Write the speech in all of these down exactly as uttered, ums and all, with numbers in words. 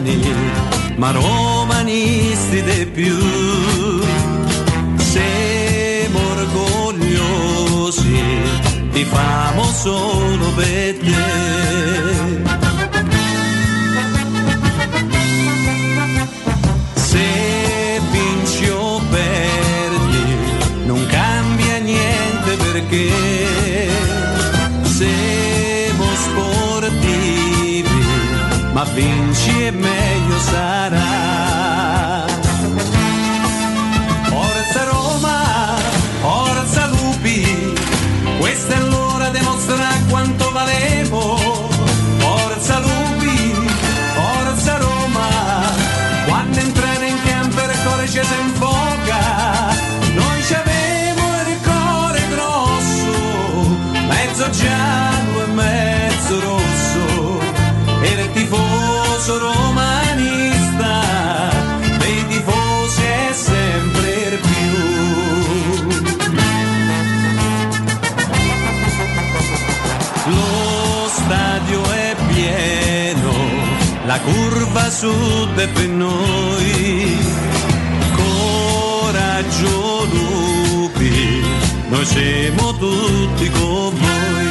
giovani, ma romanisti di più. Siamo orgogliosi, ti famo solo per te. Se vinci o perdi, non cambia niente perché siamo sportivi, ma vinci e meglio sarà. Forza Roma, forza Lupi, questa è l'ora di mostrare quanto valemo. Forza Lupi, forza Roma, quando entrare in campo il cuore ci si infoca. Noi ci avevo il cuore grosso, mezzo giallo e mezzo rosso, e il tifoso romanista dei tifosi è sempre più. Lo stadio è pieno, la curva sud è per noi. Coraggio Lupi, noi siamo tutti con voi.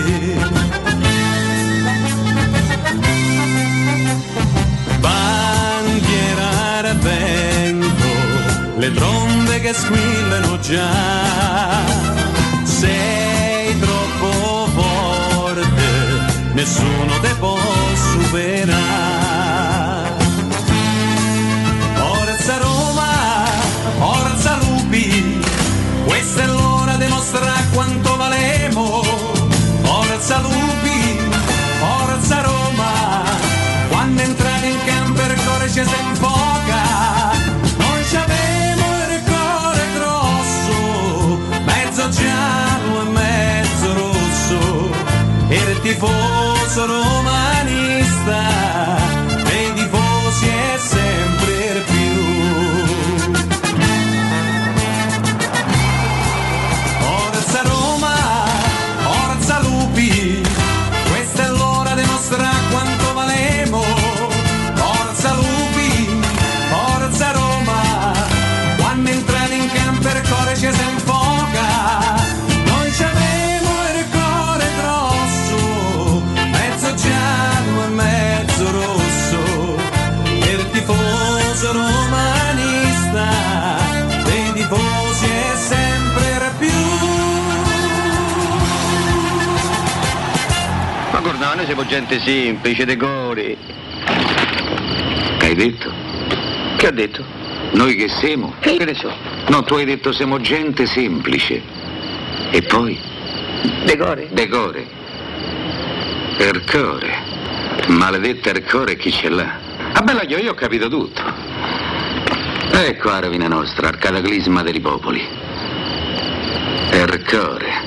Bandiera al vento, le trombe che squillano già. Sei troppo forte, nessuno te può superare. Forza Roma, forza Lupi, questa è l'ora di mostrare quanto valemo. Forza Lupi, forza Roma, quando entrate in campo il cuore ci si infoca. Noi ci avevo il cuore grosso, mezzo giallo e mezzo rosso, e il tifoso romanista dei tifosi è sempre più. Forza Roma, forza Lupi, questa è l'ora di mostrare quanto valemo. Forza Lupi, forza Roma, quando entrate in campo il cuore ci si infoca. Noi ci avevo il cuore grosso, mezzo giallo e mezzo rosso, e il tifoso romanista dei tifosi è sempre più. Ma guarda, noi siamo gente semplice, decori. Che hai detto? Che ho detto? Noi che siamo? Che ne so? No, tu hai detto siamo gente semplice. E poi? Decore. Decore. Ercore. Maledetta Ercore, chi ce l'ha? Ah bella, io, io ho capito tutto. Ecco la rovina nostra, al cataclisma dei popoli. Ercore.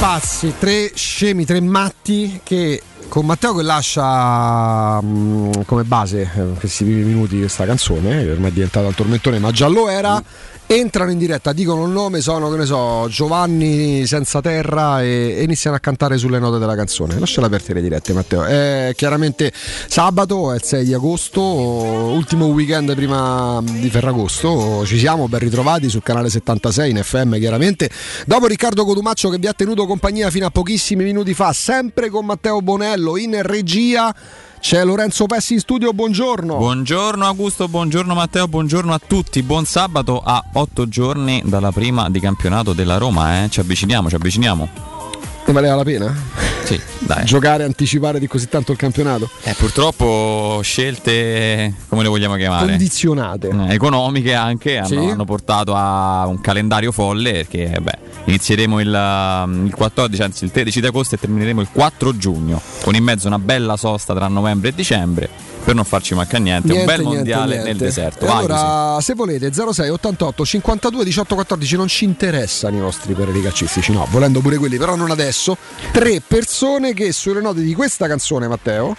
pazzi, tre scemi, tre matti che con Matteo che lascia mh, come base eh, questi primi minuti di questa canzone, che ormai è diventata un tormentone ma già lo era, entrano in diretta, dicono il nome, sono che ne so Giovanni Senza Terra e, e iniziano a cantare sulle note della canzone. Lasciala aperte le dirette, Matteo. È chiaramente sabato, è il sei di agosto, ultimo weekend prima di Ferragosto. Ci siamo, ben ritrovati sul canale settantasei in F M, chiaramente dopo Riccardo Cotumaccio che vi ha tenuto compagnia fino a pochissimi minuti fa, sempre con Matteo Bonello in regia. C'è Lorenzo Pessi in studio, buongiorno. Buongiorno Augusto, buongiorno Matteo, buongiorno a tutti. Buon sabato a otto giorni dalla prima di campionato della Roma, eh? Ci avviciniamo, ci avviciniamo. Ne valeva la pena? Sì, dai. Giocare, anticipare di così tanto il campionato? Eh, purtroppo scelte, come le vogliamo chiamare? Condizionate. Eh, economiche anche, hanno, Sì. hanno portato a un calendario folle, perché beh, inizieremo il, il quattordici, anzi il tredici di agosto e termineremo il quattro giugno, con in mezzo una bella sosta tra novembre e dicembre, per non farci mancare niente, Niente, un bel niente, mondiale niente. nel deserto. E Vai, allora, se volete, zero sei ottantotto cinquantadue diciotto quattordici, non ci interessano i nostri pareri calcistici, no, volendo pure quelli, però non adesso. Tre persone che sulle note di questa canzone, Matteo,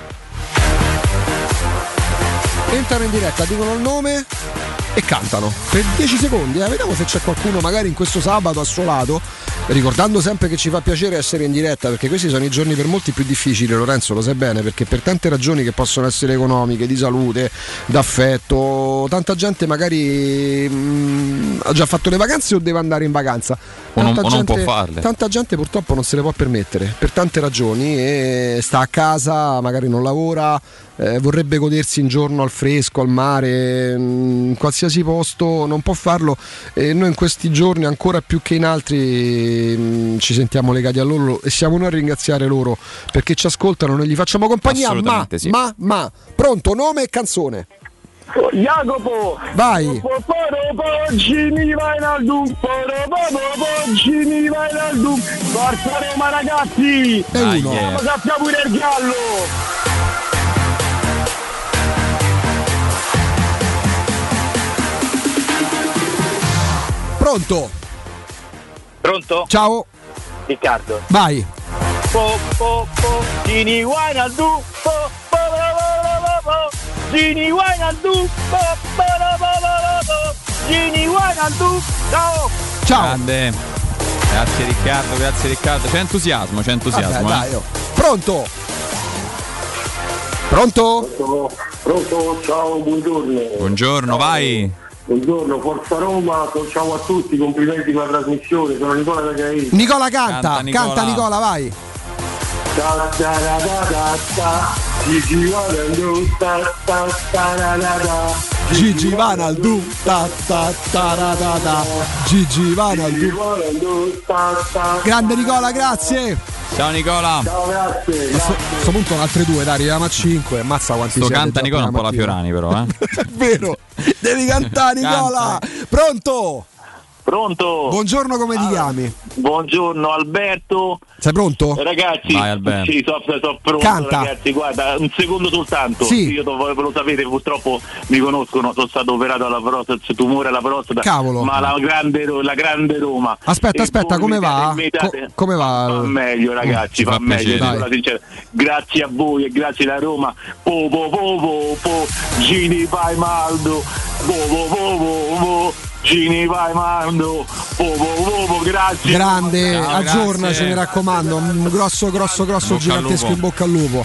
entrano in diretta, dicono il nome e cantano per dieci secondi, eh? Vediamo se c'è qualcuno magari in questo sabato assolato, ricordando sempre che ci fa piacere essere in diretta, perché questi sono i giorni per molti più difficili, Lorenzo lo sai bene, perché per tante ragioni che possono essere economiche, di salute, d'affetto, tanta gente magari mh, ha già fatto le vacanze o deve andare in vacanza, O non, tanta o non gente, può farle. tanta gente purtroppo non se le può permettere per tante ragioni e sta a casa, magari non lavora, eh, vorrebbe godersi un giorno al fresco, al mare, in qualsiasi posto, non può farlo, e noi in questi giorni ancora più che in altri mh, ci sentiamo legati a loro e siamo noi a ringraziare loro perché ci ascoltano, noi gli facciamo compagnia. Ma, Assolutamente sì. ma, ma, pronto, nome e canzone. Jacopo, Vai. Gini vai al Dum, Gini vai al Dum, forza Roma ragazzi, E Ah, uno. yeah. sappiamo pure il giallo. Pronto, Pronto? ciao, Riccardo. vai. Po, po, po, Gini vai al Dum, po, po, po, po, po, Gini vai al Dum, po, po, po, po, po, Gini vai al Dum, ciao. Ciao. Grande. Grazie Riccardo, grazie Riccardo. C'è entusiasmo, c'è entusiasmo. Vabbè, eh. dai, oh. Pronto? Pronto? Pronto, ciao, buongiorno. Buongiorno, vai. Buongiorno, Forza Roma, ciao a tutti, complimenti per la trasmissione, sono Nicola da Caino. Nicola canta, Canta, Nicola. canta Nicola, vai. Ta ta ra ta ta ta, Gigi Vanaldu, ta ta ta ra ra ta, Gigi Vanaldu, ta ta ta ra ta ta. Gigi Gigi Vanaldu. Vanaldu, ta ta. Grande Nicola, grazie. Ciao Nicola. Ciao, grazie. A questo punto un altre due, dai, arriviamo a cinque. Ammazza quanti Sto siete canta già Nicola un po' la mattina. Fiorani però, eh. È vero, devi cantare Nicola. Pronto? Pronto? Buongiorno, come ti chiami? Buongiorno Alberto. Sei pronto? Ragazzi, Vai, Alberto. sì, so, so pronto, Canta. ragazzi, guarda, un secondo soltanto. Sì. Io dov- ve lo sapete, purtroppo mi conoscono, sono stato operato alla prostata, tumore alla prostata. Cavolo. Ma la grande, Ro- la grande Roma. Aspetta, E aspetta, voi come mi va? date- mi date- Co- come va? Fa meglio, ragazzi, Ci fa, fa meglio, piacere. dico la sincera. Grazie a voi e grazie alla Roma. Po po po po po, Gini vai Maldo. Po po po po po, Gini vai Maldo. Po po po po, grazie. Grande, Ciao, aggiornaci, grazie. mi raccomando. Un grosso, grosso, grosso Bocca al gigantesco lupo. in bocca al lupo.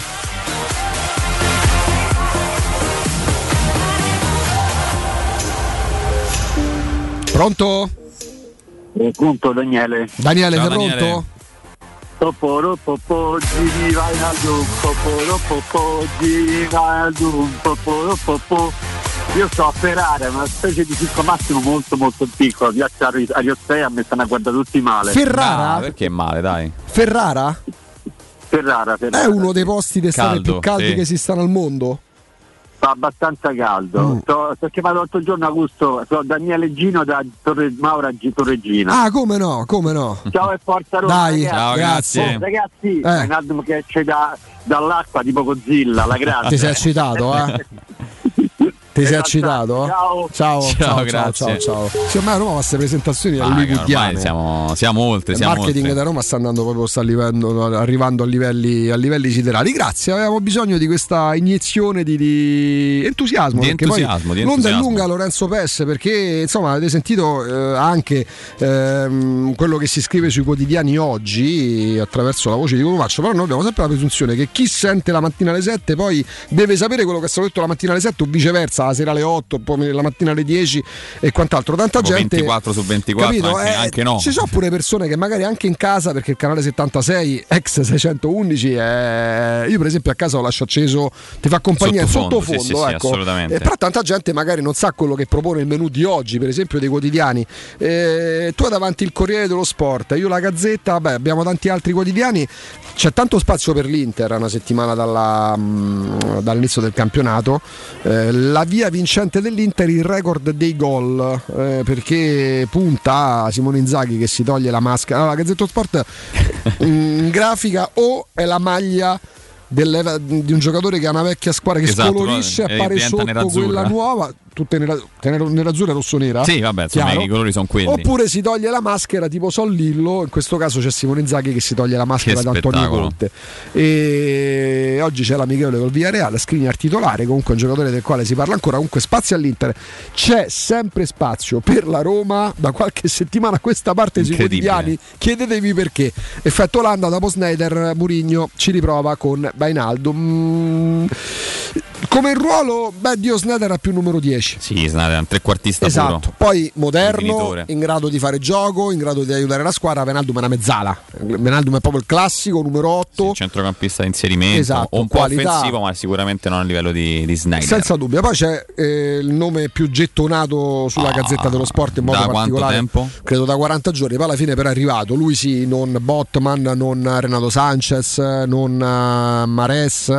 Pronto? Pronto, Daniele. Daniele, Ciao, sei Daniele. pronto? Poporo popò, Gigi Vanaldu, poporo popò, Gigi Vanaldu, poporo popò. Io sto a Ferrara, una specie di Circo Massimo molto molto piccolo, piazza Ariostei, a me stanno a guardare tutti male. Ah, Ferrara? perché male, dai. Ferrara? Ferrara, Ferrara. È uno dei posti d'estate Caldo, più caldi sì. che esistano al mondo? Fa abbastanza caldo. Mm. Sto, sto chiamato l'altro giorno Augusto, sono Daniele Gino da Torre, Maura G- Torregina. Ah, come no, come no. Ciao e forza Roma. Dai. ragazzi. Ciao, grazie. grazie. Oh, ragazzi, Eh. è un album che esce da, dall'acqua tipo Godzilla, la Ti grande. sei eccitato, eh? Ti sei Esaltati. eccitato? Ciao. Ciao, Ciao, ciao, grazie. ciao, ciao. Sì, ormai a Roma fa queste presentazioni Ah, ormai hollywoodiane. siamo, siamo oltre, Il siamo marketing oltre. da Roma sta andando proprio, sta arrivando, arrivando a livelli, a livelli siderali. Grazie, avevamo bisogno di questa iniezione di, di entusiasmo. Di perché entusiasmo, poi di l'onda è entusiasmo. lunga Lorenzo Pes, perché insomma avete sentito eh, anche ehm, quello che si scrive sui quotidiani oggi attraverso la voce di Cotumaccio, però noi abbiamo sempre la presunzione che chi sente la mattina alle sette poi deve sapere quello che è stato detto la mattina alle sette o viceversa, la sera alle otto, poi la mattina alle dieci e quant'altro. Tanta Proprio gente ventiquattro su ventiquattro, capito? anche, Eh, anche no. Ci sono pure persone che magari anche in casa, perché il canale settantasei ex seicentoundici è... io per esempio a casa lo lascio acceso, ti fa compagnia in Sottofondo, sottofondo, sì, sì, sì, ecco. assolutamente. Eh, però tanta gente magari non sa quello che propone il menù di oggi, per esempio dei quotidiani. Eh, tu hai davanti il Corriere dello Sport, io la Gazzetta, vabbè, abbiamo tanti altri quotidiani. C'è tanto spazio per l'Inter, una settimana dalla, mh, dall'inizio del campionato. Eh, la via vincente dell'Inter, il record dei gol, eh, perché punta a Simone Inzaghi che si toglie la maschera. Allora, la Gazzetta Sport in grafica o è la maglia del, di un giocatore che ha una vecchia squadra che Esatto, scolorisce e eh, appare diventa sotto nerazzurra. quella nuova, tutte nera, nero, nerazzurra e rossonera. Sì, vabbè, insomma, chiaro? i colori sono quelli. Oppure si toglie la maschera tipo Sol Lillo, in questo caso c'è Simone Inzaghi che si toglie la maschera Che da Antonio spettacolo. Conte. E oggi c'è l'amichevole col Villarreal, Skriniar titolare, comunque un giocatore del quale si parla ancora. Comunque spazio all'Inter, c'è sempre spazio per la Roma da qualche settimana a questa parte sui Incredibile. quotidiani. Chiedetevi perché. Effetto Olanda, dopo Sneijder, Mourinho ci riprova con Wijnaldum. Mm, come ruolo, beh, Dio Sneijder ha più numero dieci. Sì, è un trequartista Esatto, puro. poi moderno, Definitore. in grado di fare gioco, in grado di aiutare la squadra. Wijnaldum è una mezzala. Wijnaldum è proprio il classico numero otto. Sì, centrocampista di inserimento, Esatto, un po' qualità. offensivo, ma sicuramente non a livello di, di Sneijder. Senza dubbio. Poi c'è eh, il nome più gettonato sulla Ah, Gazzetta dello Sport in modo da quanto particolare. tempo? Credo da quaranta giorni. Poi alla fine però è arrivato. Lui sì, non Botman, non Renato Sanchez, non uh, Mares,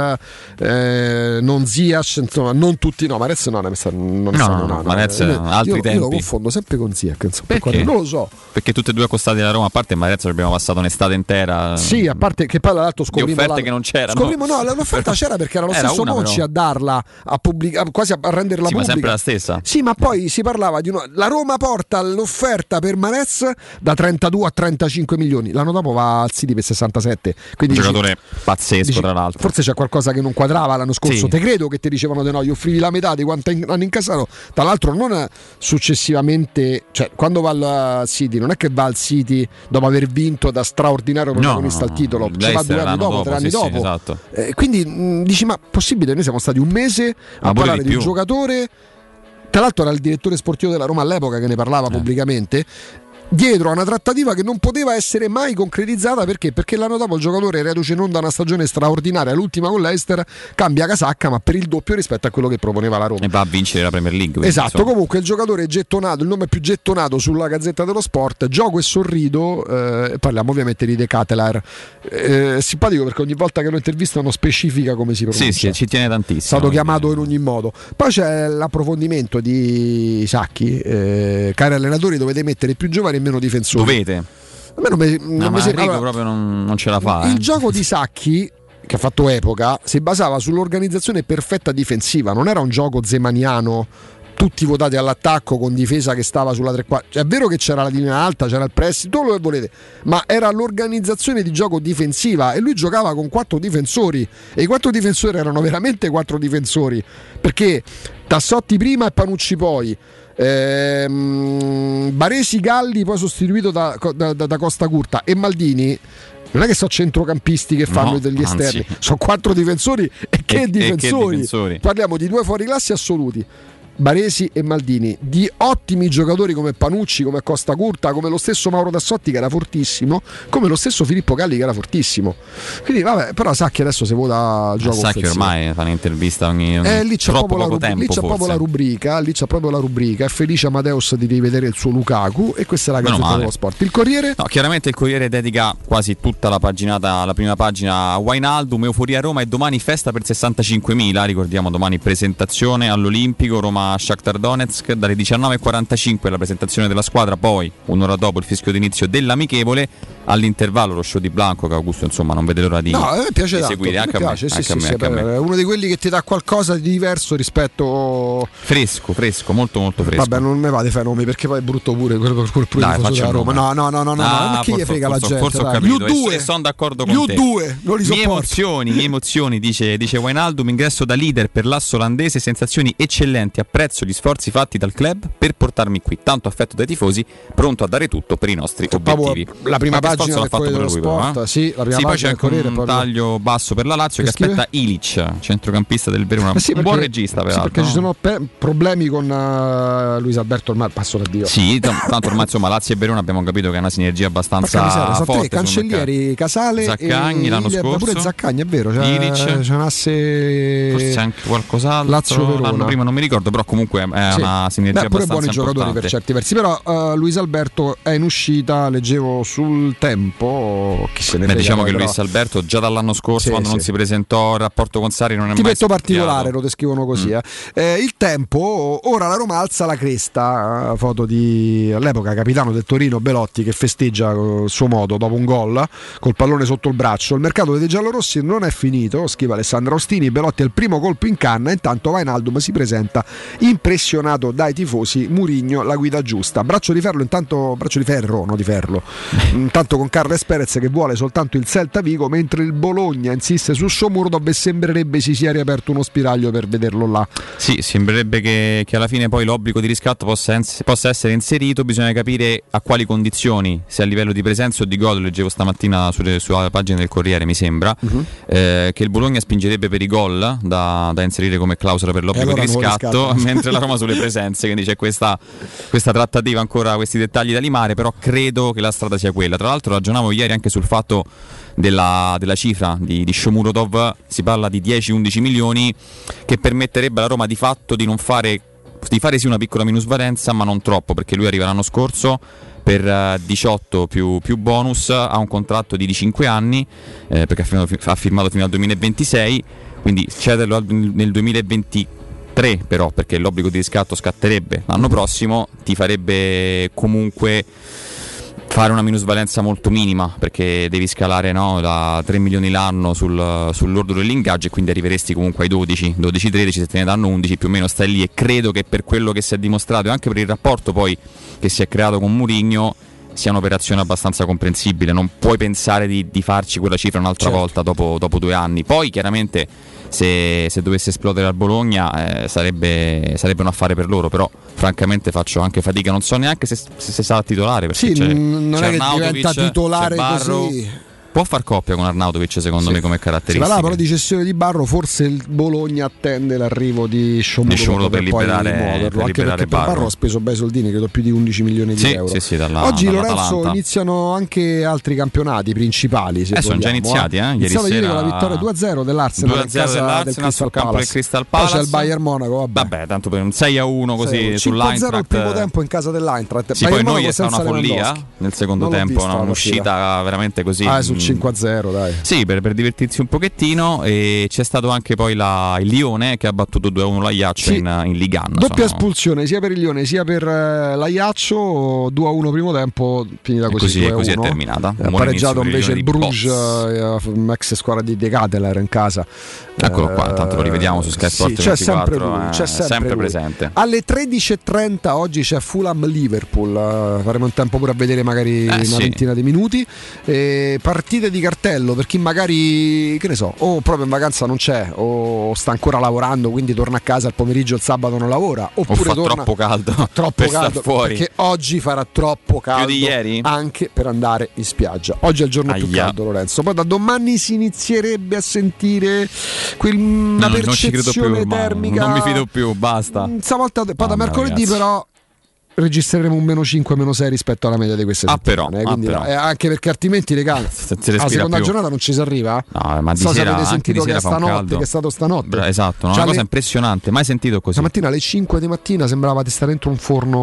eh, non Ziyech, insomma, non tutti. No, Mares no, non è No, no, no, Mahrez, Io- altri io, tempi. Io lo confondo sempre con Ziyech, insomma, Perché? quando- non lo so. Perché tutte e due accostati alla Roma, a parte Mahrez abbiamo passato un'estate intera. Sì, a parte che poi l'altro di scoprimo offerte la- che non c'erano. Scoprimo, no, l'offerta Però- c'era perché era lo Era stesso una, Monci però. a darla, a pubblica- quasi a renderla Sì, ma pubblica. sempre la stessa. Sì, ma poi si parlava di una... la Roma porta l'offerta per Mahrez da trentadue a trentacinque milioni. L'anno dopo va al City per sessantasette. Un Quindi dici- giocatore pazzesco, dici, tra l'altro. forse c'è qualcosa che non quadrava l'anno scorso. Sì. Te credo che ti dicevano di no, gli offrivi la metà di quanto in- hanno incassato. Tra l'altro non successivamente, cioè quando va al City non è che va al City dopo aver vinto da straordinario protagonista no, al titolo, no, ci va Leicester due anni l'anno dopo, dopo, tre anni sì, sì, dopo. esatto. Eh, quindi mh, dici ma possibile, noi siamo stati un mese a Ma pure parlare di di un più. giocatore, tra l'altro era il direttore sportivo della Roma all'epoca che ne parlava Eh. pubblicamente, dietro a una trattativa che non poteva essere mai concretizzata. Perché? Perché l'anno dopo il giocatore, reduce in onda una stagione straordinaria, l'ultima con l'Eister, cambia casacca ma per il doppio rispetto a quello che proponeva la Roma. E va a vincere la Premier League. quindi, Esatto, insomma. comunque il giocatore gettonato, il nome più gettonato sulla Gazzetta dello Sport, gioco e sorrido, eh, parliamo ovviamente di De Ketelaere. Eh, è simpatico perché ogni volta che lo intervistano specifica come si pronuncia. Sì, sì, ci tiene tantissimo. È stato quindi- chiamato in ogni modo. Poi c'è l'approfondimento di Sacchi, eh, cari allenatori, dovete mettere più giovani e meno difensori. Dovete. A me non mi, non No, mi ma sembra- Enrico allora, proprio non, non ce la fa. il eh. gioco di Sacchi, che ha fatto epoca, si basava sull'organizzazione perfetta difensiva, non era un gioco zemaniano, tutti votati all'attacco con difesa che stava sulla tre quarti. Cioè, è vero che c'era la linea alta, c'era il press, tutto quello che volete, ma era l'organizzazione di gioco difensiva e lui giocava con quattro difensori e i quattro difensori erano veramente quattro difensori, perché Tassotti prima e Panucci poi. Ehm, Baresi, Galli poi sostituito da, da, da Costa Curta e Maldini. Non è che sono centrocampisti che fanno No, degli esterni, anzi. sono quattro difensori e che, E- e che difensori. difensori. Parliamo di due fuoriclassi assoluti, Baresi e Maldini, di ottimi giocatori come Panucci, come Costa Curta, come lo stesso Mauro Tassotti che era fortissimo, come lo stesso Filippo Galli che era fortissimo. Quindi vabbè, però Sacchi adesso si vota al gioco Sacchi offensivo. ormai fa un'intervista ogni, ogni Eh, lì c'è, troppo proprio la, poco rubri- tempo. lì c'è proprio forse. la rubrica, lì c'è proprio la rubrica. È felice Amadeus di rivedere il suo Lukaku e questa è la Meno Gazzetta male. dello Sport. Il Corriere? No, chiaramente il Corriere dedica quasi tutta la paginata, la prima pagina a Wijnaldum, euforia a Roma e domani festa per sessantacinquemila, ricordiamo domani presentazione all'Olimpico, Roma Roma Shakhtar Donetsk dalle diciannove e quarantacinque la presentazione della squadra, poi un'ora dopo il fischio d'inizio dell'amichevole, all'intervallo lo show di Blanco che Augusto insomma non vede l'ora di, no, a me piace di tanto, seguire, anche, piace, a me, sì, anche sì, a me, sì, anche a me. È uno di quelli che ti dà qualcosa di diverso rispetto fresco, fresco, molto molto fresco. Vabbè, non me va dei fenomeni perché poi è brutto pure quello per cui pure Dai, della Roma. No, no, no, no, no, ah, ma chi gli frega forse, la gente? Forse ho dai. capito, Gli U due, e sono d'accordo con gli te. U due, non li mie sopporto. emozioni, mie emozioni, dice, dice Wijnaldum, ingresso da leader per l'asso olandese, sensazioni eccellenti, apprezzo gli sforzi fatti dal club per portarmi qui, tanto affetto dai tifosi, pronto a dare tutto per i nostri obiettivi. La prima Qualche pagina del Corriere dello Sport, eh? sì, la prima sì, poi c'è pagina del Corriere, un proprio... taglio basso per la Lazio che, che scrive? aspetta Ilic, centrocampista del Verona, eh sì, un perché, buon regista peraltro. Sì, perché no? ci sono pe- problemi con uh, Luis Alberto ormai, passo da Dio. Sì, t- tanto ormai insomma Lazio e Verona abbiamo capito che è una sinergia abbastanza miseria, so forte. Te, Cancellieri, Casale Zaccagni e l'anno Iliad, scorso. pure Zaccagni, è vero, c'è, Ilic, c'è un asse forse anche qualcos'altro. Lazio Verona. L'anno prima non mi ricordo, però comunque è sì. una sinergia Beh, pure abbastanza buoni giocatori importante. per certi versi, però uh, Luis Alberto è in uscita, leggevo sul Tempo, chi se ne Beh, frega, diciamo che però. Luis Alberto già dall'anno scorso, Sì, quando sì. non si presentò il rapporto con Sarri, non è Tipetto mai scoppiato. particolare, lo descrivono così. Mm. Eh. Eh, il Tempo, ora la Roma alza la cresta, eh, foto di all'epoca capitano del Torino Belotti che festeggia il suo modo dopo un gol col pallone sotto il braccio. Il mercato dei giallorossi non è finito, scrive Alessandro Ostini, Belotti è il primo colpo in canna, intanto Wijnaldum si presenta impressionato dai tifosi, Mourinho la guida giusta. Braccio di ferro intanto, braccio di ferro, no di ferro. Intanto con Carles Perez che vuole soltanto il Celta Vigo, mentre il Bologna insiste su Shomurodov e sembrerebbe si sia riaperto uno spiraglio per vederlo là. Sì, sembrerebbe che, che alla fine poi l'obbligo di riscatto possa, possa essere inserito, bisogna capire a quali condizioni, se a livello di presenza o di gol. Leggevo stamattina sulle, sulla pagina del Corriere, mi sembra, uh-huh. eh, che il Bologna spingerebbe per i gol da, da inserire come clausola per l'obbligo allora di riscatto, riscatto. mentre la Roma sulle presenze, quindi c'è questa, questa trattativa ancora, questi dettagli da limare, però credo che la strada sia quella. Tra l'altro ragionavo ieri anche sul fatto della, della cifra di, di Shomurodov, si parla di dieci undici milioni che permetterebbe alla Roma di fatto di non fare di fare sì una piccola minusvalenza, ma non troppo, perché lui arriva l'anno scorso per diciotto più, più bonus, ha un contratto di cinque anni, eh, perché ha firmato, ha firmato fino al duemilaventisei, quindi cederlo nel duemilaventitré però, perché l'obbligo di riscatto scatterebbe l'anno prossimo, ti farebbe comunque fare una minusvalenza molto minima, perché devi scalare, no, da tre milioni l'anno sul, sull'ordo dell'ingaggio, e quindi arriveresti comunque ai dodici tredici, se te ne danno undici più o meno stai lì. E credo che per quello che si è dimostrato e anche per il rapporto poi che si è creato con Mourinho sia un'operazione abbastanza comprensibile. Non puoi pensare di, di farci quella cifra un'altra certo. volta dopo, dopo due anni. Poi chiaramente se, se dovesse esplodere al Bologna eh, sarebbe, sarebbe un affare per loro, però francamente faccio anche fatica, non so neanche se, se, se sarà titolare, perché sì, c'è, non c'è è che diventa titolare c'è Barro, così. Può far coppia con Arnautovic secondo sì. me come caratteristica. Si parla però di cessione di Barro, forse il Bologna attende l'arrivo di Shomurodov per, per poi liberare, muoverlo, per anche perché Barro. per Barro ha speso bei soldini, credo più di undici milioni di sì, euro. Sì, sì, dalla, Oggi dall'Atalanta. Lorenzo iniziano anche altri campionati principali, se eh, sono già iniziati, eh? Ieri Iniziato sera con la vittoria due a zero dell'Arsenal, due a zero dell'Arsenal sul campo del Crystal Palace. Poi c'è il Bayern Monaco, vabbè. Vabbè, tanto per un sei a uno così sull'Eintracht. il primo tempo in casa dell'Eintracht. Sì, Bayern poi noi Monaco è stata una follia nel secondo non tempo, no? Un'uscita veramente così. Ah, sul cinque a zero, dai. Sì, per, per divertirsi un pochettino. E c'è stato anche poi la, il Lione che ha battuto due a uno l'Ajaccio sì. in, in Ligue uno. Doppia sono... espulsione sia per il Lione sia per uh, l'Ajaccio, due a uno primo tempo, finita così. Così, così è terminata. Ha pareggiato invece il Bruges, uh, ex squadra di De Cateler in casa. Eccolo qua, tanto lo rivediamo su Sky Sport sì, c'è ventiquattro, sempre lui, eh, c'è sempre, sempre lui. presente. Alle tredici e trenta oggi c'è Fulham-Liverpool, uh, faremo un tempo pure a vedere magari eh, una sì. ventina di minuti. E partite di cartello per chi magari, che ne so, o proprio in vacanza non c'è o sta ancora lavorando, quindi torna a casa il pomeriggio, il sabato non lavora, oppure o fa torna, troppo caldo troppo per caldo star fuori, perché oggi farà troppo caldo più di ieri? Anche per andare in spiaggia. Oggi è il giorno Aia. più caldo, Lorenzo. Poi da domani si inizierebbe a sentire quel, una no, percezione non ci credo più, termica. Non mi fido più, basta. Stavolta poi da no, mercoledì ragazzi. però registreremo un meno cinque, meno sei rispetto alla media di queste ah, settimane. Però, quindi, ah, però. Eh, anche perché altrimenti, regà, la seconda più. giornata non ci si arriva. No, ma di so sera, se avete sentito di che è sera fa un stanotte, caldo. che è stato stanotte. Bra- esatto, una cioè cosa le... impressionante, mai sentito così. Stamattina alle cinque di mattina sembrava di stare dentro un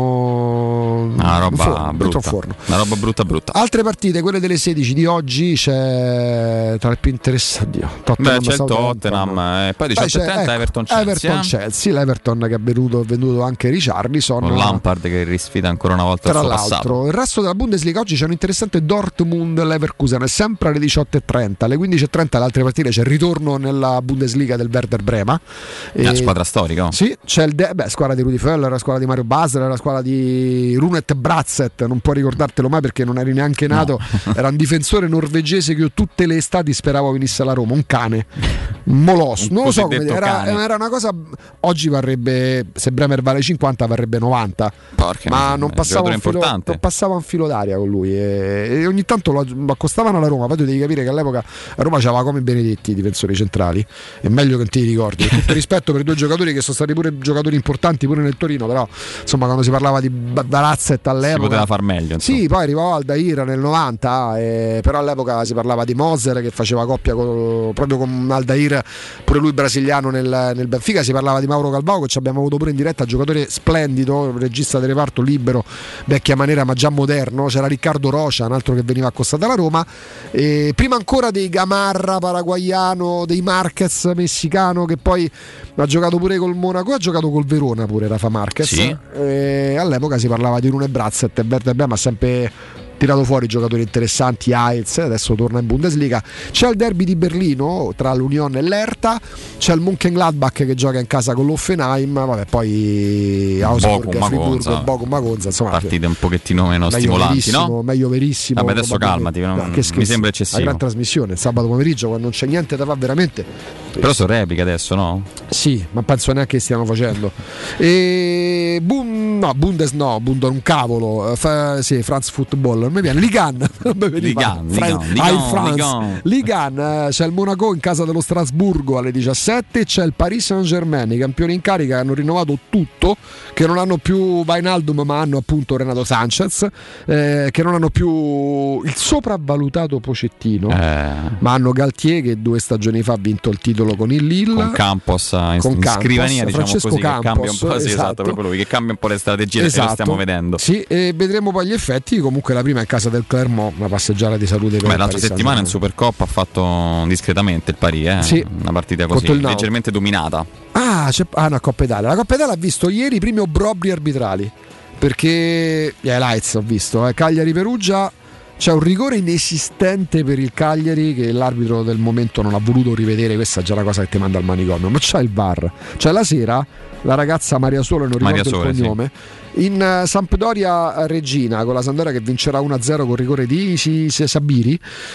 forno. Una roba un forno, brutta. un forno. Una roba brutta brutta. Altre partite, quelle delle sedici di oggi, c'è tra le più interessanti. Beh, c'è il Tottenham, e poi diciotto e trenta ecco, Everton Chelsea. Everton eh? Chelsea, l'Everton che ha venduto, venduto anche Richarlison. Con Lampard che risfida ancora una volta Tra il suo l'altro, passato. il resto della Bundesliga oggi c'è un interessante Dortmund-Leverkusen, sempre alle diciotto e trenta. Alle quindici e trenta le altre partite c'è il ritorno nella Bundesliga del Werder Brema. Una squadra storica. Oh. Sì, c'è il de- beh, squadra di Rudi Völler, la squadra di Mario Basler, la squadra di Runet Bratzett, non puoi ricordartelo mai perché non eri neanche nato. No. Era un difensore norvegese che io tutte le estati speravo venisse alla Roma, un cane, un molosso, un non lo so come dire, era, era una cosa. Oggi varrebbe, se Bremer vale cinquanta varrebbe novanta. Porca ma mia, non passava, un filo, non passava un filo d'aria con lui e, e ogni tanto lo, lo accostavano alla Roma. Poi tu devi capire che all'epoca a Roma c'aveva come Benedetti i difensori centrali, è meglio che non ti ricordi, con tutto rispetto per i due giocatori che sono stati pure giocatori importanti pure nel Torino, però insomma quando si parlava di Barazzet all'epoca si poteva far meglio insomma. Sì, poi arrivava Aldair nel novanta, eh, però all'epoca si parlava di Moser che faceva coppia con, proprio con Aldair, pure lui brasiliano nel, nel Benfica. Si parlava di Mauro Calvao che ci abbiamo avuto pure in diretta, giocatore splendido, regista del reparto libero, vecchia maniera ma già moderno. C'era Riccardo Rocha, un altro che veniva accostato alla Roma, e prima ancora dei Gamarra paraguaiano, dei Marquez messicano che poi ha giocato pure col Monaco, ha giocato col Verona pure Rafa Marquez, sì. E all'epoca si parlava di Rune Brazzett e Werder Bremen ha sempre tirato fuori giocatori interessanti. Aitz adesso torna in Bundesliga. C'è il derby di Berlino tra l'Union e l'Hertha, c'è il Mönchengladbach che gioca in casa con l'Hoffenheim, vabbè, poi Augsburg, Friburgo e Bochum Magonza, insomma partite un pochettino meno stimolanti, verissimo, no? Meglio verissimo. Vabbè, adesso calmati, non, no, mi sembra eccessivo. La gran trasmissione il sabato pomeriggio quando non c'è niente da fare veramente. Però sono repliche adesso, no? Sì, ma penso neanche che stiano facendo. E Bun, no, Bundes no, Bund un cavolo. Fa, sì, France Football. Non mi viene Ligan. Ligan, Ligan, Ligan. C'è il Monaco in casa dello Strasburgo alle diciassette. C'è il Paris Saint-Germain, i campioni in carica che hanno rinnovato tutto, che non hanno più Wijnaldum ma hanno appunto Renato Sanchez, eh, che non hanno più il sopravvalutato Pochettino, eh. ma hanno Galtier che due stagioni fa ha vinto il titolo con il Lille, con Campos in, con in Campos, scrivania, diciamo Francesco così, Campos, che cambia un po', sì, esatto. esatto, proprio lui che cambia un po' le strategie, esatto. E lo stiamo vedendo. Sì, e vedremo poi gli effetti. Comunque la prima è in casa del Clermont, una passeggiata di salute per Beh, l'altra settimana in Supercoppa ha fatto discretamente il Paris, eh? Sì. Una partita così leggermente dominata. Ah, c'è ah, no, Coppa Italia. La Coppa Italia ha visto ieri i primi obbrobri arbitrali, perché gli highlights ho visto, eh. Cagliari Perugia. C'è un rigore inesistente per il Cagliari che l'arbitro del momento non ha voluto rivedere. Questa è già una cosa che ti manda al manicomio. Ma c'è il V A R. Cioè la sera la ragazza Maria Sole, non ricordo Maria Sole, il cognome, sì. In uh, Sampdoria Regina con la Sampdoria che vincerà uno a zero con rigore di Sabiri,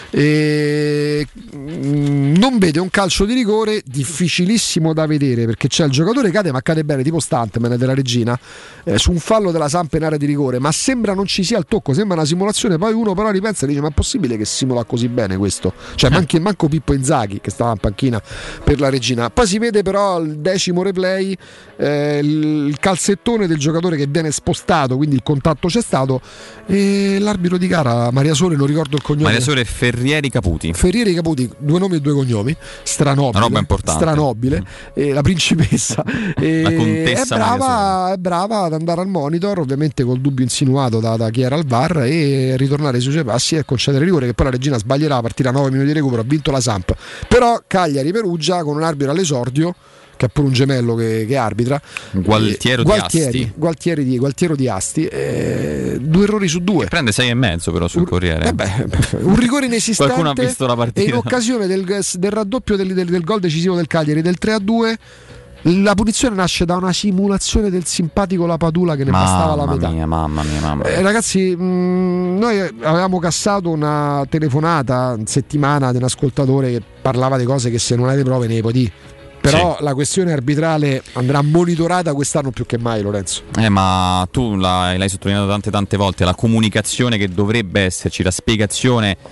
e mh, non vede un calcio di rigore difficilissimo da vedere, perché c'è il giocatore cade, ma cade bene, tipo Stuntman della Regina, eh, su un fallo della Samp in area di rigore, ma sembra non ci sia il tocco, sembra una simulazione. Poi uno però ripensa e dice: ma è possibile che simula così bene questo? Cioè manchi, manco Pippo Inzaghi che stava in panchina per la Regina. Poi si vede però il decimo replay, eh, il calzettone del giocatore che viene spostato, quindi il contatto c'è stato, e l'arbitro di gara Maria Sole, non ricordo il cognome, Maria Sole Ferrieri Caputi Ferrieri Caputi, due nomi e due cognomi, stranobile, una roba importante, stranobile, mm. e la principessa e la contessa è brava, è brava ad andare al monitor, ovviamente col dubbio insinuato da, da chi era al V A R, e ritornare sui suoi passi e concedere rigore, che poi la Regina sbaglierà, partirà nove minuti di recupero, ha vinto la Samp. Però Cagliari Perugia con un arbitro all'esordio che è pure un gemello che, che arbitra, Gualtiero eh, di Gualtieri, Asti Gualtieri di, Gualtiero di Asti, eh, due errori su due, che prende sei e mezzo però sul un, Corriere, eh beh, un rigore inesistente. Qualcuno ha visto la partita, e in occasione del, del raddoppio del, del, del gol decisivo del Cagliari del tre a due la punizione nasce da una simulazione del simpatico Lapadula che ne mamma bastava la metà. Mia, mamma mia, mamma mia. Eh, ragazzi, mh, noi avevamo cassato una telefonata in settimana di un ascoltatore che parlava di cose che se non hai le prove ne puoi dire. Però sì, la questione arbitrale andrà monitorata quest'anno più che mai, Lorenzo. Eh, ma tu l'hai, l'hai sottolineato tante tante volte, la comunicazione che dovrebbe esserci, la spiegazione.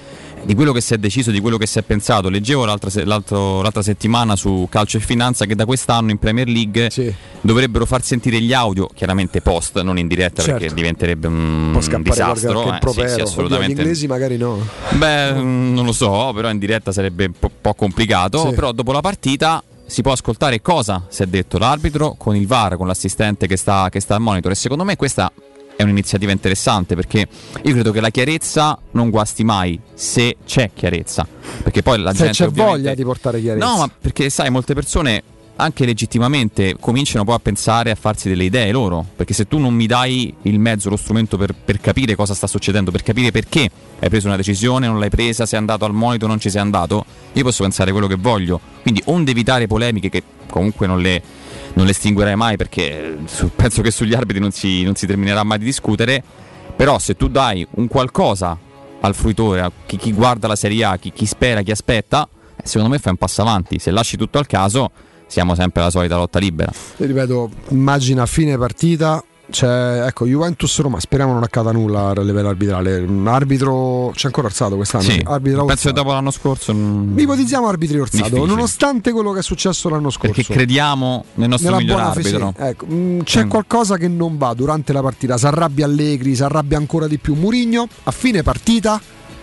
di quello che si è deciso, di quello che si è pensato. Leggevo l'altra, se- l'altro, l'altra settimana su Calcio e Finanza che da quest'anno in Premier League Sì. dovrebbero far sentire gli audio, chiaramente post, non in diretta, Certo. perché diventerebbe un Può scappare disastro. qualche eh, sì, impropero. sì, Oddio, assolutamente. gli inglesi magari no. Beh, mm, non lo so, però in diretta sarebbe un po', po' complicato. Sì. Però dopo la partita si può ascoltare cosa si è detto l'arbitro con il V A R, con l'assistente che sta, che sta al monitor, e secondo me questa è un'iniziativa interessante, perché io credo che la chiarezza non guasti mai se c'è chiarezza, perché poi la Se gente c'è ovviamente... voglia di portare chiarezza. No, ma perché sai, molte persone anche legittimamente cominciano poi a pensare, a farsi delle idee loro, perché se tu non mi dai il mezzo, lo strumento per, per capire cosa sta succedendo, per capire perché hai preso una decisione, non l'hai presa, sei andato al monitor, non ci sei andato, io posso pensare quello che voglio. Quindi onde evitare polemiche che comunque non le, non le estinguerai mai, perché su, penso che sugli arbitri non si, non si terminerà mai di discutere, però se tu dai un qualcosa al fruitore, a chi, chi guarda la Serie A, chi, chi spera, chi aspetta, eh, secondo me fai un passo avanti. Se lasci tutto al caso siamo sempre alla solita lotta libera. Io ripeto, immagina a fine partita, c'è, ecco, Juventus-Roma, speriamo non accada nulla a livello arbitrale. Un arbitro c'è ancora Orsato quest'anno? Sì, Arbitro penso Orsato. che dopo l'anno scorso mm, Ipotizziamo arbitri Orsato, difficile. nonostante quello che è successo l'anno scorso. perché crediamo nel nostro Nella miglior buona fe- arbitro. sì, ecco, mh, c'è Mm. qualcosa che non va durante la partita. Si arrabbia Allegri, si arrabbia ancora di più Mourinho. A fine partita,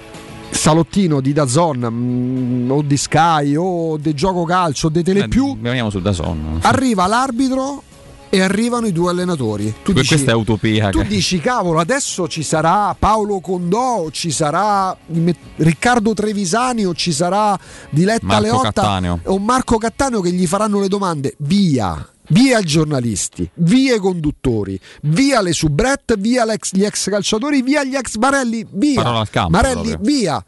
salottino di DAZN mh, o di Sky o di Gioco Calcio o di Telepiù, Eh, veniamo su DAZN. arriva l'arbitro e arrivano i due allenatori. Tu Que- dici, questa è utopia. tu che- dici cavolo, adesso ci sarà Paolo Condò, ci sarà Riccardo Trevisani o ci sarà Diletta Marco Leotta Cattaneo. o Marco Cattaneo che gli faranno le domande. Via, via i giornalisti, via i conduttori, via le soubrette, via l'ex- gli ex calciatori, via gli ex Marelli, via Parola al campo, Marelli, proprio. via.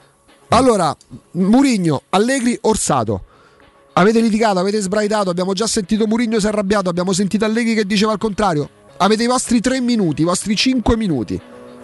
Allora, Mourinho, Allegri, Orsato. Avete litigato, avete sbraitato, abbiamo già sentito Mourinho si è arrabbiato, abbiamo sentito Allegri che diceva il contrario. Avete i vostri tre minuti, i vostri cinque minuti.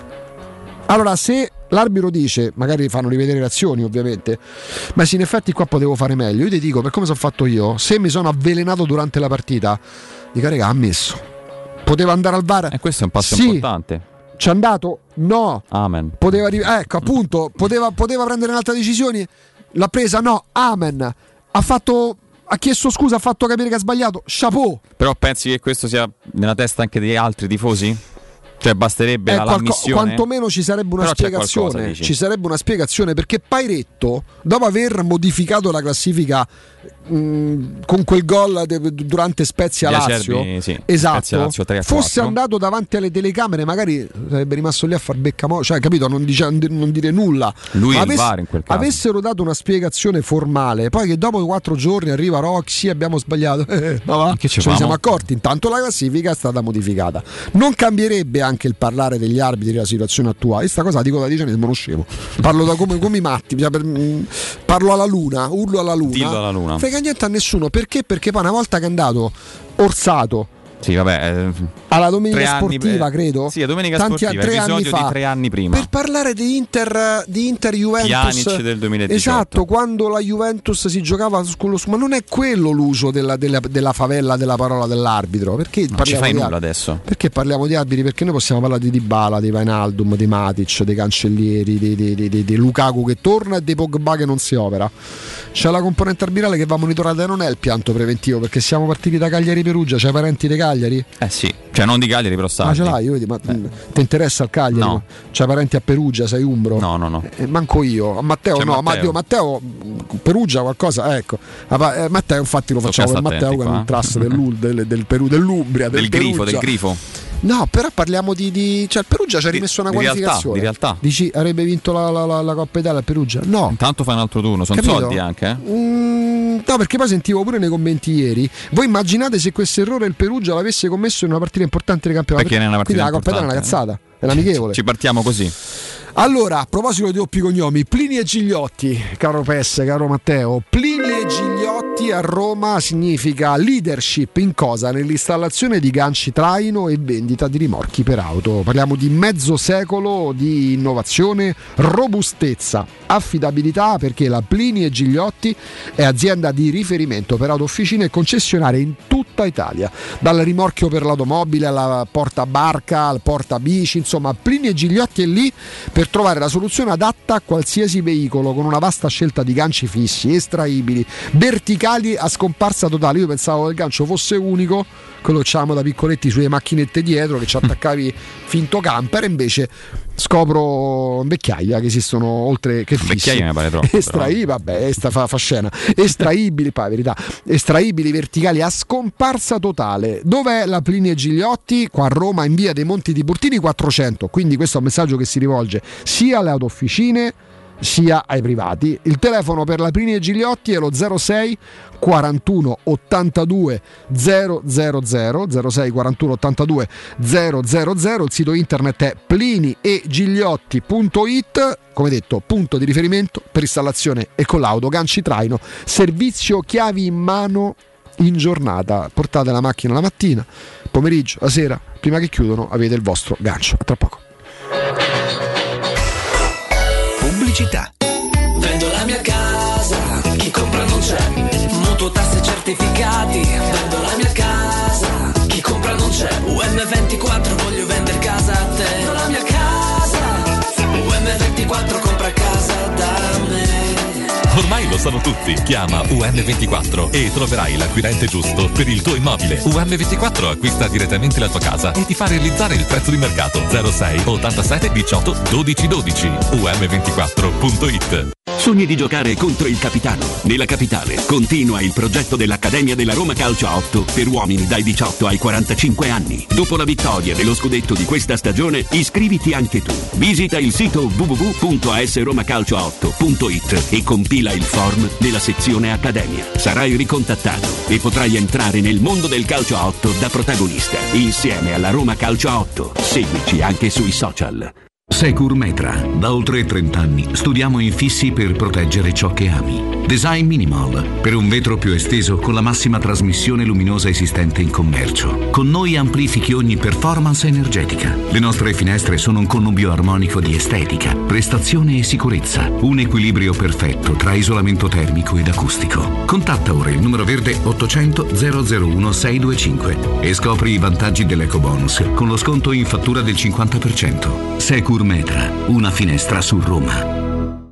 Allora, se l'arbitro dice, magari fanno rivedere le azioni ovviamente, ma sì, in effetti qua potevo fare meglio. Io ti dico, per come sono fatto io, se mi sono avvelenato durante la partita, dica raga, ha ammesso. Poteva andare al V A R? E questo è un passo Sì. importante. C'è andato? No. Amen. Poteva arri- ecco, appunto, poteva, poteva prendere un'altra decisione, l'ha presa? No. Amen. Ha fatto, ha chiesto scusa, ha fatto capire che ha sbagliato. Chapeau. Però pensi che questo sia nella testa anche di altri tifosi? Cioè basterebbe Eh, la, qualco- l'ammissione? quantomeno ci sarebbe una Però c'è spiegazione. qualcosa, dici. Ci sarebbe una spiegazione perché Pairetto, dopo aver modificato la classifica mh, con quel gol de- durante Spezia Di Lazio, Acerbi, sì. esatto, Spezia Lazio tre a fosse quattro. andato davanti alle telecamere, magari sarebbe rimasto lì a far beccamo, cioè capito, non, dice, non dire nulla. Lui Ma è il V A R in quel caso. avessero dato una spiegazione formale, poi che dopo quattro giorni arriva Rock, sì, abbiamo sbagliato, eh, ma va, Che ci ce ne famo? siamo accorti. Intanto la classifica è stata modificata. Non cambierebbe anche il parlare degli arbitri della situazione attuale. Questa cosa la dico da dieci anni, non scemo. Parlo da come, come i matti, cioè per- mh, parlo alla luna, urlo alla luna. Dillo alla luna. Frega niente a nessuno, perché? Perché poi una volta che è andato Orsato Sì, vabbè. eh, alla domenica tre anni- sportiva, eh, credo. Sì, a domenica Tanti sportiva, tre anni episodio fa, di tre anni prima. per parlare di Inter, di Inter Juventus. Pjanic del duemiladiciotto. Esatto, quando la Juventus si giocava su quello, ma non è quello l'uso della, della, della favella della parola dell'arbitro. Perché Non ci parliamo fai di nulla ar- adesso. Perché parliamo di arbitri? Perché noi possiamo parlare di Dybala, di Wijnaldum, di Matic, dei cancellieri, di, di, di, di, di Lukaku che torna e di Pogba che non si opera. C'è la componente arbitrale che va monitorata e non è il pianto preventivo, perché siamo partiti da Cagliari-Perugia. C'hai parenti di Cagliari? Eh sì, cioè non di Cagliari però Ah, sardi. ce l'hai, vedi, ma ti interessa il Cagliari? No. C'hai parenti a Perugia, sei umbro? No, no, no. Eh, manco io. A Matteo C'è no, Matteo. Matteo, Matteo Perugia qualcosa, ecco. Ah, ma, eh, Matteo infatti lo facciamo per Tocca Matteo attenti che è un qua, eh. trust del, del, del Perù, dell'Umbria, del, Del grifo, Perugia. del grifo. No, però parliamo di, di cioè il Perugia ci ha Di- rimesso una di realtà, qualificazione. di realtà. Dici avrebbe vinto la, la, la, la Coppa Italia al Perugia? No. Intanto fai un altro turno, sono Capito? soldi anche, eh? Mm, no, perché poi sentivo pure nei commenti ieri. Voi immaginate se questo errore il Perugia l'avesse commesso in una partita importante del campionato? Perché non è una partita Quindi la Coppa Italia è una importante, cazzata, è l'amichevole. Ci partiamo così. Allora, a proposito di doppi cognomi, Plini e Gigliotti, caro Pesse, caro Matteo, Plini e Gigliotti Gigliotti a Roma significa leadership in cosa? Nell'installazione di ganci traino e vendita di rimorchi per auto. Parliamo di mezzo secolo di innovazione, robustezza, affidabilità, perché la Plini e Gigliotti è azienda di riferimento per autofficine e concessionarie in tutta Italia, dal rimorchio per l'automobile alla porta barca al porta bici, insomma Plini e Gigliotti è lì per trovare la soluzione adatta a qualsiasi veicolo, con una vasta scelta di ganci fissi, estraibili, verticali a scomparsa totale. Io pensavo che il gancio fosse unico, quello che c'avevamo da piccoletti sulle macchinette dietro, che ci attaccavi finto camper, invece scopro in vecchiaia che esistono oltre che fissi, vecchiaia mi pare troppo, estraibili, vabbè, sta fa, fa scena, estraibili, poi verità, estraibili verticali a scomparsa totale. Dov'è la Plini e Gigliotti? Qua a Roma, in via dei Monti Tiburtini quattrocento, quindi questo è un messaggio che si rivolge sia alle autofficine sia ai privati. Il telefono per la Plini e Gigliotti è lo zero sei quarantuno ottantadue zero zero zero zero sei quarantuno ottantadue zero zero zero. Il sito internet è plini e gigliotti punto it, come detto punto di riferimento per installazione e collaudo, ganci traino, servizio chiavi in mano in giornata. Portate la macchina la mattina, pomeriggio, la sera, prima che chiudono avete il vostro gancio. A tra poco. Pubblicità. Vendo la mia casa, chi compra non c'è. Mutuo, tasse, certificati. Vendo la mia casa, chi compra non c'è. U M ventiquattro, voglio vendere casa a te. Vendo la mia casa, U M ventiquattro, compra casa da me. Ormai lo sanno tutti. Chiama U M ventiquattro e troverai l'acquirente giusto per il tuo immobile. U M ventiquattro acquista direttamente la tua casa e ti fa realizzare il prezzo di mercato. zero sei ottantasette diciotto dodici dodici. U M ventiquattro punto it. Sogni di giocare contro il capitano? Nella capitale continua il progetto dell'Accademia della Roma Calcio a otto per uomini dai diciotto ai quarantacinque anni. Dopo la vittoria dello scudetto di questa stagione, iscriviti anche tu. Visita il sito w w w punto a s roma calcio a otto punto it e compila il form nella sezione Accademia. Sarai ricontattato e potrai entrare nel mondo del calcio a otto da protagonista, insieme alla Roma Calcio a otto. Seguici anche sui social. Securmetra. Da oltre trenta anni studiamo infissi per proteggere ciò che ami. Design minimal, per un vetro più esteso con la massima trasmissione luminosa esistente in commercio. Con noi amplifichi ogni performance energetica. Le nostre finestre sono un connubio armonico di estetica, prestazione e sicurezza. Un equilibrio perfetto tra isolamento termico ed acustico. Contatta ora il numero verde ottocento zero zero uno sei due cinque e scopri i vantaggi dell'ecobonus con lo sconto in fattura del cinquanta per cento. Secur Metra, una finestra su Roma.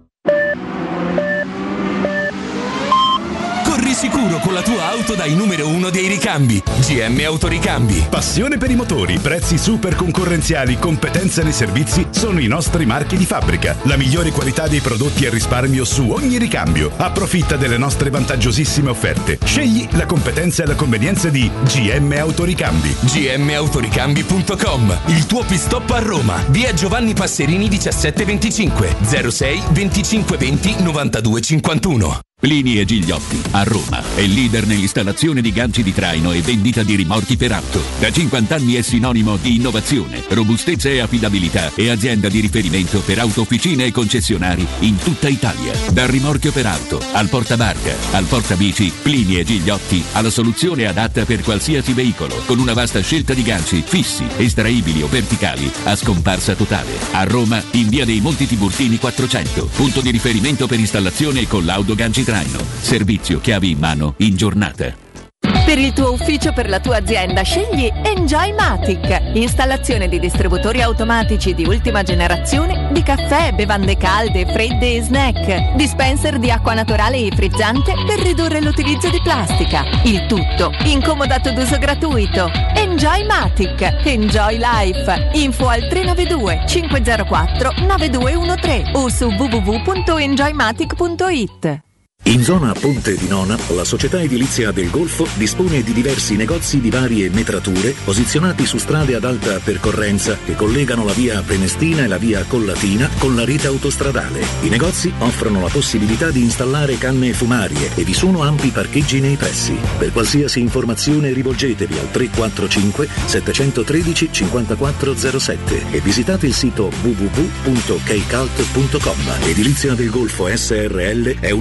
Corri sicuro con la tua auto dai numero uno dei ricambi. G M Autoricambi. Passione per i motori, prezzi super concorrenziali, competenza nei servizi sono i nostri marchi di fabbrica. La migliore qualità dei prodotti e risparmio su ogni ricambio. Approfitta delle nostre vantaggiosissime offerte. Scegli la competenza e la convenienza di G M Autoricambi. G M autoricambi punto com. Il tuo pit stop a Roma. Via Giovanni Passerini diciassette venticinque zero sei venticinque venti novantadue cinquantuno. Plini e Gigliotti a Roma è leader nell'installazione di ganci di traino e vendita di rimorchi per auto. Da cinquanta anni è sinonimo di innovazione, robustezza e affidabilità e azienda di riferimento per autofficine e concessionari in tutta Italia. Dal rimorchio per auto al portabarca al portabici, Plini e Gigliotti ha la soluzione adatta per qualsiasi veicolo, con una vasta scelta di ganci fissi, estraibili o verticali a scomparsa totale. A Roma in via dei Monti Tiburtini quattrocento, punto di riferimento per installazione e collaudo ganci traino. Servizio chiavi in mano in giornata. Per il tuo ufficio, per la tua azienda, scegli Enjoymatic. Installazione di distributori automatici di ultima generazione di caffè, bevande calde, fredde e snack. Dispenser di acqua naturale e frizzante per ridurre l'utilizzo di plastica. Il tutto in comodato d'uso gratuito. Enjoymatic. Enjoy life. Info al tre nove due cinque zero quattro nove due uno tre o su w w w punto enjoymatic punto it. In zona Ponte di Nona, la società edilizia del Golfo dispone di diversi negozi di varie metrature posizionati su strade ad alta percorrenza che collegano la via Prenestina e la via Collatina con la rete autostradale. I negozi offrono la possibilità di installare canne fumarie e vi sono ampi parcheggi nei pressi. Per qualsiasi informazione rivolgetevi al tre quattro cinque sette uno tre cinque zero sette e visitate il sito w w w punto k cult punto com. Edilizia del Golfo S R L è una società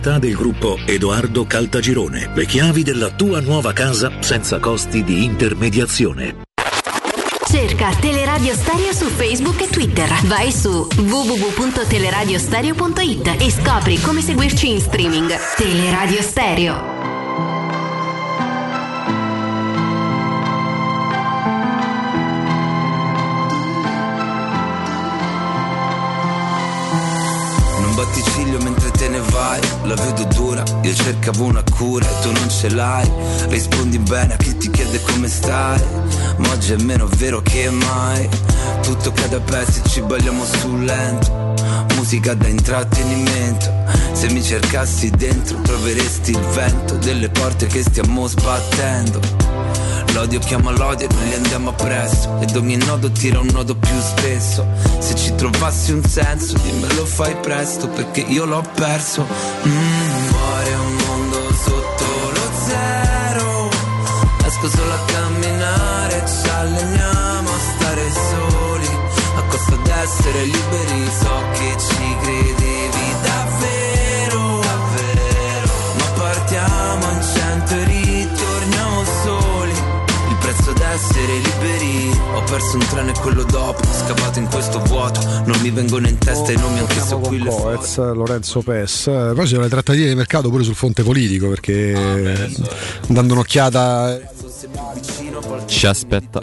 proprietà del gruppo Edoardo Caltagirone. Le chiavi della tua nuova casa senza costi di intermediazione. Cerca Teleradio Stereo su Facebook e Twitter. Vai su w w w punto teleradiostereo punto i t e scopri come seguirci in streaming. Teleradio Stereo. Batti ciglio mentre te ne vai, la vedo dura, io cercavo una cura e tu non ce l'hai. Rispondi bene a chi ti chiede come stai, ma oggi è meno vero che mai. Tutto cade a pezzi, ci balliamo sul lento, musica da intrattenimento. Se mi cercassi dentro troveresti il vento delle porte che stiamo sbattendo. L'odio chiama l'odio e noi li andiamo appresso, ed ogni nodo tira un nodo più spesso. Se ci trovassi un senso dimmelo fai presto, perché io l'ho perso. Mm, fuori è un mondo sotto lo zero, esco solo a camminare, ci alleniamo a stare soli, a costo d'essere liberi. So che ci credevi davvero, davvero, ma partiamo in cento e ritorniamo soli. Il prezzo d'essere liberi, ho perso un treno e quello dopo, scavato in questo vuoto, non mi vengono in testa i nomi anche se ho qui le Coez, Lorenzo Pes. Poi c'è le trattative di mercato pure sul fronte politico, perché ah, dando un'occhiata ci aspetta.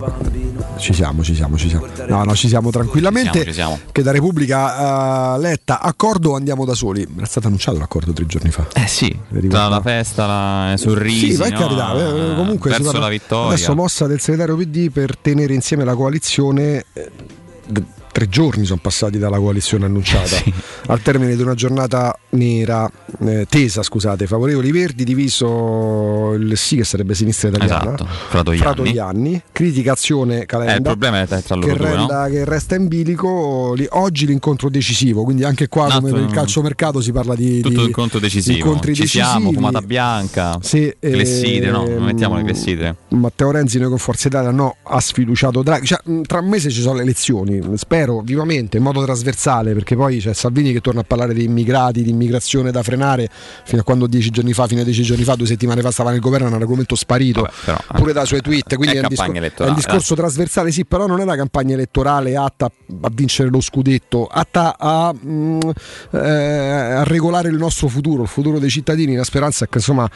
Ci siamo, ci siamo, ci siamo. No, no, ci siamo tranquillamente. Ci siamo, ci siamo. Che da Repubblica uh, Letta, accordo o andiamo da soli? Era stato annunciato l'accordo tre giorni fa. Eh sì, tra la festa, la sorrisi, sì, vai no? carità, eh, comunque verso si parla, la vittoria. Adesso mossa del segretario P D per tenere insieme la coalizione. Eh, tre giorni sono passati dalla coalizione annunciata, sì. Al termine di una giornata nera, eh, tesa, scusate, favorevoli Verdi, diviso il sì che sarebbe Sinistra Italiana, esatto, fra Togliani, critica azione Calenda, eh, il problema è tra loro che, due, renda, no? che resta in bilico. Oggi l'incontro decisivo, quindi anche qua Nato, come per il calciomercato si parla di tutto di, incontro decisivo, incontri ci decisivi. Siamo, fumata bianca, sì, clessidre, no? Non mettiamo le clessidre. Matteo Renzi noi con Forza Italia no, ha sfiduciato Draghi, cioè, tra un mese ci sono le elezioni, spero vivamente in modo trasversale, perché poi c'è Salvini che torna a parlare di immigrati, di immigrazione da frenare, fino a quando dieci giorni fa, fino a dieci giorni fa, due settimane fa stava nel governo, è un argomento sparito. Vabbè, però, pure dai suoi tweet, quindi è, è, un, discor- è un discorso trasversale, sì, però non è una campagna elettorale atta a vincere lo scudetto, atta a, mh, eh, a regolare il nostro futuro, il futuro dei cittadini. La speranza è che insomma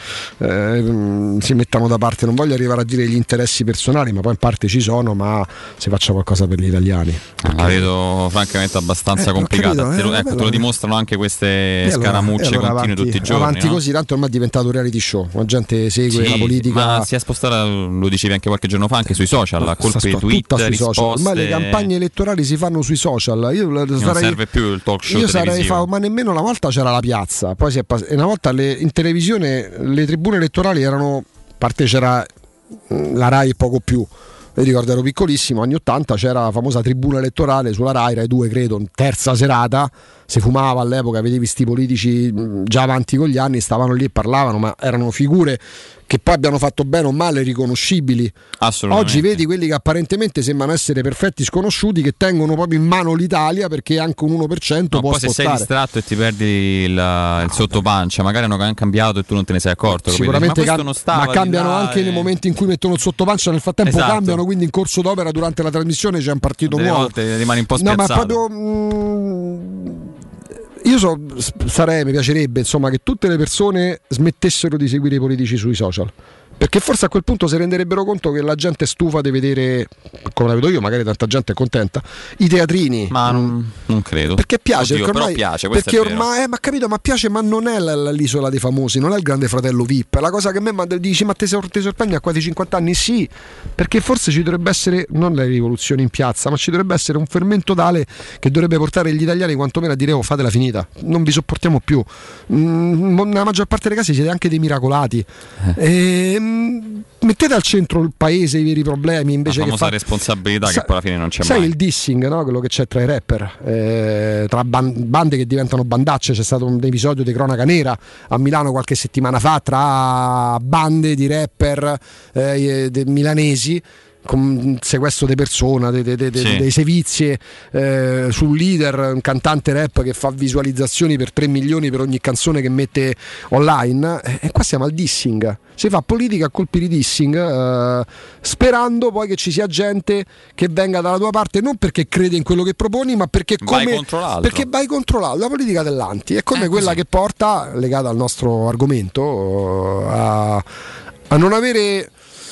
eh, si mettano da parte, non voglio arrivare a dire gli interessi personali, ma poi in parte ci sono, ma si faccia qualcosa per gli italiani. La vedo francamente abbastanza eh, complicata, capito, te lo, eh, ecco, te lo dimostrano anche queste allora, scaramucce allora continue avanti, tutti i giorni, avanti no? così, tanto ormai è diventato un reality show, la gente segue sì, la politica, ma si è spostata, lo dicevi anche qualche giorno fa, anche sui social, a colpi di tweet, sui risposte. social. Ormai le campagne elettorali si fanno sui social. Io non sarei, serve più il talk show io sarei televisivo. fa, ma nemmeno una volta c'era la piazza, poi si è pass- e una volta le, in televisione le tribune elettorali erano, a parte c'era la Rai e poco più. Io ricordo, ero piccolissimo, anni ottanta, c'era la famosa tribuna elettorale sulla Rai, Rai due credo, in terza serata, si fumava all'epoca, vedevi sti politici già avanti con gli anni, stavano lì e parlavano, ma erano figure che poi abbiano fatto bene o male riconoscibili. Oggi vedi quelli che apparentemente sembrano essere perfetti sconosciuti, che tengono proprio in mano l'Italia, perché anche un uno per cento no, può poi spostare. Se sei distratto e ti perdi il, il sottopancia, magari hanno cambiato e tu non te ne sei accorto. Sicuramente ma, cam- non stava ma cambiano là, anche e... nei momenti in cui mettono il sottopancia, nel frattempo esatto. cambiano, quindi in corso d'opera durante la trasmissione c'è un partito Delle nuovo. Volte rimani un po' no, spiazzato. ma proprio mh, io so, sarei, mi piacerebbe insomma che tutte le persone smettessero di seguire i politici sui social, perché forse a quel punto si renderebbero conto che la gente è stufa di vedere, come la vedo io, magari tanta gente è contenta, i teatrini. Ma non, non credo. Perché piace, Oddio, perché ormai, però piace, perché è ormai eh, ma capito, ma piace, ma non è l- l'isola dei famosi, non è il Grande Fratello V I P. La cosa che a me manda, dici, ma te, te sorprendi a quasi cinquanta anni? Sì, perché forse ci dovrebbe essere non le rivoluzioni in piazza, ma ci dovrebbe essere un fermento tale che dovrebbe portare gli italiani quantomeno a dire: oh, fatela finita, non vi sopportiamo più. Mm, nella maggior parte dei casi siete anche dei miracolati. Eh. E, mettete al centro il paese, i veri problemi, invece la che famosa fa... responsabilità Sa... che poi alla fine non c'è sai mai. Il dissing, no? Quello che c'è tra i rapper, eh, tra ban- bande che diventano bandacce. C'è stato un episodio di cronaca nera a Milano qualche settimana fa tra bande di rapper eh, de- milanesi con sequestro di persona, de, de, de, de, Sì. dei sevizie eh, sul leader, un cantante rap che fa visualizzazioni per tre milioni per ogni canzone che mette online, e, e qua siamo al dissing, si fa politica a colpi di dissing, eh, sperando poi che ci sia gente che venga dalla tua parte non perché crede in quello che proponi, ma perché Vai come contro l'altro. perché vai contro l'altro, la politica dell'anti è come quella che porta, legata al nostro argomento, a, a non avere,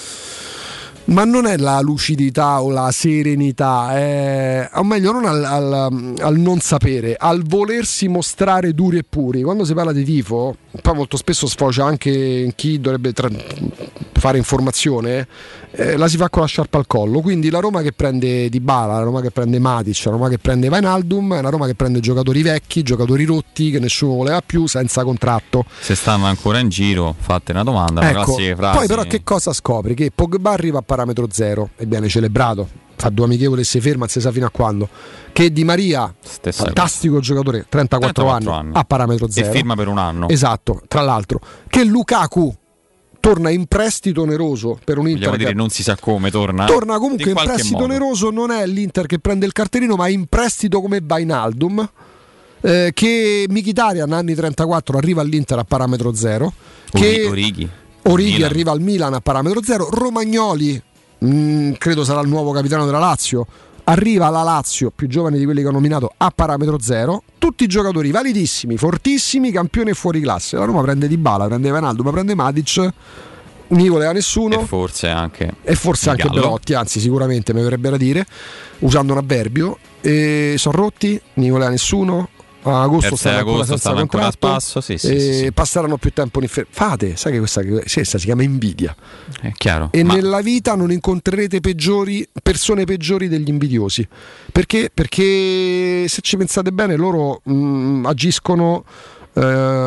ma non è la lucidità o la serenità, è, o meglio non al, al, al non sapere, al volersi mostrare duri e puri. Quando si parla di tifo, poi molto spesso sfocia anche in chi dovrebbe tra- fare informazione, eh, la si fa con la sciarpa al collo. Quindi la Roma che prende Dybala, la Roma che prende Matic, la Roma che prende Wijnaldum, è la Roma che prende giocatori vecchi, giocatori rotti che nessuno voleva più, senza contratto. Se stanno ancora in giro, fate una domanda, una Ecco, classica frase. poi però che cosa scopri? Che Pogba arriva a parametro zero e viene celebrato, fa due amichevoli e si ferma, non si sa fino a quando. Che Di Maria, Stessa fantastico cosa. Giocatore, trentaquattro, trentaquattro anni, anni, a parametro zero e firma per un anno. Esatto, tra l'altro. Che Lukaku torna in prestito oneroso per un Inter. Vogliamo dire che... non si sa come torna. Torna comunque in, in prestito modo. oneroso, non è l'Inter che prende il cartellino, ma in prestito come Wijnaldum. Eh, che Mkhitaryan, anni trentaquattro, arriva all'Inter a parametro zero. Che Orighi. Orighi Milan. arriva al Milan a parametro zero. Romagnoli, mh, credo sarà il nuovo capitano della Lazio, arriva alla Lazio, più giovane di quelli che ho nominato, a parametro zero. Tutti giocatori validissimi, fortissimi, campioni e fuori classe. La Roma prende Dybala, prende Wijnaldum, prende Matic, non gli voleva nessuno. E forse anche E forse anche Gallo. Belotti, anzi sicuramente mi verrebbe da dire, usando un avverbio. E sono rotti, non gli voleva nessuno. A agosto Terza stanno ancora agosto senza stanno ancora a contratto, spasso, sì, sì, e sì, sì. passeranno più tempo in infer- fate, sai che questa, questa si chiama invidia. È chiaro. E Ma nella vita non incontrerete peggiori persone peggiori degli invidiosi. Perché? Perché se ci pensate bene, loro mh, agiscono eh,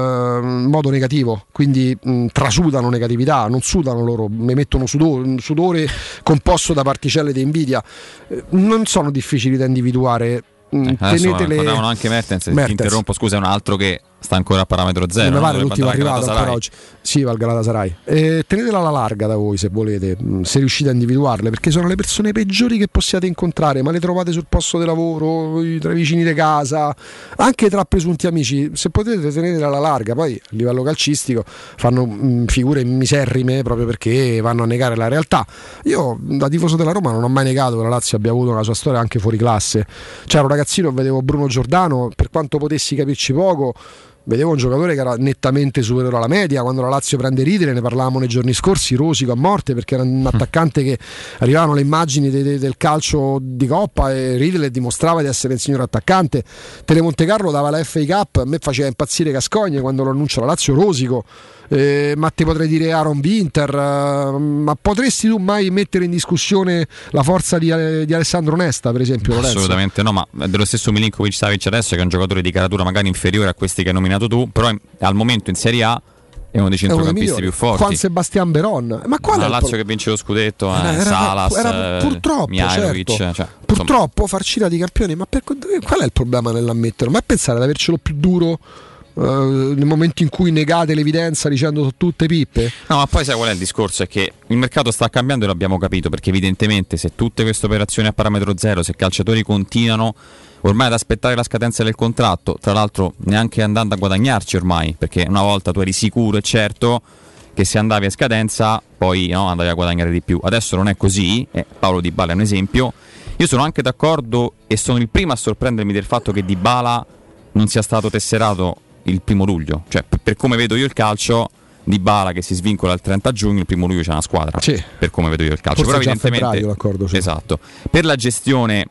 in modo negativo, quindi mh, trasudano negatività, non sudano loro, ne mettono sudore, un sudore composto da particelle di invidia. Eh, non sono difficili da individuare. Eh, adesso Tenetele... parlavano anche Mertens, Mertens. ti interrompo, scusa, è un altro che sta ancora a parametro zero. Non mi no? pare Dovrebbe l'ultimo andare al arrivato ancora Galatasaray. oggi. Sì, va al Galatasaray. Eh, tenetela alla larga da voi se volete, mh, se riuscite a individuarle, perché sono le persone peggiori che possiate incontrare, ma le trovate sul posto di lavoro, tra i vicini di casa, anche tra presunti amici. Se potete tenetela alla larga, poi a livello calcistico fanno mh, figure miserrime proprio perché vanno a negare la realtà. Io da tifoso della Roma non ho mai negato che la Lazio abbia avuto una sua storia anche fuori classe. C'era un ragazzino, vedevo Bruno Giordano, per quanto potessi capirci poco, vedevo un giocatore che era nettamente superiore alla media. Quando la Lazio prende Ridere, ne parlavamo nei giorni scorsi, rosico a morte, perché era un attaccante che arrivavano le immagini de- de- del calcio di Coppa e Ridere dimostrava di essere il signor attaccante. Tele Montecarlo dava la F A Cup, a me faceva impazzire Cascogne quando lo annuncia la Lazio, rosico. Eh, ma ti potrei dire Aaron Winter, eh, ma potresti tu mai mettere in discussione la forza di, di Alessandro Nesta, per esempio, Lorenzo? Assolutamente no, ma dello stesso Milinkovic Savic adesso, che è un giocatore di caratura magari inferiore a questi che hai nominato tu, però in- al momento in Serie A è uno dei È uno dei centrocampisti migliori. più forti. Juan Sebastian Veron, ma qual La è il Lazio pro- che vince lo scudetto, eh, Era- era- Salas, era- eh, purtroppo, Mihajlovic, certo. cioè, Purtroppo far cira di campioni, ma per, qual è il problema nell'ammetterlo? Ma pensare ad avercelo più duro eh, nel momento in cui negate l'evidenza dicendo sono tutte pippe? No, ma poi sai qual è il discorso? È che il mercato sta cambiando e l'abbiamo capito, perché evidentemente se tutte queste operazioni a parametro zero, se i calciatori continuano ormai ad aspettare la scadenza del contratto, tra l'altro neanche andando a guadagnarci ormai, perché una volta tu eri sicuro e certo che se andavi a scadenza poi no, andavi a guadagnare di più. Adesso non è così, eh, Paolo Dybala è un esempio. Io sono anche d'accordo e sono il primo a sorprendermi del fatto che Dybala non sia stato tesserato il primo luglio, cioè per, per come vedo io il calcio, Dybala che si svincola il trenta giugno, il primo luglio c'è una squadra, sì, per come vedo io il calcio. forse però già a evidentemente febbraio l'accordo, sì. Esatto, per la gestione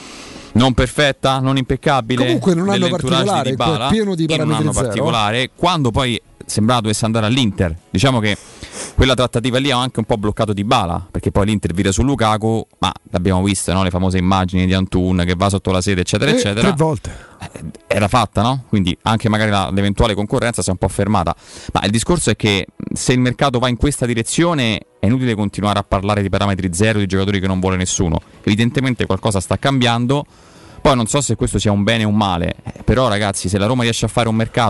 non perfetta, non impeccabile, Comunque non hanno dell'entourage particolare, di Dybala, è pieno di in un parametri anno zero. particolare, quando poi sembrava dovesse andare all'Inter, diciamo che quella trattativa lì ha anche un po' bloccato Dybala, perché poi l'Inter vira su Lukaku, ma l'abbiamo visto, no? Le famose immagini di Antun che va sotto la sede eccetera Eh, eccetera, tre volte era fatta, no? Quindi anche magari la, l'eventuale concorrenza si è un po' fermata, ma il discorso è che se il mercato va in questa direzione è inutile continuare a parlare di parametri zero, di giocatori che non vuole nessuno. Evidentemente qualcosa sta cambiando. Poi non so se questo sia un bene o un male, eh, però ragazzi, se la Roma riesce a fare un mercato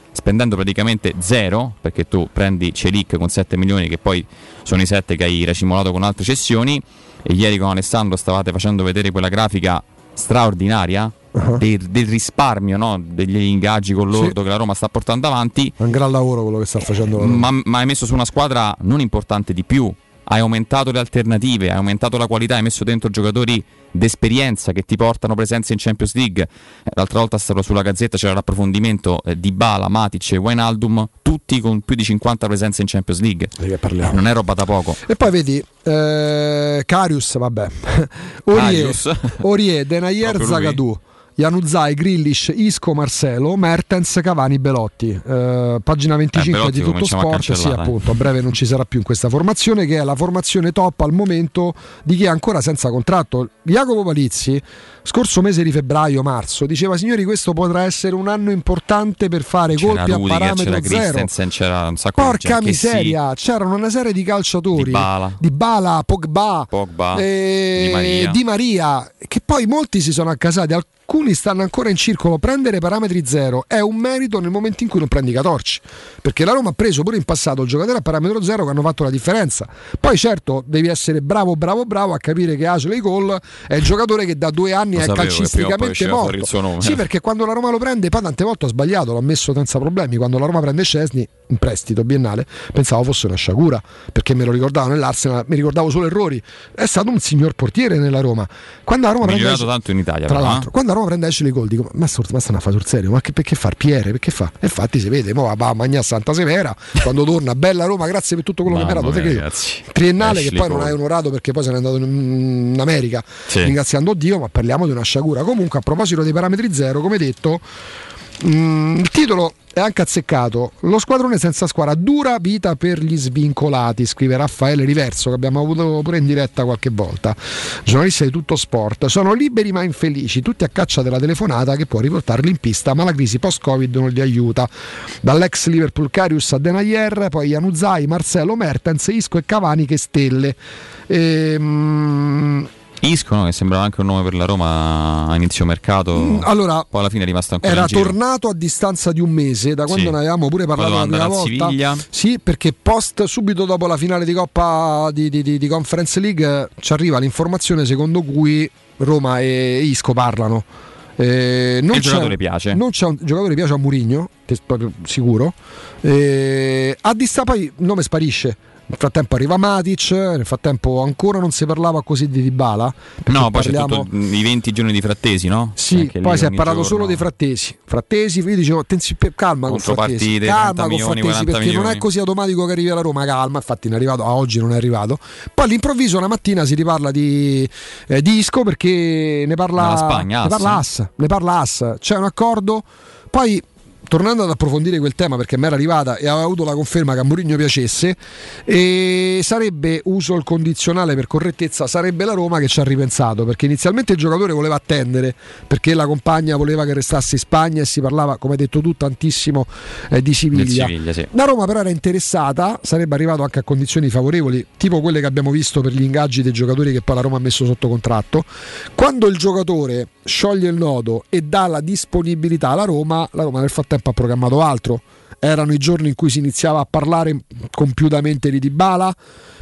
spendendo praticamente zero, perché tu prendi Celic con sette milioni che poi sono i sette che hai racimolato con altre cessioni, e ieri con Alessandro stavate facendo vedere quella grafica straordinaria uh-huh. del, del risparmio, no? Degli ingaggi con l'ordo sì. che la Roma sta portando avanti. Un gran lavoro quello che sta facendo la Roma. Ma, ma hai messo su una squadra non importante di più, hai aumentato le alternative, hai aumentato la qualità, hai messo dentro giocatori d'esperienza che ti portano presenza in Champions League. L'altra volta stavo sulla Gazzetta, c'era l'approfondimento eh, di Dybala, Matic e Wijnaldum, tutti con più di cinquanta presenze in Champions League. Eh, non è roba da poco. E poi vedi eh, Karius, vabbè Aurier, Aurier Denayer, Zagadou, Januzaj, Grealish, Isco, Marcelo, Mertens, Cavani, Belotti. Eh, pagina venticinque eh, di Tutto Sport. Sì, appunto, a breve non ci sarà più in questa formazione, che è la formazione top al momento di chi è ancora senza contratto. Jacopo Palizzi, scorso mese di febbraio-marzo, diceva: signori, questo potrà essere un anno importante per fare c'era colpi Rudiger, a parametro c'era zero. C'era un sacco Porca di miseria, sì. C'erano una serie di calciatori, Dybala, Dybala Pogba, Pogba eh, Di Maria. Di Maria, che poi molti si sono accasati. Alcuni stanno ancora in circolo. Prendere parametri zero è un merito nel momento in cui non prendi Catorci, perché la Roma ha preso pure in passato il giocatore a parametro zero che hanno fatto la differenza. Poi certo devi essere bravo bravo bravo a capire che Ashley Cole è il giocatore che da due anni lo è calcisticamente morto. Sì, perché quando la Roma lo prende, poi tante volte ho sbagliato, l'ho ammesso senza problemi. Quando la Roma prende Szczesny in prestito biennale pensavo fosse una sciagura, perché me lo ricordavo nell'Arsenal, mi ricordavo solo errori. È stato un signor portiere nella Roma. Quando la Roma prende tanto in Italia, tra però, l'altro eh? quando la Roma prende Ashley Cole dico: ma stanno a fare sul serio, ma che, perché far Pierre, perché fa? E infatti si vede, mo va a mangiare Santa Severa quando torna, bella Roma, grazie per tutto quello che mi ha dato, triennale Ashley che poi Cole non hai onorato perché poi se n'è andato in, in America, sì. ringraziando Dio, ma parliamo di una sciagura. Comunque, a proposito dei parametri zero, come detto, mh, il titolo è anche azzeccato. Lo squadrone senza squadra, dura vita per gli svincolati, scrive Raffaele Riverso, che abbiamo avuto pure in diretta qualche volta, giornalista di Tutto Sport. Sono liberi ma infelici, tutti a caccia della telefonata che può riportarli in pista, ma la crisi post-Covid non li aiuta. Dall'ex Liverpool Karius a Denayer, poi Januzaj, Marcelo, Mertens, Isco e Cavani che stelle. Ehm... Isco, no? Che sembrava anche un nome per la Roma a inizio mercato. Allora, poi alla fine è rimasto ancora era in giro. Tornato a distanza di un mese da quando sì. ne avevamo pure parlato la prima volta. Siviglia. Sì, perché post subito dopo la finale di Coppa di, di, di, di Conference League ci arriva l'informazione secondo cui Roma e Isco parlano. Eh, non il c'è, giocatore piace. Non c'è un il giocatore piace a Mourinho, proprio sicuro. Eh, a distanza poi il nome sparisce. Nel frattempo arriva Matic, nel frattempo ancora non si parlava così di Dybala. No, poi parliamo... c'è tutto i venti giorni di Frattesi, no? Sì, anche poi si è parlato giorno. solo dei Frattesi. Frattesi, io dicevo, attenzione, calma con Frattesi. Calma con milioni, Frattesi, perché milioni. non è così automatico che arrivi alla Roma, calma, infatti non è arrivato, a oggi non è arrivato. Poi all'improvviso una mattina si riparla di, eh, di Isco perché ne parla Spagna, ne parla Ass, ne parla Ass, c'è un accordo, poi tornando ad approfondire quel tema, perché mi era arrivata e aveva avuto la conferma che a Mourinho piacesse, e sarebbe, uso il condizionale per correttezza, sarebbe la Roma che ci ha ripensato, perché inizialmente il giocatore voleva attendere perché la compagna voleva che restasse in Spagna e si parlava, come hai detto tu, tantissimo eh, di Siviglia, Siviglia sì. La Roma però era interessata, sarebbe arrivato anche a condizioni favorevoli, tipo quelle che abbiamo visto per gli ingaggi dei giocatori che poi la Roma ha messo sotto contratto. Quando il giocatore scioglie il nodo e dà la disponibilità alla Roma, la Roma nel frattempo ha programmato altro. Erano i giorni in cui si iniziava a parlare compiutamente di Dybala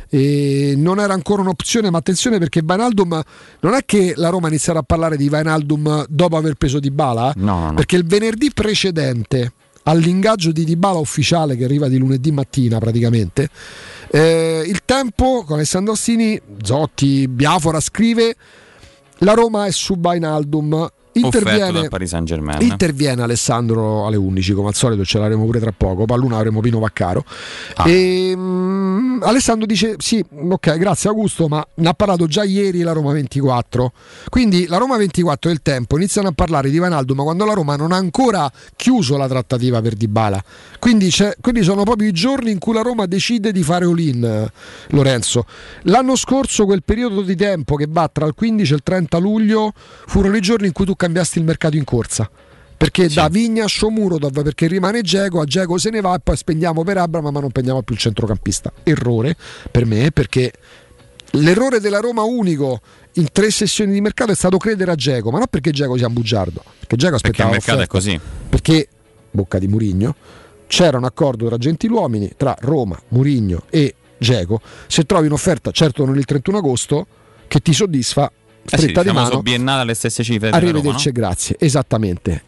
e non era ancora un'opzione, ma attenzione, perché Wijnaldum, non è che la Roma iniziava a parlare di Wijnaldum dopo aver preso Dybala, no, no, no. perché il venerdì precedente all'ingaggio di Dybala ufficiale, che arriva di lunedì mattina praticamente, eh, il Tempo con Alessandro Ostini, Zotti, Biafora scrive: la Roma è su Wijnaldum. Interviene, Paris Saint-Germain. interviene Alessandro alle undici, come al solito ce l'avremo pure tra poco. Palluna avremo Pino Vaccaro. Ah. E, um, Alessandro dice: sì, ok, grazie Augusto, ma ne ha parlato già ieri la Roma ventiquattro. Quindi la Roma ventiquattro e il Tempo iniziano a parlare di Wijnaldum, ma quando la Roma non ha ancora chiuso la trattativa per Dybala. Quindi, c'è, quindi sono proprio i giorni in cui la Roma decide di fare all-in, Lorenzo. L'anno scorso, quel periodo di tempo che va tra il quindici e il trenta luglio, furono i giorni in cui tu cambiasti il mercato in corsa, perché sì. da Vigna a Shomurodov, perché rimane Dzeko, a Dzeko se ne va e poi spendiamo per Abraham, ma non prendiamo più il centrocampista. Errore per me, perché l'errore della Roma unico in tre sessioni di mercato è stato credere a Dzeko, ma non perché Dzeko sia un bugiardo, perché Dzeko aspettava perché il mercato offerta, è così, perché bocca di Mourinho, c'era un accordo tra gentiluomini tra Roma, Mourinho e Dzeko. Se trovi un'offerta, certo non il trentuno agosto, che ti soddisfa, stretta eh sì, di mano, biennale alle stesse cifre. Arrivederci, Roma, no? Grazie, esattamente.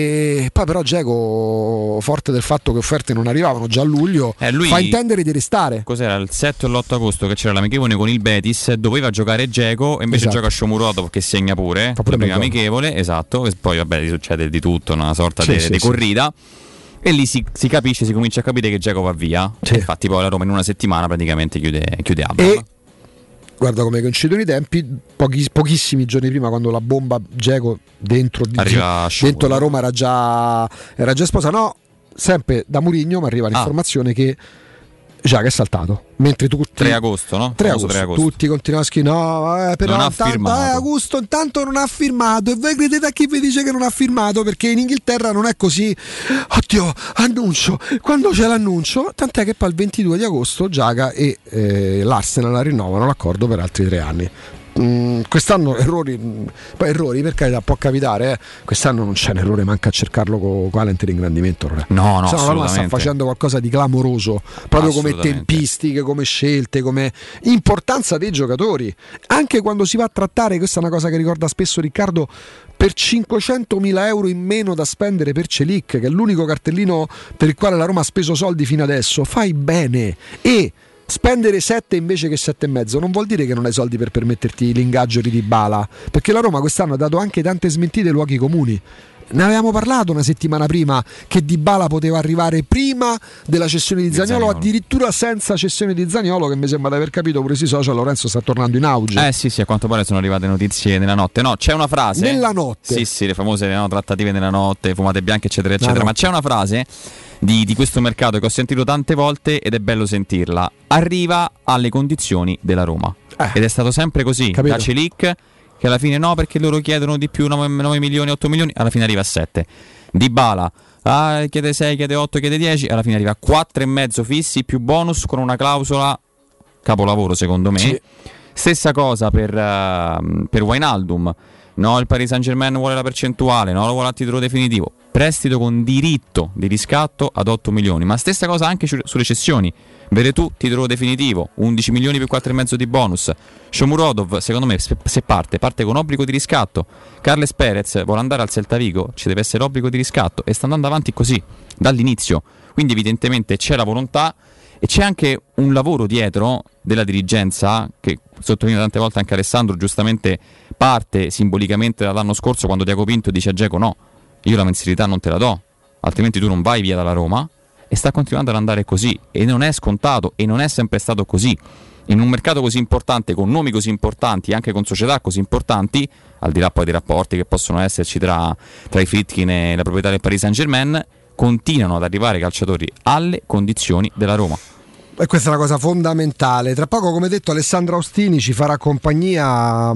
E poi però Dzeko, forte del fatto che offerte non arrivavano già a luglio, eh, lui, fa intendere di restare. Cos'era il sette o l'otto agosto che c'era l'amichevole con il Betis, doveva giocare Dzeko e invece Esatto. gioca Shomurodov che segna pure, Fa pure la prima gol. amichevole, esatto, e poi vabbè gli succede di tutto, una sorta Sì, di sì, sì. corrida. E lì si, si capisce, si comincia a capire che Dzeko va via. Sì. Infatti poi la Roma in una settimana praticamente chiude, chiude Abraham. E guarda come coincidono i tempi, pochi, pochissimi giorni prima, quando la bomba Dzeko dentro, Arriva dentro la Roma era già, era già esposta. No, sempre da Mourinho mi arriva l'informazione ah. che Xhaka è saltato, mentre tutti tre agosto, no? tre agosto, tre agosto. Tutti continuano a scrivere no, eh, però non ha intanto, firmato. Eh, Augusto intanto non ha firmato, e voi credete a chi vi dice che non ha firmato? Perché in Inghilterra non è così. Oddio, annuncio, quando c'è l'annuncio, tant'è che poi il ventidue di agosto Xhaka e eh, l'Arsenal rinnovano l'accordo per altri tre anni. Mm, quest'anno errori, poi errori per carità può capitare, eh. Quest'anno non c'è un errore, manca a cercarlo con Valent in ingrandimento. No, no, se no, la Roma sta facendo qualcosa di clamoroso, proprio come tempistiche, come scelte, come importanza dei giocatori. Anche quando si va a trattare, questa è una cosa che ricorda spesso Riccardo, per cinquecentomila euro in meno da spendere per Celik, che è l'unico cartellino per il quale la Roma ha speso soldi fino adesso, fai bene. E spendere sette invece che sette e mezzo non vuol dire che non hai soldi per permetterti l'ingaggio di Dybala, perché la Roma quest'anno ha dato anche tante smentite ai luoghi comuni. Ne avevamo parlato una settimana prima che Dybala poteva arrivare prima della cessione di, di Zaniolo, Zaniolo, addirittura senza cessione di Zaniolo, che mi sembra di aver capito pure sui social Lorenzo sta tornando in auge. Eh sì sì, a quanto pare sono arrivate notizie nella notte. No, c'è una frase nella notte. Sì sì, le famose no, trattative nella notte, fumate bianche eccetera eccetera, ma c'è una frase di, di questo mercato che ho sentito tante volte ed è bello sentirla. Arriva alle condizioni della Roma. Eh, ed è stato sempre così, capito? Da Celik, che alla fine no, perché loro chiedono di più, nove milioni, otto milioni, alla fine arriva a sette. Dybala ah, chiede sei, chiede otto, chiede dieci, alla fine arriva a quattro e mezzo fissi più bonus con una clausola capolavoro secondo me. Sì. Stessa cosa per, uh, per Wijnaldum. No, il Paris Saint-Germain vuole la percentuale, no, lo vuole a titolo definitivo. Prestito con diritto di riscatto ad otto milioni, ma stessa cosa anche sulle cessioni. Veretù, titolo definitivo, undici milioni più quattro e mezzo di bonus. Shomurodov, secondo me, se parte, parte con obbligo di riscatto. Carles Perez vuole andare al Celta Vigo, ci deve essere obbligo di riscatto e sta andando avanti così, dall'inizio. Quindi evidentemente c'è la volontà e c'è anche un lavoro dietro della dirigenza, che sottolinea tante volte anche Alessandro, giustamente parte simbolicamente dall'anno scorso quando Tiago Pinto dice a Dzeko no, io la mensilità non te la do, altrimenti tu non vai via dalla Roma, e sta continuando ad andare così, e non è scontato e non è sempre stato così. In un mercato così importante, con nomi così importanti, anche con società così importanti, al di là poi dei rapporti che possono esserci tra, tra i Friedkin e la proprietà del Paris Saint-Germain, continuano ad arrivare calciatori alle condizioni della Roma. E questa è una cosa fondamentale. Tra poco, come detto, Alessandro Austini ci farà compagnia.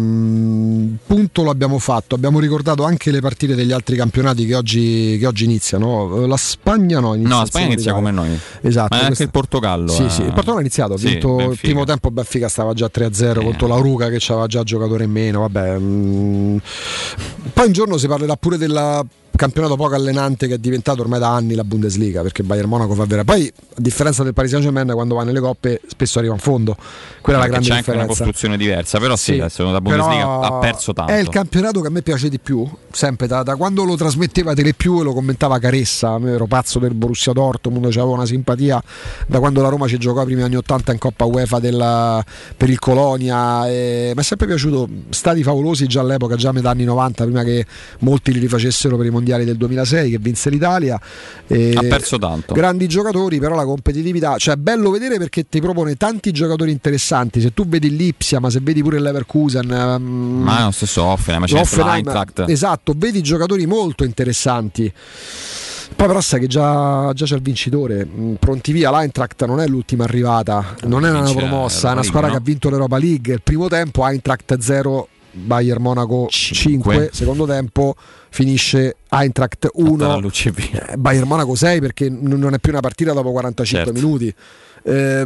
Mh, punto l'abbiamo fatto. Abbiamo ricordato anche le partite degli altri campionati che oggi, che oggi iniziano. La Spagna no, inizia, no, la Spagna inizia come noi. Esatto. Ma anche questa... il Portogallo. Sì, eh... sì. Il Portogallo ha iniziato. Ha sì, vinto Benfica. Il primo tempo. Benfica stava già tre a zero eh. contro la Ruca, che aveva già giocatore in meno. Vabbè. Mh. Poi un giorno si parlerà pure della campionato poco allenante che è diventato ormai da anni la Bundesliga, perché Bayern Monaco fa vera. Poi, a differenza del Paris Saint-Germain, quando va nelle coppe spesso arriva in fondo. Quella è la grande c'è differenza. C'è anche una costruzione diversa, però sì, adesso la Bundesliga ha perso tanto. È il campionato che a me piace di più, sempre da, da quando lo trasmetteva Telepiù e lo commentava Caressa. Io ero pazzo del Borussia Dortmund, c'avevo una simpatia da quando la Roma ci giocò ai primi anni ottanta in Coppa UEFA della, per il Colonia. E, mi è sempre piaciuto, stati favolosi già all'epoca, già a metà anni novanta, prima che molti li rifacessero per i mondiali del duemilasei, che vinse l'Italia. E ha perso tanto. Grandi giocatori, però la competitività, cioè è bello vedere perché ti propone tanti giocatori interessanti. Se tu vedi l'Ipsia, ma se vedi pure il Leverkusen, um, ma è lo stesso Hoffenheim, ma c'è l'Eintracht. Esatto, vedi giocatori molto interessanti. Poi però sai che già, già c'è il vincitore, pronti via. L'Eintracht non è l'ultima arrivata, non è una promossa, è una squadra no? che ha vinto l'Europa League. Il primo tempo Eintracht zero, Bayern Monaco cinque, secondo tempo finisce Eintracht uno, Bayern Monaco sei, perché non è più una partita dopo quarantacinque certo. minuti. Eh,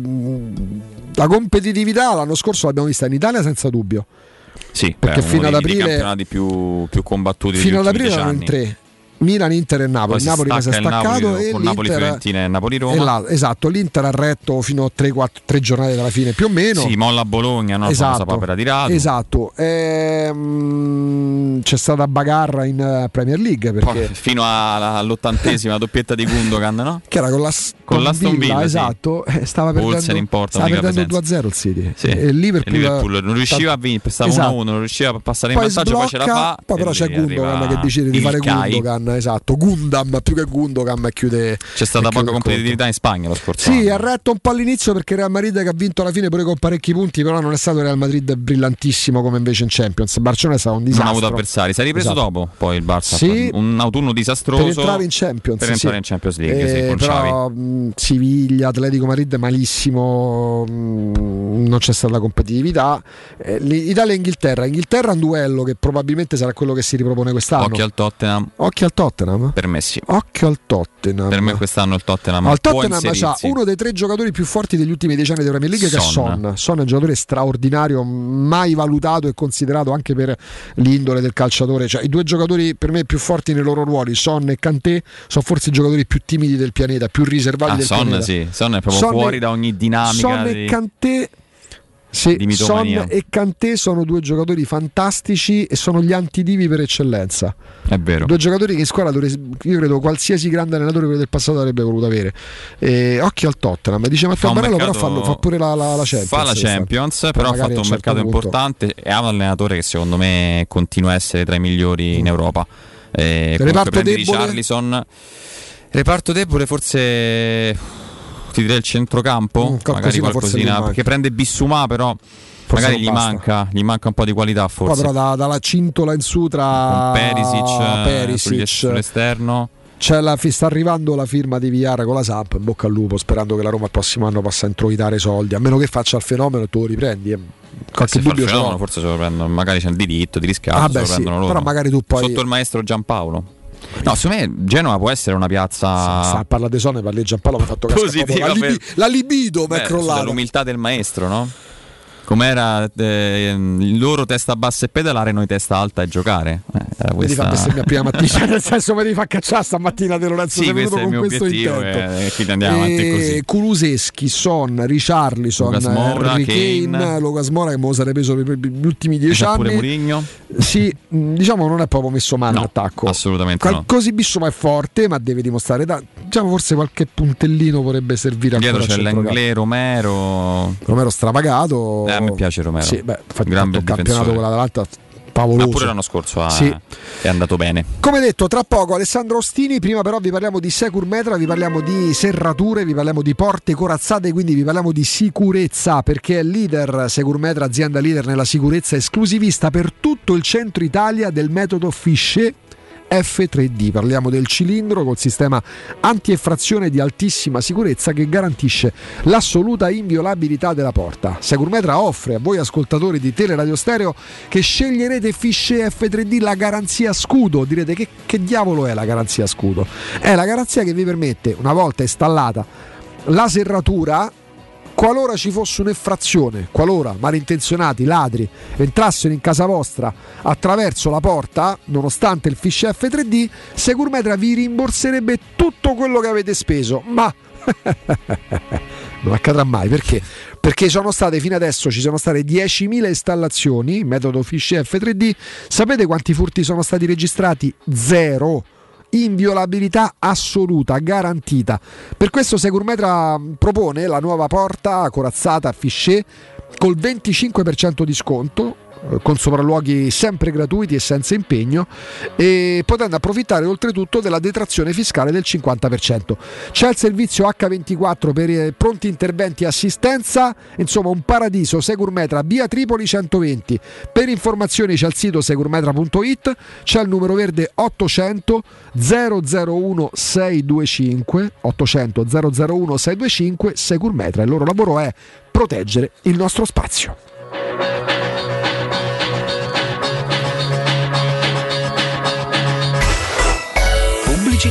la competitività l'anno scorso l'abbiamo vista in Italia senza dubbio. Sì, perché beh, fino ad aprile i campionati più, più combattuti fino ad aprile erano anni. in tre. Milan, Inter e Napoli. Poi si Napoli si è stacca il staccato Napoli e con l'Inter Napoli, Fiorentina e Napoli Roma. e là- esatto, l'Inter ha retto fino a tre giornate dalla fine più o meno. Sì, molla Bologna, no? Esatto, Famosa papera di Radu. esatto. Ehm, c'è stata bagarra in uh, Premier League perché Poi, fino alla- all'ottantesima doppietta di Gundogan, no? che era con la Con l'Aston Villa, sì. esatto, eh, stava Olsen perdendo, in porta, stava unica perdendo presenza. due a zero il City. Sì. E il Liverpool, Il Liverpool non riusciva a vincere, stava Esatto. uno a uno, non riusciva a passare in Poi vantaggio, poi ce la sblocca, fa. poi però e c'è lì Gundogan arriva che decide di il fare Kai. Gundogan, esatto, Gundam più che Gundogan e chiude. C'è stata e chiude poca il competitività in Spagna lo scorso Sì, anno. ha retto un po' all'inizio perché Real Madrid che ha vinto alla fine pure con parecchi punti, però non è stato Real Madrid brillantissimo come invece in Champions. Barcellona è stato un disastro. Non ha avuto avversari, si è ripreso Esatto. dopo poi il Barça. Sì. Un autunno disastroso Per entrare in Champions, per entrare sì. in Champions League, sì, Eh, con però Xavi. mh, Siviglia, Atletico Madrid malissimo, mh, non c'è stata competitività. Eh, l'I- Italia e Inghilterra. Inghilterra è un duello che probabilmente sarà quello che si ripropone quest'anno. Occhio al Tottenham. Occhio al Tottenham. Per me sì. Occhio al Tottenham. Per me quest'anno il Tottenham Al può Tottenham c'ha inserirsi. uno dei tre giocatori più forti degli ultimi dieci anni della Premier League che è Son. Son. Son è un giocatore straordinario, mai valutato e considerato anche per l'indole del calciatore. Cioè, i due giocatori per me più forti nei loro ruoli, Son e Kanté, sono forse i giocatori più timidi del pianeta, più riservati Ah, del Son pianeta. sì, Son è proprio Son fuori e- da ogni dinamica Son di... e Kanté sì, di Son mitomania. e Kanté sono due giocatori fantastici e sono gli antidivi per eccellenza. È vero. Due giocatori che in squadra dovre- io credo qualsiasi grande allenatore del passato avrebbe voluto avere. E occhio al Tottenham, dice Matteo Fa un Barello, però mercato- fa, fa pure la, la, la Champions. Fa la Champions, Poi però ha magari fatto a un certo mercato punto- importante e ha un allenatore che secondo me continua a essere tra i migliori in Europa. Eh, comunque Reparto prendi debole? Richarlison. Reparto debole forse ti direi il centrocampo, Mm, magari qualcosina forse gli qualcosina, manca. perché prende Bissouma però Forse magari non gli basta. manca, gli manca un po' di qualità Poi forse. però da- dalla cintola in su tra Con Perisic, eh, Perisic, sugli- sull'esterno. c'è la, sta arrivando la firma di Villar con la Samp, in bocca al lupo, sperando che la Roma il prossimo anno possa introitare soldi, a meno che faccia il fenomeno e tu lo riprendi. eh. Qualche Se fa il dubbio ce fenomeno, l'ho. forse se lo prendono, magari c'è il diritto di riscatto, Ah, se beh, lo sì, prendono loro. però magari tu poi- Sotto il maestro Giampaolo. No, secondo me Genova può essere una piazza Sa, parla di Sonne, parla di Giampaolo, mi ha fatto cascare positiva proprio. La, libi- per- la libido mi è Beh, crollata. l'umiltà del maestro, no? Com'era eh, il loro testa bassa e pedalare, noi testa alta e giocare. Eh, era Mi devi questa... fare bestemmia prima mattina, nel senso mi devi far cacciare stamattina De Lorenzo, Sì, sei venuto questo è il con mio questo obiettivo intento. e quindi andiamo avanti così. Kuluseschi, Son, Richarlison, Lucas Moura, Harry Kane, Kane. Lucas Moura che me lo sarebbe preso per gli ultimi dieci C'è pure anni. Mourinho. Sì, mh, diciamo non è proprio messo male No, l'attacco. assolutamente no. Così Bissoma è forte, ma deve dimostrare. Da, diciamo forse qualche puntellino vorrebbe servire Dietro ancora c'è a centrocampo. l'Anglais, Romero. Romero stravagato. Eh, a me piace Romero. Sì, beh, fa Gran fatto bel un campionato difensore. con l'Atalanta Ma favoloso. pure l'anno scorso ha- Sì. è andato bene. Come detto, tra poco Alessandro Ostini, prima però vi parliamo di Securmetra, vi parliamo di serrature, vi parliamo di porte corazzate, quindi vi parliamo di sicurezza, perché è leader Securmetra, azienda leader nella sicurezza, esclusivista per tutto il centro Italia del metodo Fichet F tre D. Parliamo del cilindro col sistema anti-effrazione di altissima sicurezza che garantisce l'assoluta inviolabilità della porta. Securmetra offre a voi ascoltatori di Teleradio Stereo che sceglierete Fichet F tre D la garanzia scudo. Direte che, che diavolo è la garanzia scudo? È la garanzia che vi permette, una volta installata la serratura, qualora ci fosse un'effrazione, qualora malintenzionati ladri entrassero in casa vostra attraverso la porta, nonostante il Fichet F tre D, Securmetra vi rimborserebbe tutto quello che avete speso, ma non accadrà mai. Perché? Perché sono state fino adesso ci sono state diecimila installazioni metodo Fichet F tre D. Sapete quanti furti sono stati registrati? Zero. Inviolabilità assoluta, garantita. Per questo Securmetra propone la nuova porta corazzata Fichet col venticinque per cento di sconto, con sopralluoghi sempre gratuiti e senza impegno, e potendo approfittare oltretutto della detrazione fiscale del cinquanta per cento. C'è il servizio acca ventiquattro per eh, pronti interventi e assistenza, insomma un paradiso. Securmetra, via Tripoli centoventi. Per informazioni c'è il sito securmetra punto it, c'è il numero verde ottocento zero zero uno sei due cinque, ottocento zero zero uno sei due cinque. Securmetra, il loro lavoro è proteggere il nostro spazio. Pubblicità.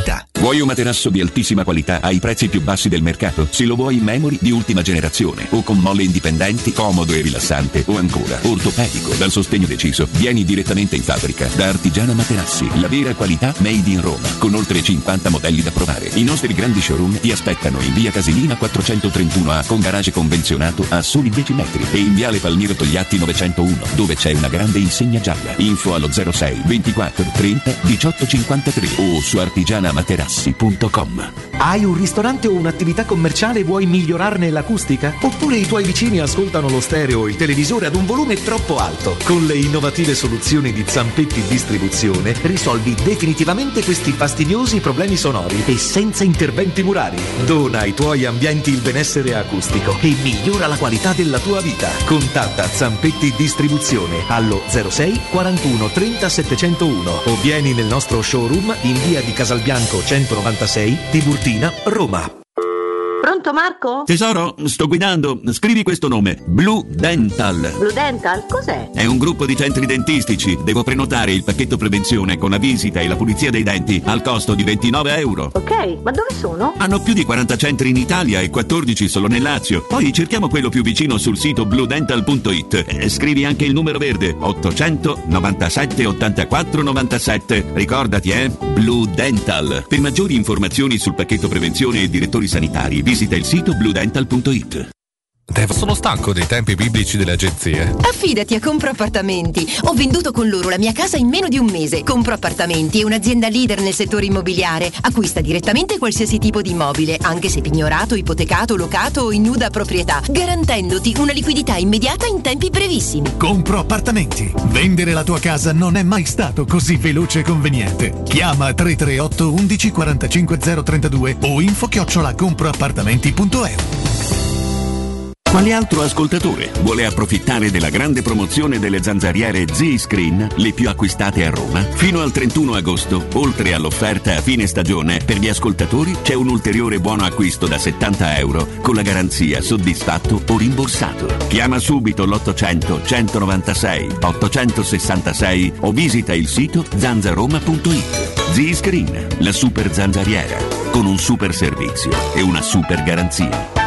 Vuoi un materasso di altissima qualità ai prezzi più bassi del mercato? Se lo vuoi in memory di ultima generazione o con molle indipendenti, comodo e rilassante, o ancora ortopedico dal sostegno deciso, vieni direttamente in fabbrica da Artigiana Materassi, la vera qualità made in Roma, con oltre cinquanta modelli da provare. I nostri grandi showroom ti aspettano in via Casilina quattrocentotrentuno A con garage convenzionato a soli dieci metri e in viale Palmiro Togliatti novecentouno, dove c'è una grande insegna gialla. Info allo zero sei ventiquattro trenta diciotto cinquantatré o su artigiana materassi punto com. Hai un ristorante o un'attività commerciale e vuoi migliorarne l'acustica? Oppure i tuoi vicini ascoltano lo stereo o il televisore ad un volume troppo alto? Con le innovative soluzioni di Zampetti Distribuzione risolvi definitivamente questi fastidiosi problemi sonori e senza interventi murari. Dona ai tuoi ambienti il benessere acustico e migliora la qualità della tua vita. Contatta Zampetti Distribuzione allo zero sei quarantuno trenta settecentouno o vieni nel nostro showroom in via di Casalbianco centonovantasei, Tiburtina, Roma. Pronto Marco? Tesoro, sto guidando. Scrivi questo nome: Blue Dental. Blue Dental? Cos'è? È un gruppo di centri dentistici. Devo prenotare il pacchetto prevenzione con la visita e la pulizia dei denti al costo di ventinove euro. Ok, ma dove sono? Hanno più di quaranta centri in Italia e quattordici solo nel Lazio. Poi cerchiamo quello più vicino sul sito blue dental punto it. Eh, scrivi anche il numero verde: ottocento novantasette ottantaquattro novantasette. Ricordati, eh? Blue Dental. Per maggiori informazioni sul pacchetto prevenzione e direttori sanitari, visita il sito blue dental punto it. Devo, sono stanco dei tempi biblici delle agenzie. Affidati a Compro Appartamenti. Ho venduto con loro la mia casa in meno di un mese. Compro Appartamenti è un'azienda leader nel settore immobiliare. Acquista direttamente qualsiasi tipo di immobile, anche se pignorato, ipotecato, locato o in nuda proprietà, garantendoti una liquidità immediata in tempi brevissimi. Compro Appartamenti. Vendere la tua casa non è mai stato così veloce e conveniente. Chiama tre tre otto undici quarantacinque zero trentadue o info chiocciola comproappartamenti punto e u. Quale altro ascoltatore vuole approfittare della grande promozione delle zanzariere Z-Screen, le più acquistate a Roma? Fino al trentuno agosto, oltre all'offerta a fine stagione, per gli ascoltatori c'è un ulteriore buono acquisto da settanta euro con la garanzia soddisfatto o rimborsato. Chiama subito l'ottocento centonovantasei ottocentosessantasei o visita il sito zanzaroma punto it. Z-Screen, la super zanzariera, con un super servizio e una super garanzia.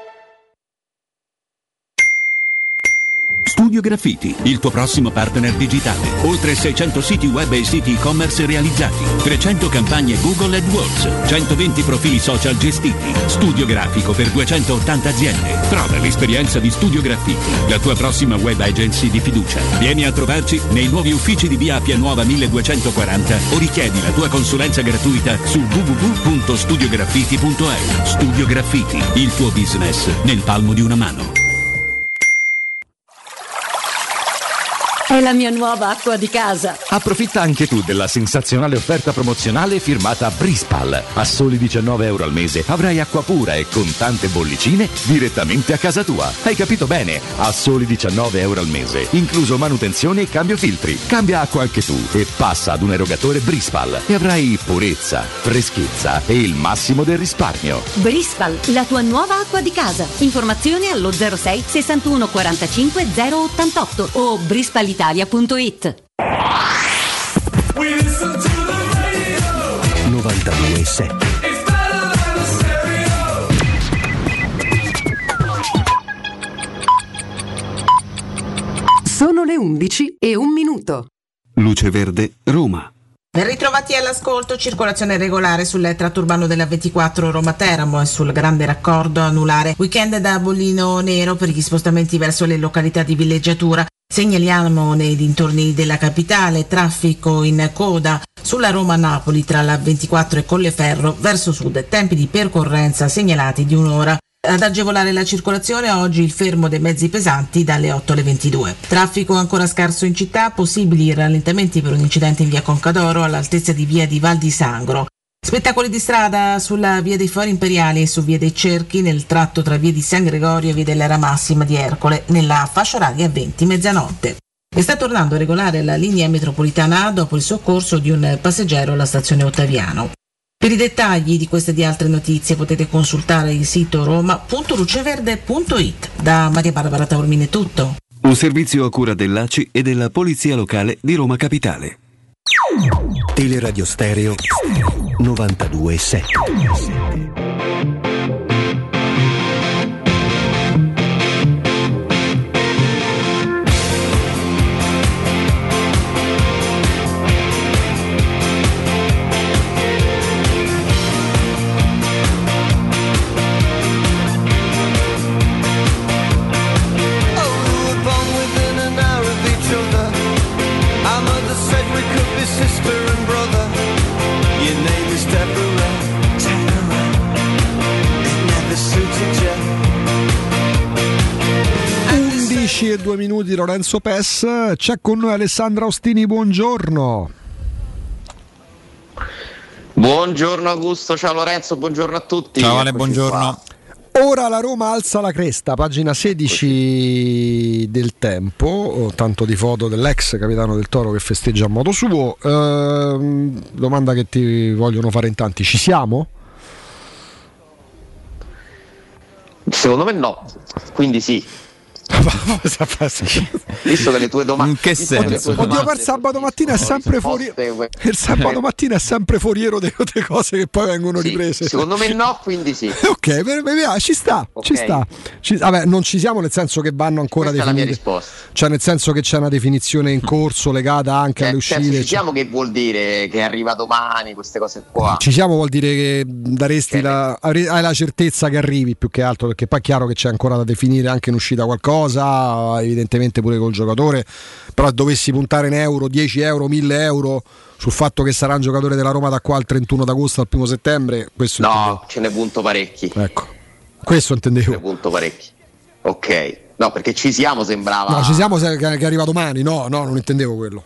Studio Graffiti, il tuo prossimo partner digitale. Oltre seicento siti web e siti e-commerce realizzati, trecento campagne Google AdWords, centoventi profili social gestiti, studio grafico per duecentottanta aziende. Prova l'esperienza di Studio Graffiti, la tua prossima web agency di fiducia. Vieni a trovarci nei nuovi uffici di via Appia Nuova milleduecentoquaranta o richiedi la tua consulenza gratuita su w w w punto studio graffiti punto e u. Studio Graffiti, il tuo business nel palmo di una mano. È la mia nuova acqua di casa. Approfitta anche tu della sensazionale offerta promozionale firmata Brispal. A soli diciannove euro al mese avrai acqua pura e con tante bollicine direttamente a casa tua. Hai capito bene? A soli diciannove euro al mese, incluso manutenzione e cambio filtri. Cambia acqua anche tu e passa ad un erogatore Brispal e avrai purezza, freschezza e il massimo del risparmio. Brispal, la tua nuova acqua di casa. Informazioni allo zero sei sessantuno quarantacinque zero ottantotto o brispal italia punto it. novantadue sette. Sono le undici e un minuto. Luce Verde, Roma. Ben ritrovati all'ascolto, circolazione regolare sul tratto urbano della ventiquattro Roma-Teramo e sul grande raccordo anulare. Weekend da bollino nero per gli spostamenti verso le località di villeggiatura. Segnaliamo nei dintorni della capitale traffico in coda sulla Roma-Napoli tra la ventiquattro e Colleferro verso sud, tempi di percorrenza segnalati di un'ora. Ad agevolare la circolazione oggi il fermo dei mezzi pesanti dalle otto alle ventidue. Traffico ancora scarso in città, possibili rallentamenti per un incidente in via Concadoro all'altezza di via di Val di Sangro. Spettacoli di strada sulla via dei Fori Imperiali e su via dei Cerchi nel tratto tra via di San Gregorio e via dell'Era Massima di Ercole nella fascia oraria venti mezzanotte. E sta tornando a regolare la linea metropolitana A dopo il soccorso di un passeggero alla stazione Ottaviano. Per i dettagli di queste e di altre notizie potete consultare il sito roma punto luceverde punto it. Da Maria Barbara Taormini è tutto. Un servizio a cura dell'A C I e della Polizia Locale di Roma Capitale. Teleradio Stereo novantadue sette. E due minuti Lorenzo Pes, c'è con noi Alessandra Ostini, buongiorno. Buongiorno Augusto, ciao Lorenzo, buongiorno a tutti. Ciao Ale, buongiorno. Qua. Ora la Roma alza la cresta, pagina sedici del Tempo, tanto di foto dell'ex capitano del Toro che festeggia a modo suo. Ehm, domanda che ti vogliono fare in tanti, ci siamo? Secondo me no, quindi sì. Visto che le tue domande, in che senso? Oddio, per sabato mattina è sempre fuori. Il sabato mattina è sempre foriero delle cose che poi vengono sì, riprese. Secondo me no, quindi sì. Ok, per, per, ci sta, okay. ci sta. Ci, vabbè, non ci siamo nel senso che vanno ancora Questa definite. È la mia risposta. Cioè, nel senso che c'è una definizione in corso legata anche eh, alle uscite. Ci siamo, che vuol dire che arriva domani, queste cose qua. Ci siamo vuol dire che daresti la, hai la certezza che arrivi più che altro, perché poi è chiaro che c'è ancora da definire anche in uscita qualcosa. Evidentemente pure col giocatore, però dovessi puntare in euro, dieci euro, mille euro sul fatto che sarà un giocatore della Roma da qua al trentuno d'agosto al primo settembre, questo no, intendevo. Ce ne punto parecchi. Ecco, questo intendevo. Ce ne punto parecchi. Ok, no, perché ci siamo sembrava. No, ci siamo che arriva domani, no, no, non intendevo quello.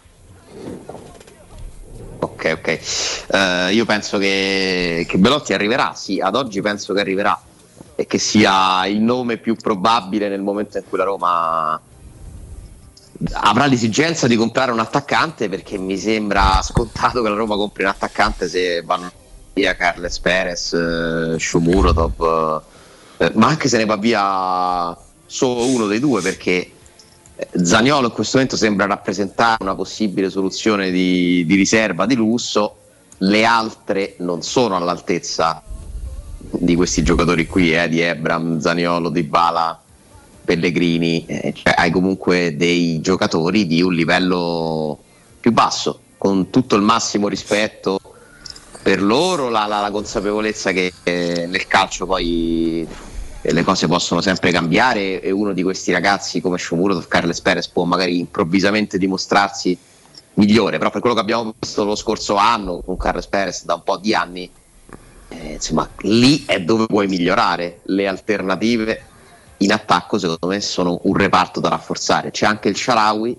Ok, ok. Uh, io penso che, che Belotti arriverà, sì, ad oggi penso che arriverà. E che sia il nome più probabile nel momento in cui la Roma avrà l'esigenza di comprare un attaccante, perché mi sembra scontato che la Roma compri un attaccante se vanno via Carles Perez, eh, Shomurodov, eh, ma anche se ne va via solo uno dei due, perché Zaniolo in questo momento sembra rappresentare una possibile soluzione di, di riserva di lusso, le altre non sono all'altezza di questi giocatori qui, eh, di Ebram, Zaniolo, Dybala, Pellegrini, eh, cioè hai comunque dei giocatori di un livello più basso, con tutto il massimo rispetto per loro, la, la, la consapevolezza che eh, nel calcio poi eh, le cose possono sempre cambiare, e uno di questi ragazzi come Shomurodov, Carles Perez può magari improvvisamente dimostrarsi migliore, però per quello che abbiamo visto lo scorso anno con Carles Perez da un po' di anni, Eh, insomma, lì è dove puoi migliorare. Le alternative in attacco secondo me sono un reparto da rafforzare. C'è anche il Shaarawy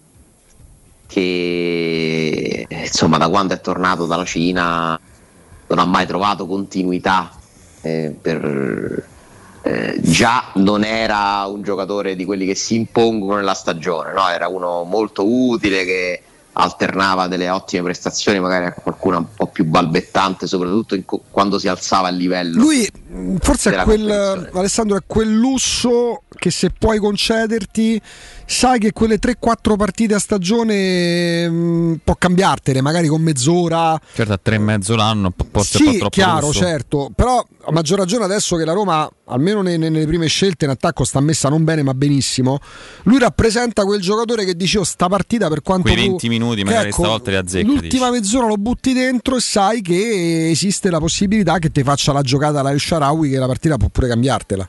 che insomma da quando è tornato dalla Cina non ha mai trovato continuità, eh, per, eh, già non era un giocatore di quelli che si impongono nella stagione, no? Era uno molto utile che alternava delle ottime prestazioni magari a qualcuna un po' più balbettante, soprattutto in co- quando si alzava il livello. Lui forse è quel, Alessandro, è quel lusso che se puoi concederti, sai che quelle tre quattro partite a stagione mh, può cambiartene, magari con mezz'ora. Certo, a tre e mezzo l'anno forse sì, un po' troppo chiaro, lusso. certo, però a maggior ragione adesso che la Roma almeno nelle, nelle prime scelte in attacco sta messa non bene ma benissimo, lui rappresenta quel giocatore che dice oh, sta partita per quanto quei venti tu, minuti magari ecco, stavolta li azzecca, l'ultima dici. mezz'ora lo butti dentro e sai che esiste la possibilità che ti faccia la giocata alla El Shaarawy, che la partita può pure cambiartela.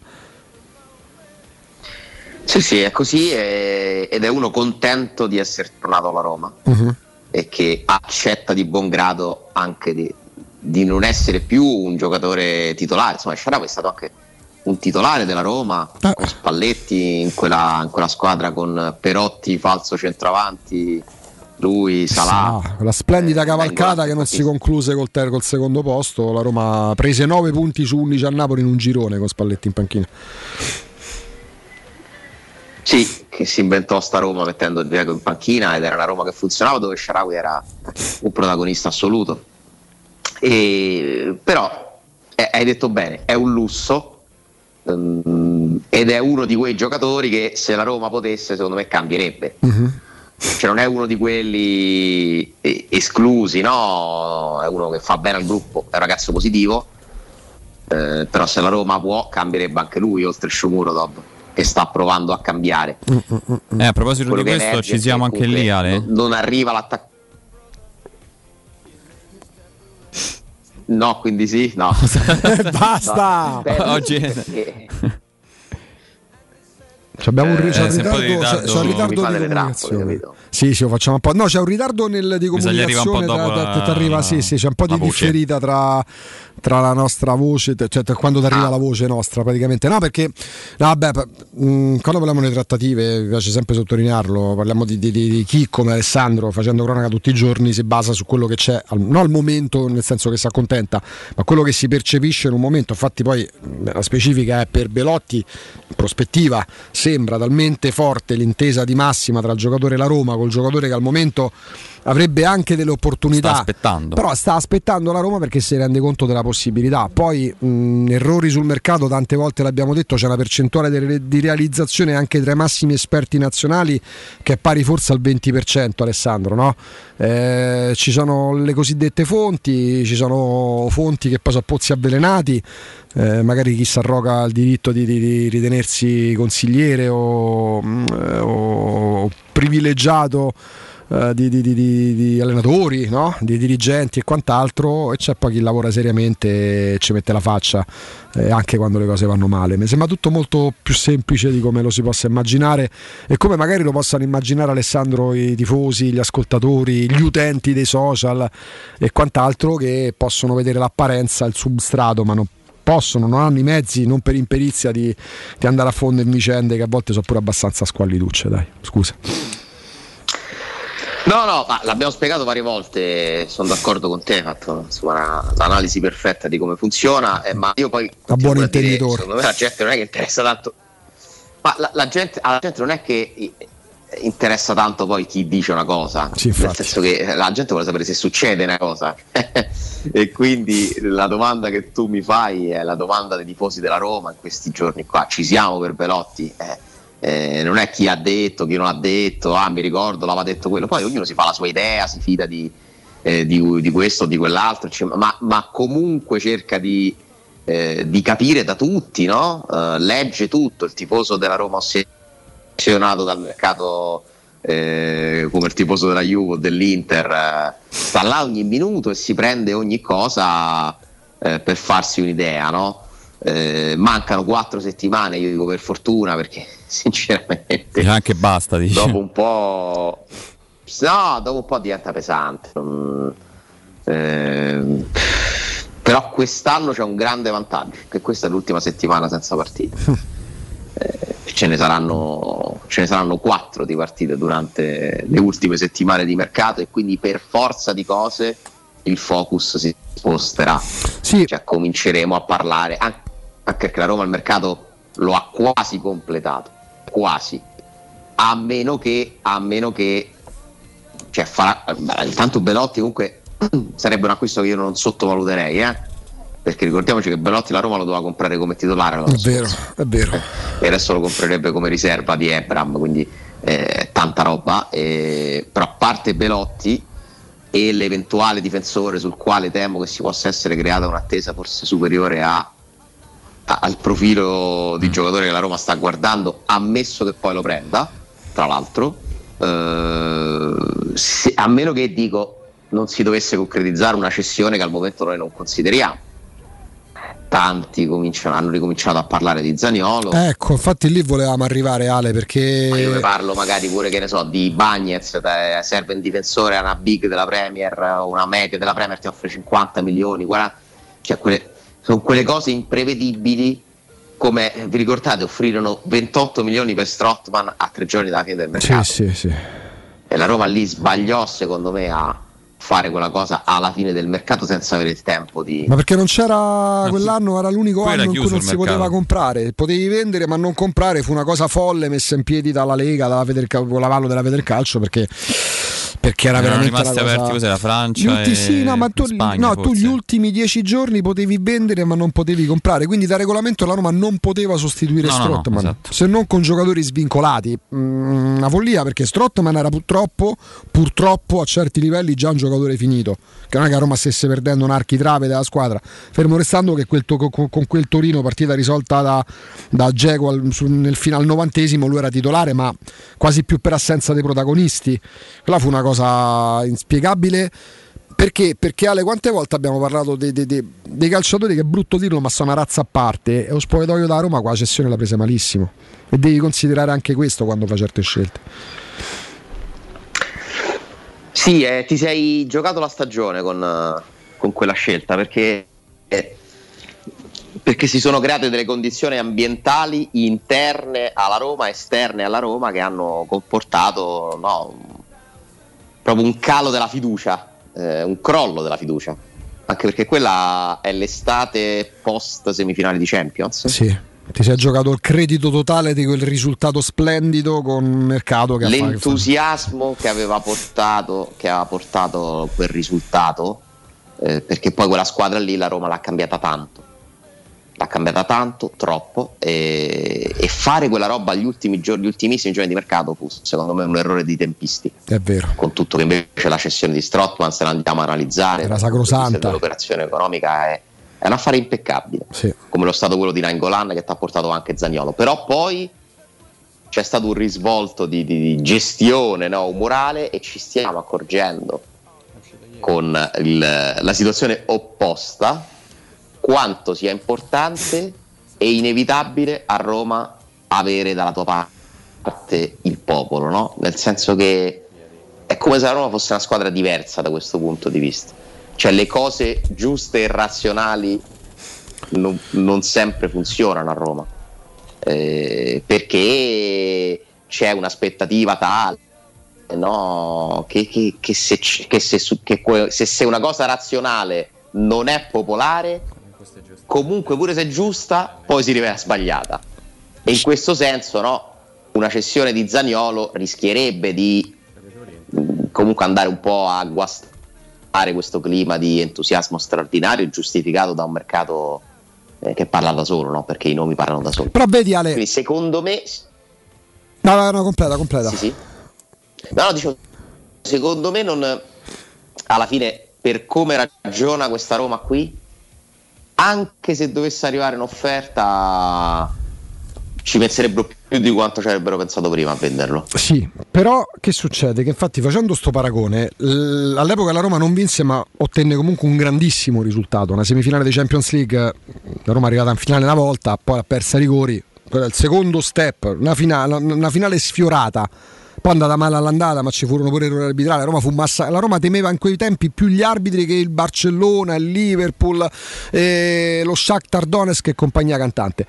Sì, sì, è così, è, ed è uno contento di essere tornato alla Roma, uh-huh. e che accetta di buon grado anche di, di non essere più un giocatore titolare. Insomma, Shaarawy è stato anche un titolare della Roma, ah. con Spalletti in quella, in quella squadra con Perotti falso centravanti, lui, Salah. La splendida eh, cavalcata che non si concluse col, ter- col secondo posto. La Roma prese nove punti su undici a Napoli in un girone con Spalletti in panchina. Sì, che si inventò sta Roma mettendo Diego in panchina, ed era una Roma che funzionava, dove Shaarawy era un protagonista assoluto. E, però eh, hai detto bene, è un lusso, um, ed è uno di quei giocatori che se la Roma potesse secondo me cambierebbe. Uh-huh. cioè non è uno di quelli esclusi, no? È uno che fa bene al gruppo, è un ragazzo positivo, eh, però se la Roma può cambierebbe anche lui, oltre Shomurodov, che sta provando a cambiare. Eh, a proposito Quello di che questo, emerge ci siamo è che anche lì, Ale. Non, non arriva l'attacco. No, quindi sì, no. Basta! No, oggi perché... Abbiamo un, Eh, c'è un se un po' di ritardo, c'è- ritardo- c'è un ritardo Mi fa di delle trappole, comunicazione. capito? Sì, sì, lo facciamo un po'. No, c'è un ritardo nel, di Mi sa gli arriva un po' comunicazione. dopo da- da- la- che t'arriva, sì, sì, c'è un po' la di voce. differita tra, tra la nostra voce, cioè tra quando ti arriva Ah. la voce nostra, praticamente. No, perché, no, vabbè, p- mh, quando parliamo di trattative, mi piace sempre sottolinearlo. Parliamo di, di- di- di chi come Alessandro, facendo cronaca tutti i giorni, si basa su quello che c'è, al, non al momento, nel senso che si accontenta, ma quello che si percepisce in un momento. Infatti, poi la specifica è per Belotti, in prospettiva, sembra talmente forte l'intesa di massima tra il giocatore e la Roma, col giocatore che al momento avrebbe anche delle opportunità, Sta aspettando. però sta aspettando la Roma perché si rende conto della possibilità. Poi mh, errori sul mercato, tante volte l'abbiamo detto, c'è una percentuale di, re- di realizzazione anche tra i massimi esperti nazionali che è pari forse al venti per cento, Alessandro, no? Eh, ci sono le cosiddette fonti, ci sono fonti che poi sono pozzi avvelenati, eh, magari chi si arroga il diritto di, di- di ritenersi consigliere o, mh, o privilegiato eh, di, di- di- di- di allenatori, no? Di dirigenti e quant'altro, e c'è poi chi lavora seriamente e ci mette la faccia eh, anche quando le cose vanno male. Mi sembra tutto molto più semplice di come lo si possa immaginare e come magari lo possano immaginare, Alessandro, i tifosi, gli ascoltatori, gli utenti dei social e quant'altro, che possono vedere l'apparenza, il substrato, ma non possono, non hanno i mezzi, non per imperizia, di, di andare a fondo in vicende che a volte sono pure abbastanza squallitucce, dai, scusa. No, no, ma l'abbiamo spiegato varie volte, sono d'accordo con te, hai fatto insomma, una- l'analisi perfetta di come funziona, eh, ma io poi Da buon continuo a dire, intenditore. secondo me la gente non è che interessa tanto, ma la, la gente, alla gente non è che i- interessa tanto poi chi dice una cosa, Sì, nel infatti. senso che la gente vuole sapere se succede una cosa e quindi la domanda che tu mi fai è la domanda dei tifosi della Roma in questi giorni qua: ci siamo per Belotti? Eh, eh, non è chi ha detto, chi non ha detto, ah mi ricordo l'aveva detto quello, poi ognuno si fa la sua idea, si fida di, eh, di, di questo o di quell'altro, cioè, ma, ma comunque cerca di, eh, di capire da tutti, no? Eh, legge tutto. Il tifoso della Roma ossessionato dal mercato, eh, come il tifoso della Juve o dell'Inter, eh, sta là ogni minuto e si prende ogni cosa eh, per farsi un'idea, no? Eh, mancano quattro settimane, io dico per fortuna, perché sinceramente E anche basta, dici. dopo un po' no, dopo un po' diventa pesante. Mm, eh, però quest'anno c'è un grande vantaggio, che questa è l'ultima settimana senza partite. Eh, ce ne saranno ce ne saranno quattro di partite durante le ultime settimane di mercato e quindi per forza di cose il focus si sposterà. Sì. Cioè, cominceremo a parlare anche, anche perché la Roma il mercato lo ha quasi completato, quasi, a meno che a meno che cioè farà, beh, intanto Belotti comunque sarebbe un acquisto che io non sottovaluterei, eh? Perché ricordiamoci che Belotti la Roma lo doveva comprare come titolare l'anno È vero, scorso. è vero. E adesso lo comprerebbe come riserva di Ebram, quindi eh, tanta roba, eh, però a parte Belotti e l'eventuale difensore sul quale temo che si possa essere creata un'attesa forse superiore a, a- al profilo di giocatore che la Roma sta guardando, ammesso che poi lo prenda, tra l'altro, eh, se- a meno che dico non si dovesse concretizzare una cessione che al momento noi non consideriamo. Tanti cominciano, hanno ricominciato a parlare di Zaniolo. Ecco, infatti lì volevamo arrivare, Ale, perché Ma io ne parlo magari pure, che ne so, di Bagnez, eh, serve un difensore a una big della Premier, o una media della Premier ti offre cinquanta milioni, guarda, cioè quelle, sono quelle cose imprevedibili, come vi ricordate offrirono ventotto milioni per Strootman a tre giorni dalla fine del mercato. Sì, sì, sì. E la Roma lì sbagliò secondo me a fare quella cosa alla fine del mercato senza avere il tempo di... Ma perché non c'era quell'anno, era l'unico Poi era anno in cui chiuso non il si mercato. poteva comprare, potevi vendere ma non comprare, fu una cosa folle messa in piedi dalla Lega, dalla Federca- con l'avallo della Federcalcio, perché perché era erano veramente rimasti una cosa... aperti cos'è la Francia Gli ulti- e sì, no, ma tu, Spagna, no, tu gli ultimi dieci giorni potevi vendere ma non potevi comprare, quindi da regolamento la Roma non poteva sostituire No, no, no, Strootman, esatto. se non con giocatori svincolati. Mm, una follia, perché Strootman era purtroppo purtroppo a certi livelli già un giocatore finito, che non è che a Roma stesse perdendo un architrave della squadra, fermo restando che quel to- con, con quel Torino, partita risolta da, da Dzeko al, su, nel fino al novantesimo, lui era titolare ma quasi più per assenza dei protagonisti. Quella fu una cosa inspiegabile. Perché? Perché Ale, quante volte abbiamo parlato dei, dei, dei, dei calciatori, che è brutto dirlo ma sono una razza a parte, e lo spogliatoio da Roma qua la cessione l'ha presa malissimo, e devi considerare anche questo quando fa certe scelte. Sì, eh, ti sei giocato la stagione con, uh, con quella scelta, perché eh, perché si sono create delle condizioni ambientali interne alla Roma, esterne alla Roma, che hanno comportato no, proprio un calo della fiducia, eh, un crollo della fiducia, anche perché quella è l'estate post semifinali di Champions. Sì, ti sei giocato il credito totale di quel risultato splendido con un mercato che l'entusiasmo che aveva portato che aveva portato quel risultato, eh, perché poi quella squadra lì la Roma l'ha cambiata tanto l'ha cambiata tanto, troppo, e, e fare quella roba agli ultimi giorni, gli ultimissimi giorni di mercato fu secondo me un errore di tempistica. È vero. Con tutto che invece la cessione di Strootman, se la andiamo a analizzare, era sacrosanta, l'operazione economica è, è un affare impeccabile, sì, come lo stato quello di Nainggolan che ti ha portato anche Zaniolo. Però poi c'è stato un risvolto di, di, di gestione, no, umorale, e ci stiamo accorgendo con il, la situazione opposta quanto sia importante e inevitabile a Roma avere dalla tua parte il popolo, no? Nel senso che è come se la Roma fosse una squadra diversa da questo punto di vista, cioè le cose giuste e razionali non, non sempre funzionano a Roma, eh, perché c'è un'aspettativa tale, no? che, che, che, se, che, se, che se, se una cosa razionale non è popolare, comunque pure se è giusta poi si rivela sbagliata, e in questo senso no, una cessione di Zaniolo rischierebbe di mh, comunque andare un po' a guastare questo clima di entusiasmo straordinario giustificato da un mercato eh, che parla da solo, no? Perché i nomi parlano da solo. Però vedi Ale, quindi secondo me no, no, no, completa, completa. Sì, sì. No, no, dicevo, secondo me non, alla fine, per come ragiona questa Roma qui, anche se dovesse arrivare un'offerta, ci penserebbero più di quanto ci avrebbero pensato prima a venderlo. Sì, però che succede? Che infatti, facendo sto paragone, l- all'epoca la Roma non vinse ma ottenne comunque un grandissimo risultato, una semifinale di Champions League. La Roma è arrivata in finale una volta, poi ha perso a rigori, quello è il secondo step, una finale, una finale sfiorata. Poi è andata male all'andata, ma ci furono pure errori arbitrali. La Roma fu massa- la Roma temeva in quei tempi più gli arbitri che il Barcellona, il Liverpool, eh, lo Shakhtar Donetsk e compagnia cantante.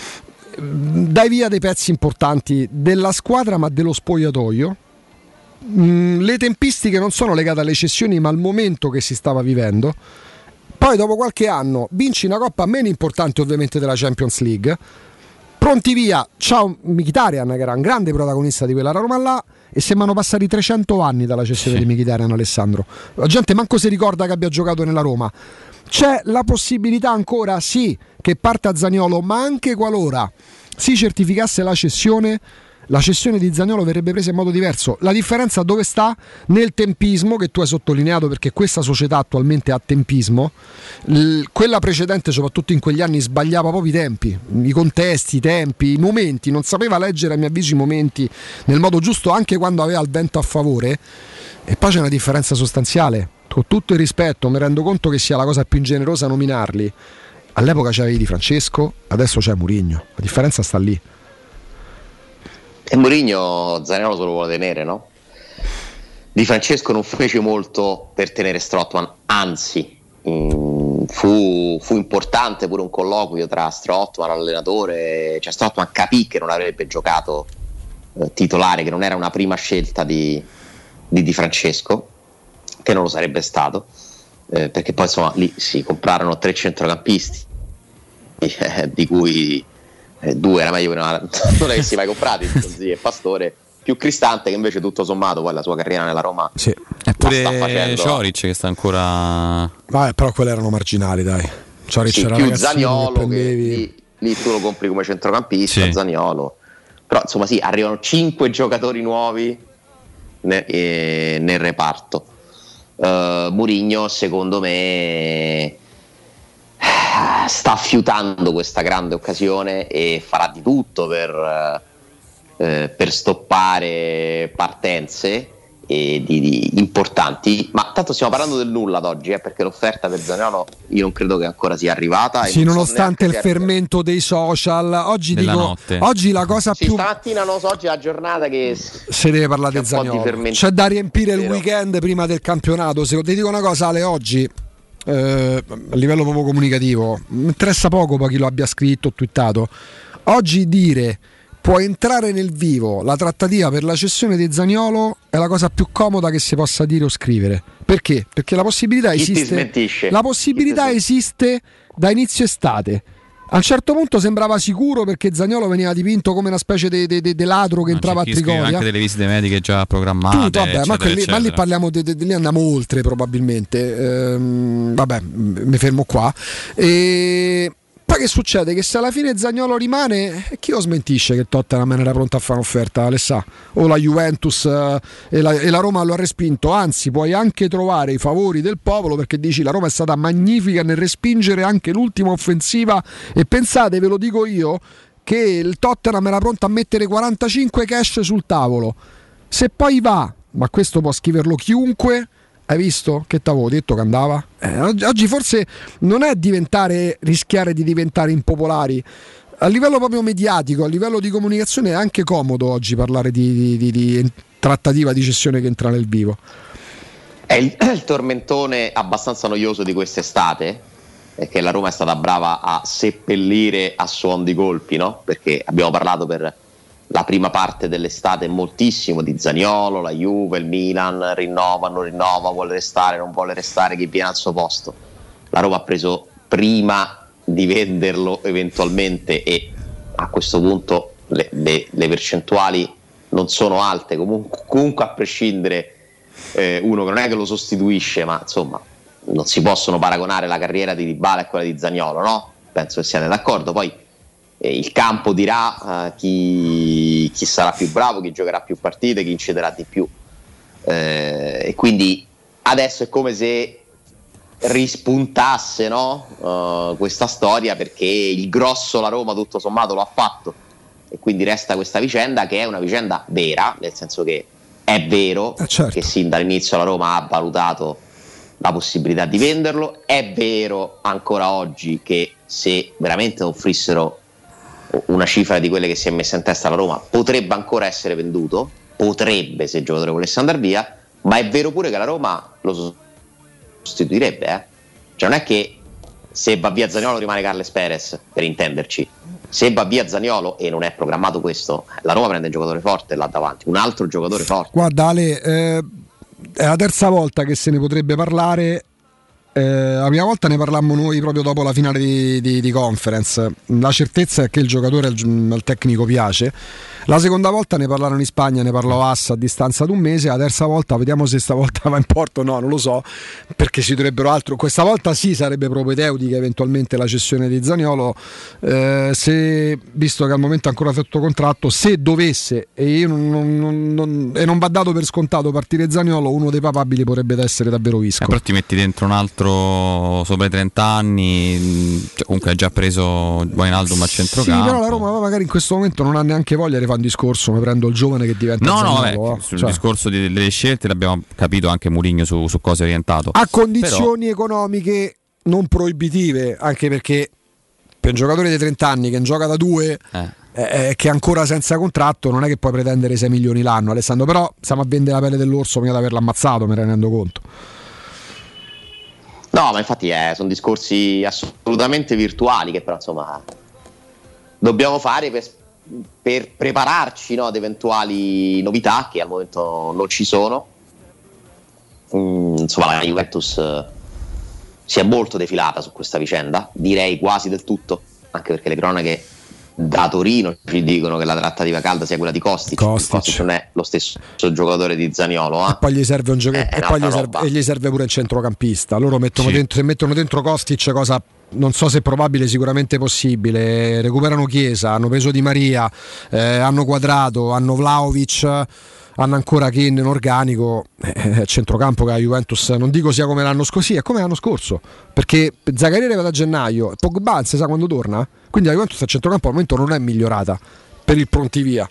Dai via dei pezzi importanti della squadra, ma dello spogliatoio. Mm, le tempistiche non sono legate alle cessioni, ma al momento che si stava vivendo. Poi dopo qualche anno vinci una coppa meno importante ovviamente della Champions League. Pronti via, ciao Mkhitaryan, che era un grande protagonista di quella Roma là, e sembrano passati trecento anni dalla cessione sì. di Mkhitaryan, Alessandro. La gente manco si ricorda che abbia giocato nella Roma. C'è la possibilità ancora, sì, che parta Zaniolo, ma anche qualora si certificasse la cessione, la cessione di Zaniolo verrebbe presa in modo diverso. La differenza dove sta? Nel tempismo che tu hai sottolineato, perché questa società attualmente ha tempismo. L- quella precedente, soprattutto in quegli anni, sbagliava proprio i tempi, i contesti, i tempi, i momenti, non sapeva leggere a mio avviso i momenti nel modo giusto, anche quando aveva il vento a favore. E poi c'è una differenza sostanziale, con tutto il rispetto, mi rendo conto che sia la cosa più ingenerosa nominarli. All'epoca c'avevi Di Francesco, adesso c'è Mourinho, la differenza sta lì. E Mourinho Zaniolo se lo vuole tenere, no? Di Francesco non fece molto per tenere Strootman, anzi mh, fu, fu importante pure un colloquio tra Strootman e l'allenatore. Cioè Strootman capì che non avrebbe giocato eh, titolare, che non era una prima scelta di, di Di Francesco, che non lo sarebbe stato, eh, perché poi insomma lì si comprarono tre centrocampisti, eh, di cui Eh, due era meglio che non, non avessi mai comprati, Zì e Pastore, più cristante, che invece tutto sommato poi la sua carriera nella Roma sì. Eppure Cioric che sta ancora. Vabbè, però quelle erano marginali, dai. Cioric sì, era più ragazzino Zaniolo, che prendevi... che lì, lì tu lo compri come centrocampista, sì. Zaniolo. Però insomma sì, arrivano cinque giocatori nuovi nel, eh, nel reparto. uh, Mourinho secondo me sta fiutando questa grande occasione e farà di tutto per, eh, per stoppare partenze e di, di importanti, ma tanto stiamo parlando del nulla ad oggi, eh, perché l'offerta per Zaniolo io non credo che ancora sia arrivata. Sì, non nonostante so il fermento dei social, oggi Della dico, notte. oggi la cosa sì, più stamattina non so, oggi è la giornata che si deve parlare di Zaniolo, c'è da riempire il weekend prima del campionato. Se ti dico una cosa, Ale, oggi eh, a livello proprio comunicativo mi interessa poco poi chi lo abbia scritto o twittato. Oggi dire può entrare nel vivo la trattativa per la cessione di Zaniolo è la cosa più comoda che si possa dire o scrivere. Perché? Perché la possibilità chi esiste. La possibilità esiste da inizio estate. A un certo punto sembrava sicuro perché Zaniolo veniva dipinto come una specie di de, de, de ladro che ma entrava a Trigoria. Anche delle visite mediche già programmate. Tutto, vabbè, eccetera, ma, quelli, eccetera. ma lì parliamo di, di, di lì andiamo oltre probabilmente. Ehm, vabbè, mi fermo qua. E poi che succede? Che se alla fine Zaniolo rimane, chi lo smentisce che Tottenham era pronta a fare un'offerta? Alessà? O la Juventus eh, e, la, e la Roma lo ha respinto? Anzi, puoi anche trovare i favori del popolo perché dici la Roma è stata magnifica nel respingere anche l'ultima offensiva e pensate, ve lo dico io, che il Tottenham era pronto a mettere quarantacinque cash sul tavolo. Se poi va, ma questo può scriverlo chiunque. Hai visto che t'avevo detto che andava? Eh, oggi forse non è diventare, rischiare di diventare impopolari. A livello proprio mediatico, a livello di comunicazione è anche comodo oggi parlare di, di, di, di trattativa di cessione che entra nel vivo. È il, il tormentone abbastanza noioso di quest'estate, è che la Roma è stata brava a seppellire a suon di colpi, no? Perché abbiamo parlato per la prima parte dell'estate moltissimo di Zaniolo, la Juve, il Milan, rinnova, non rinnova, vuole restare, non vuole restare, chi viene al suo posto. La Roma ha preso prima di venderlo eventualmente e a questo punto le, le, le percentuali non sono alte, comunque, comunque a prescindere eh, uno che non è che lo sostituisce, ma insomma non si possono paragonare la carriera di Dybala e quella di Zaniolo, no? Penso che siate d'accordo. Poi il campo dirà uh, chi, chi sarà più bravo, chi giocherà più partite, chi inciderà di più, eh, e quindi adesso è come se rispuntasse, no? uh, questa storia, perché il grosso la Roma tutto sommato lo ha fatto e quindi resta questa vicenda che è una vicenda vera, nel senso che è vero eh certo. che sin dall'inizio la Roma ha valutato la possibilità di venderlo, è vero ancora oggi che se veramente offrissero una cifra di quelle che si è messa in testa la Roma potrebbe ancora essere venduto, potrebbe se il giocatore volesse andare via, ma è vero pure che la Roma lo sostituirebbe, eh? Cioè non è che se va via Zaniolo rimane Carles Perez, per intenderci, se va via Zaniolo e non è programmato questo, la Roma prende un giocatore forte là davanti, un altro giocatore forte. Guarda Ale, eh, è la terza volta che se ne potrebbe parlare. Eh, la prima volta ne parlammo noi proprio dopo la finale di, di, di conference. La certezza è che il giocatore al, al tecnico piace. La seconda volta ne parlarono in Spagna, ne parlò Assa a distanza di un mese. La terza volta vediamo se stavolta va in porto. No, non lo so, perché si dovrebbero altro. Questa volta sì, sarebbe propedeutica eventualmente la cessione di Zaniolo, eh, se, visto che al momento è ancora sotto contratto, se dovesse, e io non, non, non, e non va dato per scontato partire Zaniolo, uno dei papabili potrebbe essere davvero Isco. Eh, però ti metti dentro un altro sopra i trenta anni, cioè, comunque ha già preso Wijnaldum a centrocampo. Sì, però la Roma magari in questo momento non ha neanche voglia di fare un discorso, mi prendo il giovane che diventa no, Zaniolo, no, vabbè, eh. sul cioè. discorso di, delle scelte l'abbiamo capito anche Mourinho su, su cosa è orientato. A condizioni però economiche non proibitive, anche perché per un giocatore di trenta anni che gioca da due eh. eh, che è ancora senza contratto, non è che puoi pretendere sei milioni l'anno, Alessandro, però stiamo a vendere la pelle dell'orso prima di averlo ammazzato, me ne rendo conto. No, ma infatti eh, sono discorsi assolutamente virtuali che però insomma dobbiamo fare per, per prepararci, no, ad eventuali novità che al momento non ci sono. Mm, insomma la Juventus eh, si è molto defilata su questa vicenda, direi quasi del tutto, anche perché le cronache da Torino ci dicono che la trattativa calda sia quella di Kostic. Kostic. Kostic non è lo stesso giocatore di Zaniolo, eh? E poi gli serve un giocatore, e poi gli serve, e gli serve pure il centrocampista. Loro mettono Sì. dentro, se mettono dentro Kostic, cosa non so se è probabile, sicuramente possibile. Recuperano Chiesa, hanno preso Di Maria, eh, hanno Quadrato, hanno Vlahovic, hanno ancora Kane in organico. Eh, centrocampo che la Juventus non dico sia come l'anno scorso, è come l'anno scorso, perché Zaccaria arriva da gennaio, Pogba non si sa quando torna, quindi la Juventus a centrocampo al momento non è migliorata per il pronti via.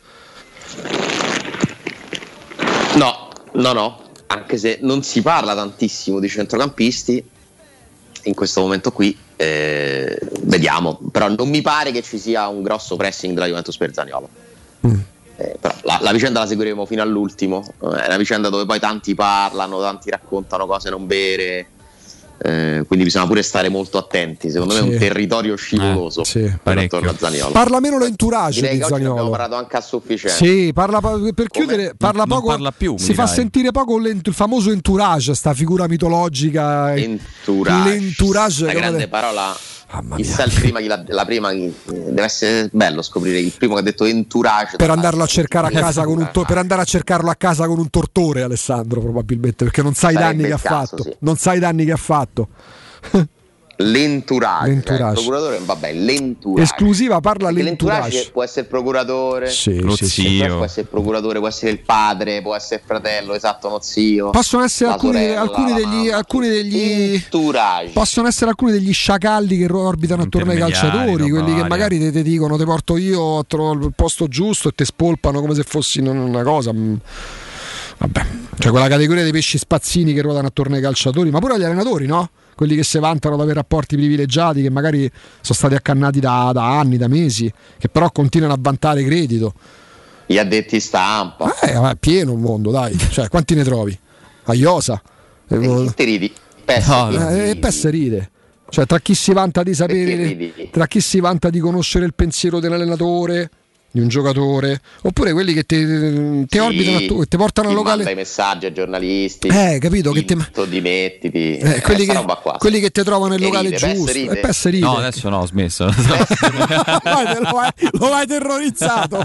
No, no, no, anche se non si parla tantissimo di centrocampisti in questo momento qui, eh, vediamo, però non mi pare che ci sia un grosso pressing della Juventus per Zaniolo. Mm. Eh, però la, la vicenda la seguiremo fino all'ultimo, è una vicenda dove poi tanti parlano, tanti raccontano cose non vere, eh, quindi bisogna pure stare molto attenti. Secondo Sì. me è un territorio scivoloso Eh, sì, per attorno a Zaniolo. Parla meno l'entourage Direi di che oggi ne abbiamo Zaniolo. parlato anche a sufficienza. Sì, parla per chiudere, parla Non poco, parla più, si mi fa dirai. sentire poco l'ent- il famoso entourage, sta figura mitologica. Entourage, L'entourage la come grande le- parola. Chissà il prima chi la, la prima chi, deve essere bello scoprire il primo che ha detto entourage per andarlo a cercare a casa con un to- per andare a cercarlo a casa con un tortore, Alessandro, probabilmente, perché non sai i Sarebbe danni che il ha caso, fatto. sì. Non sai i danni che ha fatto. L'entourage, L'entourage. Cioè, il procuratore, vabbè, l'entourage. Esclusiva parla Perché l'entourage. l'entourage può essere il procuratore, Sì, Lo sì, sì. zio. può essere il procuratore, può essere il padre, può essere il fratello, esatto, uno zio. Possono essere la alcuni, sorella, alcuni la degli mamma. alcuni degli Entourage. possono essere alcuni degli sciacalli che orbitano attorno ai Intermediari, calciatori, roba quelli che varia. magari te, te dicono te porto io, trovo il posto giusto e te spolpano come se fossi un- una cosa. mm, Vabbè, cioè quella categoria dei pesci spazzini che ruotano attorno ai calciatori, ma pure agli allenatori, no? Quelli che si vantano di avere rapporti privilegiati, che magari sono stati accannati da, da anni, da mesi, che però continuano a vantare credito. Gli addetti stampa. Eh, ma è pieno il mondo, dai. Cioè, quanti ne trovi? A Iosa. E che te ridi? Pesse, No, ridi. eh, e Pesse ride. Cioè, tra chi si vanta di Perché sapere, ridi? tra chi si vanta di conoscere il pensiero dell'allenatore, di un giocatore, oppure quelli che te, te Sì, orbitano attorno, te portano al chi locale. manda i messaggi ai giornalisti. Eh, capito, che te- Vinto, dimettiti. Eh, Eh, quelli, sta che, roba qua. quelli che ti trovano nel E locale ride, Pesse giusto. ride. E Pesse ride. No, adesso no, ho smesso. Guarda, lo, hai, lo hai terrorizzato.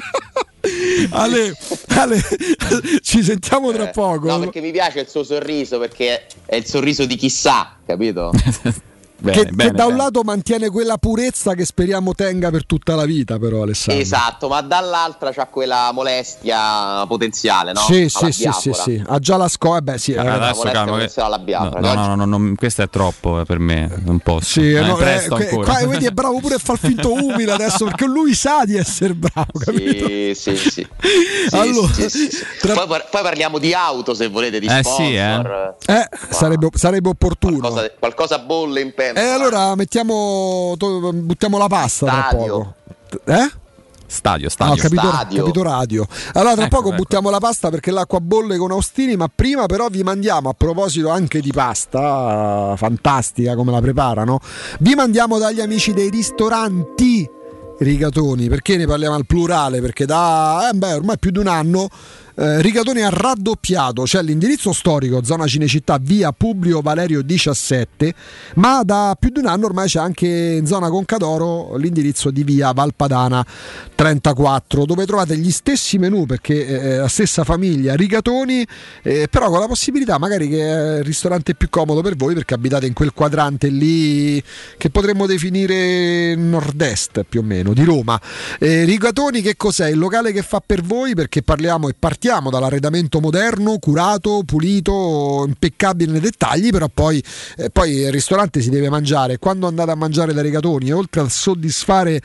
Ale, Ale, ci sentiamo tra Eh, poco. No, perché mi piace il suo sorriso, perché è il sorriso di chissà, capito? Bene, che, bene, che da un bene. lato mantiene quella purezza che speriamo tenga per tutta la vita, però Alessandro. Esatto, ma dall'altra c'ha quella molestia potenziale, no? Sì, Alla sì, sì, sì, biafora. sì. Ha già la scopa. Eh beh, sì, eh, Adesso molestia calma, che- potenziale alla no, biafora. no, che no, oggi- no, no, no, questo è troppo eh, per me, non posso. sì, Eh, no, presto eh, ancora. qua, vedi, è bravo pure a far finto umile adesso, perché lui sa di essere bravo, capito? Sì, sì, sì. Sì, Allora, sì, sì, sì. tra- Poi, par- poi parliamo di auto, se volete, di Eh, sponsor. sì, eh. Eh, sarebbe, sarebbe opportuno. Qualcosa, qualcosa bolle in pentola. E allora mettiamo, to- buttiamo la pasta tra Stadio. poco. Eh? Stadio, Ah, stadio. ho capito, Stadio. capito radio. Allora tra Ecco, poco ecco. buttiamo la pasta perché l'acqua bolle con Austini, ma prima però vi mandiamo, a proposito anche di pasta, fantastica come la preparano, vi mandiamo dagli amici dei ristoranti Rigatoni. Perché ne parliamo al plurale? Perché da eh beh, ormai più di un anno eh, Rigatoni ha raddoppiato, c'è l'indirizzo storico zona Cinecittà via Publio Valerio diciassette, ma da più di un anno ormai c'è anche in zona Concadoro l'indirizzo di via Valpadana trentaquattro, dove trovate gli stessi menù, perché eh, la stessa famiglia Rigatoni, eh, però con la possibilità magari che è il ristorante più comodo per voi, perché abitate in quel quadrante lì che potremmo definire nord-est più o meno di Roma. eh, Rigatoni che cos'è? Il locale che fa per voi, perché parliamo e partiamo dall'arredamento moderno, curato, pulito, impeccabile nei dettagli, però poi, eh, poi il ristorante si deve mangiare. Quando andate a mangiare da Rigatoni, oltre a soddisfare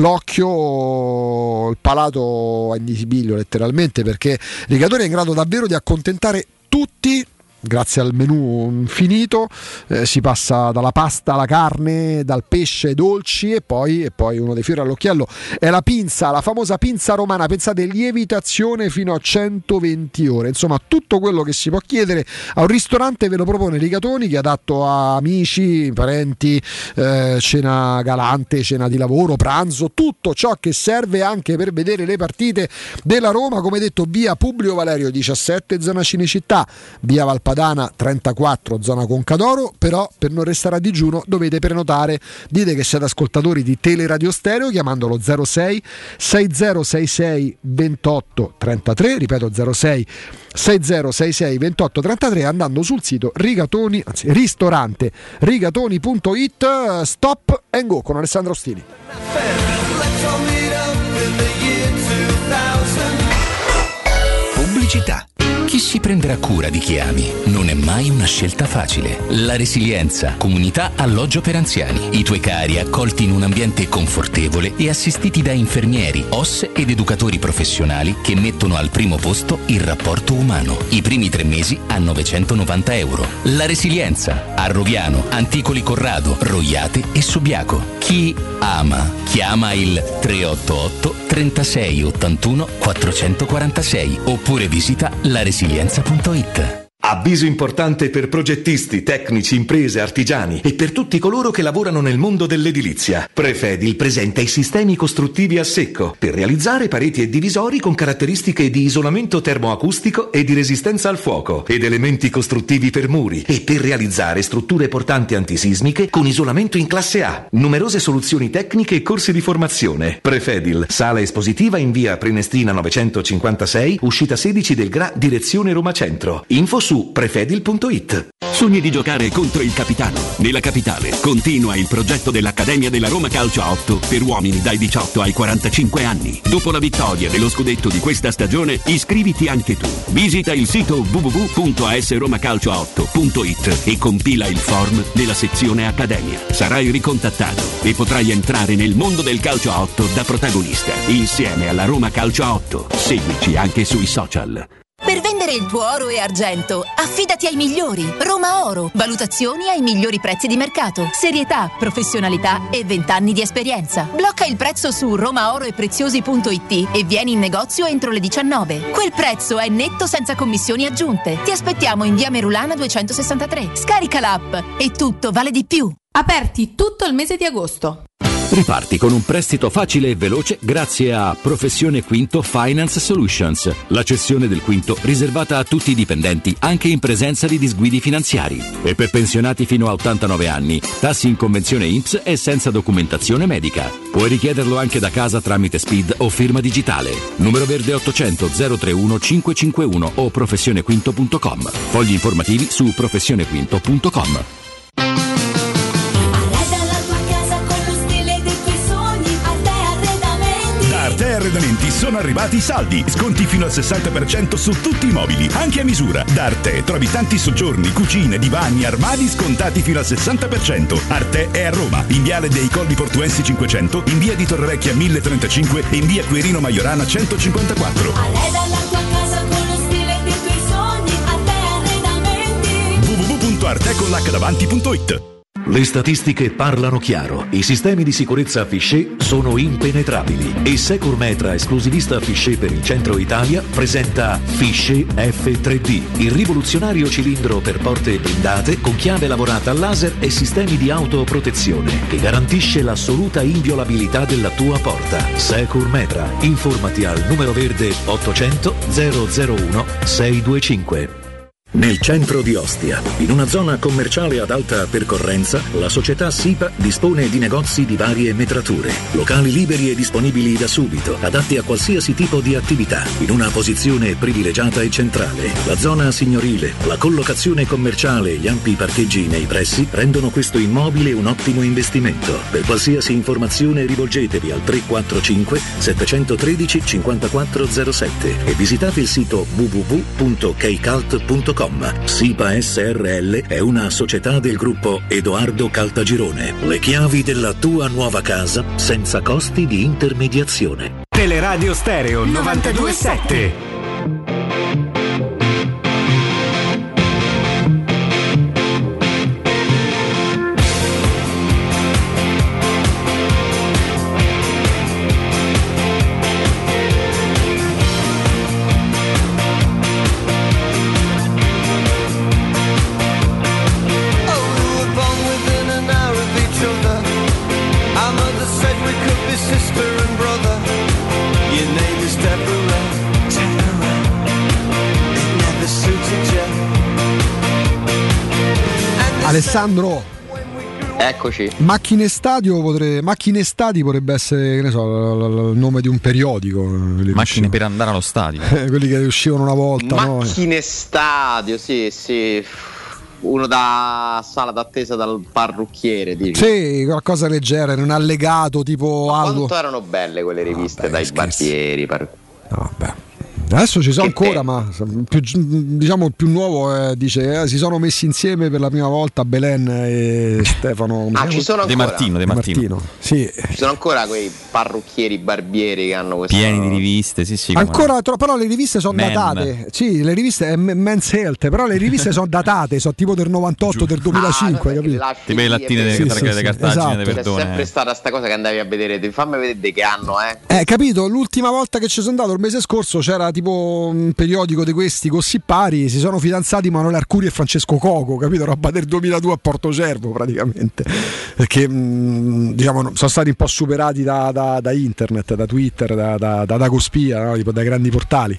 l'occhio, il palato è indisibilio letteralmente, perché Rigatoni è in grado davvero di accontentare tutti. Grazie al menù infinito, eh, si passa dalla pasta alla carne, dal pesce ai dolci, e poi, e poi uno dei fiori all'occhiello è la pinza, la famosa pinza romana. Pensate, lievitazione fino a centoventi ore. Insomma, tutto quello che si può chiedere a un ristorante ve lo propone Rigatoni, che è adatto a amici, parenti, eh, cena galante, cena di lavoro, pranzo, tutto ciò che serve anche per vedere le partite della Roma. Come detto, via Publio Valerio diciassette, zona Cinecittà, via Valpadana Padana trentaquattro, zona Concadoro. Però per non restare a digiuno dovete prenotare. Dite che siete ascoltatori di Teleradio Stereo chiamandolo zero sei sei zero sei sei ventotto trentatré, ripeto zero sei sei zero sei sei ventotto trentatré, andando sul sito rigatoni, anzi ristorante rigatoni punto it. Stop and go con Alessandro Ostini. Pubblicità. Chi si prenderà cura di chi ami? Non è mai una scelta facile. La Resilienza, comunità alloggio per anziani. I tuoi cari accolti in un ambiente confortevole e assistiti da infermieri, O S ed educatori professionali che mettono al primo posto il rapporto umano. I primi tre mesi a novecentonovanta euro. La Resilienza, a Roviano, Anticoli Corrado, Roiate e Subiaco. Chi ama, chiama il tre otto otto trentasei ottantuno quattrocentoquarantasei oppure visita la resilienza punto it. Avviso importante per progettisti, tecnici, imprese, artigiani e per tutti coloro che lavorano nel mondo dell'edilizia. Prefedil presenta i sistemi costruttivi a secco per realizzare pareti e divisori con caratteristiche di isolamento termoacustico e di resistenza al fuoco ed elementi costruttivi per muri e per realizzare strutture portanti antisismiche con isolamento in classe A. Numerose soluzioni tecniche e corsi di formazione. Prefedil, sala espositiva in via Prenestina novecentocinquantasei, uscita sedici del Gra, direzione Roma Centro. Info su prefedil punto it. Sogni di giocare contro il capitano? Nella capitale continua il progetto dell'Accademia della Roma Calcio a otto per uomini dai diciotto ai quarantacinque anni. Dopo la vittoria dello scudetto di questa stagione, iscriviti anche tu. Visita il sito w w w punto a s roma calcio a otto punto it e compila il form nella sezione Accademia. Sarai ricontattato e potrai entrare nel mondo del calcio a otto da protagonista insieme alla Roma Calcio a otto. Seguici anche sui social. Per vendere il tuo oro e argento, affidati ai migliori. Roma Oro. Valutazioni ai migliori prezzi di mercato. Serietà, professionalità e vent'anni di esperienza. Blocca il prezzo su romaoroepreziosi punto it e vieni in negozio entro le diciannove. Quel prezzo è netto senza commissioni aggiunte. Ti aspettiamo in via Merulana duecentosessantatré. Scarica l'app e tutto vale di più. Aperti tutto il mese di agosto. Riparti con un prestito facile e veloce grazie a Professione Quinto Finance Solutions, la cessione del quinto riservata a tutti i dipendenti anche in presenza di disguidi finanziari. E per pensionati fino a ottantanove anni, tassi in convenzione I N P S e senza documentazione medica. Puoi richiederlo anche da casa tramite S P I D o firma digitale. Numero verde ottocento zero trentuno cinquecentocinquantuno o professionequinto punto com. Fogli informativi su professionequinto punto com. Arte Arredamenti sono arrivati i saldi, sconti fino al sessanta per cento su tutti i mobili, anche a misura. Da Arte trovi tanti soggiorni, cucine, divani, armadi scontati fino al sessanta per cento. Arte è a Roma, in viale dei Colli Portuensi cinquecento, in via di Torrevecchia mille trentacinque e in via Quirino Maiorana centocinquantaquattro. Arreda la tua casa con lo stile dei tuoi sogni, Arte Arredamenti. w w w punto arte con l'acca davanti punto it. Le statistiche parlano chiaro. I sistemi di sicurezza Fichet sono impenetrabili e Securmetra, esclusivista Fichet per il centro Italia, presenta Fichet F tre D, il rivoluzionario cilindro per porte blindate con chiave lavorata a laser e sistemi di autoprotezione che garantisce l'assoluta inviolabilità della tua porta. Securmetra. Informati al numero verde ottocento zero zero uno sei due cinque. Nel centro di Ostia, in una zona commerciale ad alta percorrenza, la società SIPA dispone di negozi di varie metrature, locali liberi e disponibili da subito, adatti a qualsiasi tipo di attività, in una posizione privilegiata e centrale. La zona signorile, la collocazione commerciale e gli ampi parcheggi nei pressi rendono questo immobile un ottimo investimento. Per qualsiasi informazione rivolgetevi al tre quattro cinque sette uno tre cinque zero sette e visitate il sito w w w punto keicalt punto com. SIPA S R L è una società del gruppo Edoardo Caltagirone. Le chiavi della tua nuova casa senza costi di intermediazione. Teleradio Stereo novantadue sette. Sister and brother, your name is Deborah, Deborah. Alessandro. Eccoci. Macchine Stadio potre... Macchine Stadi potrebbe essere, che ne so, l- l- il nome di un periodico. Macchine per andare allo stadio. Quelli che uscivano una volta. Macchine no? Stadio, sì, sì. Uno da sala d'attesa dal parrucchiere, dici? Sì, qualcosa leggero, un allegato tipo Ma Aldo. quanto erano belle quelle riviste, Vabbè, dai scherzi. barbieri. Par... No, beh. Adesso ci sono Che ancora, te- ma più, diciamo il più nuovo eh, dice eh, si sono messi insieme per la prima volta Belen e Stefano. come Ah, si ci chiama? sono De ancora? Martino, De Martino. Sì. Ci sono ancora quei parrucchieri, barbieri che hanno questo. Pieni di riviste, sì, sì. come Ancora no. tro- però le riviste sono Men. datate. Sì, le riviste è M- Men's Health, però le riviste sono datate, sono tipo del novantotto, del duemilacinque, Ah, capito? Tipo le lattine delle Sì, sì, sì, sì, sì, cartagine esatto. de C'è Verdone. sempre stata sta cosa che andavi a vedere. Ti- Fammi vedere di che anno, eh. Eh, capito? L'ultima volta che ci sono andato il mese scorso c'era tipo un periodico di questi così pari, si sono fidanzati Manuele Arcuri e Francesco Coco, capito? Roba del duemiladue a Portocervo praticamente, perché mh, diciamo sono stati un po' superati da, da, da internet, da Twitter, da, da, da Dagospia, no? Tipo dai grandi portali.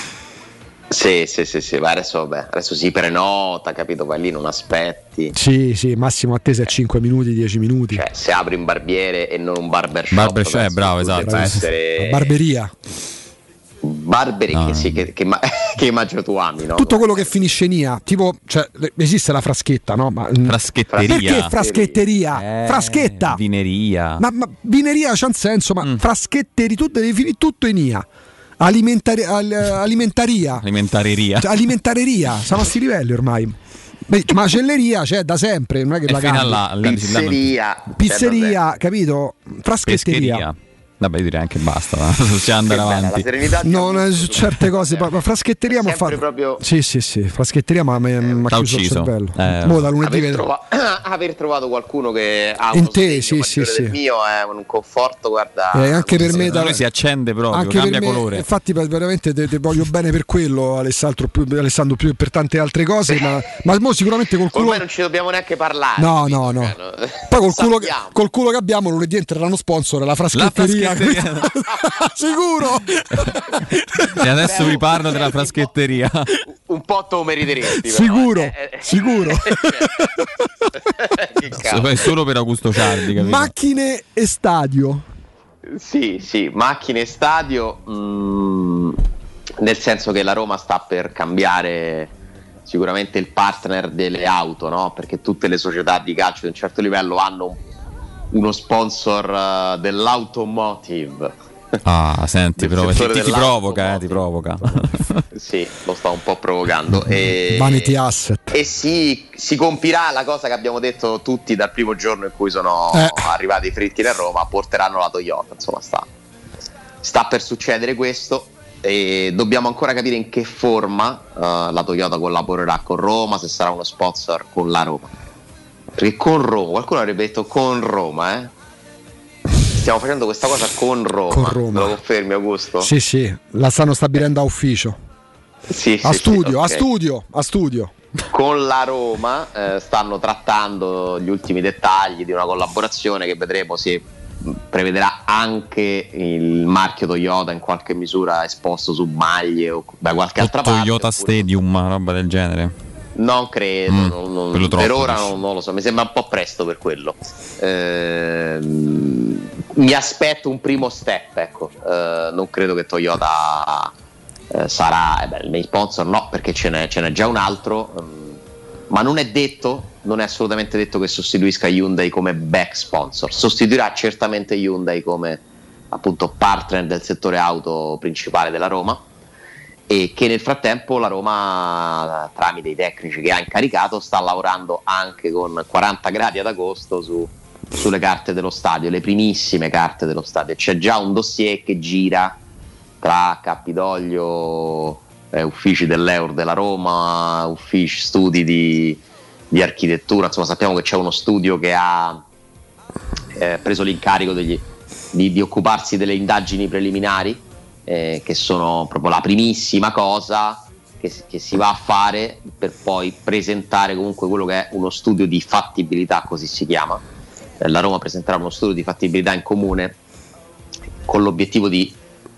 Sì, sì, sì, sì. Ma adesso, vabbè, adesso si prenota, capito? Vai lì, non aspetti. Sì, sì, massimo attesa è cinque minuti, dieci minuti. Cioè, se apri un barbiere e non un barbershop, Barbershop, penso bravo, che esatto. debba essere Barberia. Barberi No, che, no. sì, che, che, ma- che immagino tu ami, no? Tutto quello che finisce in ia, tipo, cioè, le- esiste la fraschetta, no? Ma, Fraschetteria. perché fraschetteria? Eh, Fraschetta. Vineria. Ma, ma vineria c'ha un senso, ma fraschetteri, tu devi finire tutto in ia. Alimentari- al- alimentaria. Alimentareria. Cioè, alimentareria, siamo a sti livelli ormai. Beh, macelleria c'è da sempre, non è che E la fino cambi. alla, alla Pizzeria. Pizzeria, capito? Fraschetteria. pescheria. Vabbè, io direi anche basta. Possiamo andare Che bella, la avanti. serenità ti No, no, ha su certe cose, ma ma fraschetteria mi ha sempre fatto. proprio Sì, sì, sì, fraschetteria ma mi mi ha T'ha chiuso il ucciso. cervello. Eh, Mo da lunedì aver, vedo. trova- aver trovato qualcuno che ha In uno te, sdegno sì, maggiore sì, del sì. mio è un conforto, guarda. Eh, anche per me da- Lui si accende proprio, Anche cambia per me, colore. infatti per- veramente te, te voglio bene per quello, Alessandro più, Alessandro più per tante altre cose, ma, ma mo sicuramente col culo. Ormai non ci dobbiamo neanche parlare. No, capito? no, no. Cioè, no. Poi col culo, che, Sappiamo. col culo che abbiamo lunedì entreranno sponsor la fraschetteria. fraschetteria. Sicuro. E adesso vi parlo della fraschetteria. Un po' te lo meriteresti. però, Sicuro, eh, eh, sicuro. che cavolo. È solo per Augusto Ciardi, capito? Macchine e stadio. Sì, sì, macchine e stadio, mh, nel senso che la Roma sta per cambiare sicuramente il partner delle auto, no? Perché tutte le società di calcio di un certo livello hanno un- uno sponsor uh, dell'automotive. Ah, senti, Del però, ti, settore ti, ti dell'auto, provoca, eh, ti provoca. Sì, lo sta un po' provocando. E, Vanity asset. e si, si compirà la cosa che abbiamo detto tutti dal primo giorno in cui sono Eh. arrivati i fritti a Roma, porteranno la Toyota. Insomma, sta, sta per succedere questo. E dobbiamo ancora capire in che forma uh, la Toyota collaborerà con Roma, se sarà uno sponsor con la Roma. Perché con Roma, qualcuno avrebbe detto con Roma, eh? Stiamo facendo questa cosa con Roma. Con Roma. Me lo confermi, Augusto? Sì, sì, la stanno stabilendo a ufficio. Sì, A sì, studio, sì, a ok. studio, a studio. Con la Roma eh, stanno trattando gli ultimi dettagli di una collaborazione che vedremo se mh, prevederà anche il marchio Toyota in qualche misura esposto su maglie o da qualche altra parte. Toyota oppure- Stadium, una roba del genere. Non credo, Mm, non- non- quello troppo, per ora dici. non, non lo so, mi sembra un po' presto per quello. Ehm, mi aspetto un primo step, ecco. Eh, non credo che Toyota eh, sarà eh beh, il main sponsor, no, perché ce n'è, ce n'è già un altro, ehm, ma non è detto, non è assolutamente detto che sostituisca Hyundai come back sponsor. Sostituirà certamente Hyundai come appunto partner del settore auto principale della Roma, e che nel frattempo la Roma, tramite i tecnici che ha incaricato, sta lavorando anche con quaranta gradi ad agosto su, sulle carte dello stadio, le primissime carte dello stadio. C'è già un dossier che gira tra Campidoglio, eh, uffici dell'E U R della Roma, uffici studi di, di architettura. Insomma, sappiamo che c'è uno studio che ha eh, preso l'incarico degli, di, di occuparsi delle indagini preliminari, Eh, che sono proprio la primissima cosa che, che si va a fare per poi presentare comunque quello che è uno studio di fattibilità, così si chiama. Eh, la Roma presenterà uno studio di fattibilità in comune con l'obiettivo di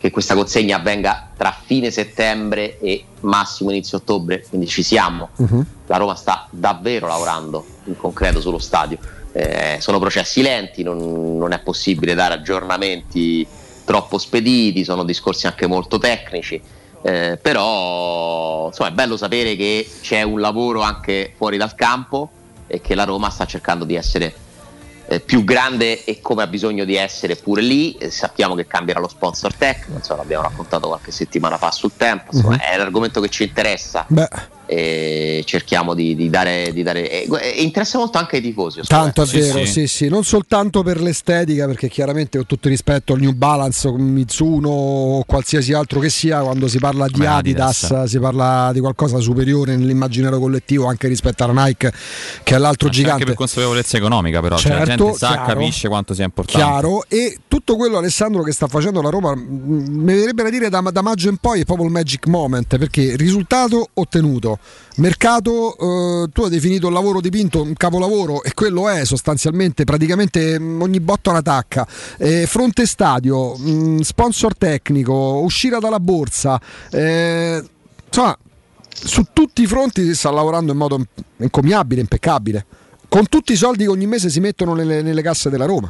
che questa consegna avvenga tra fine settembre e massimo inizio ottobre, quindi ci siamo. Uh-huh. La Roma sta davvero lavorando in concreto sullo stadio, eh, sono processi lenti, non, non è possibile dare aggiornamenti troppo spediti, sono discorsi anche molto tecnici, eh, però insomma è bello sapere che c'è un lavoro anche fuori dal campo e che la Roma sta cercando di essere Eh, più grande e come ha bisogno di essere pure lì. Eh, sappiamo che cambierà lo sponsor tecnico, insomma, l'abbiamo raccontato qualche settimana fa sul Tempo, insomma, uh-huh. È l'argomento che ci interessa. Beh. E cerchiamo di, di dare, di dare e, e interessa molto anche ai tifosi. Tanto è vero, sì, sì. sì, sì, non soltanto per l'estetica, perché chiaramente con tutto il rispetto al New Balance, Mizuno o qualsiasi altro che sia, quando si parla di Adidas, Adidas si parla di qualcosa superiore nell'immaginario collettivo anche rispetto alla Nike, che è l'altro Ma gigante. Anche per consapevolezza economica, però certo, cioè, la gente sa, chiaro, capisce quanto sia importante. Chiaro, e tutto quello, Alessandro, che sta facendo la Roma, mi verrebbe da dire da, da maggio in poi è proprio il magic moment, perché risultato ottenuto. Mercato, eh, tu hai definito il lavoro di Pinto un capolavoro, e quello è sostanzialmente, praticamente ogni botta una tacca, eh, fronte stadio, mh, sponsor tecnico, uscita dalla borsa, eh, insomma su tutti i fronti si sta lavorando in modo encomiabile, impeccabile, con tutti i soldi che ogni mese si mettono nelle, nelle casse della Roma.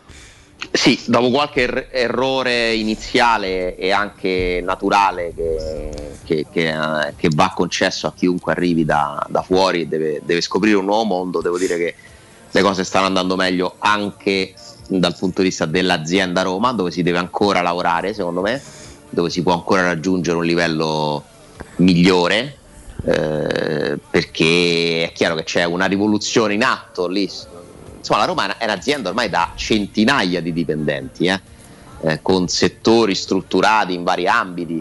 Sì, dopo qualche er- errore iniziale e anche naturale che, che, che, uh, che va concesso a chiunque arrivi da, da fuori e deve, deve scoprire un nuovo mondo, devo dire che le cose stanno andando meglio anche dal punto di vista dell'azienda Roma, dove si deve ancora lavorare, secondo me, dove si può ancora raggiungere un livello migliore, eh, perché è chiaro che c'è una rivoluzione in atto lì. Insomma, la Roma è un'azienda ormai da centinaia di dipendenti, eh? Eh, con settori strutturati in vari ambiti,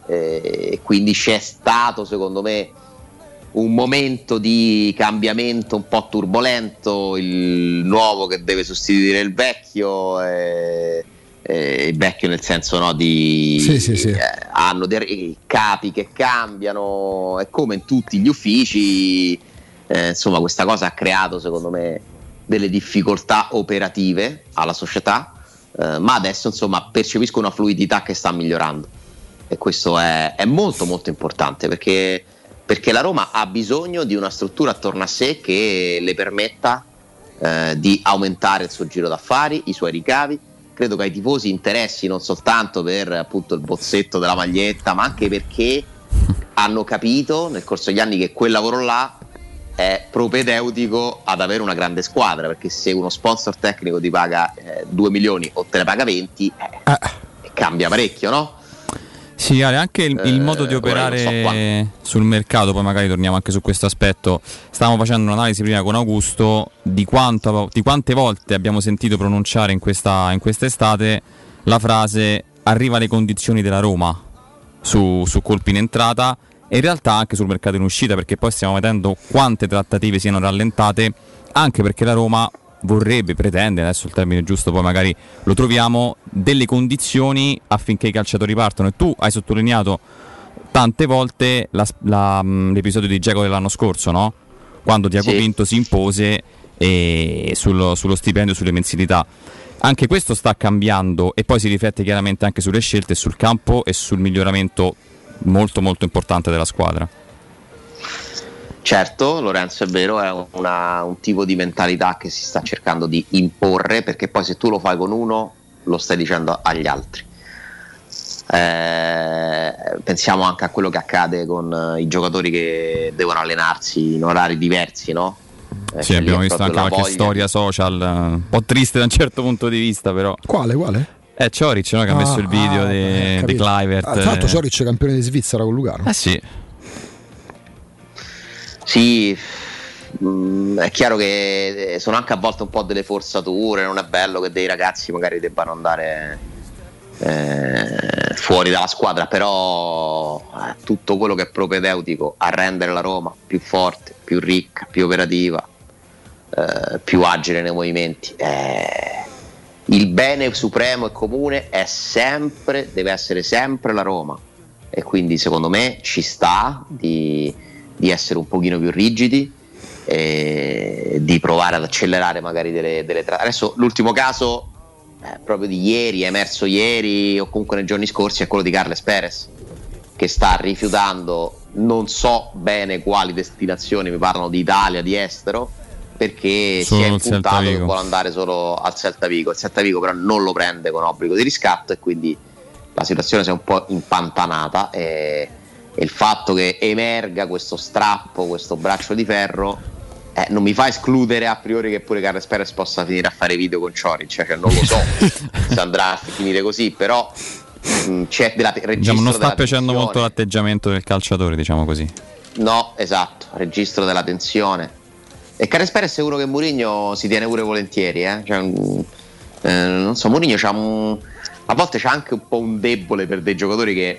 e eh, quindi c'è stato, secondo me, un momento di cambiamento un po' turbolento, il nuovo che deve sostituire il vecchio, eh, eh, il vecchio nel senso, no, di sì, sì, sì. Eh, hanno dei capi che cambiano, e come in tutti gli uffici, eh, insomma, questa cosa ha creato, secondo me, delle difficoltà operative alla società, eh, ma adesso insomma percepisco una fluidità che sta migliorando, e questo è, è molto molto importante, perché, perché la Roma ha bisogno di una struttura attorno a sé che le permetta eh, di aumentare il suo giro d'affari, i suoi ricavi. Credo che ai tifosi interessi non soltanto per appunto il bozzetto della maglietta, ma anche perché hanno capito nel corso degli anni che quel lavoro là è propedeutico ad avere una grande squadra, perché se uno sponsor tecnico ti paga eh, due milioni o te ne paga venti, eh, eh. cambia parecchio, no? Sì, anche il, il modo di operare so sul mercato, poi magari torniamo anche su questo aspetto. Stavamo facendo un'analisi prima con Augusto di, quanto, di quante volte abbiamo sentito pronunciare in questa in quest'estate la frase "arriva le condizioni della Roma" su, su colpi in entrata, e in realtà anche sul mercato in uscita, perché poi stiamo vedendo quante trattative siano rallentate, anche perché la Roma vorrebbe, pretende, adesso il termine giusto poi magari lo troviamo, delle condizioni affinché i calciatori partano. E tu hai sottolineato tante volte la, la, l'episodio di Dzeko dell'anno scorso, no? Quando Tiago sì. Pinto si impose e sullo, sullo stipendio, sulle mensilità. Anche questo sta cambiando, e poi si riflette chiaramente anche sulle scelte sul campo e sul miglioramento molto molto importante della squadra. Certo, Lorenzo, è vero, è una, un tipo di mentalità che si sta cercando di imporre, perché poi se tu lo fai con uno lo stai dicendo agli altri. Eh, pensiamo anche a quello che accade con i giocatori che devono allenarsi in orari diversi, no? Eh, sì, abbiamo visto anche qualche voglia. Storia social un po' triste da un certo punto di vista, però. Quale, quale? Eh, Cioric, no, che ah, ha messo il video ah, di, eh, di Kluivert. Ah, tra l'altro Cioric è campione di Svizzera con Lugano. Eh sì. Sì, mh, è chiaro che sono anche a volte un po' delle forzature, non è bello che dei ragazzi magari debbano andare eh, fuori dalla squadra, però eh, tutto quello che è propedeutico a rendere la Roma più forte, più ricca, più operativa, eh, più agile nei movimenti, eh, il bene supremo e comune è sempre, deve essere sempre la Roma, e quindi secondo me ci sta di di essere un pochino più rigidi, e di provare ad accelerare magari delle, delle tra- adesso l'ultimo caso eh, proprio di ieri, è emerso ieri o comunque nei giorni scorsi, è quello di Carles Perez, che sta rifiutando non so bene quali destinazioni, mi parlano di Italia, di estero, perché Solo si è il Celta impuntato che Vigo. vuole andare solo al Celta Vigo. Il Celta Vigo però non lo prende con obbligo di riscatto e quindi la situazione si è un po' impantanata e, e il fatto che emerga questo strappo, questo braccio di ferro eh, non mi fa escludere a priori che pure Carles Perez possa finire a fare video con Cioric, cioè, cioè non lo so se andrà a finire così, però mh, c'è della te- registro Diciamo, non sta della piacendo tensione. molto l'atteggiamento del calciatore, diciamo così. No, esatto, registro della tensione. E Carles Perez è uno che Mourinho si tiene pure volentieri, eh? Cioè, mh, eh, non so, Mourinho c'ha un, a volte c'ha anche un po' un debole per dei giocatori che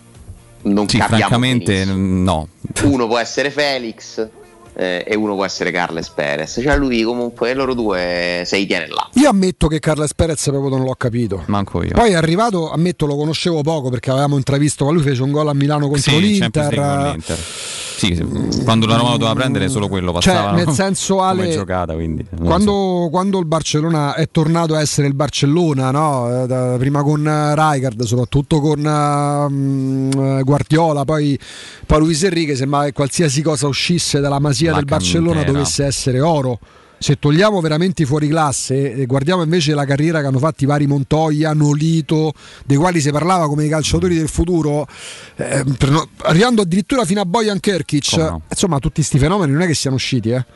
non Sì, capiamo francamente benissimo. no. Uno può essere Felix eh, e uno può essere Carles Perez, cioè lui comunque loro due se li tiene là. Io ammetto che Carles Perez proprio non l'ho capito. Manco io. Poi è arrivato, ammetto, lo conoscevo poco perché avevamo intravisto, ma lui fece un gol a Milano contro Sì, l'Inter. Champions League con l'Inter. Sì, sì, quando la Roma lo doveva prendere solo quello passava, Cioè, nel no? senso, Ale, come giocata, quindi non lo Quando, quando il Barcellona è tornato a essere il Barcellona, no? Eh, da- prima con eh, Rijkaard, soprattutto con eh, mh, Guardiola, poi, poi Luis Enrique, sembrava che qualsiasi cosa uscisse dalla masia La del Barcellona cantera. dovesse essere oro. Se togliamo veramente i fuori classe e guardiamo invece la carriera che hanno fatto i vari Montoya, Nolito, dei quali si parlava come i calciatori del futuro, eh, per no- arrivando addirittura fino a Bojan Krkic, Come no? insomma tutti sti fenomeni non è che siano usciti, eh.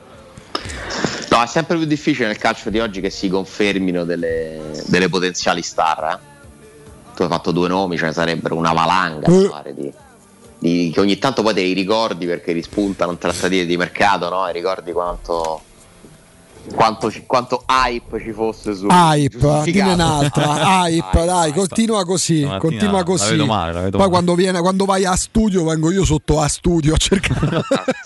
No, è sempre più difficile nel calcio di oggi che si confermino delle, delle potenziali star. Eh? Tu hai fatto due nomi, ce ne sarebbero una valanga Eh. a fare di, di- che ogni tanto poi te li ricordi perché rispuntano in trattative di mercato, no? E ricordi quanto, quanto, ci- quanto hype ci fosse su Hype, giustificato. dimmi un'altra, hype, dai, continua così, Stamattina continua la così. vedo male, la vedo Poi male. quando, viene, quando vai a studio, vengo io sotto a studio a cercare.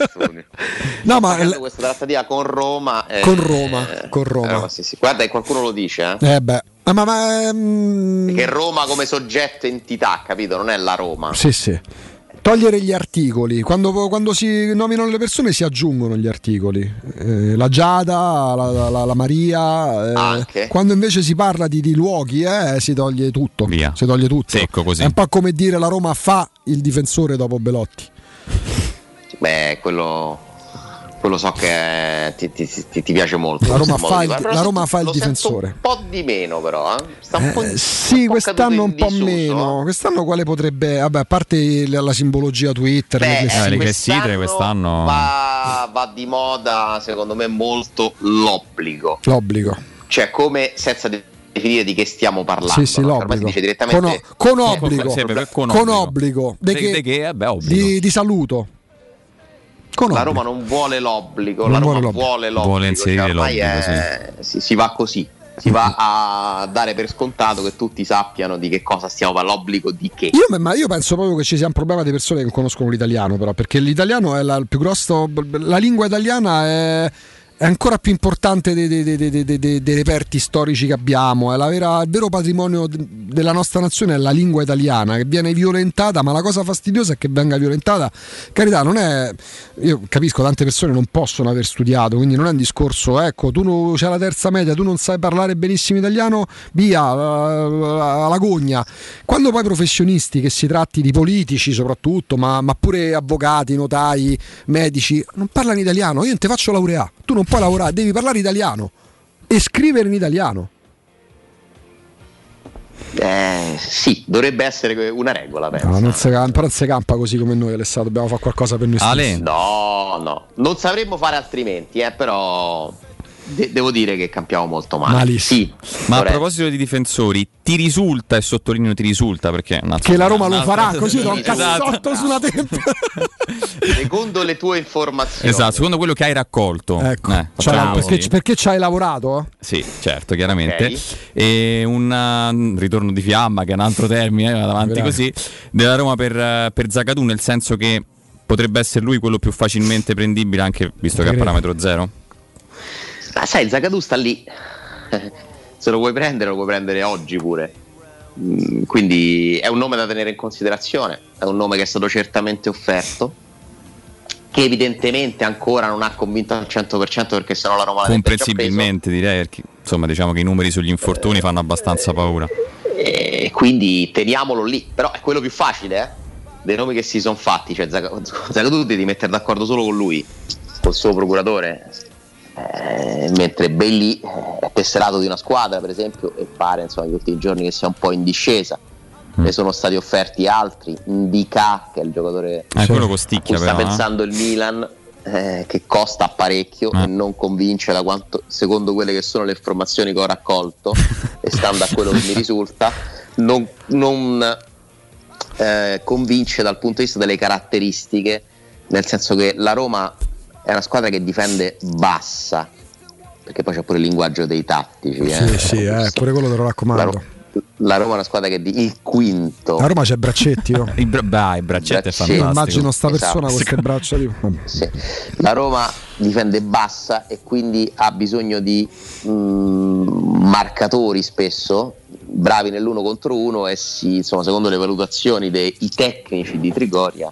No, ma Facendo questa trattativa con Roma eh, con Roma, con Roma. eh, sì, sì. Guarda che qualcuno lo dice, eh? Eh beh, Ah, ma, ma ehm, Che Roma come soggetto entità, capito? Non è la Roma. sì, sì. Togliere gli articoli, quando, quando si nominano le persone si aggiungono gli articoli, eh, la Giada, la, la- la Maria, eh, Anche. quando invece si parla di, di luoghi eh, si toglie tutto, Via. si toglie tutto. Secco così. È un po' come dire la Roma fa il difensore dopo Belotti. Beh, quello, quello so che ti, ti- ti- ti piace molto. La Roma questo modo fa di il- fare. Però la lo Roma sento- fa il lo sento difensore. Un po' di meno, però. Eh? Sta un po' in- Eh, sì, un po' quest'anno caduto un in po' disuso, meno. eh. Quest'anno quale potrebbe. Vabbè, a parte la, la simbologia Twitter, Beh, le eh, clessidre. le clessidre quest'anno va, va di moda, secondo me, molto l'obbligo. l'obbligo. Cioè, come senza definire di che stiamo parlando. Sì, sì, no? Ormai l'obbligo. si dice direttamente Con, o- con obbligo. Sì, perché con Con obbligo. obbligo. De De- che- de che? Eh, beh, obbligo. di, di saluto. Con La obbligo. Roma non vuole l'obbligo, Non la Roma vuole l'obbligo. vuole l'obbligo. Vuole inserire cioè, ormai l'obbligo, è- si, si va così, si va a dare per scontato che tutti sappiano di che cosa stiamo parlando, l'obbligo di che. Io, ma io penso proprio che ci sia un problema di persone che non conoscono l'italiano, però, perché l'italiano è la, il più grosso. La lingua italiana è, è ancora più importante dei, dei- dei- dei- dei- dei- dei reperti storici che abbiamo. È la vera- il vero patrimonio de- della nostra nazione è la lingua italiana che viene violentata, ma la cosa fastidiosa è che venga violentata. Carità, non è. Io capisco, tante persone non possono aver studiato, quindi non è un discorso, ecco, tu non, c'è la terza media, tu non sai parlare benissimo italiano, via, alla alla gogna. Quando poi professionisti, che si tratti di politici soprattutto, ma, ma pure avvocati, notai, medici, non parlano italiano, io non ti faccio laureare, tu non puoi lavorare, devi parlare italiano e scrivere in italiano. Eh, sì, dovrebbe essere una regola, penso. No, non si campa, però non si campa così come noi, Alessandro, dobbiamo fare qualcosa per noi stessi. Ale, No, no, non sapremmo fare altrimenti, eh, però de- devo dire che campiamo molto male. Malissimo. Sì, ma a Lorenzo. proposito di difensori, ti risulta, e sottolineo ti risulta perché un altro- Che la Roma un lo altro- farà, così do un Esatto. cassotto su una tempia. Secondo le tue informazioni, Esatto, secondo quello che hai raccolto. Ecco, Eh, cioè, facciamo perché, così. perché ci hai lavorato? Sì, certo, chiaramente. Ok. E un uh, ritorno di fiamma, che è un altro termine, eh, vado avanti Grazie. così, della Roma per, uh, per Zagadou, nel senso che potrebbe essere lui quello più facilmente prendibile, anche visto che ha Credo. parametro zero. ma sai, Zagadou sta lì. Se lo vuoi prendere, lo puoi prendere oggi pure. Mm, Quindi è un nome da tenere in considerazione. È un nome che è stato certamente offerto. che evidentemente ancora non ha convinto al cento per cento, perché sennò la Roma l'avrebbe già preso. Comprensibilmente direi, perché insomma diciamo che i numeri sugli infortuni fanno abbastanza paura. E quindi teniamolo lì, però è quello più facile, eh? Dei nomi che si sono fatti, cioè Zagadou devi mettere d'accordo solo con lui, col suo procuratore, eh, mentre Bailly è tesserato di una squadra per esempio e pare insomma negli ultimi giorni che sia un po' in discesa. Ne sono stati offerti altri, Ndicà che è il giocatore eh, quello sta costicchia, però, pensando eh? il Milan, eh, che costa parecchio eh. e non convince da quanto, secondo quelle che sono le informazioni che ho raccolto e stando a quello che mi risulta non, non eh, convince dal punto di vista delle caratteristiche, nel senso che la Roma è una squadra che difende bassa, perché poi c'è pure il linguaggio dei tattici, eh. sì sì eh, pure quello te lo raccomando. La Roma è una squadra che di il quinto. La Roma c'è Braccetti. Oh. I, bra- bah, i Braccetti è fantastico. Immagino sta persona esatto. con queste braccia. Di... Sì. La Roma difende bassa e quindi ha bisogno di mh, marcatori spesso bravi nell'uno contro uno e si, insomma, secondo le valutazioni dei tecnici di Trigoria,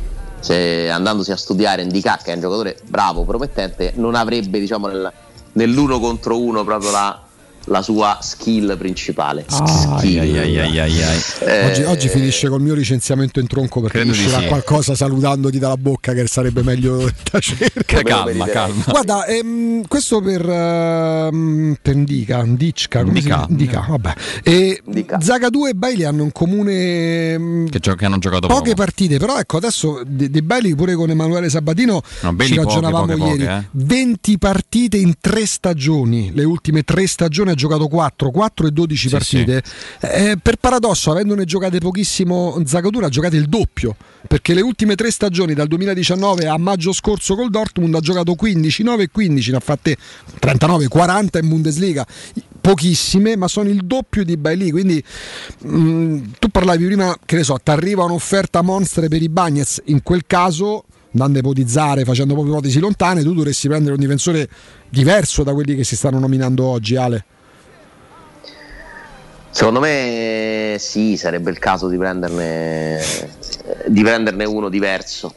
se andandosi a studiare Ndicà, che è un giocatore bravo, promettente, non avrebbe diciamo nel, nell'uno contro uno proprio la la sua skill principale. Ah, skill. Ai, ai, ai, ai, ai. Eh, oggi, oggi finisce col mio licenziamento in tronco, perché mi uscirà sì. qualcosa salutandoti dalla bocca che sarebbe meglio tacere. Calma, calma. Guarda, ehm, questo per ehm, per Ndicà, Ndicà, come Ndicà. si Ndicà, vabbè. E Zagadou e Bailly hanno in comune che, gio- che hanno giocato poche poco. partite, però ecco adesso di, di Bailly pure con Emanuele Sabatino no, ci ragionavamo poche, poche, ieri. Poche, eh. venti partite in tre stagioni, le ultime tre stagioni ha giocato quattro, quattro e dodici sì, partite. Sì. Eh, per paradosso, avendone giocate pochissimo Zagadou, ha giocato il doppio, perché le ultime tre stagioni dal duemiladiciannove a maggio scorso col Dortmund ha giocato quindici, nove e quindici, ne ha fatte trentanove, quaranta in Bundesliga. Pochissime, ma sono il doppio di Bailly, quindi mh, tu parlavi prima, che ne so, ti arriva un'offerta monstre per i Bagnets, in quel caso andando a ipotizzare, facendo proprio ipotesi lontane, tu dovresti prendere un difensore diverso da quelli che si stanno nominando oggi, Ale. Secondo me sì, sarebbe il caso di prenderne di prenderne uno diverso,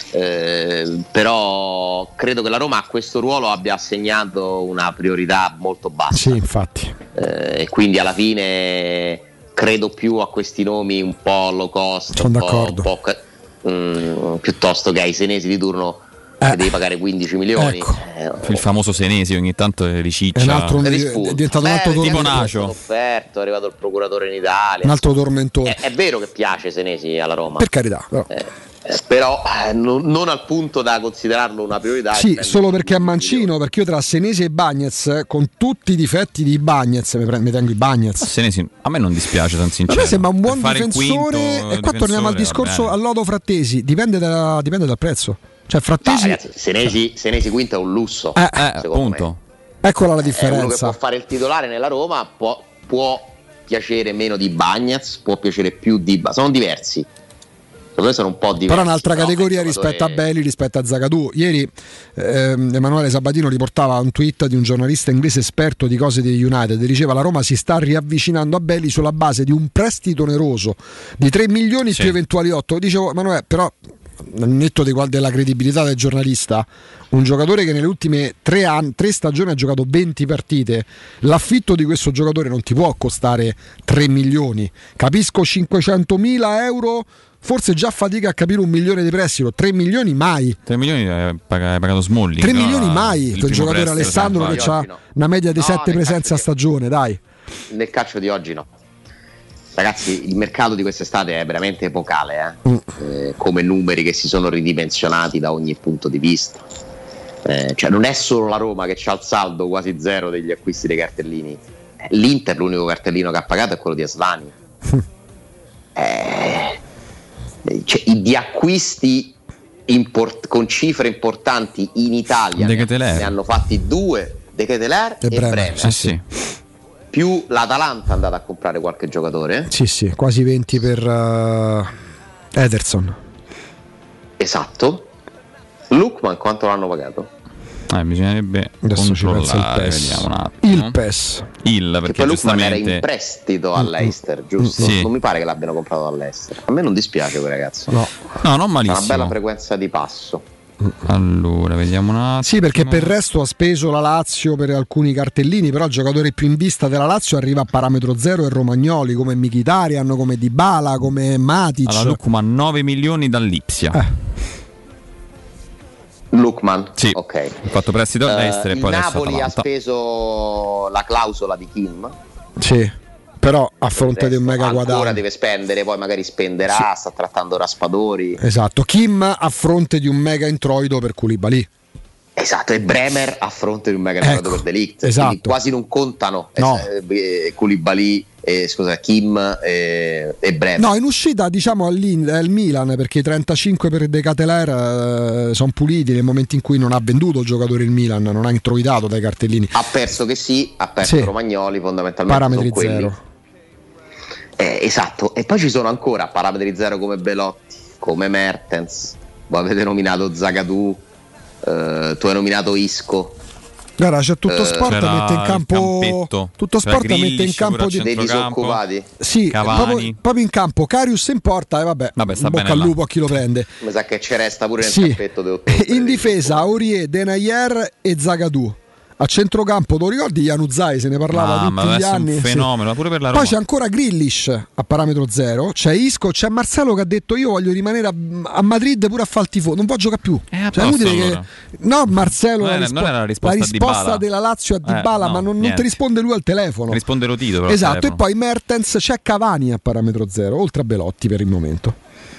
eh, però credo che la Roma a questo ruolo abbia assegnato una priorità molto bassa. Sì, infatti. Eh, e quindi alla fine credo più a questi nomi un po' low cost, sono un d'accordo. po', un po' mh, piuttosto che ai senesi di turno. Che devi pagare quindici milioni, ecco. eh, il famoso Senesi ogni tanto riciccia, è, un altro, è diventato un altro Beh, tormentone, Nacio. Offerto, è arrivato il procuratore in Italia, un altro tormentone. È, è vero che piace Senesi alla Roma, per carità, però, eh, eh, però eh, non, non al punto da considerarlo una priorità. Sì, solo perché è mancino, perché io tra Senesi e Bagnez, con tutti i difetti di Bagnez, mi, pre- mi tengo i Bagnez. A Senesi a me non dispiace, tan sincero. A me sembra un buon per difensore, e qua torniamo al discorso al lodo Frattesi, dipende, da, dipende dal prezzo. Cioè Frattesi, no, ragazzi, Senesi, Senesi quinto è un lusso, eh, eh, appunto. Eccola la differenza. È uno che può fare il titolare nella Roma, può, può piacere meno di Bagnez, può piacere più di Bagnez, sono diversi. Secondo me sono un po' diversi. Però è un'altra no? categoria rispetto a Bailly, rispetto a Zagadou. Ieri ehm, Emanuele Sabatino riportava un tweet di un giornalista inglese esperto di cose di United, diceva la Roma si sta riavvicinando a Bailly sulla base di un prestito oneroso di tre milioni sì. più eventuali otto. Dicevo Emanuele, però nel netto di, della credibilità del giornalista, un giocatore che nelle ultime tre, anni, tre stagioni ha giocato venti partite, l'affitto di questo giocatore non ti può costare tre milioni. Capisco cinquecentomila euro, forse già fatica a capire un milione di prestito, tre milioni mai. tre milioni hai pagato Smalling. tre no? milioni mai il per il giocatore Alessandro che ha no. una media di no, sette presenze a stagione, dai. Nel calcio di oggi no. Ragazzi, il mercato di quest'estate è veramente epocale, eh? Mm. Eh, come numeri che si sono ridimensionati da ogni punto di vista. Eh, cioè non è solo la Roma che c'ha il saldo quasi zero degli acquisti dei cartellini. L'Inter l'unico cartellino che ha pagato è quello di Aslani. eh, cioè, di acquisti import- con cifre importanti in Italia ne, ne hanno fatti due, De Ketelaere e, e Bremer. Bremer. Sì, sì. Più l'Atalanta è andata a comprare qualche giocatore. Sì, sì, quasi venti per uh, Ederson. Esatto. Lookman quanto l'hanno pagato? Eh, bisognerebbe adesso ci pensa il P E S. Vediamo un attimo. Il P E S. Il perché poi giustamente Lookman era in prestito all'Eister, giusto? Sì. Non mi pare che l'abbiano comprato all'Eister. A me non dispiace quel ragazzo. No, no non malissimo. Ha una bella frequenza di passo. Allora, vediamo un attimo. Sì, perché per il resto ha speso la Lazio per alcuni cartellini, però il giocatore più in vista della Lazio arriva a parametro zero e Romagnoli, come Mkhitaryan, come Dybala, come Matic. Allora, Lukman nove milioni dall'Ipsia. Eh. Lukman? Sì, ok. Ha fatto prestito all'estero Uh, e il poi Napoli adesso ha Atalanta. speso la clausola di Kim. Sì, però a fronte di un mega Ancora guadagno. deve spendere, poi magari spenderà, sta trattando Raspadori. Esatto, Kim a fronte di un mega introito per Koulibaly. Esatto, e Bremer a fronte di un mega introito Ecco, per De Ligt. esatto. Quindi quasi non contano No. eh, Koulibaly, eh, scusa, Kim eh, e Bremer. No, in uscita diciamo al Milan, perché i trentacinque per De Ketelaere eh, sono puliti nel momento in cui non ha venduto il giocatore il Milan, non ha introitato dai cartellini. Ha perso che sì, ha perso Sì. Romagnoli, fondamentalmente Parametri sono quelli. zero. Eh, esatto, e poi ci sono ancora parametri zero come Belotti, come Mertens, voi avete nominato Zagadou, eh, tu hai nominato Isco. Guarda, c'è tutto Eh, sport c'era mette in il campo campetto. tutto C'era sport mette in Grealish campo pure a di dei centrocampo. disoccupati. sì, Cavani. proprio, proprio in campo Karius in porta e vabbè, Vabbè, sta in bocca bene al là. lupo a chi lo prende. Mi sa che ci resta pure nel Sì. campetto di ottobre. In difesa Aurier, Denayer e Zagadou. A centrocampo, te lo ricordi Januzaj, se ne parlava Ah, ma tutti gli adesso è anni. un Sì. fenomeno, pure per la Poi Roma. c'è ancora Grealish a parametro zero, c'è Isco, c'è Marcelo che ha detto io voglio rimanere a, a Madrid pure a fare il tifo, non può giocare più. Eh, a Cioè, posto, inutile allora. che... No, Marcelo, Non la, era- rispo- non era la risposta la a risposta Dybala. della Lazio a Eh, Dybala, no, ma non, non niente. ti risponde lui al telefono. Risponde lo Tito, però, Esatto, al e telefono. poi Mertens, c'è Cavani a parametro zero, oltre a Belotti per il momento.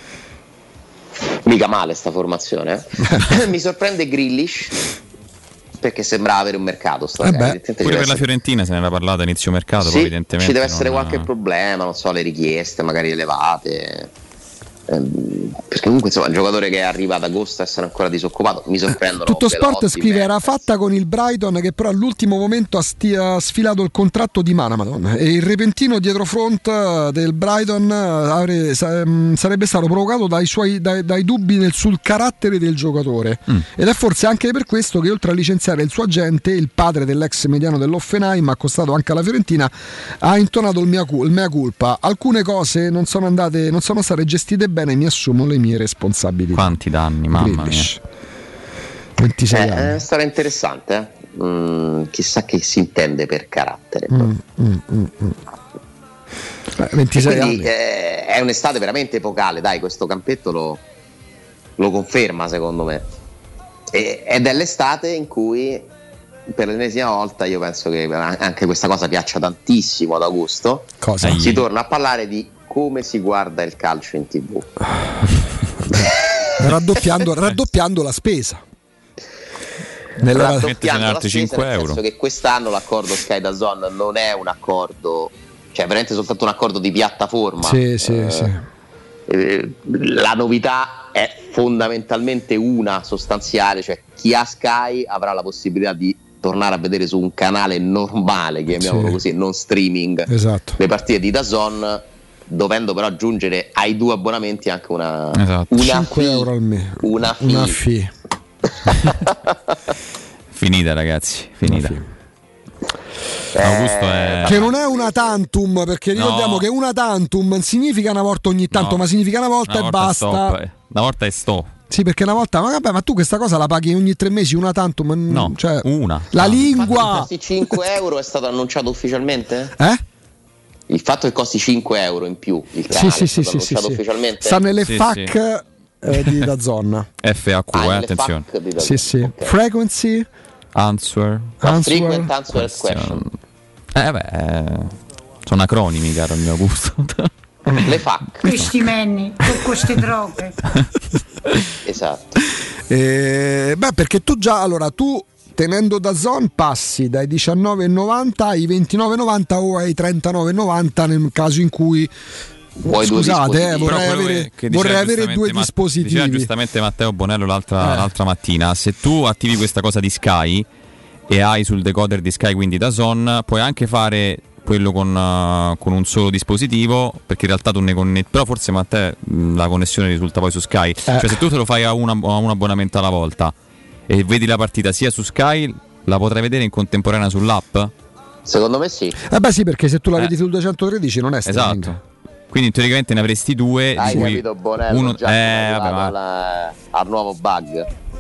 Mica male sta formazione. eh. Mi sorprende Grealish perché sembrava avere un mercato. Sta, Eh beh, evidentemente ci Pure deve per la essere- Fiorentina se ne era parlato a inizio mercato, Sì, poi evidentemente ci deve essere non- qualche problema, non so, le richieste magari elevate. Ehm, perché comunque insomma un giocatore che arriva ad agosto a essere ancora disoccupato mi sorprendono. Tutto Sport Belotti, scrive era Mertens. fatta con il Brighton che però all'ultimo momento ha, sti- ha sfilato il contratto di Mana, Madonna, e il repentino dietro front del Brighton avre- sa- mh, sarebbe stato provocato dai, suoi, dai, dai dubbi nel- sul carattere del giocatore Mm. ed è forse anche per questo che oltre a licenziare il suo agente, il padre dell'ex mediano dell'Hoffenheim, accostato anche alla Fiorentina, ha intonato il mea, cul- il mea culpa. Alcune cose non sono andate, non sono state gestite bene, mi assumo le mie responsabilità. Quanti danni, mamma Grealish. mia. ventisei Eh, anni. eh, sarà interessante. eh. Mm, chissà che si intende per carattere. Mm, mm, mm, mm. Eh, ventisei Quindi anni. eh, è un'estate veramente epocale, dai, questo campetto lo, lo conferma secondo me. E- ed è l'estate in cui per l'ennesima volta io penso che anche questa cosa piaccia tantissimo ad Augusto. Cosa? Si torna a parlare di come si guarda il calcio in tivù. raddoppiando, raddoppiando la spesa. Nella... Raddoppiando la altri spesa, cinque nel euro. senso che quest'anno l'accordo Sky Dazon non è un accordo, cioè veramente soltanto un accordo di piattaforma. Sì, sì, Eh, sì. eh, la novità è fondamentalmente una sostanziale, cioè chi ha Sky avrà la possibilità di tornare a vedere su un canale normale, chiamiamolo Sì. così, non streaming, Esatto. le partite di DAZN, dovendo però aggiungere ai due abbonamenti anche una, Esatto. una cinque fee, euro al mese. una fee. Una fee. Finita, ragazzi, finita. Una Eh, Augusto è Che non è una tantum, perché ricordiamo No. che una tantum non significa una volta ogni tanto, No. ma significa una volta Una e volta basta. stop, eh. Una volta è sto. Sì, perché una volta, ma vabbè, ma tu questa cosa la paghi ogni tre mesi, una tantum, No, cioè, una. la No. lingua. Questi cinque euro è stato annunciato ufficialmente? Eh? Il fatto che costi cinque euro in più il Sì, canale sì, è sì, stato sì, sì, annunciato sì. ufficialmente? Sta nelle Sì, F A sì. Q eh, di Dazon. F A Q, Ah, eh, nelle attenzione. F A Q di DAZN. Sì, sì. Ok. Frequency, Answer. Ma answer. frequent answer question. Eh beh, eh, sono acronimi, caro il mio gusto. Le F A Q, Questi menni con queste droghe. esatto. Eh, beh, perché tu già, allora, tu tenendo Dazon passi dai diciannove e novanta ai ventinove e novanta o ai trentanove e novanta nel caso in cui Vuoi due scusate, eh, dispositivi? vorrei Però quello avere, che- che diceva vorrei avere giustamente due Ma- dispositivi. Diceva giustamente Matteo Bonello l'altra, Eh. l'altra mattina, se tu attivi questa cosa di Sky e hai sul decoder di Sky, quindi da Zon, puoi anche fare quello con, uh, con un solo dispositivo, perché in realtà tu ne connetti, però forse Matteo mh, la connessione risulta poi su Sky, cioè se tu te lo fai a, una, a un abbonamento alla volta e vedi la partita sia su Sky, la potrai vedere in contemporanea sull'app? Secondo me sì. Eh beh sì, perché se tu la Eh. vedi sul duecentotredici non è streaming. Esatto. Quindi teoricamente ne avresti due Hai di cui capito Bonello uno già eh, è vabbè, arrivato ma- alla- al nuovo bug.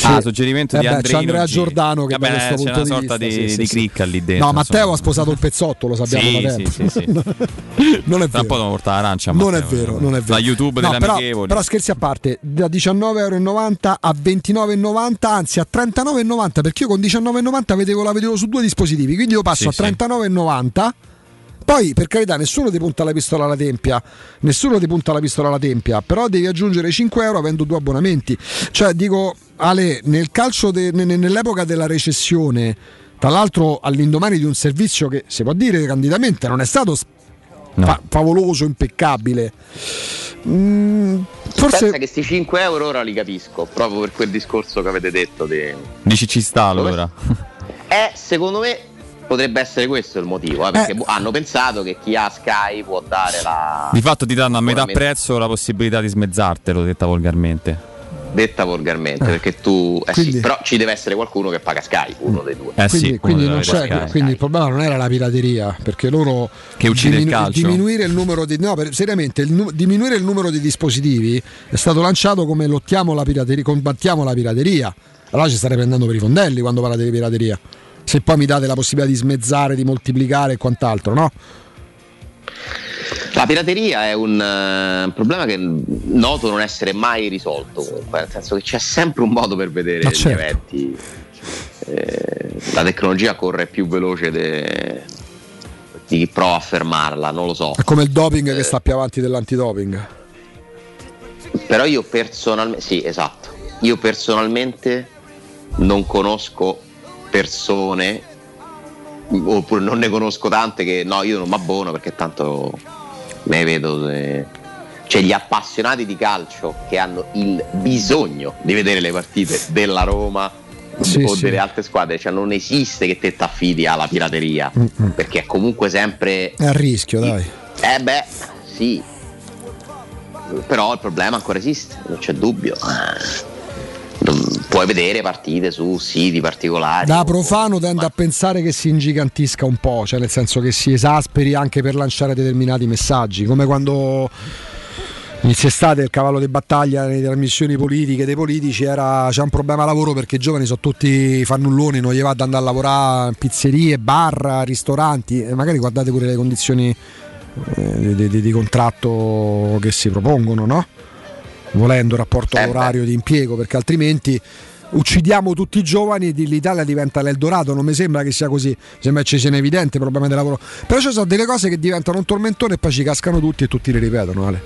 Ah, suggerimento eh di beh, Andreino c'è Andrea G. Giordano che Vabbè, da questo c'è punto una di sorta vista, di, sì, di sì, cricca lì dentro. No, Matteo insomma. ha sposato il pezzotto, lo sappiamo Sì, da tempo. sì, sì, sì. Non è Tra un po' vero. devo portare l'arancia a Non è Matteo, vero, non è vero. La YouTube No, delle però, amichevoli. però scherzi a parte, da diciannove e novanta euro a ventinove e novanta, anzi a trentanove e novanta, perché io con diciannove e novanta vedevo, la vedevo su due dispositivi, quindi io passo Sì, a trentanove e novanta. Poi, per carità, nessuno ti punta la pistola alla tempia, nessuno ti punta la pistola alla tempia, però devi aggiungere cinque euro avendo due abbonamenti. Cioè, dico, Ale, nel calcio de, nell'epoca della recessione, tra l'altro all'indomani di un servizio che si può dire candidamente non è stato no. fa- favoloso, impeccabile. Mm, forse pensa che questi cinque euro ora li capisco, proprio per quel discorso che avete detto. Di... Dici ci sta allora? Eh, secondo me potrebbe essere questo il motivo, eh, perché Eh. hanno pensato che chi ha Sky può dare la... Di fatto ti danno a metà Veramente. prezzo la possibilità di smezzartelo, detta volgarmente. Detta volgarmente, Eh. perché tu... Eh Quindi- sì, però ci deve essere qualcuno che paga Sky, uno dei due. Eh quindi, sì, quindi uno non deve c'è, Sky. quindi il problema non era la pirateria, perché loro Che uccide il calcio. diminuire il numero di no, per, seriamente il nu- diminuire il numero di dispositivi è stato lanciato come lottiamo la pirateria, combattiamo la pirateria. Allora ci state prendendo per i fondelli quando parlate di pirateria. Se poi mi date la possibilità di smezzare, di moltiplicare e quant'altro, no? La pirateria è un uh, problema che noto non essere mai risolto, comunque, nel senso che c'è sempre un modo per vedere Ma gli certo. eventi. Eh, la tecnologia corre più veloce de... di chi prova a fermarla, non lo so. È come il doping che sta più avanti dell'antidoping. Però io personalmente, sì, esatto, io personalmente non conosco persone, oppure non ne conosco tante che no, io non mi abbono perché tanto ne vedo. Se... Cioè gli appassionati di calcio che hanno il bisogno di vedere le partite della Roma Sì, o sì. delle altre squadre, cioè non esiste che te t'affidi alla pirateria, Mm-mm. perché è comunque sempre È a rischio, dai. eh beh, sì. Però il problema ancora esiste, non c'è dubbio. Eh, non- Puoi vedere partite su siti particolari. Da profano tendo a pensare che si ingigantisca un po', cioè nel senso che si esasperi anche per lanciare determinati messaggi, come quando inizia estate il cavallo di battaglia nelle trasmissioni politiche dei politici era c'è un problema lavoro perché i giovani sono tutti fannulloni, non gli va ad andare a lavorare in pizzerie, bar, ristoranti, e magari guardate pure le condizioni eh, di, di- di contratto che si propongono, no? Volendo rapporto Eh beh. orario di impiego, perché altrimenti uccidiamo tutti i giovani e l'Italia diventa l'Eldorado. Non mi sembra che sia così, mi sembra che ci sia un evidente problema del lavoro, però ci sono delle cose che diventano un tormentone e poi ci cascano tutti e tutti le ripetono, Ale.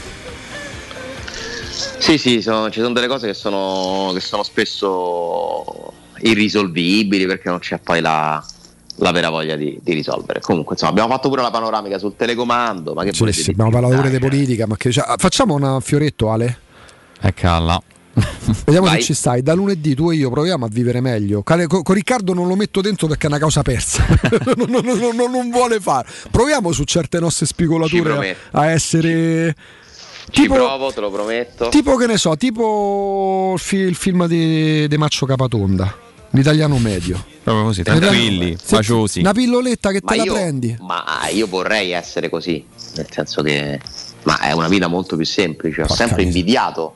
Sì, sì, sono- ci sono delle cose che sono, che sono spesso irrisolvibili perché non c'è poi la, la vera voglia di, di risolvere. Comunque, insomma, abbiamo fatto pure la panoramica sul telecomando. Ma che Sì, volete sì, di abbiamo più? parlato pure Dai, di politica, ma che, cioè, facciamo un fioretto, Ale. Eccola. Vediamo Vai. se ci stai. Da lunedì tu e io proviamo a vivere meglio. Cane- co- Con Riccardo non lo metto dentro perché è una causa persa. non, non- non- non- non vuole fare. Proviamo su certe nostre Ci spigolature prometto. a, a essere. Ci Tipo, provo, te lo prometto. tipo che ne so, tipo il, fi- il film di, di Maccio Capatonda, l'italiano medio. Proprio così, tranquilli, Se- faciosi. Una pilloletta che Ma te la io, prendi. ma io vorrei essere così, nel senso che ma è una vita molto più semplice. Ho Porca sempre miseria. invidiato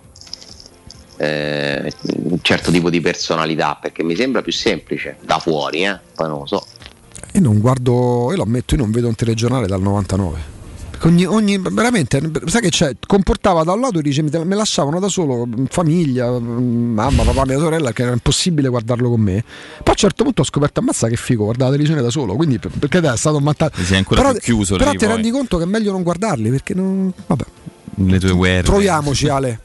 eh, un certo tipo di personalità perché mi sembra più semplice da fuori, eh? Poi non lo so. Io non guardo, io lo ammetto, io non vedo un telegiornale dal novantanove. Perché Ogni, ogni, veramente, sai che c'è? Comportava da un lato e dice mi, me lasciavano da solo, famiglia, mamma, papà, mia sorella, che era impossibile guardarlo con me. Poi a un certo punto ho scoperto, ammazza che figo, guardare la televisione da solo, quindi per- perché è stato ammattato. Ti sei ancora Però, più chiuso però lì, ti poi. rendi conto che è meglio non guardarli, perché non. Vabbè, Le tue guerre. proviamoci, Ale.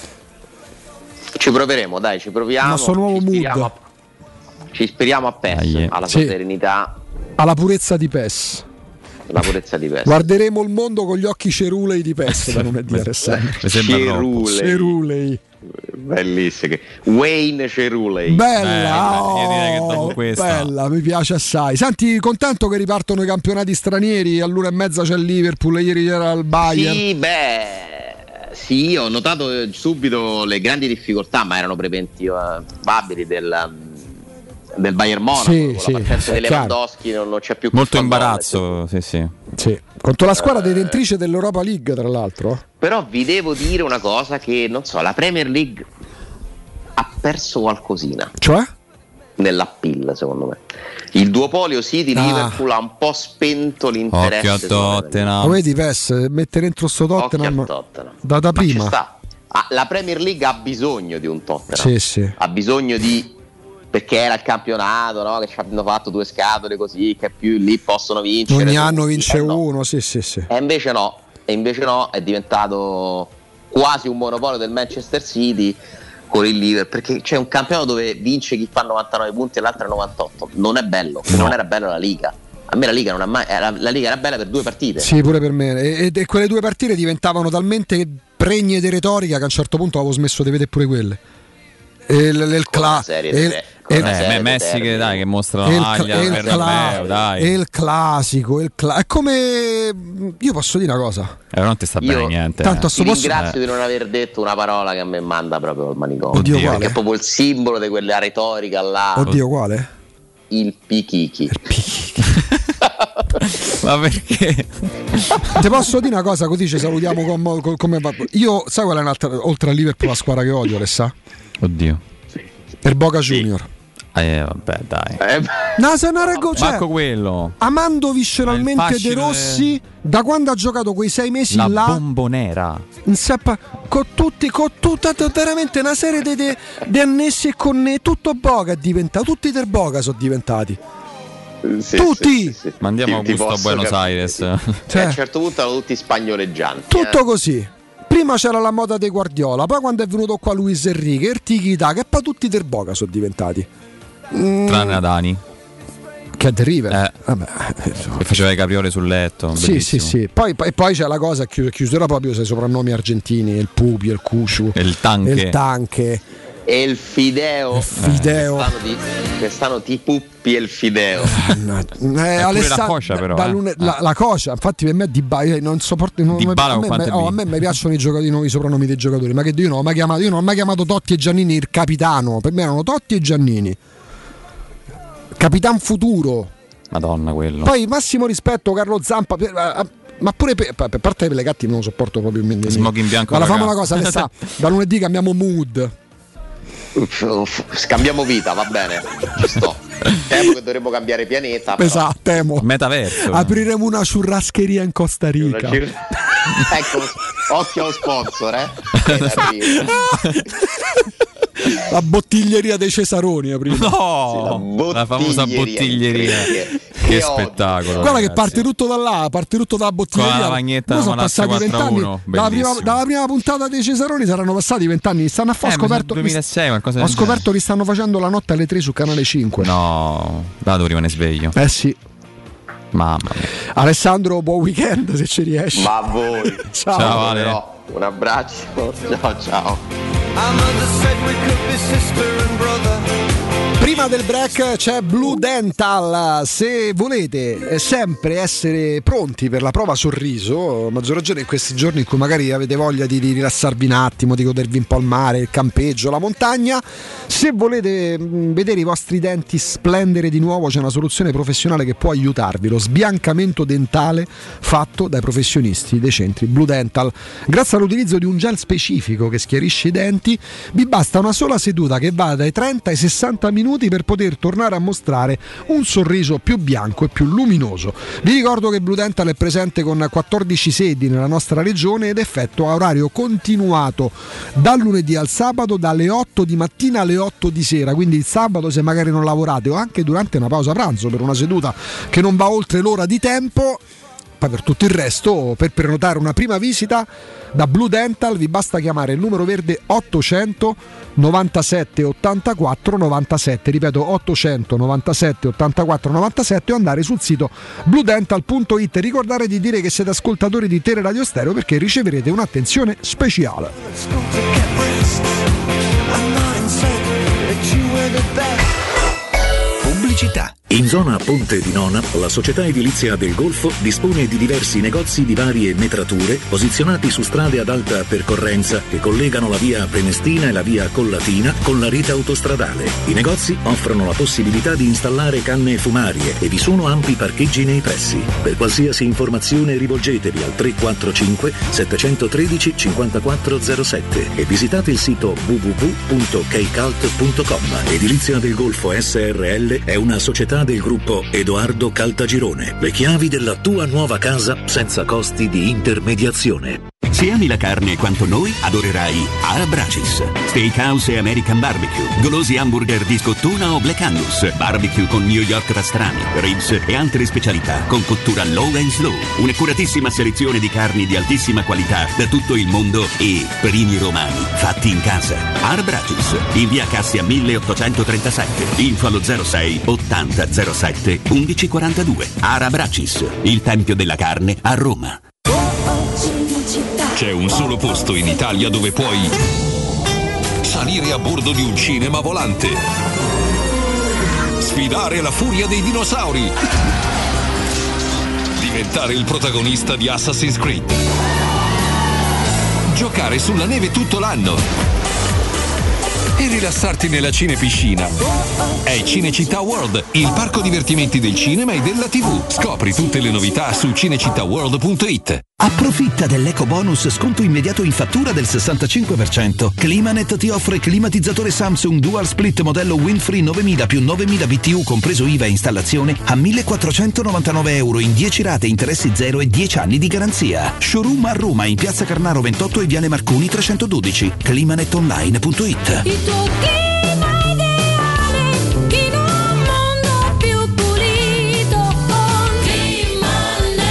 Ci proveremo, dai, ci proviamo. Il nostro nuovo ci ispiriamo mood. a, ci ispiriamo a PES, Dai, eh. alla Sì. sua serenità, Alla purezza di PES. la purezza di PES. Guarderemo il mondo con gli occhi cerulei di PES da lunedì a Ressani. Mi sembra troppo. Cerulei. Cerulei. Bellissimo. Wayne Cerulei. Bella, Bella, io direi che dopo oh, questa- bella, mi piace assai. Senti, contento che ripartono i campionati stranieri? All'una e mezza c'è il Liverpool, ieri c'era il Bayern. Sì, beh, sì, ho notato eh, subito le grandi difficoltà, ma erano preventivabili del, um, del Bayern Monaco. Sì, con sì, la partenza è di chiaro. Lewandowski non, non c'è più Molto confronto, imbarazzo, sì, sì. Sì. Contro la squadra detentrice dell'Europa League, tra l'altro. Però vi devo dire una cosa che, non so, la Premier League ha perso qualcosina. Cioè? Nell'appeal, secondo me. Il duopolio City-Liverpool ah. ha un po' spento l'interesse. Occhio a Tottenham. Lo vedi, Pes, mettere dentro sto Tottenham, Tottenham. Da, da prima. Ah, la Premier League ha bisogno di un Tottenham. Sì, sì. Ha bisogno di... perché era il campionato, no? Che ci hanno fatto due scatole così, che più lì possono vincere. Ogni anno vince eh, no. uno, sì, sì, sì. E invece no, e invece no, è diventato quasi un monopolio del Manchester City con il Liverpool, perché c'è un campionato dove vince chi fa novantanove punti e l'altro è novantotto. Non è bello, no. Non era bello la Liga. A me la Liga non è mai, la, la Liga era bella per due partite. Sì, pure per me. E, e quelle due partite diventavano talmente pregne di retorica che a un certo punto avevo smesso di vedere pure quelle. E il, il cla- e il, eh, Messi che dai che mostra la maglia il, per cla- dai. il classico, il cla- è come, io posso dire una cosa. Eh, non ti sta io bene niente. Tanto eh. ti ringrazio eh. di non aver detto una parola che a me manda proprio al manicomio. Oddio, perché quale? è proprio il simbolo di quella retorica là. Oddio, quale? Il pichichi. Il pichichi. Ma perché? Ti posso dire una cosa, così ci salutiamo con, con, come io, sai qual è un'altra, oltre a Liverpool, la squadra che odio, Alessà? Oddio. Per Boca Junior. Eh vabbè, dai. Eh, no, se non reggo, cioè, Marco quello. amando visceralmente De Rossi da quando ha giocato quei sei mesi la là. La bombonera. In sappa, con tutti, con tutta, veramente una serie di annessi e connessi. Tutto Boca è diventato, tutti del Boca sono diventati. Sì, tutti. Sì, sì, sì. Mandiamo ti, Augusto ti a Buenos capire, Aires. Sì. Cioè, a un certo punto erano tutti spagnoleggianti. Tutto eh. così. Prima c'era la moda dei Guardiola, poi quando è venuto qua Luis Enrique, il tiki-taka, e poi tutti del Boca sono diventati. Mm. Tranne Adani. Che è The River. Eh. Vabbè. Che faceva i capriole sul letto. Sì, sì, sì. Poi, poi, poi c'è la cosa, chiusura proprio sui soprannomi argentini, il Pupi, il Cusciu, il Tanche. Il Tanche. E il Fideo. Il Fideo. Quest'anno, di, quest'anno ti puppi e il Fideo. Eh, Alessandro, la Cocia però. Da, eh. lune, la, la Cocia, infatti per me Di Bala, non sopporto. Non, Di Bala a, me, me, oh, a me mi piacciono i giocatori, i soprannomi dei giocatori, ma che io non ho mai chiamato, io non ho mai chiamato Totti e Giannini il capitano. Per me erano Totti e Giannini. Capitan futuro. Madonna quello. Poi massimo rispetto Carlo Zampa. Ma pure per, per parte delle gatti non lo sopporto proprio. Smoking bianco. Ma facciamo una cosa, Alessà, da lunedì cambiamo mood. Scambiamo vita, va bene. Ci sto. Temo che dovremmo cambiare pianeta. Esatto, temo. Metaverso. Apriremo una churrascheria in Costa Rica. Cir- ecco, occhio allo sponsor, eh. La bottiglieria dei Cesaroni prima. No, sì, la, la famosa bottiglieria. Che, che spettacolo. Guarda ragazzi. Che parte tutto da là, parte tutto dalla bottiglieria. Con la magnetta sono passati vent'anni. Dalla prima, dalla prima puntata dei Cesaroni saranno passati vent'anni. Stanno a fare. Eh, scoperto, duemilasei, qualcosa ho scoperto che stanno facendo la notte alle tre su Canale cinque. No, da devo rimanere sveglio. Eh sì. Mamma mia. Alessandro, buon weekend se ci riesci. Ma a voi. Ciao. Ciao Ale. No, un abbraccio. Ciao ciao. Prima del break c'è Blue Dental. Se volete sempre essere pronti per la prova sorriso, a maggior ragione in questi giorni in cui magari avete voglia di, di rilassarvi un attimo, di godervi un po' il mare, il campeggio, la montagna, se volete mh, vedere i vostri denti splendere di nuovo, c'è una soluzione professionale che può aiutarvi: lo sbiancamento dentale fatto dai professionisti dei centri Blue Dental. Grazie all'utilizzo di un gel specifico che schiarisce i denti, vi basta una sola seduta che va dai trenta ai sessanta minuti per poter tornare a mostrare un sorriso più bianco e più luminoso. Vi ricordo che Blue Dental è presente con quattordici sedi nella nostra regione ed effettua orario continuato dal lunedì al sabato dalle otto di mattina alle otto di sera, quindi il sabato se magari non lavorate o anche durante una pausa pranzo per una seduta che non va oltre l'ora di tempo. Poi per tutto il resto, per prenotare una prima visita da Blue Dental vi basta chiamare il numero verde ottocento novantasette ottantaquattro novantasette, ripeto ottocento novantasette ottantaquattro novantasette, o andare sul sito blue dental punto it. Ricordate di dire che siete ascoltatori di Teleradio Stereo perché riceverete un'attenzione speciale. Pubblicità. In zona Ponte di Nona, la società edilizia del Golfo dispone di diversi negozi di varie metrature posizionati su strade ad alta percorrenza che collegano la via Prenestina e la via Collatina con la rete autostradale. I negozi offrono la possibilità di installare canne fumarie e vi sono ampi parcheggi nei pressi. Per qualsiasi informazione rivolgetevi al tre quattro cinque sette uno tre cinque quattro zero sette e visitate il sito w w w punto keicalt punto com. Edilizia del Golfo S R L è una società del gruppo Edoardo Caltagirone. Le chiavi della tua nuova casa senza costi di intermediazione. Se ami la carne quanto noi, adorerai Arabracis. Steakhouse e American Barbecue, golosi hamburger di scottuna o Black Angus, barbecue con New York pastrami, ribs e altre specialità con cottura low and slow. Un'accuratissima selezione di carni di altissima qualità da tutto il mondo e primi romani fatti in casa. Arabracis, in via Cassia milleottocentotrentasette, info allo zero sei ottanta zero sette undici quarantadue. Arabracis, il tempio della carne a Roma. C'è un solo posto in Italia dove puoi salire a bordo di un cinema volante, sfidare la furia dei dinosauri, diventare il protagonista di Assassin's Creed, giocare sulla neve tutto l'anno e rilassarti nella cinepiscina. È Cinecittà World, il parco divertimenti del cinema e della tivù. Scopri tutte le novità su cinecittà world punto it. Approfitta dell'eco bonus sconto immediato in fattura del sessantacinque per cento. Climanet ti offre climatizzatore Samsung Dual Split modello Windfree novemila più novemila B T U compreso I V A e installazione a millequattrocentonovantanove euro in dieci rate, interessi zero e dieci anni di garanzia. Showroom a Roma in Piazza Carnaro ventotto e Viale Marconi trecentododici. climanet online punto it. Il tuo clima ideale in un mondo più pulito con Climanet.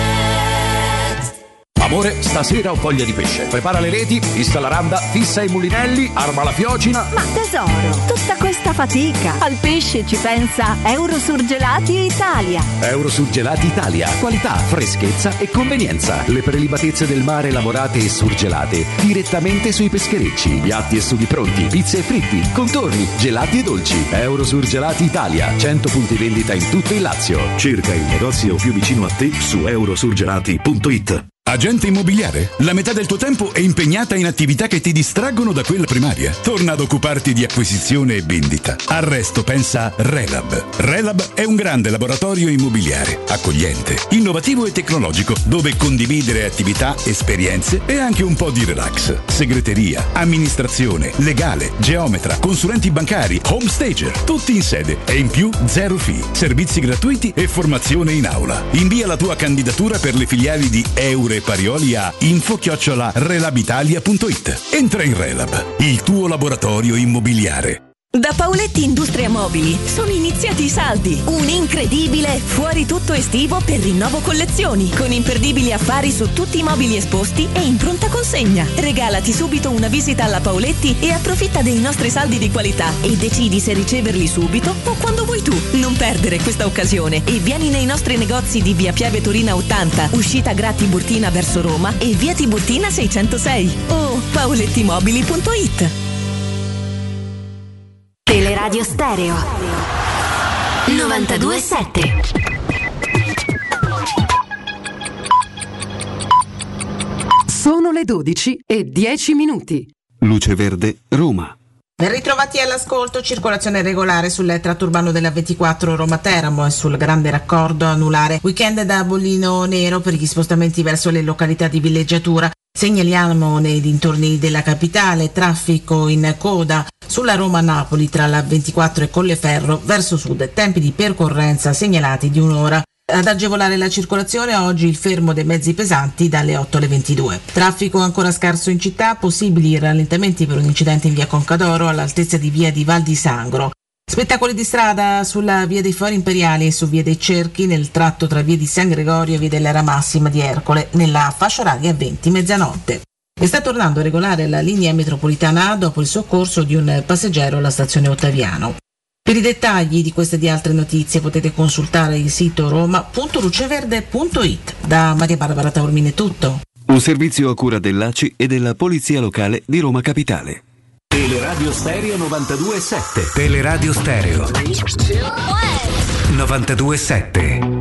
Amore, stasera ho voglia di pesce. Prepara le reti, fissa la randa, fissa i mulinelli, arma la fiocina. Ma tesoro, tutta questa fatica. Al pesce ci pensa Eurosurgelati Italia. Eurosurgelati Italia. Qualità, freschezza e convenienza. Le prelibatezze del mare lavorate e surgelate direttamente sui pescherecci. Piatti e sughi pronti, pizze e fritti, contorni, gelati e dolci. Eurosurgelati Italia. cento punti vendita in tutto il Lazio. Cerca il negozio più vicino a te su eurosurgelati punto it. Agente immobiliare? La metà del tuo tempo è impegnata in attività che ti distraggono da quella primaria. Torna ad occuparti di acquisizione e vendita. Al resto pensa Relab. Relab è un grande laboratorio immobiliare, accogliente, innovativo e tecnologico, dove condividere attività, esperienze e anche un po' di relax. Segreteria, amministrazione, legale, geometra, consulenti bancari, home stager, tutti in sede e in più zero fee, servizi gratuiti e formazione in aula. Invia la tua candidatura per le filiali di Euro e Parioli a info chiocciola relabitalia punto it. Entra in Relab, il tuo laboratorio immobiliare. Da Paoletti Industria Mobili sono iniziati i saldi. Un incredibile fuori tutto estivo per rinnovo collezioni, con imperdibili affari su tutti i mobili esposti e in pronta consegna. Regalati subito una visita alla Paoletti e approfitta dei nostri saldi di qualità e decidi se riceverli subito o quando vuoi tu. Non perdere questa occasione e vieni nei nostri negozi di via Pieve Torina ottanta, uscita Gra Tiburtina verso Roma e via Tiburtina seicentosei o paolettimobili punto it. Teleradio Stereo novantadue sette. Sono le dodici e dieci minuti. Luce Verde, Roma. Ben ritrovati all'ascolto, circolazione regolare sul tratto urbano della ventiquattro Roma-Teramo e sul grande raccordo anulare weekend da Bollino Nero per gli spostamenti verso le località di villeggiatura. Segnaliamo nei dintorni della capitale traffico in coda sulla Roma-Napoli tra la ventiquattro e Colleferro verso sud, tempi di percorrenza segnalati di un'ora. Ad agevolare la circolazione oggi il fermo dei mezzi pesanti dalle otto alle ventidue. Traffico ancora scarso in città, possibili rallentamenti per un incidente in via Concadoro all'altezza di via di Val di Sangro. Spettacoli di strada sulla via dei Fori Imperiali e su via dei Cerchi nel tratto tra via di San Gregorio e via dell'Era Massima di Ercole nella fascia oraria venti mezzanotte. E sta tornando regolare la linea metropolitana A dopo il soccorso di un passeggero alla stazione Ottaviano. Per i dettagli di queste e di altre notizie potete consultare il sito roma punto luceverde punto it. Da Maria Barbara Taormini è tutto. Un servizio a cura dell'A C I e della Polizia Locale di Roma Capitale. Teleradio Stereo novantadue virgola sette. Teleradio Stereo novantadue virgola sette.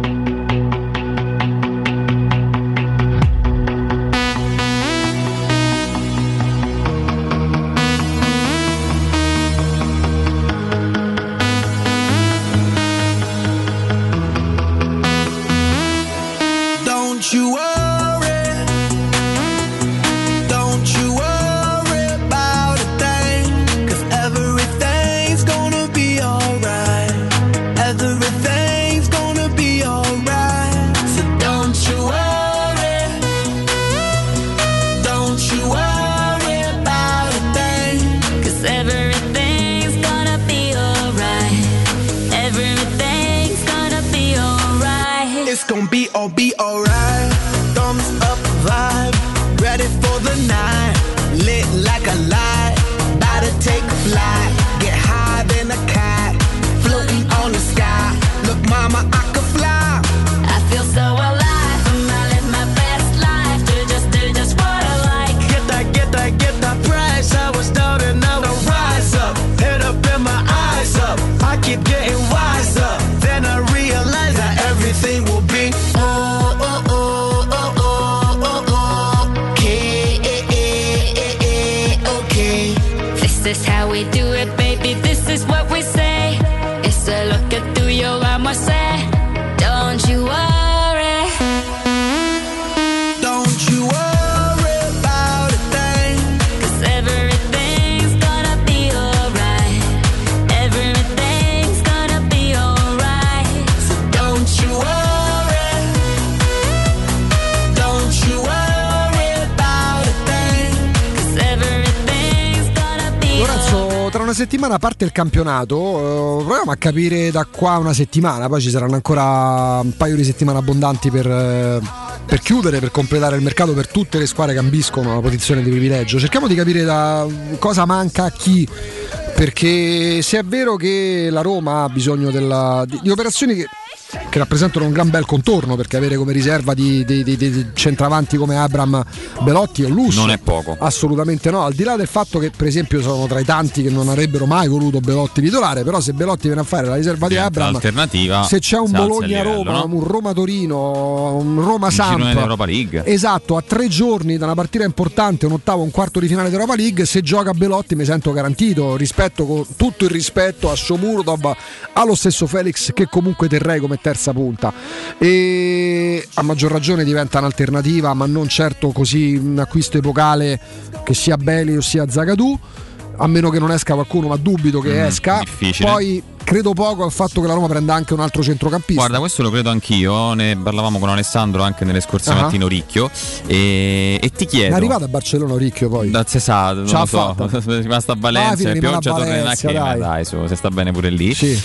Don't you worry, don't you worry about a thing, 'cause everything's gonna be alright, everything's gonna be alright, so don't you worry, don't you worry about a thing, 'cause everything's gonna be alright, everything's gonna be alright, it's gonna be all be alright. Thumbs up vibe, ready for the night, lit like a light, about to take a flight, get high than a cat, floating on the sky, look mama I could fly, I feel so alive, I live my best life, do just, do just what I like, get that, get that, get that price, I was down and now I rise up, head up and my eyes up, I keep getting wiser, then I realize that everything will be oh, oh, oh. This is how we do it, baby, this is what we say. It's a look at through your eyes, I say. Don't you worry, don't you worry about a thing, 'cause everything's gonna be alright, everything's gonna be alright, so don't you worry, don't you worry about a thing, 'cause everything's gonna be Lorenzo, tra una settimana parte il campionato, eh, proviamo a capire da qua a una settimana, poi ci saranno ancora un paio di settimane abbondanti per, eh, per chiudere, per completare il mercato per tutte le squadre che ambiscono una posizione di privilegio. Cerchiamo di capire da cosa manca a chi, perché se è vero che la Roma ha bisogno della, di, di operazioni che che rappresentano un gran bel contorno, perché avere come riserva di, di, di, di centravanti come Abraham Belotti è un lusso, non è poco, assolutamente no, al di là del fatto che per esempio sono tra i tanti che non avrebbero mai voluto Belotti titolare, però se Belotti viene a fare la riserva di Abraham, alternativa, se c'è un Bologna-Roma, no? Un Roma-Torino, un Roma-Samp, un Europa League, esatto, a tre giorni da una partita importante, un ottavo, un quarto di finale di Europa League, se gioca Belotti mi sento garantito, rispetto, con tutto il rispetto a Shomurodov, allo stesso Felix che comunque terrei come terza punta, e a maggior ragione diventa un'alternativa, ma non certo così un acquisto epocale che sia Beli o sia Zagadou, a meno che non esca qualcuno, ma dubito che mm, esca. Difficile. Poi credo poco al fatto che la Roma prenda anche un altro centrocampista. Guarda, questo lo credo anch'io, ne parlavamo con Alessandro anche nelle scorse uh-huh. mattine, Oricchio, e, e ti chiedo, è arrivato a Barcellona Oricchio poi da Cesà, non lo so, è rimasta a Valencia, ah, pioggia tornerà, che dai, dai su, se sta bene pure lì, sì.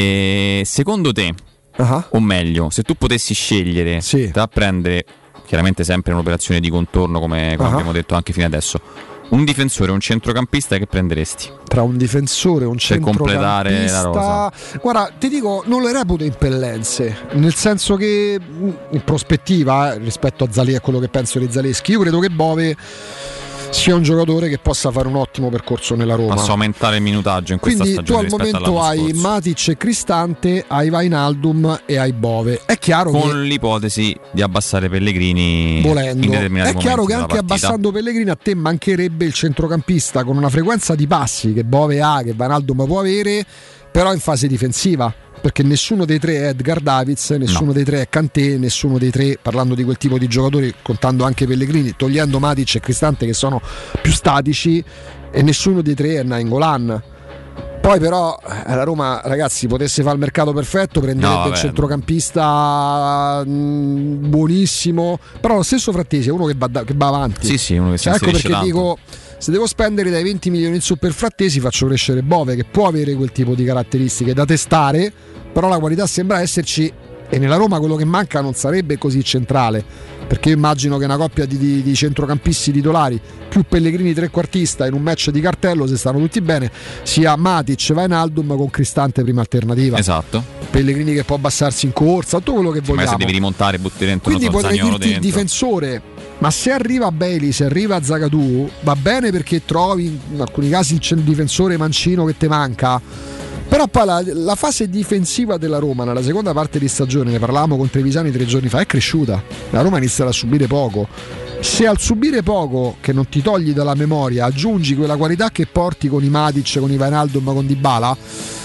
E secondo te, uh-huh. o meglio, se tu potessi scegliere sì. da prendere, chiaramente sempre un'operazione di contorno come, come uh-huh. abbiamo detto anche fino adesso, un difensore e un centrocampista, che prenderesti? Tra un difensore e un centrocampista, per completare la rosa. Guarda, ti dico, non le reputo impellenze, nel senso che in prospettiva, eh, rispetto a Zaleschi, a quello che penso di Zaleschi, io credo che Bove sia un giocatore che possa fare un ottimo percorso nella Roma. Possa aumentare il minutaggio in questa Quindi stagione. Quindi tu al momento hai scorso. Matic e Cristante, hai Wijnaldum e hai Bove. È chiaro con che l'ipotesi di abbassare Pellegrini volendo. In determinati è chiaro che momenti anche abbassando Pellegrini a te mancherebbe il centrocampista con una frequenza di passi che Bove ha, che Wijnaldum può avere, però in fase difensiva, perché nessuno dei tre è Edgar Davids, nessuno no. dei tre è Kanté, nessuno dei tre, parlando di quel tipo di giocatori, contando anche Pellegrini, togliendo Matic e Cristante che sono più statici, e nessuno dei tre è Nainggolan. Poi però la Roma, ragazzi, potesse fare il mercato perfetto, prenderebbe no, il centrocampista mh, buonissimo, però lo stesso Frattesi è uno che va, da, che va avanti. Sì, sì, uno che si cioè, ecco perché tanto. dico, se devo spendere dai venti milioni in su per Frattesi, faccio crescere Bove, che può avere quel tipo di caratteristiche da testare, però la qualità sembra esserci, e nella Roma quello che manca non sarebbe così centrale, perché io immagino che una coppia di, di, di centrocampisti titolari più Pellegrini trequartista in un match di cartello, se stanno tutti bene, sia Matic, Wijnaldum con Cristante prima alternativa. Esatto. Pellegrini che può abbassarsi in corsa, tutto quello che vogliamo. Ma se devi rimontare, butti dentro. Quindi potrei dirti il difensore Ma se arriva Bailey, se arriva Zagadou, va bene perché trovi in alcuni casi il difensore mancino che ti manca. Però poi la, la fase difensiva della Roma nella seconda parte di stagione, ne parlavamo con Trevisani tre giorni fa, è cresciuta. La Roma inizia a subire poco. Se al subire poco, che non ti togli dalla memoria, aggiungi quella qualità che porti con i Matic, con i Wijnaldum, con Dybala,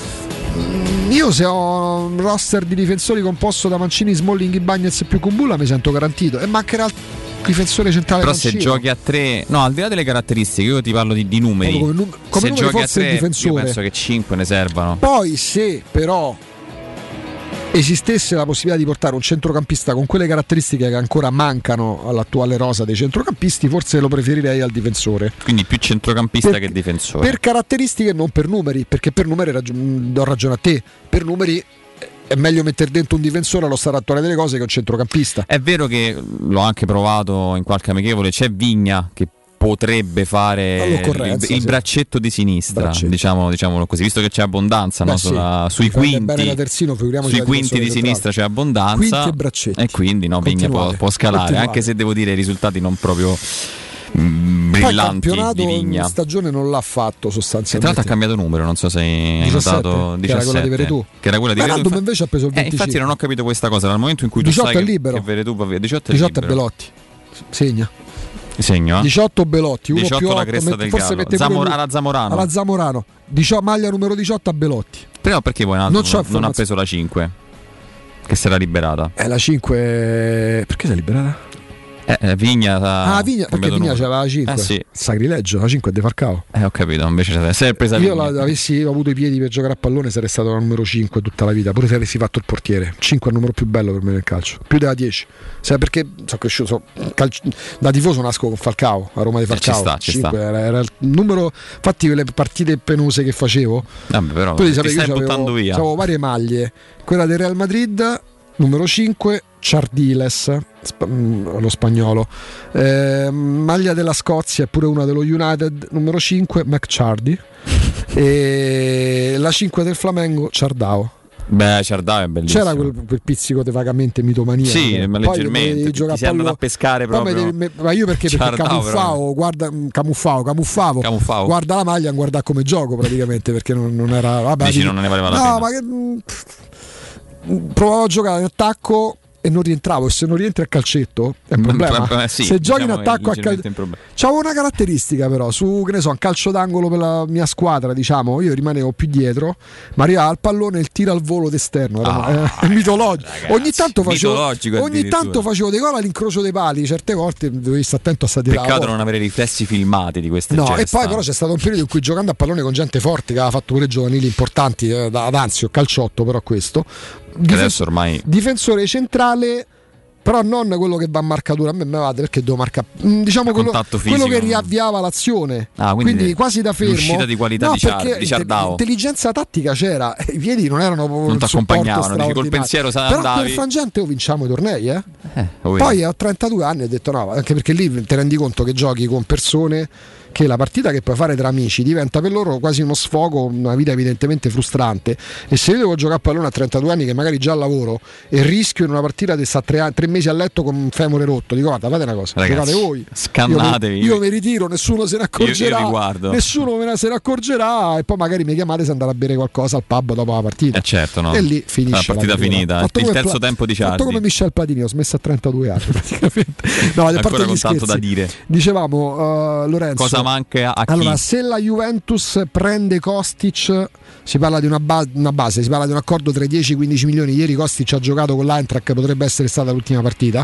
io se ho un roster di difensori composto da Mancini, Smalling, Ibañez più Kumbulla mi sento garantito. E mancherà il difensore centrale. Però Mancini. Se giochi a tre, no, al di là delle caratteristiche, io ti parlo di, di numeri. Come, come, come se numeri giochi a forse tre, il difensore. io penso che cinque ne servano. Poi se però esistesse la possibilità di portare un centrocampista con quelle caratteristiche che ancora mancano all'attuale rosa dei centrocampisti, forse lo preferirei al difensore. Quindi più centrocampista per, che difensore. Per caratteristiche, non per numeri, perché per numeri ragion- do ragione a te. Per numeri è meglio mettere dentro un difensore allo stato attuale delle cose che un centrocampista. È vero che l'ho anche provato in qualche amichevole, c'è Vigna che potrebbe fare il, il braccetto di sinistra, braccetto. Diciamo, diciamolo così, visto che c'è abbondanza. Beh, no? sì. Sulla, sui quinti, terzino, sui quinti di sinistra c'è abbondanza e, e quindi no, Vigna può, può scalare, Continuare. Anche se devo dire i risultati non proprio mm, brillanti. Poi di Vigna. In stagione non l'ha fatto sostanzialmente. E tra l'altro ha cambiato numero, non so se hai diciassette, notato, che era quella di Veretù. Che era quella di Veretù. Infa- invece ha preso il venticinque. Eh, infatti non ho capito questa cosa, dal momento in cui tu sai è libero. che Veretù va via, diciotto è diciotto libero. è Belotti. Segna. Segno, eh? diciotto Belotti, uno diciotto più la otto, cresta mette, del forse Gallo. mette Zamor- alla Zamorano. Alla Zamorano. diciotto, maglia numero diciotto a Belotti. Però perché poi non, non, non ha preso la cinque? Che si era liberata. Eh, la cinque perché si è liberata? Eh, Vigna Ah, Vigna, perché Vigna c'aveva la cinque. Eh sì. Sacrilegio, la cinque è De Falcao. Eh, ho capito, invece c'è sempre presa Io Vigna. la, avessi avuto i piedi per giocare a pallone sarei stato la numero cinque tutta la vita, pure se avessi fatto il portiere. cinque è il numero più bello per me nel calcio, più della dieci. Sai perché sono cresciuto, so, calcio, da tifoso nasco con Falcao, a Roma di Falcao. Eh, ci sta, ci cinque sta. Era, era il numero, infatti quelle partite penose che facevo. Vabbè, però tu ti sapevi, stai avevo, buttando via. Avevo varie maglie, quella del Real Madrid numero cinque, Chardiles, sp- lo spagnolo, eh, maglia della Scozia e pure una dello United numero cinque, McChardy, e la cinque del Flamengo, Ciardao. Beh, Ciardao è bellissimo. C'era quel, quel pizzico di vagamente mitomania. Sì, ma leggermente. Ti sei andato a pescare proprio. Devi, me, ma io perché? Perché camuffavo, guarda, camuffavo, camuffavo, camuffavo. Guarda la maglia, guarda come gioco praticamente, perché non, non era. Vabbè, Dici, dici, non ne valeva la no, pena. Ma che, pff, provavo a giocare in attacco e non rientravo, e se non rientri a calcetto è un problema. Eh sì, se giochi diciamo in attacco a calcetto, c'avevo una caratteristica però su, che ne so, un calcio d'angolo per la mia squadra, diciamo, io rimanevo più dietro, ma arrivava al pallone e il tiro al volo d'esterno, era oh, eh, mitologico. Ragazzi, ogni tanto facevo ogni tanto facevo facevo dei gol all'incrocio dei pali, certe volte dovevi stare attento a stare. Peccato non avere riflessi filmati di queste no, gesta. E poi però c'è stato un periodo in cui giocando a pallone con gente forte che aveva fatto pure giovanili importanti, eh, ad Anzio, calciotto, però questo Difens- adesso ormai difensore centrale, però non quello che va a marcatura, a me mi vada perché devo marcare, diciamo quello, quello che riavviava l'azione, ah, quindi, quindi quasi da fermo. L'uscita di qualità no, di, Ciar- di Ciardao. L'intelligenza tattica c'era, i piedi non erano proprio, non ti accompagnavano, dici, col pensiero se però andavi. per frangente vinciamo i tornei, eh? Eh, Poi a trentadue anni ho detto no, anche perché lì ti rendi conto che giochi con persone che la partita che puoi fare tra amici diventa per loro quasi uno sfogo, una vita evidentemente frustrante, e se io devo giocare a pallone a trentadue anni che magari già lavoro e rischio in una partita di sta tre, tre mesi a letto con un femore rotto, dico guarda fate una cosa, ragazzi, giocate voi, scannatevi, io, io mi ritiro, nessuno se ne accorgerà, io, io nessuno me ne se ne accorgerà, e poi magari mi chiamate se andare a bere qualcosa al pub dopo la partita, eh certo, no? E lì finisce la partita la finita, il terzo pla- tempo di Ciardi, fatto come Michel Platini, ho smesso a trentadue anni praticamente. No, ancora con tanto da dire. Dicevamo uh, Lorenzo, cosa manca a chi? Allora, se la Juventus prende Kostic, si parla di una, ba- una base, si parla di un accordo tra i dieci e i quindici milioni. Ieri Kostic ha giocato con l'Eintracht, potrebbe essere stata l'ultima partita,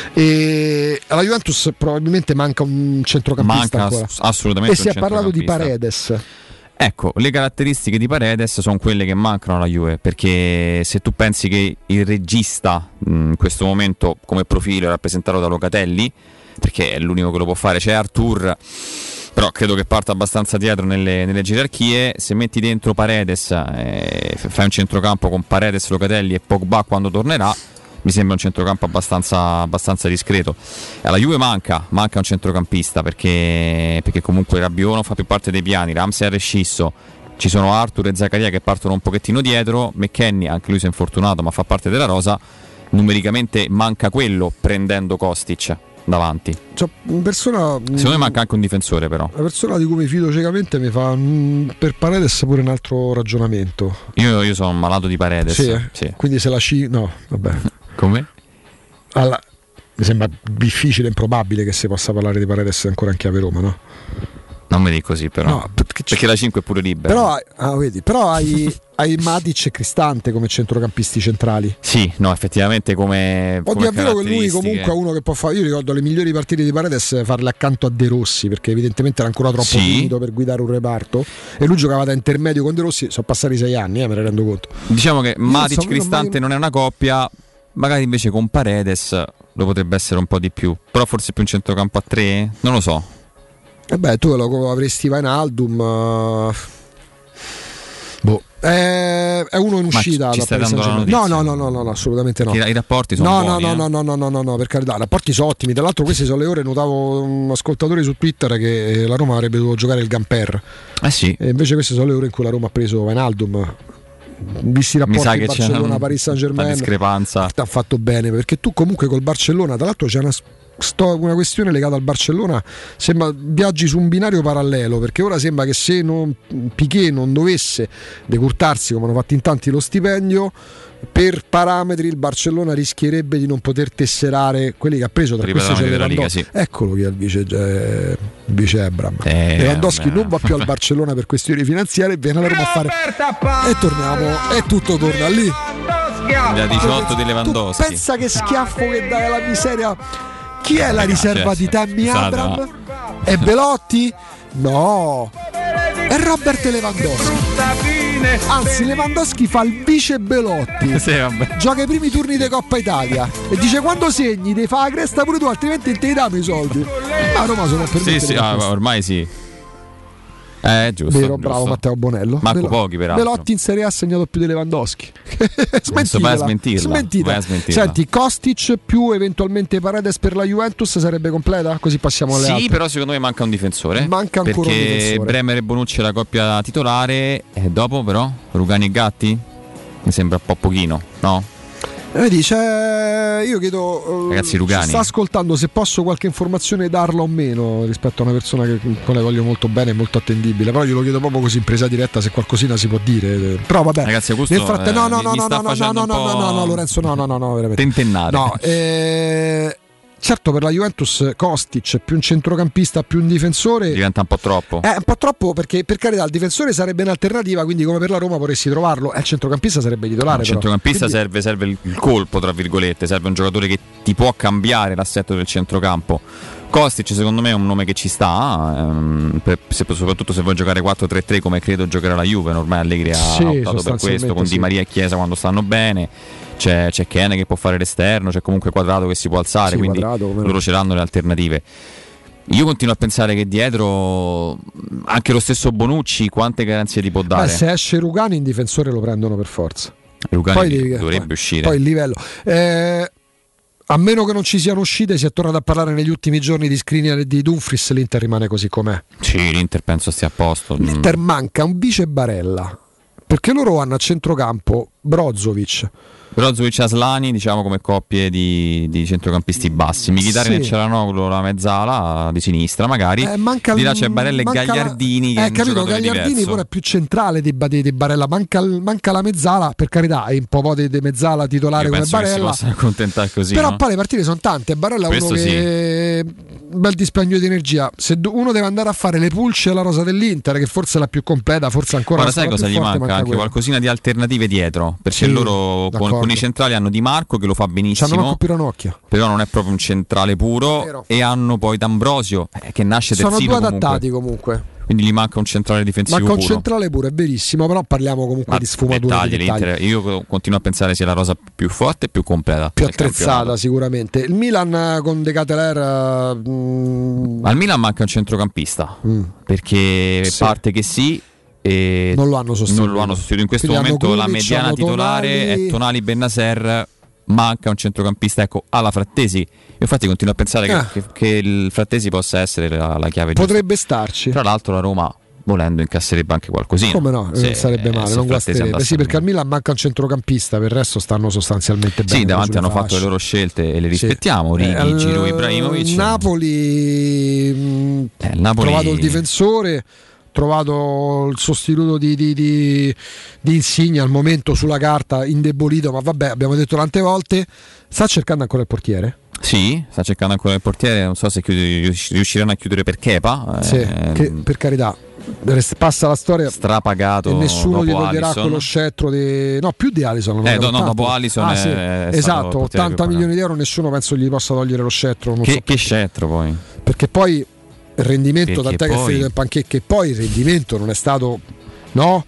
e alla Juventus probabilmente manca un centrocampista manca ancora. assolutamente, e si è parlato di Paredes. Ecco, le caratteristiche di Paredes sono quelle che mancano alla Juve, perché se tu pensi che il regista in questo momento come profilo è rappresentato da Locatelli, perché è l'unico che lo può fare, c'è Artur, però credo che parta abbastanza dietro nelle, nelle gerarchie. Se metti dentro Paredes, eh, fai un centrocampo con Paredes, Locatelli e Pogba quando tornerà, mi sembra un centrocampo abbastanza, abbastanza discreto. Alla Juve manca, manca un centrocampista, perché, perché comunque Rabiot fa più parte dei piani, Ramsey è rescisso, ci sono Arthur e Zaccaria che partono un pochettino dietro, McKennie anche lui si è infortunato ma fa parte della rosa, numericamente manca quello prendendo Kostic. davanti. Cioè, una persona, secondo me manca anche un difensore, però. La persona di cui mi fido ciecamente mi fa mh, per Paredes pure un altro ragionamento. Io, io sono malato di Paredes. Sì, eh? Sì. Quindi se la C no, vabbè. Come? Alla... Mi sembra difficile, improbabile che si possa parlare di Paredes ancora anche a Roma, no? Non mi dici così, però. No, perché, perché la cinque è pure libera. Però, ah, vedi, però hai, hai Matic e Cristante come centrocampisti centrali. Sì, no, effettivamente come. Oddio, come è vero che lui comunque è uno che può fare. Io ricordo le migliori partite di Paredes farle accanto a De Rossi, perché evidentemente era ancora troppo sì. timido per guidare un reparto. E lui giocava da intermedio con De Rossi. Sono passati sei anni, eh, me ne rendo conto. Diciamo che Matic so, Cristante non, non è una coppia. Magari invece con Paredes lo potrebbe essere un po' di più. Però forse più un centrocampo a tre? Non lo so. E eh beh, tu lo avresti Wijnaldum. Uh... Boh. È, è uno in uscita. Ci stai da dando la no, no, no, no, no, no, assolutamente no. I, i rapporti sono no, buoni. No, eh? no, no, no, no, no, no, per carità. I rapporti sono ottimi. Tra l'altro, queste sono le ore. Notavo un ascoltatore su Twitter che la Roma avrebbe dovuto giocare il Gamper. Eh sì. E invece queste sono le ore in cui la Roma ha preso Wijnaldum. Visti i rapporti Barcellona, Paris Saint-Germain, discrepanza. Ha fatto bene perché tu comunque col Barcellona, tra l'altro c'è una, sto, una questione legata al Barcellona, sembra viaggi su un binario parallelo, perché ora sembra che se non, Piqué non dovesse decurtarsi come hanno fatto in tanti lo stipendio, per parametri il Barcellona rischierebbe di non poter tesserare quelli che ha preso, tra questi c'è Lewandowski. Sì. Eccolo chi è il vice, eh, vice Ebram. Eh, Lewandowski non va più al Barcellona per questioni finanziarie, viene alla Roma a fare e torniamo e tutto torna lì. Da diciotto di Lewandowski. Tu pensa che schiaffo che dai alla miseria. Chi è la riserva di Tammy Abraham? È Belotti? No, è Robert Lewandowski. Anzi, Lewandowski fa il vice Belotti. Sì, vabbè. Gioca i primi turni di Coppa Italia e dice: quando segni devi fare la cresta pure tu, altrimenti te ne diamo i soldi. Ma a Roma sono per Sì, sì, ah, ormai sì. Eh, giusto. Vero, giusto. bravo Matteo Bonello. Manco Belo- pochi, peraltro. Belotti in Serie A ha segnato più di Lewandowski. Smentitela. Smentirla. Smentita. Vai a smentirla. Senti, Kostic più eventualmente Paredes per la Juventus sarebbe completa? Così passiamo alle sì, altre. Sì, però secondo me manca un difensore. Manca ancora perché un difensore. Bremer e Bonucci è la coppia titolare. E dopo, però, Rugani e Gatti? Mi sembra un po' pochino, no? Vedi, c'è... io chiedo, ragazzi, Rugani sta ascoltando, se posso qualche informazione darla o meno rispetto a una persona che, con la voglio molto bene, molto attendibile, però glielo chiedo proprio così in presa diretta se qualcosina si può dire. Però vabbè, ragazzi, Augusto, nel frattempo, eh, no, no, mi no, sta no, no, facendo no, no, no, no, no, Lorenzo, no, no, no, no, veramente. Tentennare. No, eh... certo, per la Juventus Kostic più un centrocampista più un difensore diventa un po' troppo. È un po' troppo, perché per carità il difensore sarebbe un'alternativa, quindi come per la Roma vorresti trovarlo, e il centrocampista sarebbe titolare. Il centrocampista quindi... serve, serve il, il colpo, tra virgolette, serve un giocatore che ti può cambiare l'assetto del centrocampo. Kostic secondo me è un nome che ci sta, ehm, per, se, soprattutto se vuoi giocare quattro tre tre come credo giocherà la Juve. Ormai Allegri ha sì, optato per questo, con sì. Di Maria e Chiesa quando stanno bene. C'è, c'è Kene che può fare l'esterno, c'è comunque Quadrato che si può alzare, sì, quindi Quadrato, loro ce l'hanno le alternative. Io continuo a pensare che dietro anche lo stesso Bonucci quante garanzie ti può dare. Beh, se esce Rugani in difensore lo prendono per forza. Rugani poi dovrebbe poi, uscire. Poi il livello eh, a meno che non ci siano uscite, si è tornato a parlare negli ultimi giorni di Skriniar e di Dumfries, l'Inter rimane così com'è. Sì, l'Inter penso stia a posto. L'Inter mm. manca un vice Barella, perché loro hanno a centrocampo Brozovic Brozovic e Aslani, diciamo, come coppie di, di centrocampisti bassi. Mkhitaryan sì. e Çalhanoğlu la mezzala di sinistra magari. Eh, manca di là c'è Barella e Gagliardini la... che eh, capito, Gagliardini pure è più centrale di, di, di Barella. Manca, manca la mezzala, per carità, è un po' di, di mezzala titolare. Io come penso Barella. Che si possa accontentare così. Però no? poi le partite sono tante. Barella è uno Questo che un bel dispendio di energia. Se uno deve andare a fare le pulce alla rosa dell'Inter, che forse è la più completa, forse ancora. Guarda, sai cosa gli forte, manca? manca Anche quello. qualcosina di alternative dietro. Perché sì, loro con, con i centrali hanno Di Marco che lo fa benissimo, però non è proprio un centrale puro. Vero. E hanno poi D'Ambrosio eh, che nasce terzino. Sono due adattati comunque. comunque. Quindi gli manca un centrale difensivo manca un puro. centrale puro, è verissimo, però parliamo comunque Ma di sfumature dettagli, di dettagli. Io continuo a pensare sia la rosa più forte e più completa, più attrezzata sicuramente. Il Milan con De Ketelaere mm... al Milan manca un centrocampista mm. perché sì. parte che sì e non lo hanno sostituito, non lo hanno sostituito. In questo quindi momento Krunic, la mediana titolare Tonali... è Tonali Bennacer. Manca un centrocampista, ecco, alla Frattesi. Io infatti continuo a pensare ah. che, che, che il Frattesi possa essere la, la chiave potrebbe giusta. starci. Tra l'altro la Roma volendo incasserebbe anche qualcosina. Come no, se, non sarebbe male, non guasterebbe. Sì, perché al Milan manca un centrocampista, per il resto stanno sostanzialmente bene. Sì, davanti hanno fatto le loro scelte e le rispettiamo. Sì. Righi, eh, Giroud, Ibrahimovic. Napoli, mh, eh, il Napoli trovato il difensore, trovato il sostituto di, di, di, di Insigne, al momento sulla carta indebolito, ma vabbè, abbiamo detto tante volte. Sta cercando ancora il portiere? Sì, sta cercando ancora il portiere, non so se chiudi, riusciranno a chiudere per Kepa. Sì, eh, che per carità passa la storia strapagato e nessuno gli toglierà Alisson. quello scettro di... no, più di Alisson, eh, no, no, dopo Alisson ah, è, sì. è esatto, ottanta milioni di euro, nessuno penso gli possa togliere lo scettro, non che, so che scettro poi, perché poi il rendimento, perché tant'è poi... che è finito in panchecche, e poi il rendimento non è stato, no,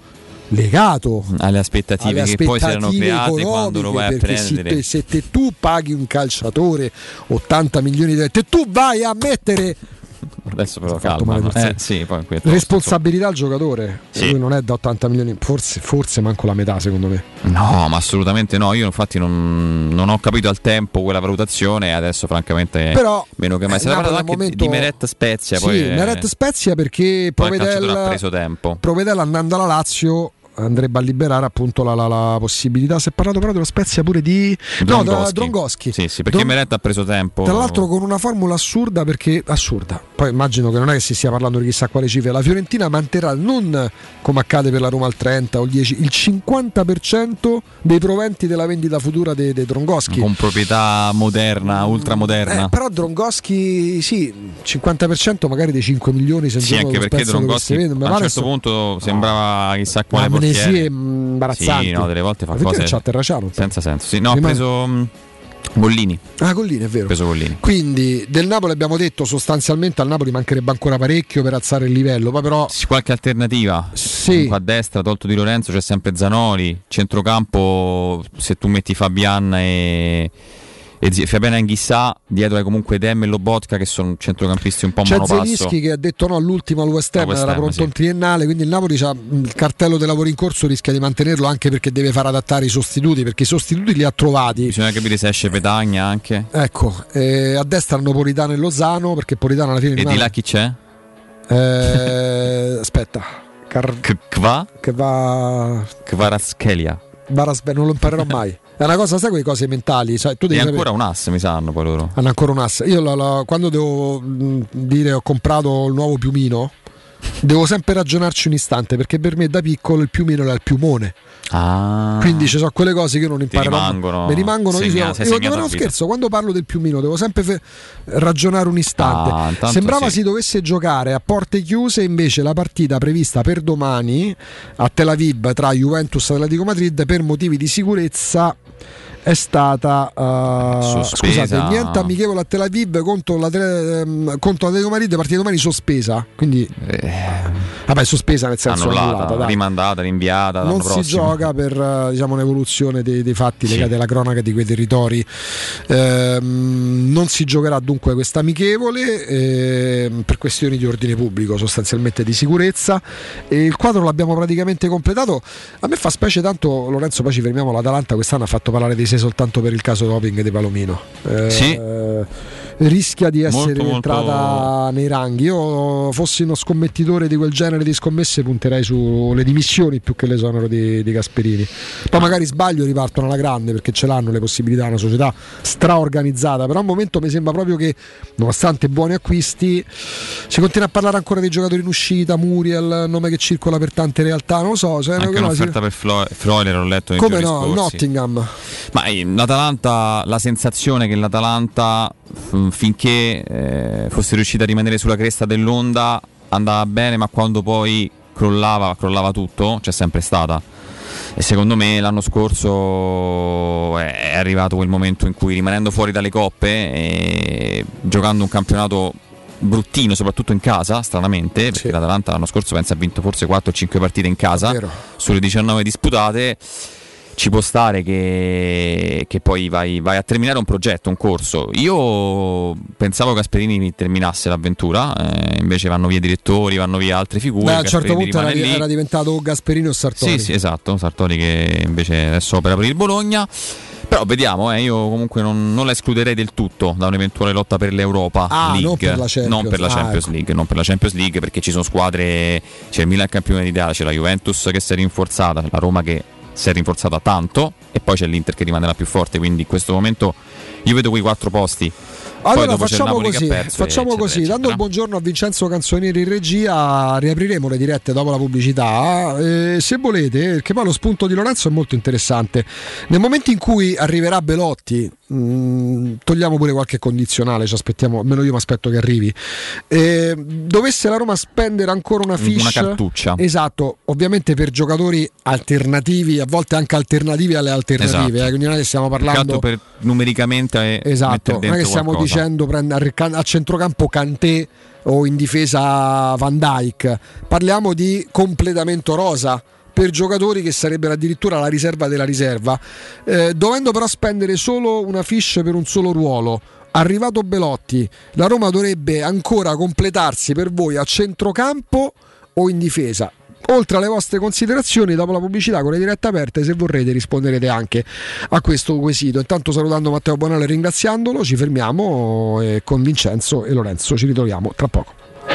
legato alle aspettative, alle che aspettative poi si erano create quando lo vai a prendere. Se, se te, tu paghi un calciatore ottanta milioni di euro, te tu vai a mettere, adesso però calma, no? eh, sì, poi responsabilità al giocatore, sì. Lui non è da ottanta milioni, forse, forse manco la metà secondo me. No, ma assolutamente no, io infatti non, non ho capito al tempo quella valutazione e adesso francamente però, meno che mai. Si è parlato anche momento... di Meret Spezia, sì, poi Meret Spezia perché Provedel ha preso tempo. Provedel andando alla Lazio andrebbe a liberare appunto la, la, la possibilità. Si è parlato però dello Spezia pure di Drongoschi. No, da Drongoschi. Sì, sì, perché Dron... Meret ha preso tempo. Tra l'altro con una formula assurda, perché assurda. Poi immagino che non è che si stia parlando di chissà quale cifre. La Fiorentina manterrà non come accade per la Roma al trenta o il dieci, il cinquanta per cento dei proventi della vendita futura dei de Drongoschi. Con proprietà moderna, ultramoderna. Eh, però Drongoschi sì, cinquanta per cento magari dei cinque milioni se sì, anche perché Drongoschi a un certo so... punto sembrava chissà quale portiere. Sì, è imbarazzante. Sì, no, delle volte fa cose senza senso. Sì, no, ha preso mh, Gollini. Ah, Gollini, è vero. Ha preso Gollini. Quindi del Napoli abbiamo detto sostanzialmente al Napoli mancherebbe ancora parecchio per alzare il livello, poi però sì, qualche alternativa. Sì. Qua a destra, tolto Di Lorenzo, c'è sempre Zanoli. Centrocampo, se tu metti Fabian e e Fabiana Anghissà, dietro hai comunque Dem e Lobotka che sono centrocampisti un po' c'è monopasso. Zelinski che ha detto no all'ultimo al West Ham, West era Ham, pronto sì. un triennale, quindi il Napoli c'ha il cartello dei lavori in corso, rischia di mantenerlo anche perché deve far adattare i sostituti, perché i sostituti li ha trovati. Bisogna capire se esce Petagna anche. Ecco, eh, a destra hanno Politano e Lozano, perché Politano alla fine e rimane... di là chi c'è? Eh, aspetta Car... Kva? Kva... Kvaratskhelia. Barasbe, non lo imparerò mai. È una cosa, sai quelle cose mentali, cioè, tu devi e ancora sapere... un ass mi sanno poi loro. Hanno ancora un ass. Io la, la, quando devo mh, dire ho comprato il nuovo piumino, devo sempre ragionarci un istante, perché per me da piccolo il piumino era il piumone. Ah. Quindi ci sono quelle cose che io non imparerò. Ti rimangono, mi rimangono segna, io, io, io non scherzo, quando parlo del piumino devo sempre fe- ragionare un istante. Ah, sembrava sì. si dovesse giocare a porte chiuse, invece la partita prevista per domani a Tel Aviv tra Juventus e Atletico Madrid per motivi di sicurezza è stata uh, scusate, niente amichevole a Tel Aviv contro la ehm, contro l'Atletico Madrid, partita domani sospesa, quindi eh, vabbè, sospesa nel senso annullata, annullata, rimandata, rinviata, non prossimo. Si gioca per diciamo un'evoluzione dei, dei fatti sì. legati alla cronaca di quei territori. Ehm, non si giocherà dunque questa amichevole ehm, per questioni di ordine pubblico, sostanzialmente di sicurezza, e il quadro l'abbiamo praticamente completato. A me fa specie tanto, Lorenzo, poi ci fermiamo, l'Atalanta quest'anno ha fatto parlare di sé soltanto per il caso doping di Palomino. Eh, sì. Rischia di essere molto, entrata molto... nei ranghi. Io fossi uno scommettitore di quel genere di scommesse, punterei sulle dimissioni più che l'esonero di, di Gasperini. Poi magari sbaglio, ripartono alla grande perché ce l'hanno le possibilità, una società straorganizzata, però al momento mi sembra proprio che nonostante buoni acquisti si continua a parlare ancora dei giocatori in uscita, Muriel, nome che circola per tante realtà, non lo so, cioè anche un'offerta si... per Freuler ho letto nei come giorni no, scorsi. Nottingham. Ma l'Atalanta, la sensazione che l'Atalanta finché eh, fosse riuscita a rimanere sulla cresta dell'onda andava bene, ma quando poi crollava, crollava tutto, c'è sempre stata. E secondo me l'anno scorso è arrivato quel momento in cui, rimanendo fuori dalle coppe e giocando un campionato bruttino, soprattutto in casa, stranamente, perché sì. l'Atalanta l'anno scorso penso ha vinto forse quattro o cinque partite in casa sulle diciannove disputate. Ci può stare che, che poi vai, vai a terminare un progetto, un corso. Io pensavo che Gasperini terminasse l'avventura, eh, invece vanno via direttori, vanno via altre figure. Beh, a un certo punto era, lì. era diventato Gasperini o Sartori. Sì, sì, esatto, Sartori che invece adesso opera per il Bologna. Però vediamo, eh, io comunque non, non la escluderei del tutto da un'eventuale lotta per l'Europa ah, League, non per la Champions, non per la ah, Champions ecco. League, non per la Champions League, perché ci sono squadre, c'è il Milan campione d'Italia, c'è la Juventus che si è rinforzata, la Roma che si è rinforzata tanto e poi c'è l'Inter che rimane la più forte, quindi in questo momento io vedo quei quatro posti. Allora poi facciamo così, perso, facciamo eccetera, così eccetera. dando il buongiorno a Vincenzo Canzonieri in regia, riapriremo le dirette dopo la pubblicità, eh, se volete, perché poi lo spunto di Lorenzo è molto interessante. Nel momento in cui arriverà Belotti, mh, togliamo pure qualche condizionale, ci aspettiamo, almeno io mi aspetto che arrivi, eh, dovesse la Roma spendere ancora una fiche, una cartuccia, esatto, ovviamente per giocatori alternativi, a volte anche alternativi alle alternative, esatto. eh, quindi non è che stiamo parlando per numericamente, esatto, non è che stiamo qualcosa. dicendo prendere a centrocampo Kanté o in difesa Van Dijk, parliamo di completamento rosa per giocatori che sarebbero addirittura la riserva della riserva, eh, dovendo però spendere solo una fiche per un solo ruolo. Arrivato Belotti, la Roma dovrebbe ancora completarsi per voi a centrocampo o in difesa. Oltre alle vostre considerazioni, dopo la pubblicità con le dirette aperte, se vorrete risponderete anche a questo quesito. Intanto, salutando Matteo Bonello e ringraziandolo, ci fermiamo e con Vincenzo e Lorenzo ci ritroviamo tra poco.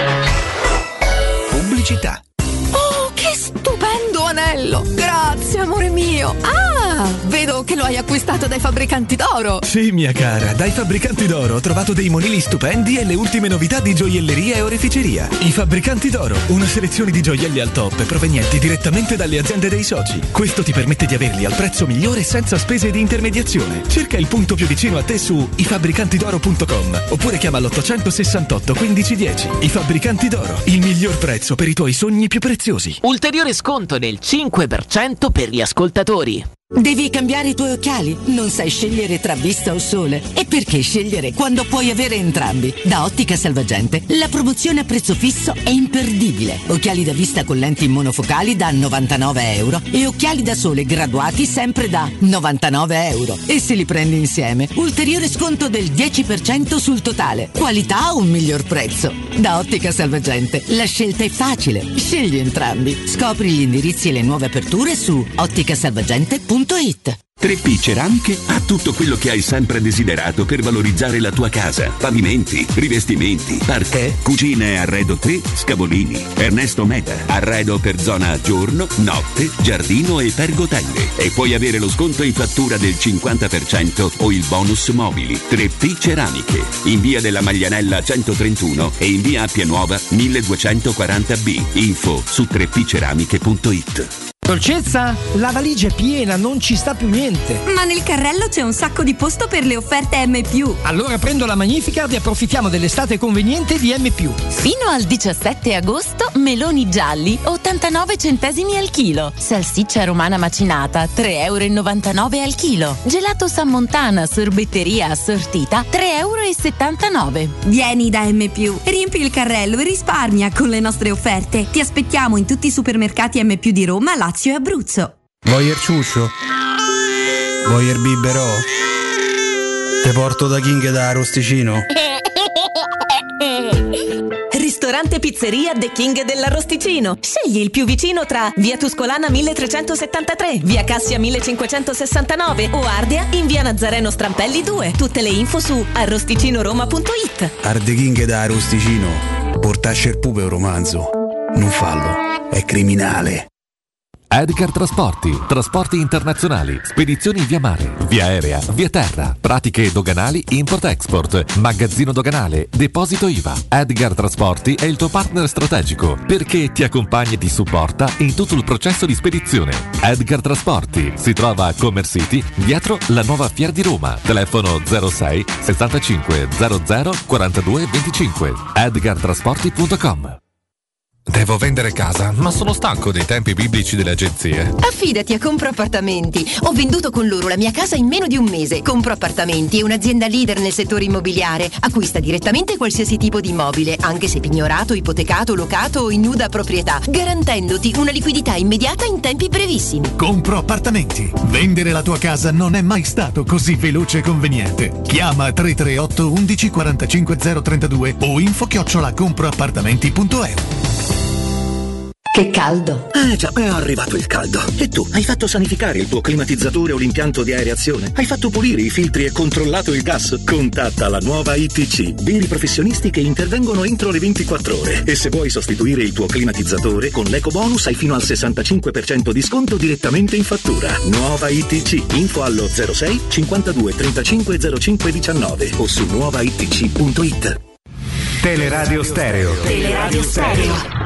Pubblicità. Oh, che stupendo anello! Grazie, amore mio! Ah, vedo che lo hai acquistato dai fabbricanti d'oro! Sì, mia cara, dai fabbricanti d'oro ho trovato dei monili stupendi e le ultime novità di gioielleria e oreficeria. I fabbricanti d'oro, una selezione di gioielli al top provenienti direttamente dalle aziende dei soci. Questo ti permette di averli al prezzo migliore senza spese di intermediazione. Cerca il punto più vicino a te su i fabbricanti d'oro punto com oppure chiama l'ottocentosessantotto quindici dieci. I Fabbricanti d'Oro, il miglior prezzo per i tuoi sogni più preziosi. Ulteriore sconto del cinque per cento per gli ascoltatori. Devi cambiare i tuoi occhiali? Non sai scegliere tra vista o sole? E perché scegliere quando puoi avere entrambi? Da Ottica Salvagente la promozione a prezzo fisso è imperdibile. Occhiali da vista con lenti monofocali da novantanove euro e occhiali da sole graduati sempre da novantanove euro. E se li prendi insieme, ulteriore sconto del dieci per cento sul totale. Qualità o un miglior prezzo? Da Ottica Salvagente la scelta è facile. Scegli entrambi. Scopri gli indirizzi e le nuove aperture su otticasalvagente punto it. tre P Ceramiche ha tutto quello che hai sempre desiderato per valorizzare la tua casa. Pavimenti, rivestimenti, parquet, cucine e arredo tre, Scavolini. Ernesto Meda, arredo per zona giorno, notte, giardino e pergotelle. E puoi avere lo sconto in fattura del cinquanta per cento o il bonus mobili. tre P Ceramiche, in via della Maglianella centotrentuno e in via Appia Nuova milleduecentoquaranta B. Info su tre p ceramiche punto it. Dolcezza, la valigia è piena, non ci sta più niente. Ma nel carrello c'è un sacco di posto per le offerte M più. Allora prendo la Magnificard e approfittiamo dell'estate conveniente di M più. Fino al diciassette agosto, meloni gialli, ottantanove centesimi al chilo. Salsiccia romana macinata, tre e novantanove euro al chilo. Gelato San Montana, sorbetteria assortita, tre e settantanove euro. Vieni da M più, riempi il carrello e risparmia con le nostre offerte. Ti aspettiamo in tutti i supermercati M più di Roma, Lazio e Abruzzo. Voyer ciuscio? Voyer biberò? Te porto da King da Arrosticino? Ristorante Pizzeria The King dell'Arrosticino. Scegli il più vicino tra via Tuscolana milletrecentosettantatré, via Cassia millecinquecentosessantanove o Ardea in via Nazareno Strampelli due. Tutte le info su arrosticinoroma punto it. Arde King da Arrosticino. Portasce il pupe un romanzo. Non fallo, è criminale. Edgar Trasporti, trasporti internazionali, spedizioni via mare, via aerea, via terra, pratiche doganali import-export, magazzino doganale, deposito I V A. Edgar Trasporti è il tuo partner strategico perché ti accompagna e ti supporta in tutto il processo di spedizione. Edgar Trasporti si trova a Commerce City, dietro la nuova Fiera di Roma. Telefono zero sei sessantacinque zero zero quarantadue venticinque. edgar trasporti punto com. Devo vendere casa, ma sono stanco dei tempi biblici delle agenzie. Affidati a Compro Appartamenti. Ho venduto con loro la mia casa in meno di un mese. Compro Appartamenti è un'azienda leader nel settore immobiliare. Acquista direttamente qualsiasi tipo di immobile, anche se pignorato, ipotecato, locato o in nuda proprietà, garantendoti una liquidità immediata in tempi brevissimi. Compro Appartamenti. Vendere la tua casa non è mai stato così veloce e conveniente. Chiama tre tre otto undici quarantacinque zero trentadue o info chiocciola compro appartamenti punto e u. Che caldo! Eh già, è arrivato il caldo. E tu, hai fatto sanificare il tuo climatizzatore o l'impianto di areazione? Hai fatto pulire i filtri e controllato il gas? Contatta la nuova I T C, veri professionisti che intervengono entro le ventiquattro ore. E se vuoi sostituire il tuo climatizzatore, con l'EcoBonus hai fino al sessantacinque per cento di sconto direttamente in fattura. Nuova I T C, info allo zero sei cinquantadue trentacinque zero cinque diciannove o su nuova i t c punto i t. Teleradio Stereo. Teleradio Stereo.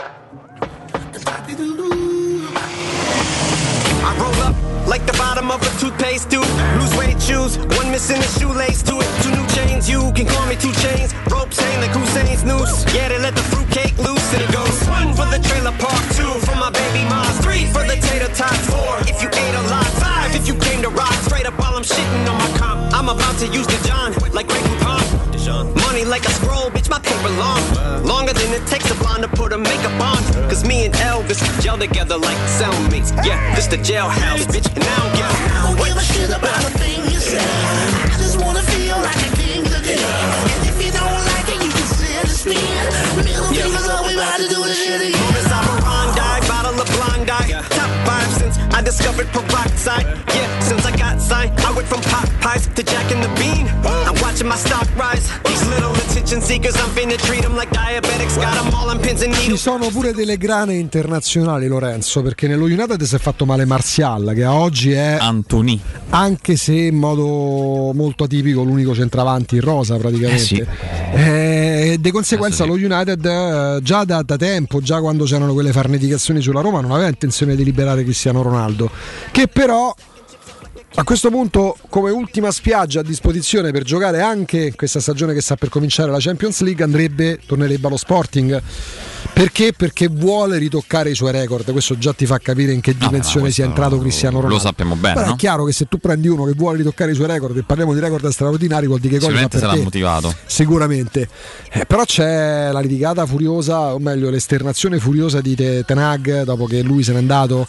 I roll up like the bottom of a toothpaste tube. Lose weight, shoes, one missing a shoelace to it. Two new chains, you can call me two chains. Ropes hang like Hussein's noose. Yeah, they let the fruitcake loose and it goes one for the trailer park, two for my baby moms, three for the tater tot, four if you ate a lot, five if you came to rock. Straight up while I'm shitting on my comp. I'm about to use the John like Greg Poupon. Money like a scroll, bitch, my paper long. Longer than it takes a blonde to put her makeup on. Cause me and Elvis gel together like cellmates. Yeah, this the jailhouse, bitch, and I don't give a I don't give a shit about a thing you say. I just wanna feel like a king again. And if you don't like it, you can send a spin. Middle fingers up, we about to do this shit again. Miss Operandi, bottle of blonde eye. Top five since I discovered peroxide. Yeah, since I got signed, I went from pot pies to Jack and the Bean. I'm watching my stock rise. These little attention seekers, I'm finna treat them like diabetics. Got them all on pins and needles. Ci sono pure delle grane internazionali, Lorenzo, perché nello United si è fatto male Martial, che a oggi è Antony, anche se in modo molto atipico l'unico centravanti in rosa praticamente. Eh sì. eh, di conseguenza lo United eh, già da, da tempo, già quando c'erano quelle farneticazioni sulla Roma, non aveva intenzione di liberare Cristiano Ronaldo, che però a questo punto come ultima spiaggia a disposizione per giocare anche questa stagione che sta per cominciare la Champions League andrebbe, tornerebbe allo Sporting. Perché? Perché vuole ritoccare i suoi record. Questo già ti fa capire in che dimensione sia entrato Cristiano Ronaldo. Lo sappiamo bene. Però no? è chiaro che se tu prendi uno che vuole ritoccare i suoi record, e parliamo di record straordinari, vuol dire che sicuramente sarà motivato. Sicuramente. Eh, però c'è la litigata furiosa, o meglio l'esternazione furiosa di Ten Hag dopo che lui se n'è andato.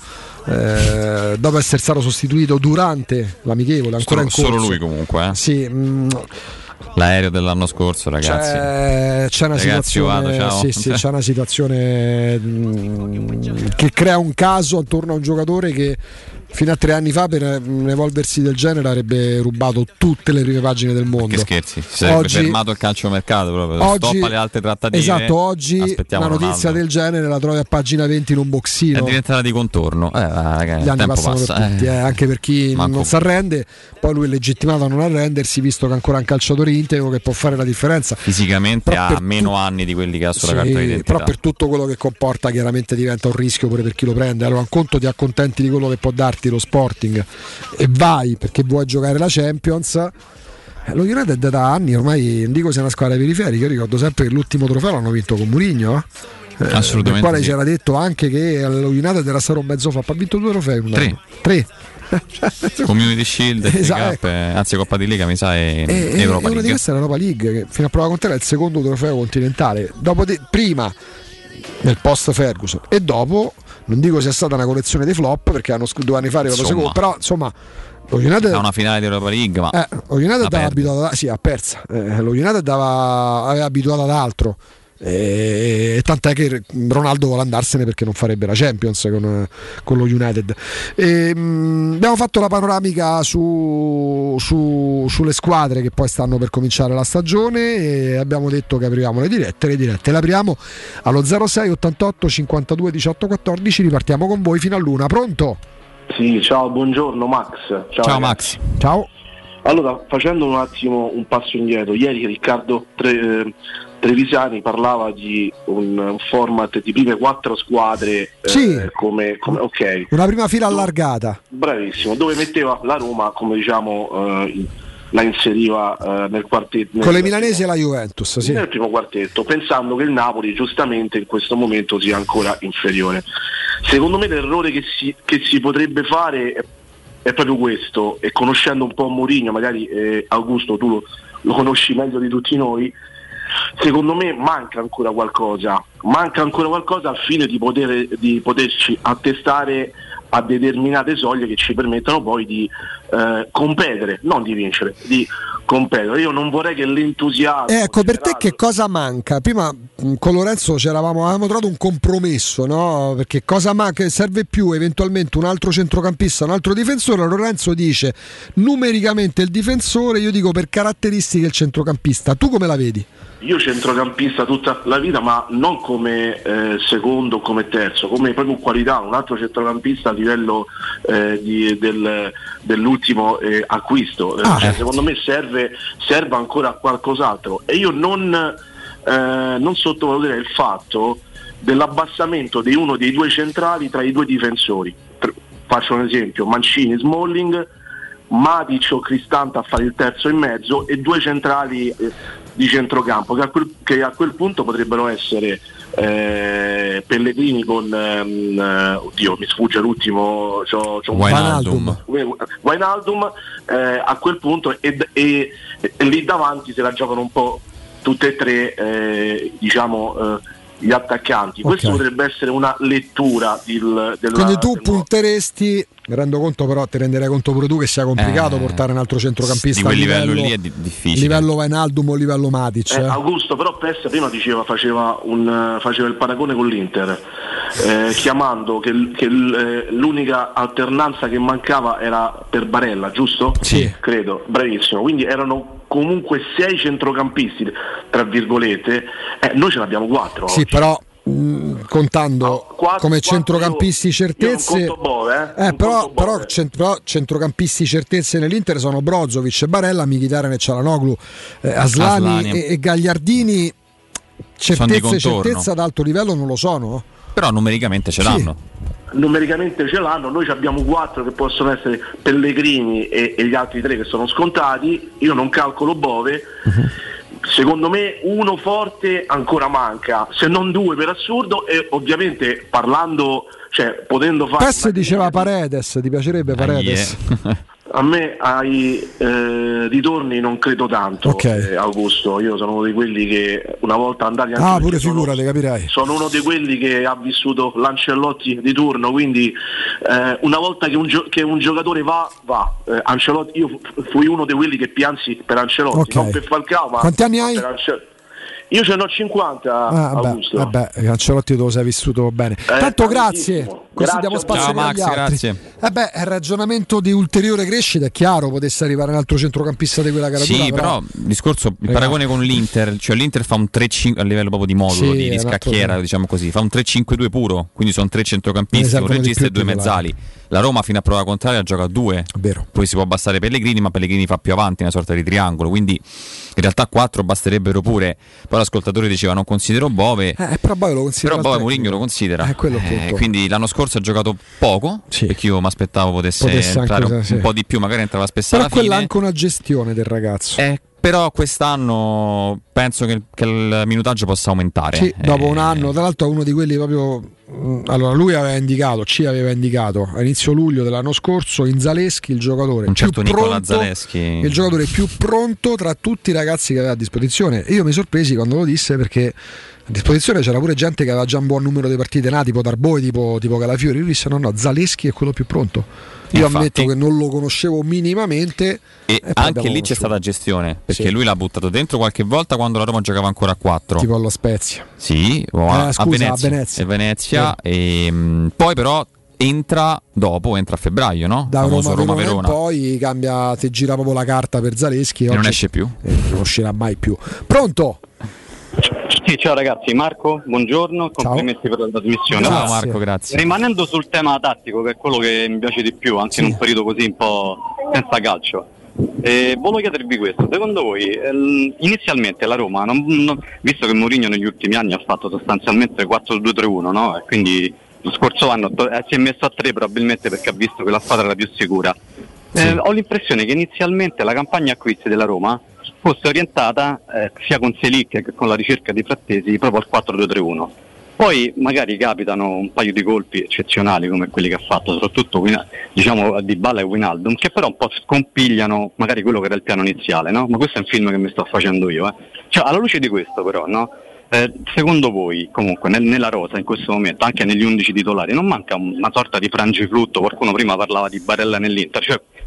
Eh, dopo essere stato sostituito durante l'amichevole, ancora in corso. Solo lui comunque. Eh. Sì. Mh, L'aereo dell'anno scorso, ragazzi. C'è, c'è una ragazzi, situazione, vado, sì, sì, c'è una situazione mh, che crea un caso attorno a un giocatore che fino a tre anni fa per un evolversi del genere avrebbe rubato tutte le prime pagine del mondo. Che scherzi, si sarebbe oggi, fermato il calciomercato proprio. Oggi, stop alle altre trattative. Esatto, oggi una notizia Ronaldo. del genere la trovi a pagina venti in un boxino. È diventata di contorno. Eh, ragazzi, Gli anni tempo passano passa, per tutti, eh. Eh, anche per chi Manco. non si arrende. Poi lui è legittimato a non arrendersi, visto che è ancora un calciatore integro che può fare la differenza. Fisicamente però ha meno tu... anni di quelli che ha sulla sì, carta d'identità. Però per tutto quello che comporta chiaramente diventa un rischio pure per chi lo prende. Allora un conto ti accontenti di quello che può darti lo Sporting e vai perché vuoi giocare la Champions. Lo United da anni ormai non dico sia una squadra periferica. Io ricordo sempre che l'ultimo trofeo l'hanno vinto con Mourinho, eh, assolutamente, nel quale sì. c'era detto anche che lo United era stato un mezzo fa, ha vinto due trofei un tre. anno. tre Community Shield, esatto. Cup, anzi Coppa di Lega mi sa e, e, e Europa e una League. di queste è l'Europa League, che fino a prova contraria è il secondo trofeo continentale dopo de- prima nel post Ferguson e dopo. Non dico sia stata una collezione dei flop perché hanno due anni fa arrivato secondo, però insomma lo United ha una finale di Europa League, ma eh, lo United aveva abituato, sì, ha persa. Eh, lo United dava, aveva abituato ad altro. E, e tant'è che Ronaldo vuole andarsene perché non farebbe la Champions con, con lo United. E, mh, abbiamo fatto la panoramica su, su, sulle squadre che poi stanno per cominciare la stagione e abbiamo detto che apriamo le dirette. Le dirette le apriamo allo zero sei ottantotto cinquantadue diciotto quattordici. Ripartiamo con voi fino all'una. Pronto? Sì, ciao, buongiorno Max. Ciao, ciao Max. Ciao. Allora, facendo un attimo un passo indietro, ieri Riccardo Tre, Trevisani parlava di un, un format di prime quattro squadre, sì. eh, come, come ok. Una prima fila allargata. Bravissimo, dove metteva la Roma, come diciamo, eh, la inseriva eh, nel quartetto. Con le milanesi e la Juventus, sì. Nel primo quartetto, pensando che il Napoli giustamente in questo momento sia ancora inferiore. Secondo me l'errore che si, che si potrebbe fare è, è proprio questo, e conoscendo un po' Mourinho, magari eh, Augusto tu lo, lo conosci meglio di tutti noi, secondo me manca ancora qualcosa, manca ancora qualcosa al fine di, poter, di poterci attestare a determinate soglie che ci permettano poi di eh, competere, non di vincere, di competono. Io non vorrei che l'entusiasmo. Ecco, per te che cosa manca? Prima mh, con Lorenzo c'eravamo, avevamo trovato un compromesso, no? Perché cosa manca? Serve più eventualmente un altro centrocampista, un altro difensore. Lorenzo dice numericamente il difensore, io dico per caratteristiche il centrocampista. Tu come la vedi? Io centrocampista tutta la vita, ma non come eh, secondo o come terzo, come proprio qualità, un altro centrocampista a livello eh, di, del, dell'ultimo eh, acquisto. Ah, cioè, eh. secondo me serve, serve ancora qualcos'altro, e io non, eh, non sottovaluterei il fatto dell'abbassamento di uno dei due centrali tra i due difensori. Tr- faccio un esempio: Mancini, Smalling, Matic o Cristante a fare il terzo in mezzo e due centrali eh, di centrocampo che a quel, che a quel punto potrebbero essere eh, Pellegrini con ehm, oddio mi sfugge l'ultimo, c'ho, c'ho Wijnaldum. Wijnaldum eh, a quel punto e, e, e lì davanti se la giocano un po' tutte e tre eh, diciamo eh, gli attaccanti. Okay. Questo potrebbe essere una lettura del, della, Quindi tu del punteresti, mi rendo conto, però ti renderai conto pure tu che sia complicato Eh, portare un altro centrocampista di quel a livello livello lì è di- difficile. livello Wijnaldum o livello Matic. Eh, eh. Augusto, però Pes prima diceva, faceva, un, faceva il paragone con l'Inter, eh, chiamando che, l- che l- eh, l'unica alternanza che mancava era per Barella, giusto? Sì. Credo, bravissimo. Quindi erano comunque sei centrocampisti, tra virgolette, eh, noi ce l'abbiamo quattro. Sì, oggi. però mh, contando quattro- come quattro centrocampisti io- certezze, io non conto Bove, eh? eh, Non però, conto Bove. però, cent- però centrocampisti certezze nell'Inter sono Brozovic e Barella, Mkhitaryan e Cialanoglu, eh, Aslani, Aslani. E, e Gagliardini. Sono di Certezze, contorno. certezza ad alto livello non lo sono. Però numericamente ce Sì. l'hanno. Numericamente ce l'hanno, noi abbiamo quattro che possono essere Pellegrini e, e gli altri tre che sono scontati. Io non calcolo Bove. Secondo me uno forte ancora manca, se non due per assurdo, e ovviamente parlando, cioè potendo fare Pes diceva Paredes, ti piacerebbe Paredes? a me ai eh, ritorni non credo tanto. Ok. eh, Augusto, io sono uno di quelli che una volta andati anche Ah, perché pure sono- figurati, capirai. sono uno di quelli che ha vissuto l'Ancelotti di turno, quindi eh, una volta che un, gio- che un giocatore va, va. Eh, Ancelotti, io fu- fui uno di quelli che piansi per Ancelotti, Ok. non per Falcao, ma Quanti anni hai? per Ancelotti. Io ce n'ho cinquanta, Ah, vabbè, Augusto. vabbè, Ancelotti te lo sei vissuto bene. Tanto grazie, così Grazie diamo a spazio Ciao agli Max, altri. grazie. Eh beh, il ragionamento di ulteriore crescita è chiaro, potesse arrivare un altro centrocampista di quella caratura. Sì, però il discorso, il Ragazzi. paragone con l'Inter, cioè l'Inter fa un tre cinque a livello proprio di modulo, Sì, di, di è un altro scacchiera, tempo. diciamo così, fa un tre cinque due puro, quindi sono tre Ne centrocampisti, un servono di regista e più due titolari. mezzali. La Roma fino a prova contraria gioca a due, Vero. poi si può abbassare Pellegrini, ma Pellegrini fa più avanti, una sorta di triangolo, quindi in realtà quattro basterebbero pure. Poi l'ascoltatore diceva non considero Bove, Eh, però poi lo considera però il Bove tecnico. Mourinho lo considera. Eh, quello Eh, appunto. quindi l'anno scorso ha giocato poco, Sì. perché io mi aspettavo potesse, Potesse entrare anche- un, sì. un po' di più, magari entrava spesso Però alla quella fine. è anche una gestione del ragazzo. Eh, però quest'anno penso che, che il minutaggio possa aumentare. Sì, dopo Eh, un anno, tra l'altro è uno di quelli proprio. mh, Allora, lui aveva indicato, ci aveva indicato a inizio luglio dell'anno scorso in Zaleschi il giocatore un certo più Nicola pronto, Zaleschi. il giocatore più pronto tra tutti i ragazzi che aveva a disposizione. E io mi sorpresi quando lo disse, perché a disposizione c'era pure gente che aveva già un buon numero di partite nati, tipo Darboe, tipo, tipo Calafiori. Lui disse: no, no, Zaleschi è quello più pronto. Io Infatti. ammetto che non lo conoscevo minimamente. E poi anche abbiamo lì c'è conosciuto. stata gestione, perché Sì. lui l'ha buttato dentro qualche volta quando la Roma giocava ancora a quattro. Tipo allo Spezia. Sì, o a, Eh, a scusa, Venezia. a Venezia. E Venezia, e, mh, poi però entra dopo, entra a febbraio, no? Da Famoso Roma, Roma Roma-Verona. poi cambia, ti gira proprio la carta per Zaleschi E non oggi- esce più. eh, non uscirà mai più. Pronto? Sì, ciao ragazzi, Marco, buongiorno, complimenti per la trasmissione. Ciao Allora, Marco, grazie. rimanendo sul tema tattico, che è quello che mi piace di più, anche in un periodo così un po' senza calcio, eh, volevo chiedervi questo: secondo voi ehm, inizialmente la Roma, non- non- visto che Mourinho negli ultimi anni ha fatto sostanzialmente quattro due tre uno, no? E quindi lo scorso anno to- eh, si è messo a tre probabilmente perché ha visto che la squadra era più sicura. Eh, ho l'impressione che inizialmente la campagna acquisti della Roma fosse orientata eh, sia con Selic che con la ricerca di Frattesi proprio al quattro due tre uno. Poi magari capitano un paio di colpi eccezionali come quelli che ha fatto, soprattutto Wina- diciamo Dybala e Wijnaldum, che però un po' scompigliano magari quello che era il piano iniziale, no? Ma questo è un film che mi sto facendo io, eh. Cioè, alla luce di questo però, no? Eh, secondo voi comunque nel- nella rosa in questo momento, anche negli undici titolari, non manca un- una sorta di frangiflutto? Qualcuno prima parlava di Barella nell'Inter, cioè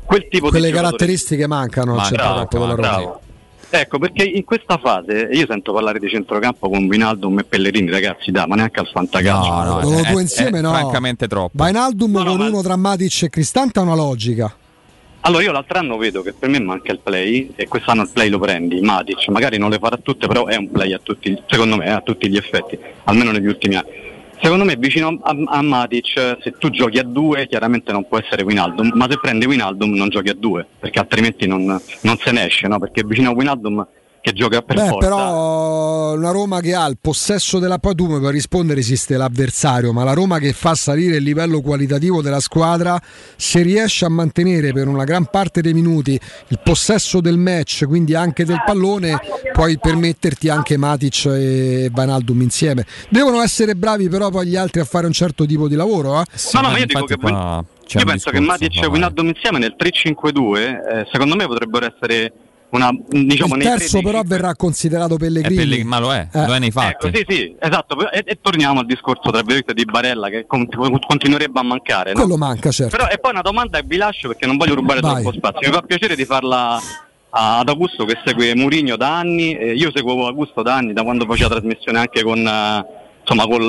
quel tipo quelle di caratteristiche mancano al centrocampo della Roma. Bravo. Ecco, perché in questa fase io sento parlare di centrocampo con Wijnaldum e Pellegrini, ragazzi, da, ma neanche al fantacalcio. No, no, Loro è, due insieme è no. francamente troppo. Wijnaldum No, no, con ma- uno tra Matic e Cristante ha una logica. Allora io l'altro anno vedo che per me manca il play e quest'anno il play lo prendi, Matic magari non le farà tutte, però è un play a tutti, secondo me a tutti gli effetti, almeno negli ultimi anni. Secondo me vicino a, a Matic, se tu giochi a due chiaramente non può essere Wijnaldum, ma se prendi Wijnaldum non giochi a due, perché altrimenti non, non se ne esce, no? Perché vicino a Wijnaldum che gioca per Beh, forza. però una Roma che ha il possesso della poi tu per rispondere esiste l'avversario, ma la Roma che fa salire il livello qualitativo della squadra, se riesce a mantenere per una gran parte dei minuti il possesso del match, quindi anche del pallone, puoi permetterti anche Matic e Wijnaldum insieme. Devono essere bravi però poi gli altri a fare un certo tipo di lavoro, eh? No, no, ma io dico che qua io penso che Matic e Wijnaldum insieme nel tre cinque due eh, secondo me potrebbero essere una, diciamo, il nei terzo tre però verrà considerato Pellegrini, Pellegrini, ma lo è, Eh. lo è nei fatti. Ecco, sì, sì, esatto, e, e torniamo al discorso tra virgolette di Barella che con- continuerebbe a mancare, no? quello manca, certo. Però e poi una domanda e vi lascio perché non voglio rubare Vai. troppo spazio. Mi fa piacere di farla a- ad Augusto che segue Mourinho da anni, e io seguo Augusto da anni, da quando faceva trasmissione anche con eh, insomma col,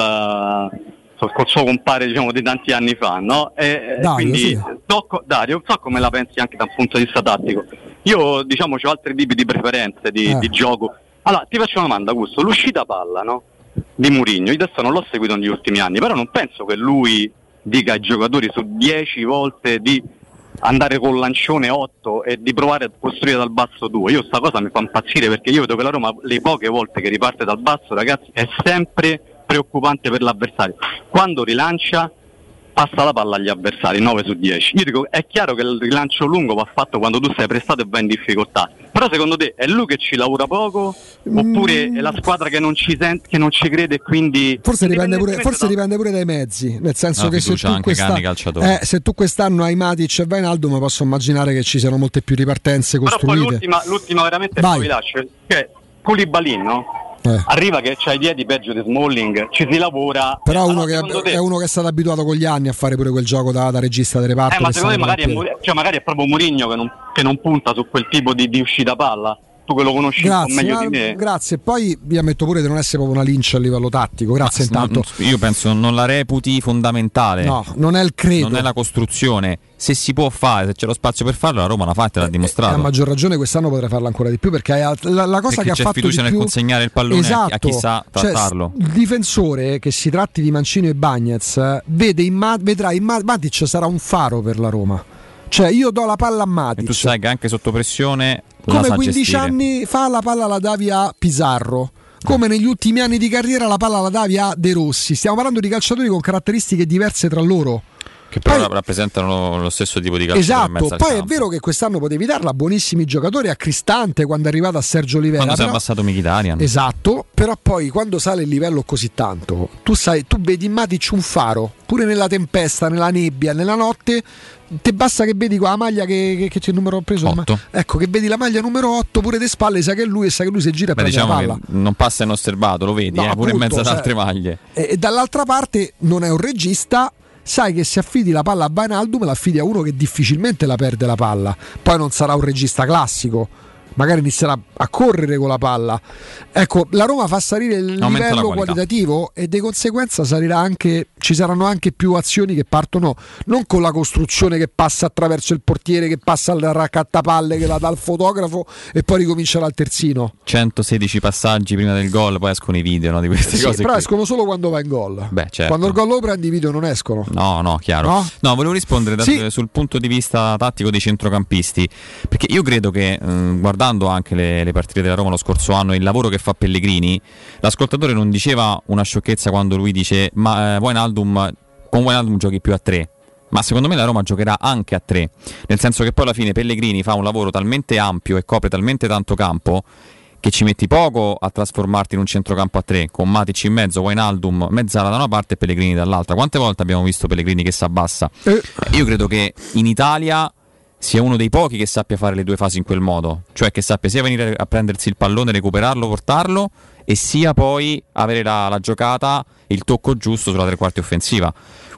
eh, col suo compare, diciamo, di tanti anni fa, no? E, e Dario, quindi sì. so, co- Dario, so come la pensi anche da un punto di vista tattico. Io diciamo ho altri tipi di preferenze di, Eh. di gioco. Allora, ti faccio una domanda, Augusto, l'uscita palla, no? Di Mourinho, io adesso non l'ho seguito negli ultimi anni, però non penso che lui dica ai giocatori su dieci volte di andare col lancione otto e di provare a costruire dal basso due. Io sta cosa mi fa impazzire perché io vedo che la Roma le poche volte che riparte dal basso, ragazzi, è sempre preoccupante per l'avversario. Quando rilancia passa la palla agli avversari, nove su dieci. Io dico, è chiaro che il rilancio lungo va fatto quando tu sei prestato e vai in difficoltà. Però secondo te è lui che ci lavora poco oppure è la squadra che non ci sente, che non ci crede e quindi Forse dipende, pure, indipendentemente forse da- dipende pure dai mezzi, nel senso No, che se fiducia tu, anche questa- che hanno i calciatori. eh, se tu quest'anno hai Matic e Wijnaldum posso immaginare che ci siano molte più ripartenze Però poi costruite. l'ultima, l'ultima veramente Vai. poi vi lascio, che Koulibaly, no? Eh. Arriva che c'ha i piedi peggio di Smalling, ci si lavora. Però Eh, uno ma che secondo te- è uno che è stato abituato con gli anni a fare pure quel gioco da, da regista del reparto. Eh, ma che secondo me sa magari è, mettere a Muri- cioè magari è proprio Mourinho che non, che non punta su quel tipo di, di uscita palla. Tu che lo conosci un po' Grazie, meglio ma- di me. grazie. Poi vi ammetto pure di non essere proprio una lincia a livello tattico. Grazie Ma intanto. non- io penso non la reputi fondamentale. No, non è il credo. Non è la costruzione. Se si può fare, se c'è lo spazio per farlo, la Roma l'ha fatta e l'ha E a dimostrato. maggior ragione quest'anno potrei farla ancora di più perché è la, la cosa Perché che ha c'è fatto fiducia di nel più... consegnare il pallone a chi- esatto. a chi sa Cioè, trattarlo. il difensore, che si tratti di Mancini e Bagnez, eh, vede in Ma- vedrà in Ma- Matic sarà un faro per la Roma. Cioè io do la palla a Matic. E tu sai che anche sotto pressione la Come sa quindici gestire. anni fa la palla la davi a Pizarro. Come negli ultimi anni di carriera la palla la davi a De Rossi. Stiamo parlando di calciatori con caratteristiche diverse tra loro. Che però Poi- rappresentano lo stesso tipo di calciatore in mezzo Esatto, al poi è campo. vero che quest'anno potevi darla a buonissimi giocatori, a Cristante quando è arrivato a Sergio Olivera. Quando si è però- abbassato Mkhitaryan. Esatto, però poi quando sale il livello così tanto, tu sai, tu vedi in Matic un faro, pure nella tempesta, nella nebbia, nella notte, te basta che vedi qua la maglia che, che, che c'è il numero ho preso. Otto. Ecco, che vedi la maglia numero otto pure de spalle, sai che è lui e sai che lui si gira e Beh, prende diciamo la palla. che non passa inosservato, lo vedi, No, eh, pure in appunto, mezzo ad cioè- altre maglie. E, e dall'altra parte non è un regista. Sai che se affidi la palla a Wijnaldum la affidi a uno che difficilmente la perde la palla. Poi non sarà un regista classico, magari inizierà a correre con la palla. Ecco, la Roma fa salire il Aumenta la livello qualità. qualitativo e di conseguenza salirà anche, ci saranno anche più azioni che partono non con la costruzione che passa attraverso il portiere, che passa al raccattapalle, che la dà al fotografo e poi ricomincia dal terzino. centosedici passaggi prima del gol, poi escono i video, no, di queste Sì, cose però qui. escono solo quando va in gol. Beh, certo. Quando il gol lo prendi i video non escono. No, no, chiaro. No? No, volevo rispondere da- Sì. sul punto di vista tattico dei centrocampisti, perché io credo che mh, guardando anche le, le partite della Roma lo scorso anno, il lavoro che fa Pellegrini, l'ascoltatore non diceva una sciocchezza quando lui dice ma eh, Wijnaldum, con Wijnaldum giochi più a tre. Ma secondo me la Roma giocherà anche a tre, nel senso che poi alla fine Pellegrini fa un lavoro talmente ampio e copre talmente tanto campo che ci metti poco a trasformarti in un centrocampo a tre, con Matic in mezzo, Wijnaldum mezzala da una parte e Pellegrini dall'altra. Quante volte abbiamo visto Pellegrini che si abbassa? Eh. Io credo che in Italia sia uno dei pochi che sappia fare le due fasi in quel modo, cioè che sappia sia venire a prendersi il pallone, recuperarlo, portarlo, e sia poi avere la, la giocata, il tocco giusto sulla tre quarti offensiva.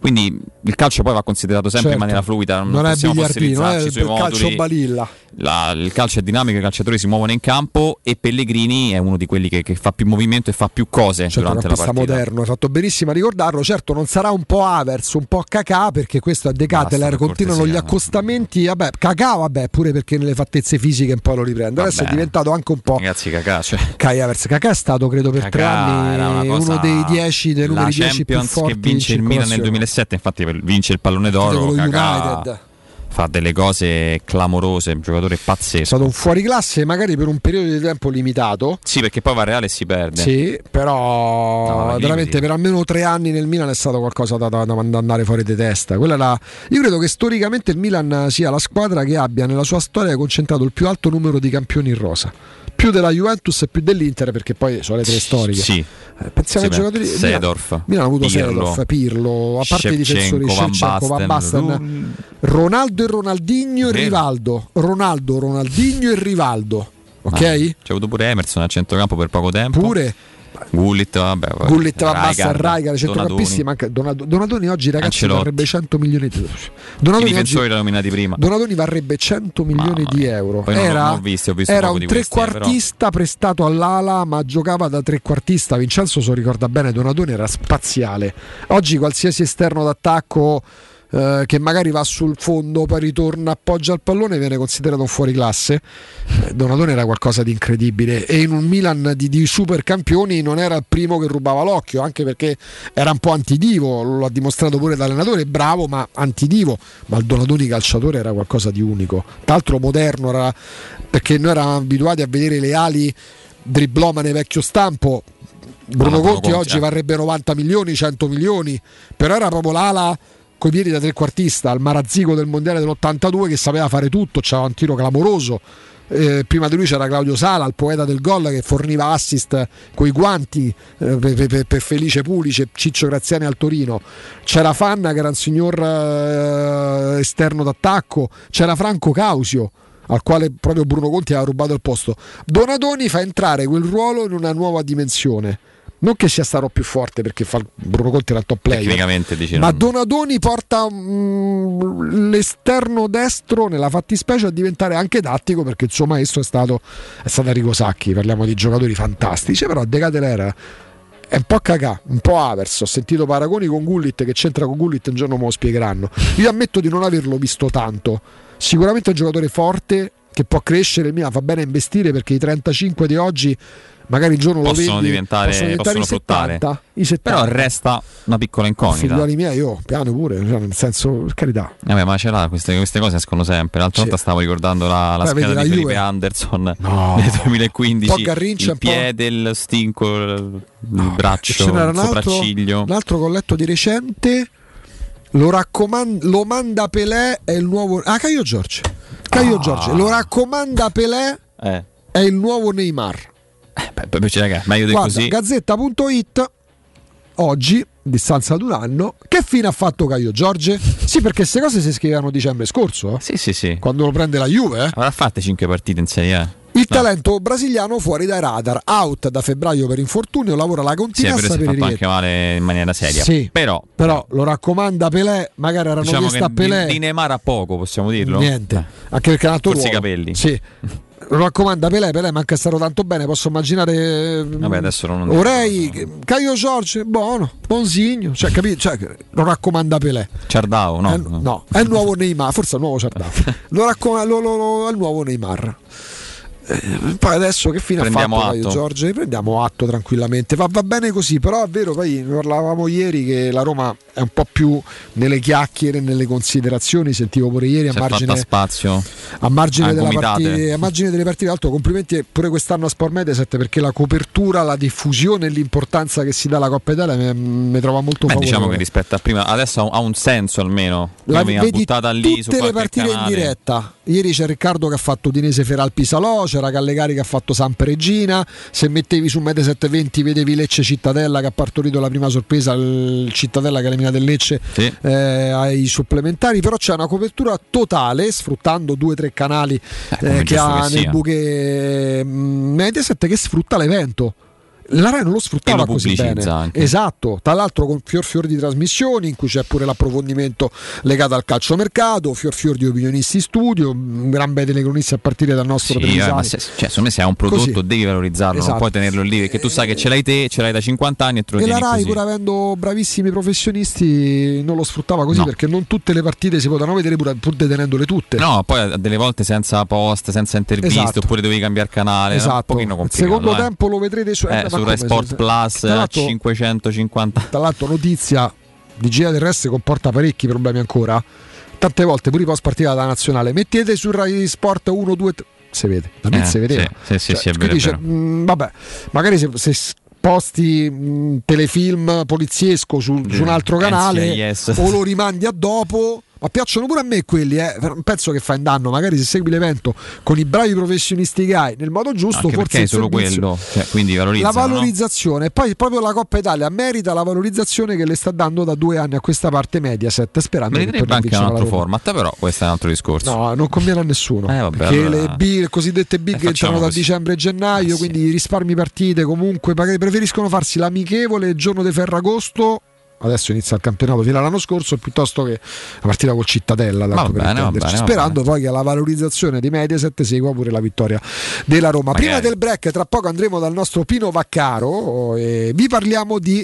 Quindi il calcio poi va considerato sempre Certo. in maniera fluida, non, Non è possiamo biliardino, è fossilizzarci sui il calcio moduli. balilla. La- il calcio è dinamico, i calciatori si muovono in campo e Pellegrini è uno di quelli che, che fa più movimento e fa più cose durante la Centrocampista partita. moderno, hai fatto benissimo a ricordarlo. Certo, non sarà un po' Havertz, un po' Kakà, perché questo è De Ketelaere, per continuano cortesia. gli accostamenti. Vabbè, Kakà, vabbè, pure perché nelle fattezze fisiche un po' lo riprende. Adesso Vabbè. è diventato anche un po' Ragazzi, Kakà, cioè, Kai Havertz. Kakà è stato, credo, per tre Kakà era una anni cosa- uno dei dieci dei la numeri dieci più Champions forti che vince in il Milan nel circolazione. duemilasette, infatti per- vince il pallone Con d'oro. lo Kakà United. fa delle cose clamorose, un giocatore È pazzesco. stato un fuoriclasse magari per un periodo di tempo limitato. Sì, perché poi va al Reale e si perde. Sì, però No, ai veramente limiti. per almeno tre anni nel Milan è stato qualcosa da, da, da andare fuori di testa. Quella era, io credo che storicamente il Milan sia la squadra che abbia nella sua storia concentrato il più alto numero di campioni in rosa. Più della Juventus e più dell'Inter, perché poi sono le tre storiche. Sì. Eh, pensiamo Sì, ai giocatori. beh, Seedorf, Milan ha avuto Pirlo, Seedorf, Pirlo, a parte i difensori Shevchenko, Van Shevchenko, Van Basten, Basten, Ronaldo e Ronaldinho e Vero. Rivaldo. Ronaldo, Ronaldinho e Rivaldo. Ok? Ah, c'è avuto pure Emerson a centrocampo per poco tempo. Pure Gullit, vabbè, vabbè. Gullit, Van Basten, Rijkaard, Rijkaard, centrocampisti, Donadoni. manca Donad- Donadoni oggi, ragazzi, Ancelotti. varrebbe cento milioni di euro. I Donadoni difensori oggi, li nominati prima. Donadoni varrebbe cento milioni di euro. Poi non- Era, non ho visti, ho visto era poco un di questi, eh, trequartista prestato all'ala, ma giocava da trequartista. Vincenzo se lo ricorda bene, Donadoni era spaziale. Oggi qualsiasi esterno d'attacco eh, che magari va sul fondo, poi ritorna, appoggia il pallone, viene considerato un fuoriclasse. Eh, Donadoni era qualcosa di incredibile e in un Milan di, di super campioni non era il primo che rubava l'occhio, anche perché era un po' antidivo, lo ha dimostrato pure l'allenatore, bravo ma antidivo, ma il Donadoni calciatore era qualcosa di unico, tra l'altro moderno, era, perché noi eravamo abituati a vedere le ali dribblomane vecchio stampo. Bruno Ah, Bruno Conti Conti, oggi eh. varrebbe novanta milioni, cento milioni, però era proprio l'ala coi piedi da trequartista, il Marazzico del mondiale dell'ottantadue che sapeva fare tutto, c'era un tiro clamoroso. Eh, prima di lui c'era Claudio Sala, il poeta del gol, che forniva assist coi guanti eh, per, per- per Felice Pulice, Ciccio Graziani al Torino. C'era Fanna che era un signor eh, esterno d'attacco, c'era Franco Causio al quale proprio Bruno Conti aveva rubato il posto. Donadoni fa entrare quel ruolo in una nuova dimensione. Non che sia stato più forte, perché fa, Bruno Conti era il top player, Tecnicamente dici ma non- Donadoni porta mm, l'esterno destro nella fattispecie a diventare anche tattico, perché il suo maestro è stato, è stato Enrico Sacchi. Parliamo di giocatori fantastici, però De Ketelaere è un po' Kakà, un po' Havertz. Ho sentito paragoni con Gullit, che c'entra con Gullit un giorno me lo spiegheranno. Io ammetto di non averlo visto tanto. Sicuramente è un giocatore forte che può crescere, il Milan fa bene a investire, perché i trentacinque di oggi magari il giorno possono lo vedi, diventare, possono diventare possono i fruttare. settanta, i settanta. Però resta una piccola incognita. Figlioli miei, io piano pure, cioè, nel senso, per carità. Vabbè, ma ce l'ha, queste, queste cose escono sempre. L'altra Sì. volta stavo ricordando la, la Beh, scheda vedi, la di Felipe Juve. Anderson No. nel duemilaquindici. Un po' Garrincha, il un po'- piede, il stinco, il Ce braccio, n'era il un altro, sopracciglio. un altro che ho letto di recente. Lo raccomanda, lo manda Pelé è il nuovo. Ah, Caio Giorgio. Caio Ah. Giorgio, lo raccomanda Pelé Eh. è il nuovo Neymar. Beh, beh, cioè, raga, meglio di Guarda, così. Gazzetta punto it oggi, distanza di un anno, che fine ha fatto Caio Giorgio? Sì, perché queste cose si scrivevano dicembre scorso, eh? Sì, sì, sì. Quando lo prende la Juve, eh? Avrà fatte cinque partite in Serie A. Il No. talento brasiliano fuori dai radar, out da febbraio per infortunio, lavora alla Sì, Continassa però si è per i fatto rientri. anche male in maniera seria. Sì. Però, Però lo raccomanda Pelé, magari erano diciamo chiesto a che Pelé. di, di Neymar a poco, possiamo dirlo. Niente, Eh. anche perché è un altro Forse i ruolo. capelli. Sì. Lo raccomanda Pelé, Pelé manca stato tanto bene, posso immaginare. Vabbè, adesso non Orei, Caio Giorgio, buono, Bonsigno, cioè, capito? Cioè, lo raccomanda Pelé. Ciardao, no? È, no, è il nuovo Neymar, forse è il nuovo Ciardao. lo raccomanda, lo, lo, lo, è il nuovo Neymar. Eh, poi adesso che fine Prendiamo ha fatto Caio atto. Giorgio? Prendiamo atto tranquillamente, va, va bene così, però è vero, poi ne parlavamo ieri che la Roma è un po' più nelle chiacchiere, nelle considerazioni, sentivo pure ieri a Si è margine, fatta spazio a margine, a della gomitate. partita, a margine delle partite. Alto complimenti pure quest'anno a Sport Mediaset, perché la copertura, la diffusione e l'importanza che si dà alla Coppa Italia mi, mi trova molto Beh, favorevole. diciamo che rispetto a prima adesso ha, ha un senso almeno. La Io mi ha vedi buttata lì su tutte le qualche partite canale. in diretta. Ieri c'è Riccardo che ha fatto Udinese Feral Pisalò, c'era Gallegari che ha fatto Samp Regina. Se mettevi su Mediaset venti vedevi Lecce Cittadella, che ha partorito la prima sorpresa, il Cittadella che ha eliminato il Lecce Sì. eh, ai supplementari. Però c'è una copertura totale, sfruttando due o tre canali eh, come che giusto ha che nel sia. buche mm, Mediaset, che sfrutta l'evento. la Rai non lo sfruttava e lo così bene. Anche. Esatto, tra l'altro con fior fior di trasmissioni in cui c'è pure l'approfondimento legato al calciomercato, fior fior di opinionisti in studio, un gran bel telecronista a partire dal nostro sì, eh, ma se, cioè, secondo me se hai un prodotto così devi valorizzarlo, esatto. Non puoi tenerlo lì perché tu sai che ce l'hai te, ce l'hai da cinquanta anni e te lo e tieni la Rai così. Pur avendo bravissimi professionisti non lo sfruttava così, no. Perché non tutte le partite si potevano vedere pur, pur detenendole tutte. No, poi delle volte senza post, senza interviste, esatto. Oppure dovevi cambiare canale, esatto. Un pochino complicato. Il secondo eh. tempo lo vedrete su, eh, su Rai Sport Plus a cinquecentocinquanta. Tra l'altro notizia di G A R S comporta parecchi problemi ancora. Tante volte pure i post partita da nazionale mettete su Rai Sport uno, due, tre si vede, da me eh, si vedeva. Sì, sì, sì, cioè, sì, è vero, dice, è vero. Mh, vabbè, magari se, se posti mh, telefilm poliziesco su, mm. su un altro canale yes. o lo rimandi a dopo. Ma piacciono pure a me quelli, eh. Un pezzo che fa in danno, magari se segui l'evento con i bravi professionisti che hai nel modo giusto, anche forse è solo quello, cioè, quindi valorizza, la valorizzazione, no? E poi proprio la Coppa Italia merita la valorizzazione che le sta dando da due anni a questa parte Mediaset, sperando che meriterebbe anche un altro format, però questo è un altro discorso. No, non conviene a nessuno. Eh, vabbè, perché allora... le, B, le cosiddette big eh, entrano da dicembre e gennaio, eh, quindi sì. risparmi partite comunque, magari preferiscono farsi l'amichevole il giorno di Ferragosto. Adesso inizia il campionato fino all'anno scorso piuttosto che la partita col Cittadella, va bene, va bene, sperando poi che alla valorizzazione di Mediaset segua pure la vittoria della Roma. Magari. Prima del break, tra poco andremo dal nostro Pino Vaccaro e vi parliamo di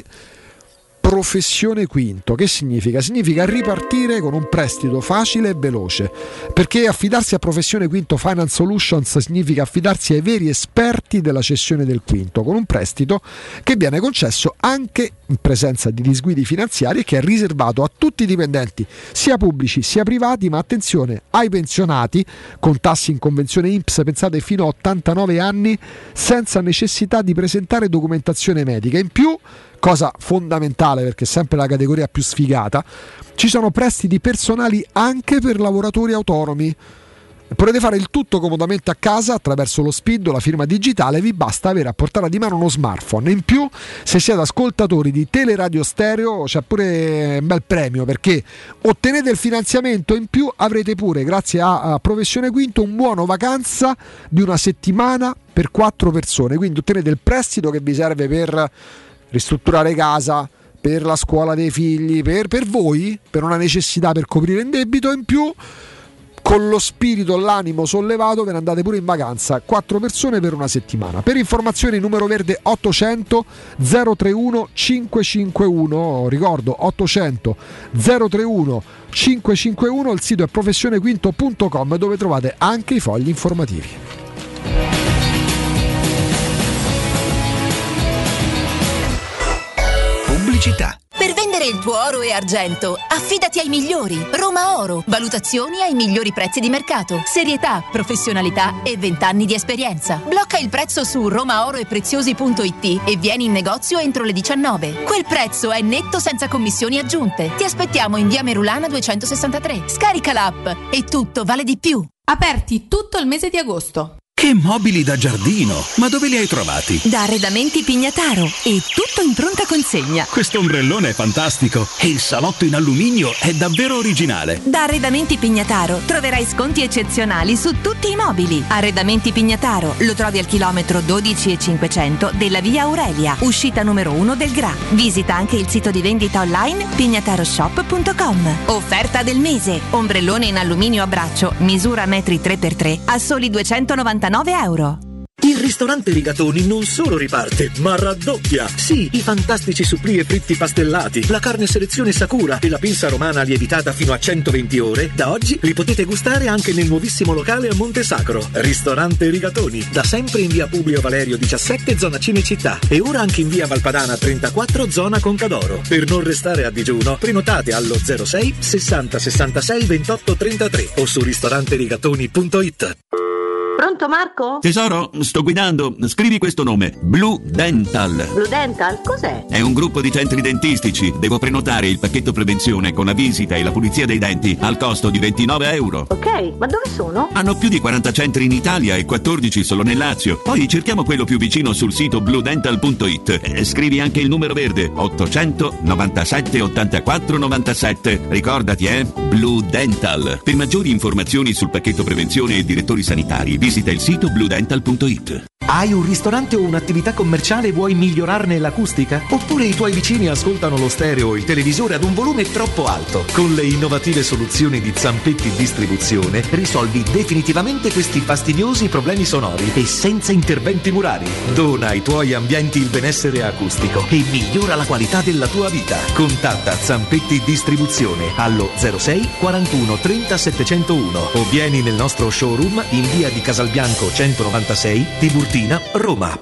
Professione Quinto. Che significa? Significa ripartire con un prestito facile e veloce, perché affidarsi a Professione Quinto Finance Solutions significa affidarsi ai veri esperti della cessione del quinto, con un prestito che viene concesso anche in presenza di disguidi finanziari e che è riservato a tutti i dipendenti, sia pubblici sia privati, ma attenzione, ai pensionati con tassi in convenzione I N P S, pensate, fino a ottantanove anni, senza necessità di presentare documentazione medica. In più, cosa fondamentale perché è sempre la categoria più sfigata, ci sono prestiti personali anche per lavoratori autonomi. Potete fare il tutto comodamente a casa attraverso lo S P I D o la firma digitale, vi basta avere a portata di mano uno smartphone. In più, se siete ascoltatori di Teleradio Stereo, c'è pure un bel premio, perché ottenete il finanziamento, in più avrete pure, grazie a, a Professione Quinto, un buono vacanza di una settimana per quattro persone. Quindi ottenete il prestito che vi serve per ristrutturare casa, per la scuola dei figli, per, per voi, per una necessità per coprire il debito. In più, con lo spirito e l'animo sollevato, ve ne andate pure in vacanza, quattro persone per una settimana. Per informazioni numero verde ottocento zero trentuno cinquecentocinquantuno, ricordo ottocento zero trentuno cinquecentocinquantuno, il sito è professionequinto punto com dove trovate anche i fogli informativi. Pubblicità. Per vendere il tuo oro e argento, affidati ai migliori. Roma Oro. Valutazioni ai migliori prezzi di mercato. Serietà, professionalità e vent'anni di esperienza. Blocca il prezzo su romaoroepreziosi punto it e vieni in negozio entro le diciannove. Quel prezzo è netto senza commissioni aggiunte. Ti aspettiamo in via Merulana duecentosessantatré. Scarica l'app e tutto vale di più. Aperti tutto il mese di agosto. Che mobili da giardino! Ma dove li hai trovati? Da Arredamenti Pignataro, e tutto in pronta consegna. Questo ombrellone è fantastico e il salotto in alluminio è davvero originale. Da Arredamenti Pignataro troverai sconti eccezionali su tutti i mobili. Arredamenti Pignataro lo trovi al chilometro dodici e cinquecento della via Aurelia, uscita numero uno del Gra. Visita anche il sito di vendita online pignataroshop punto com. Offerta del mese: ombrellone in alluminio a braccio, misura metri tre per tre a soli duecentonovantanove euro. Il ristorante Rigatoni non solo riparte, ma raddoppia! Sì, i fantastici supplì e fritti pastellati, la carne selezione Sakura e la pinza romana lievitata fino a centoventi ore, da oggi li potete gustare anche nel nuovissimo locale a Monte Sacro. Ristorante Rigatoni, da sempre in via Publio Valerio diciassette, zona Cinecittà, e ora anche in via Valpadana trentaquattro, zona Concadoro. Per non restare a digiuno, prenotate allo zero sei sessanta sessantasei ventotto trentatré o su ristoranterigatoni punto it. Pronto Marco? Tesoro, sto guidando. Scrivi questo nome: Blue Dental. Blue Dental? Cos'è? È un gruppo di centri dentistici. Devo prenotare il pacchetto prevenzione con la visita e la pulizia dei denti al costo di ventinove euro. Ok, ma dove sono? Hanno più di quaranta centri in Italia e quattordici solo nel Lazio. Poi cerchiamo quello più vicino sul sito blue dental punto it. E scrivi anche il numero verde: ottocento novantasette ottantaquattro novantasette. Ricordati, eh? Blue Dental. Per maggiori informazioni sul pacchetto prevenzione e direttori sanitari, visita il sito blue dental punto it. Hai un ristorante o un'attività commerciale e vuoi migliorarne l'acustica? Oppure i tuoi vicini ascoltano lo stereo o il televisore ad un volume troppo alto? Con le innovative soluzioni di Zampetti Distribuzione risolvi definitivamente questi fastidiosi problemi sonori e senza interventi murari. Dona ai tuoi ambienti il benessere acustico e migliora la qualità della tua vita. Contatta Zampetti Distribuzione allo zero sei quarantuno trenta settecentouno o vieni nel nostro showroom in via di Casalbianco centonovantasei, Tiburtina, Roma.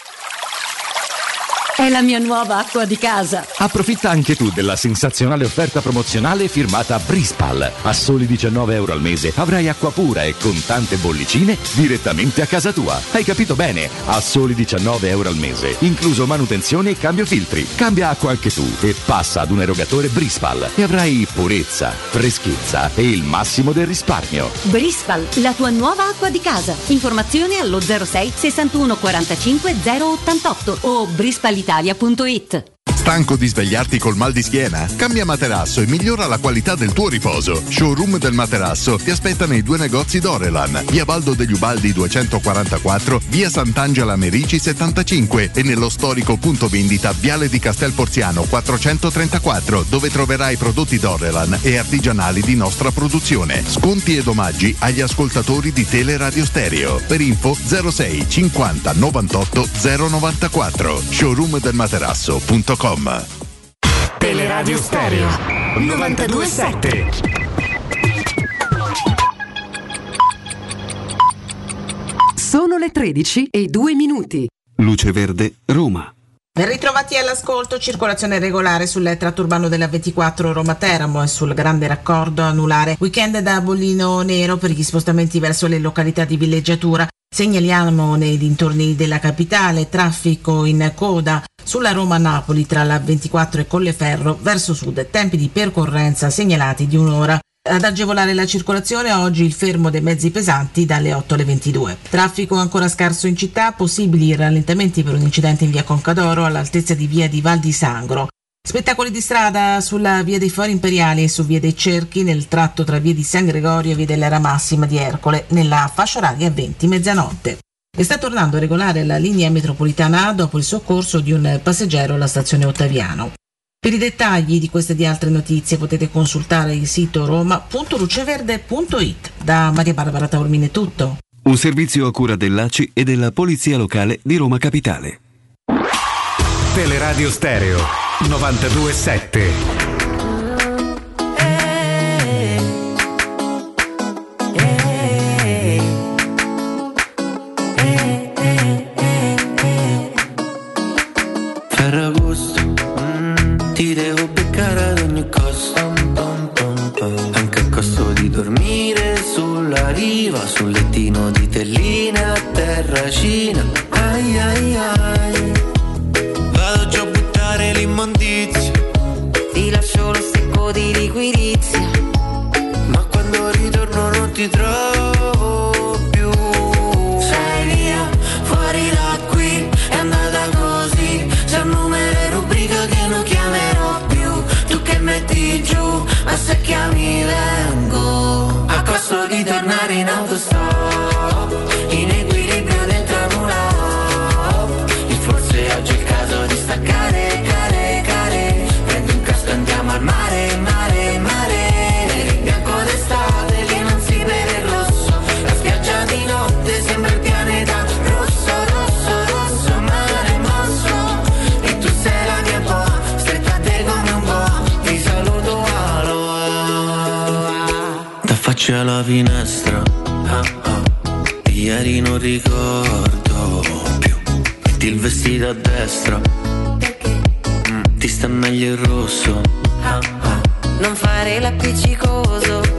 È la mia nuova acqua di casa. Approfitta anche tu della sensazionale offerta promozionale firmata Brispal. A soli diciannove euro al mese avrai acqua pura e con tante bollicine direttamente a casa tua. Hai capito bene? A soli diciannove euro al mese, incluso manutenzione e cambio filtri. Cambia acqua anche tu e passa ad un erogatore Brispal e avrai purezza, freschezza e il massimo del risparmio. Brispal, la tua nuova acqua di casa. Informazioni allo zero sei sessantuno quarantacinque zero ottantotto o brispal italia punto it. Stanco di svegliarti col mal di schiena? Cambia materasso e migliora la qualità del tuo riposo. Showroom del Materasso ti aspetta nei due negozi Dorelan, via Baldo degli Ubaldi duecentoquarantaquattro, via Sant'Angela Merici settantacinque e nello storico punto vendita Viale di Castel Porziano quattrocentotrentaquattro, dove troverai prodotti Dorelan e artigianali di nostra produzione. Sconti ed omaggi agli ascoltatori di Teleradio Stereo. Per info zero sei cinquanta novantotto zero novantaquattro. showroom del materasso punto com. Teleradio Stereo novantadue sette. Sono le tredici e due minuti. Luce Verde, Roma. Ben ritrovati all'ascolto, circolazione regolare sul tratto urbano della ventiquattro Roma-Teramo e sul grande raccordo anulare. Weekend da bollino nero per gli spostamenti verso le località di villeggiatura. Segnaliamo nei dintorni della capitale traffico in coda sulla Roma-Napoli tra la ventiquattro e Colleferro verso sud, tempi di percorrenza segnalati di un'ora. Ad agevolare la circolazione oggi il fermo dei mezzi pesanti dalle otto alle ventidue. Traffico ancora scarso in città, possibili rallentamenti per un incidente in via Concadoro all'altezza di via di Val di Sangro. Spettacoli di strada sulla via dei Fori Imperiali e su via dei Cerchi nel tratto tra via di San Gregorio e via dell'Era Massima di Ercole nella fascia oraria venti mezzanotte. E sta tornando regolare la linea metropolitana A dopo il soccorso di un passeggero alla stazione Ottaviano. Per i dettagli di queste e di altre notizie potete consultare il sito roma punto luceverde punto it. Da Maria Barbara Taormini è tutto. Un servizio a cura dell'A C I e della Polizia Locale di Roma Capitale. Teleradio Stereo novantadue sette. Ferragosto, mm, ti devo beccare ad ogni costo, anche a costo di dormire sulla riva, sul lettino di telline a terracina. Ai ai ai, vado già a buttare l'immondizia, ti lascio lo secco di liquirizia, ma quando ritorno non ti trovo più. Sei via, fuori da qui, è andata così, c'è un numero e rubrica che non chiamerò più. Tu che metti giù, ma se chiami vengo, a costo di tornare in autostop, in equilibrio dentro un up. E forse oggi è il caso di staccare, care, care. Prendi un casco e andiamo al mare, mare, mare. Il bianco d'estate che non si vede il rosso, la spiaggia di notte sembra il pianeta rosso, rosso, rosso, mare mosso. E tu sei la mia boa, stretta a te come un boa. Ti saluto, aloha. Da faccia alla finestra, ah, ah. Di ieri non ricordo più. Metti il vestito a destra, mm, ti sta meglio il rosso, ah, ah. Non fare l'appiccicoso.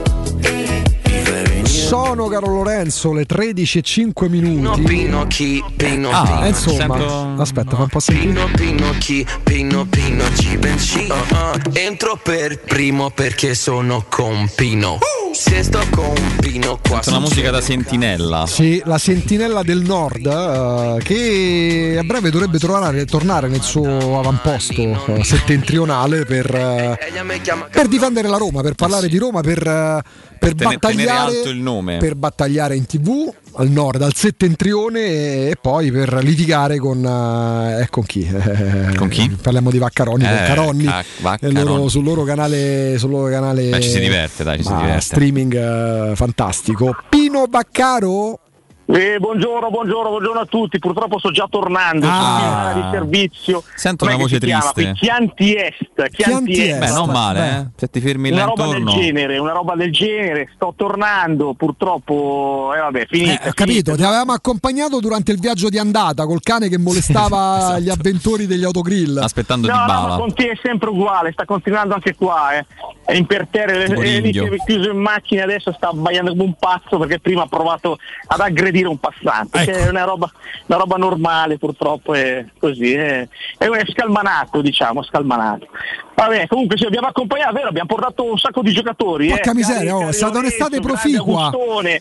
Sono, caro Lorenzo, le tredici e cinque minuti. Pino chi, Pino, ah, Pino, insomma, sento... aspetta, fa un po' sentire. Pino, Pino chi, Pino, Pino, ci pensi? Uh, uh. Entro per primo perché sono con Pino. Uh! Se sto con Pino qua. C'è una musica da sentinella. Sì, la sentinella del nord, uh, che a breve dovrebbe trovare, tornare nel suo avamposto uh, settentrionale per, uh, per difendere la Roma, per parlare di Roma, per, uh, per Tene, battagliare alto il nome. per battagliare in tivù, al nord, al settentrione, e poi per litigare con, eh, con chi? Eh, con chi? Parliamo di Vaccaroni, eh, con Caronni, ca- Vaccaroni. Loro, sul loro canale, sul loro canale Beh, ci si diverte, dai, ci si diverte. Streaming eh, fantastico. Pino Vaccaro. Eh, buongiorno, buongiorno, buongiorno a tutti. Purtroppo sto già tornando ah. di servizio. Sento Com'è una voce triste. Chianti Est, Chianti Est. Beh, non male, eh? Se ti fermi là una roba intorno. del genere, una roba del genere. Sto tornando, purtroppo. E eh, vabbè, finita. Eh, capito, ti avevamo accompagnato durante il viaggio di andata col cane che molestava esatto. gli avventori degli autogrill. Aspettando no, di bala. No, ma con te è sempre uguale, sta continuando anche qua, eh. È imperterrito, è chiuso in macchina, adesso sta abbaiando come un pazzo perché prima ha provato ad aggredire un passante. Ecco. È una roba, una roba normale, purtroppo è così, è, è scalmanato, diciamo, scalmanato. Vabbè, comunque sì, abbiamo accompagnato, vero, abbiamo portato un sacco di giocatori. Porca eh, miseria, oh, è stata un'estate proficua.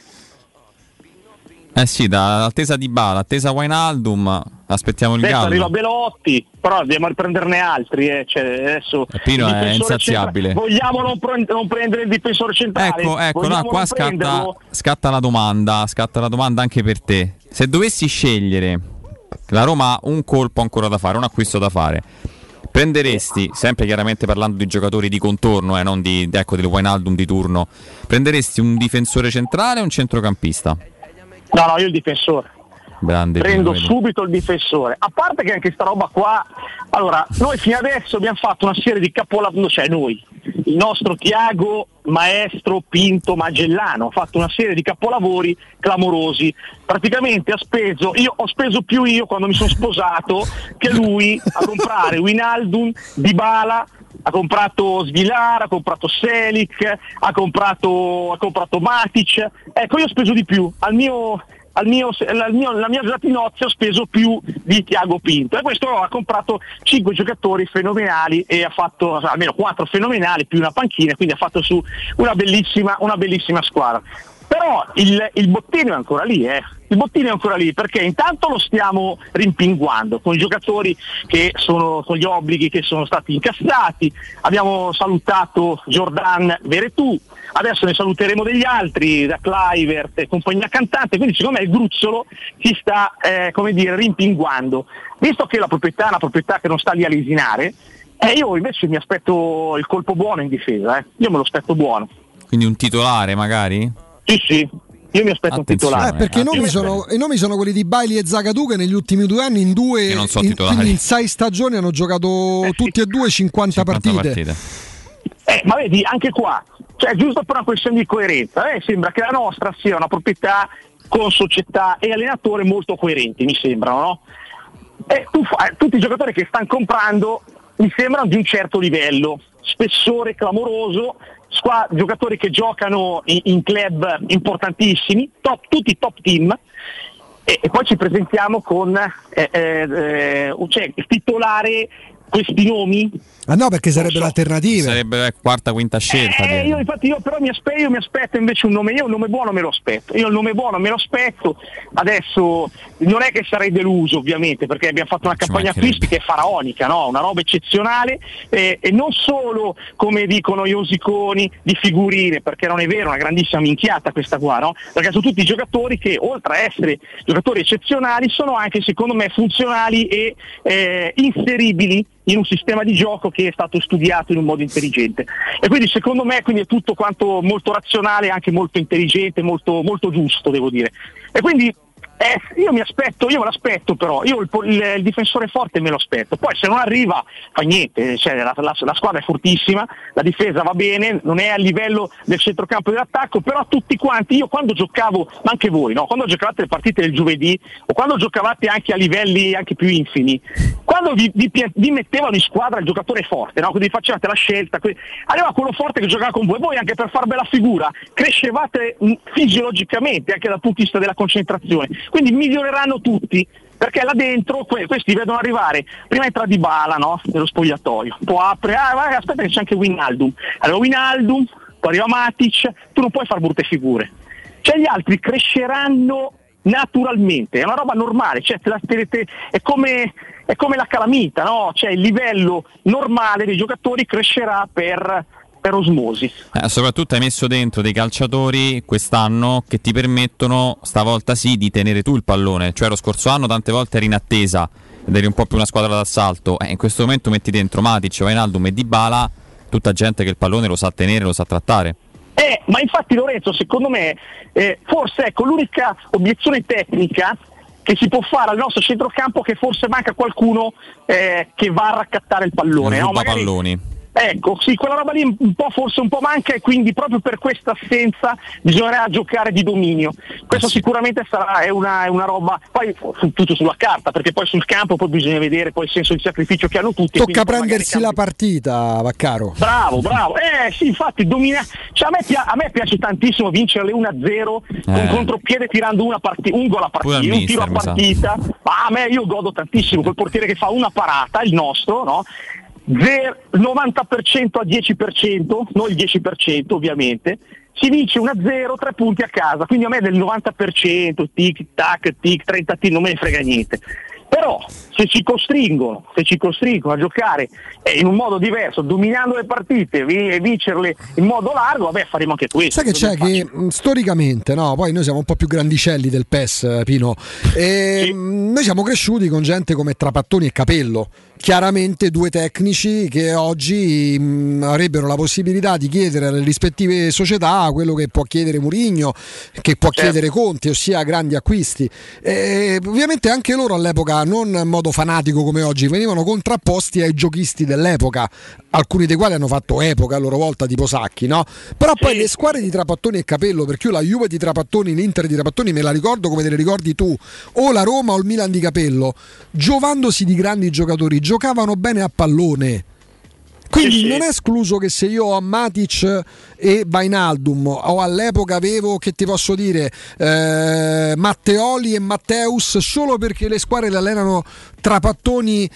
Eh sì, da attesa di Bala, attesa Wijnaldum, aspettiamo il adesso Gallo. Arriva Belotti, però dobbiamo riprenderne altri, eh. Cioè, adesso Pino è insaziabile. Centrale. Vogliamo non, pre- non prendere il difensore centrale? Ecco, ecco, no, qua scatta, scatta la domanda, scatta la domanda anche per te. Se dovessi scegliere, la Roma ha un colpo ancora da fare, un acquisto da fare. Prenderesti, sempre chiaramente parlando di giocatori di contorno, eh, non di, ecco, del Wijnaldum di turno, prenderesti un difensore centrale o un centrocampista? No, no, io il difensore. Grande Prendo Pino, subito il difensore. A parte che anche sta roba qua, allora, noi fino adesso abbiamo fatto una serie di capolavori, cioè noi, il nostro Tiago, Maestro, Pinto, Magellano, ha fatto una serie di capolavori clamorosi. Praticamente ha speso, io ho speso più io quando mi sono sposato che lui a comprare Wijnaldum, Dybala, ha comprato Svilar, ha comprato Selic, ha comprato, ha comprato Matic. Ecco, io ho speso di più. Al mio, al mio, al mio, la mia giornata di nozze ho speso più di Tiago Pinto. E questo ha comprato cinque giocatori fenomenali e ha fatto almeno quattro fenomenali più una panchina, quindi ha fatto su una bellissima, una bellissima squadra. Però il, il bottino è ancora lì, eh. Il bottino è ancora lì perché intanto lo stiamo rimpinguando con i giocatori che sono con gli obblighi che sono stati incassati. Abbiamo salutato Jordan Veretù, adesso ne saluteremo degli altri, da Kluivert e compagnia cantante, quindi secondo me il gruzzolo si sta eh, come dire rimpinguando. Visto che la proprietà è una proprietà che non sta lì a lesinare, eh, io invece mi aspetto il colpo buono in difesa, eh. Io me lo aspetto buono. Quindi un titolare magari? Sì, sì. Io mi aspetto Attenzione, un titolare. Eh, perché i nomi, sono, i nomi sono quelli di Bailey e Zagadou che negli ultimi due anni in due non so in, titolari. in sei stagioni hanno giocato eh, tutti sì. e due cinquanta, cinquanta partite. partite. Eh, ma vedi, anche qua, cioè giusto per una questione di coerenza, eh, sembra che la nostra sia una proprietà con società e allenatore molto coerenti, mi sembrano, no? E tu fa, tutti i giocatori che stanno comprando mi sembrano di un certo livello, spessore clamoroso, squa- giocatori che giocano in, in club importantissimi, top, tutti top team, e, e poi ci presentiamo con eh, eh, cioè, il titolare, questi nomi. Ah no, perché sarebbe so. l'alternativa. Sarebbe eh, quarta, quinta scelta. Eh, io infatti io però mi aspetto, io mi aspetto invece un nome, io un nome buono me lo aspetto, io il nome buono me lo aspetto, adesso non è che sarei deluso ovviamente perché abbiamo fatto una Ci campagna acquisti che è faraonica, no? Una roba eccezionale eh, e non solo come dicono gli osiconi di figurine, perché non è vero, una grandissima minchiata questa qua, no? Perché sono tutti giocatori che oltre a essere giocatori eccezionali sono anche secondo me funzionali e eh, inseribili in un sistema di gioco che è stato studiato in un modo intelligente e quindi secondo me quindi è tutto quanto molto razionale, anche molto intelligente, molto, molto giusto devo dire e quindi eh, io mi aspetto, io me l'aspetto però, io il, il, il difensore forte me lo aspetto, poi se non arriva fa niente, cioè, la, la, la squadra è fortissima, la difesa va bene, non è a livello del centrocampo e dell'attacco, però tutti quanti, io quando giocavo, ma anche voi, no? Quando giocavate le partite del giovedì o quando giocavate anche a livelli anche più infimi, quando vi, vi, vi mettevano in squadra il giocatore forte, no? Quindi facevate la scelta, quindi, arriva quello forte che giocava con voi, voi anche per far bella figura crescevate mh, fisiologicamente anche dal punto di vista della concentrazione, quindi miglioreranno tutti perché là dentro que- questi vedono arrivare, prima entra Dybala, no? Nello spogliatoio, poi apre, ah, vai, aspetta che c'è anche Wijnaldum, arriva Wijnaldum, poi arriva Matic, tu non puoi far brutte figure, cioè gli altri cresceranno naturalmente, è una roba normale, cioè te la, te, te, è, come, è come la calamita, no? Cioè il livello normale dei giocatori crescerà per per osmosi. Eh, soprattutto hai messo dentro dei calciatori quest'anno che ti permettono, stavolta sì, di tenere tu il pallone. Cioè lo scorso anno tante volte eri in attesa ed eri un po' più una squadra d'assalto. Eh, in questo momento metti dentro Matic, Wijnaldum e Dybala, tutta gente che il pallone lo sa tenere, lo sa trattare. Eh, ma infatti Lorenzo, secondo me, eh, forse ecco l'unica obiezione tecnica che si può fare al nostro centrocampo, che forse manca qualcuno eh, che va a raccattare il pallone. Non no? Magari, palloni. Ecco, sì, quella roba lì un po' forse un po' manca, e quindi proprio per questa assenza bisognerà giocare di dominio. Questo eh sì. sicuramente sarà è una, è una roba, poi su, tutto sulla carta, perché poi sul campo poi bisogna vedere poi il senso di sacrificio che hanno tutti. Tocca prendersi la partita, Vaccaro. Bravo, bravo. Eh sì, infatti domina. Cioè, a, me pia- a me piace tantissimo vincere uno a zero eh. con contropiede tirando una parti- un gol a partita, un tiro a partita. Ma a me io godo tantissimo quel portiere che fa una parata, il nostro, no? novanta per cento a dieci per cento, non il dieci per cento ovviamente, si vince uno a zero, tre punti a casa, quindi a me del novanta per cento, tic tac, tic, trenta tic, non me ne frega niente. Però se ci costringono, se ci costringono a giocare eh, in un modo diverso, dominando le partite e vincerle in modo largo, vabbè, faremo anche questo. Sai che c'è che mh, storicamente, no? Poi noi siamo un po' più grandicelli del P E S, Pino. E, sì. mh, noi siamo cresciuti con gente come Trapattoni e Capello. Chiaramente due tecnici che oggi mh, avrebbero la possibilità di chiedere alle rispettive società quello che può chiedere Mourinho, che può certo. chiedere Conte, ossia grandi acquisti. E, ovviamente anche loro all'epoca, non in modo fanatico come oggi, venivano contrapposti ai giochisti dell'epoca, alcuni dei quali hanno fatto epoca a loro volta, tipo Sacchi, no? Però poi sì. le squadre di Trapattoni e Capello, perché io la Juve di Trapattoni, l'Inter di Trapattoni me la ricordo come te le ricordi tu, o la Roma o il Milan di Capello, giovandosi di grandi giocatori, giocavano bene a pallone. Quindi sì, sì. non è escluso che se io ho Matic e Wijnaldum, o all'epoca avevo, che ti posso dire, eh, Matteoli e Matteus, solo perché le squadre le allenano Trapattoni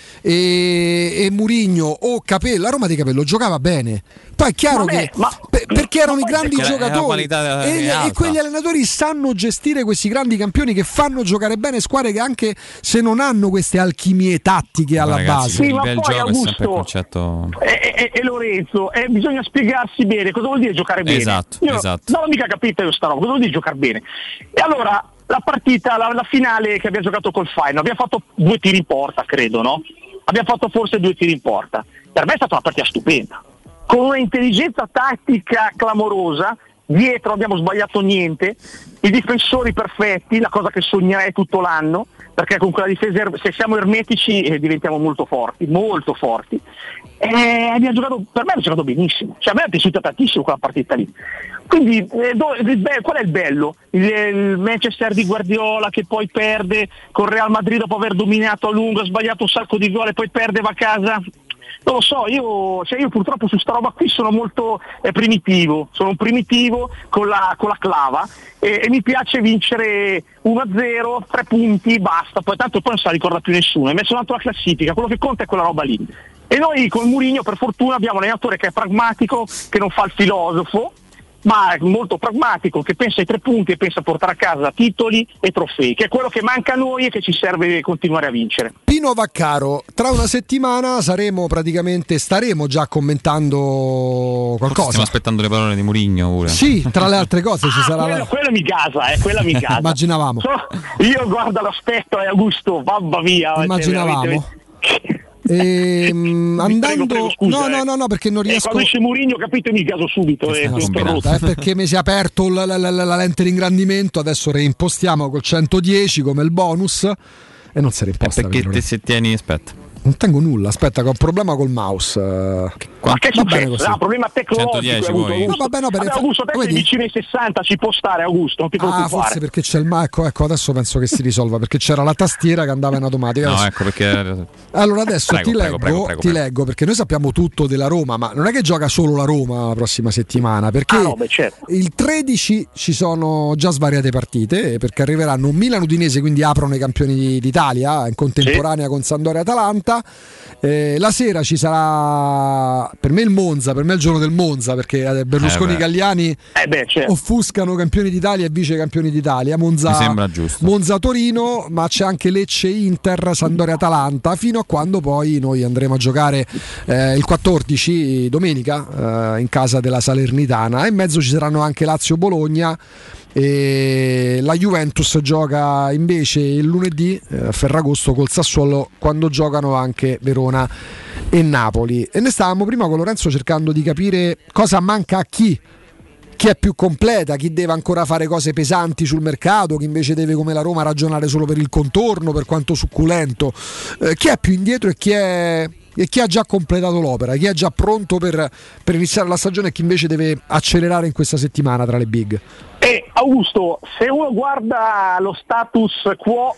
e, e Mourinho o Capello, la Roma di Capello giocava bene. Poi è chiaro Vabbè, che ma, per, perché erano i grandi perché giocatori e, e quegli allenatori sanno gestire questi grandi campioni che fanno giocare bene squadre che anche se non hanno queste alchimie tattiche alla ragazzi, base. Sì, il bel gioco Augusto, è sempre il concetto. E, e, e Lorenzo, eh, bisogna spiegarsi bene cosa vuol dire giocare bene. Esatto, io esatto. non l'ho mica capito io sta roba, cosa vuol dire giocare bene. E allora la partita, la, la finale che abbiamo giocato col Feyenoord, abbiamo fatto due tiri in porta, credo, no? Abbiamo fatto forse due tiri in porta. Per me è stata una partita stupenda, con una intelligenza tattica clamorosa. Dietro abbiamo sbagliato niente, i difensori perfetti, la cosa che sognerei tutto l'anno, perché con quella difesa, se siamo ermetici eh, diventiamo molto forti, molto forti. E abbiamo giocato, per me abbiamo giocato benissimo, cioè a me è piaciuta tantissimo quella partita lì. Quindi eh, do, il be- qual è il bello? Il, il Manchester di Guardiola che poi perde con Real Madrid dopo aver dominato a lungo, ha sbagliato un sacco di gol e poi perde, va a casa. Non lo so, io, cioè io purtroppo su sta roba qui sono molto eh, primitivo, sono un primitivo con la, con la clava e, e mi piace vincere uno a zero, tre punti, basta, poi tanto poi non se la ricorda più nessuno, hai messo un'altra classifica, quello che conta è quella roba lì. E noi con Mourinho per fortuna abbiamo un allenatore che è pragmatico, che non fa il filosofo, ma è molto pragmatico, che pensa ai tre punti e pensa a portare a casa titoli e trofei, che è quello che manca a noi e che ci serve continuare a vincere. Pino Vaccaro, tra una settimana saremo praticamente, staremo già commentando qualcosa. Stiamo aspettando le parole di Mourinho pure. Sì, tra le altre cose ci ah, sarà. Quello, quello mi gasa, eh, quella mi gasa. Immaginavamo. So, io guardo l'aspetto e Augusto, mamma mia. Immaginavamo. E, andando prego, prego, scusa, no, eh. no, no, no, perché non riesco. Eh, quando esce Mourinho, capito, mi caso subito. Eh, è perché mi si è aperto la, la, la, la lente di ingrandimento. Adesso reimpostiamo col centodieci come il bonus e non si reimposta. È perché te se tieni, aspetta. Non tengo nulla, aspetta, che ho un problema col mouse. Ma che è successo? Ah, problema tecnologico. Poi. No, vabbè, no, vabbè, Augusto, te sei vicino ai sessanta, ci può stare, Augusto, non ti preoccupare. Ah, forse perché c'è il ma, ecco, ecco, adesso penso che si risolva, perché c'era la tastiera che andava in automatica. No, adesso... ecco perché. Allora adesso prego, ti, prego, leggo, prego, prego, ti prego. leggo, perché noi sappiamo tutto della Roma, ma non è che gioca solo la Roma la prossima settimana, perché ah, no, beh, certo. il tredici ci sono già svariate partite, perché arriveranno un Milan Udinese, quindi aprono i campioni d'Italia in contemporanea sì. con Sampdoria Atalanta. Eh, la sera ci sarà per me il Monza, per me è il giorno del Monza, perché Berlusconi eh Galliani eh beh, certo. offuscano campioni d'Italia e vice campioni d'Italia. Monza, mi sembra giusto. Monza Torino, ma c'è anche Lecce Inter, Sampdoria Atalanta, fino a quando poi noi andremo a giocare eh, il quattordici domenica eh, in casa della Salernitana, e in mezzo ci saranno anche Lazio Bologna. E la Juventus gioca invece il lunedì a eh, Ferragosto col Sassuolo, quando giocano anche Verona e Napoli. E ne stavamo prima con Lorenzo cercando di capire cosa manca a chi chi è più completa, chi deve ancora fare cose pesanti sul mercato, chi invece deve, come la Roma, ragionare solo per il contorno, per quanto succulento, eh, chi è più indietro e chi è e chi ha già completato l'opera, chi è già pronto per, per iniziare la stagione, e chi invece deve accelerare in questa settimana tra le big. E Augusto, se uno guarda lo status quo,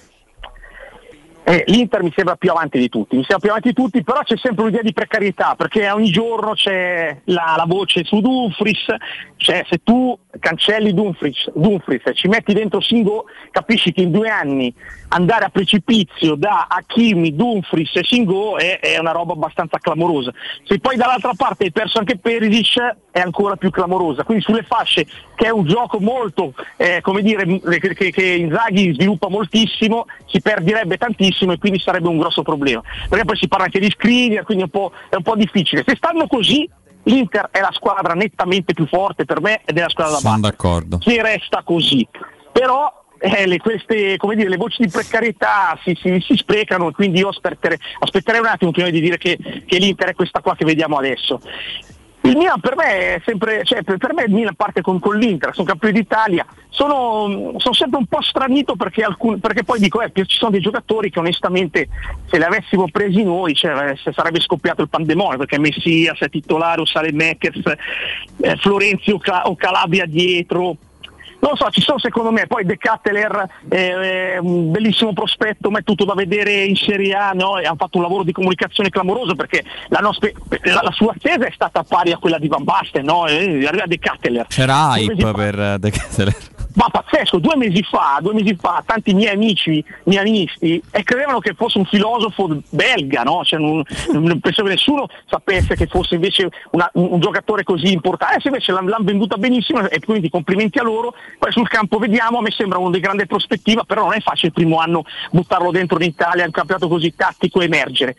eh, l'Inter mi sembra più avanti di tutti, mi sembra più avanti di tutti, però c'è sempre un'idea di precarietà, perché ogni giorno c'è la, la voce su Dumfries, cioè se tu cancelli Dumfries, Dumfries e ci metti dentro Singo, capisci che in due anni andare a precipizio da Hakimi, Dumfries e Singo è, è una roba abbastanza clamorosa. Se poi dall'altra parte hai perso anche Perisic, è ancora più clamorosa. Quindi sulle fasce, che è un gioco molto, eh, come dire, che, che Inzaghi sviluppa moltissimo, si perderebbe tantissimo e quindi sarebbe un grosso problema. Perché poi si parla anche di screener, quindi è un po', è un po' difficile. Se stanno così, l'Inter è la squadra nettamente più forte per me ed è la squadra da battere. Sono d'accordo. Che resta così. Però eh, le, queste, come dire, le voci di precarietà si, si, si sprecano, e quindi io aspetterei, aspetterei un attimo prima di dire che, che l'Inter è questa qua che vediamo adesso. Il Milan per me è sempre, cioè per, per me il Milan parte con, con l'Inter, sono campioni d'Italia, sono, sono sempre un po' stranito perché, alcun, perché poi dico eh, ci sono dei giocatori che onestamente se li avessimo presi noi, cioè, se sarebbe scoppiato il pandemonio, perché Messias è titolare o Saelemaekers, eh, Florenzi o Calabria dietro. Non lo so, ci sono secondo me, poi De Ketelaere è un bellissimo prospetto, ma è tutto da vedere in Serie A, no? E hanno fatto un lavoro di comunicazione clamoroso, perché la, nostra, la, la sua attesa è stata pari a quella di Van Basten, no? E arriva De Ketelaere. C'era hype per De Ketelaere. Ma pazzesco, due mesi fa, due mesi fa, tanti miei amici, milanisti, e credevano che fosse un filosofo belga, no? Cioè, non, non penso che nessuno sapesse che fosse invece una, un, un giocatore così importante, e invece l'hanno, l'hanno venduta benissimo, e quindi complimenti a loro. Poi sul campo vediamo, a me sembra uno di grande prospettiva, però non è facile il primo anno buttarlo dentro in Italia, un campionato così tattico, e emergere.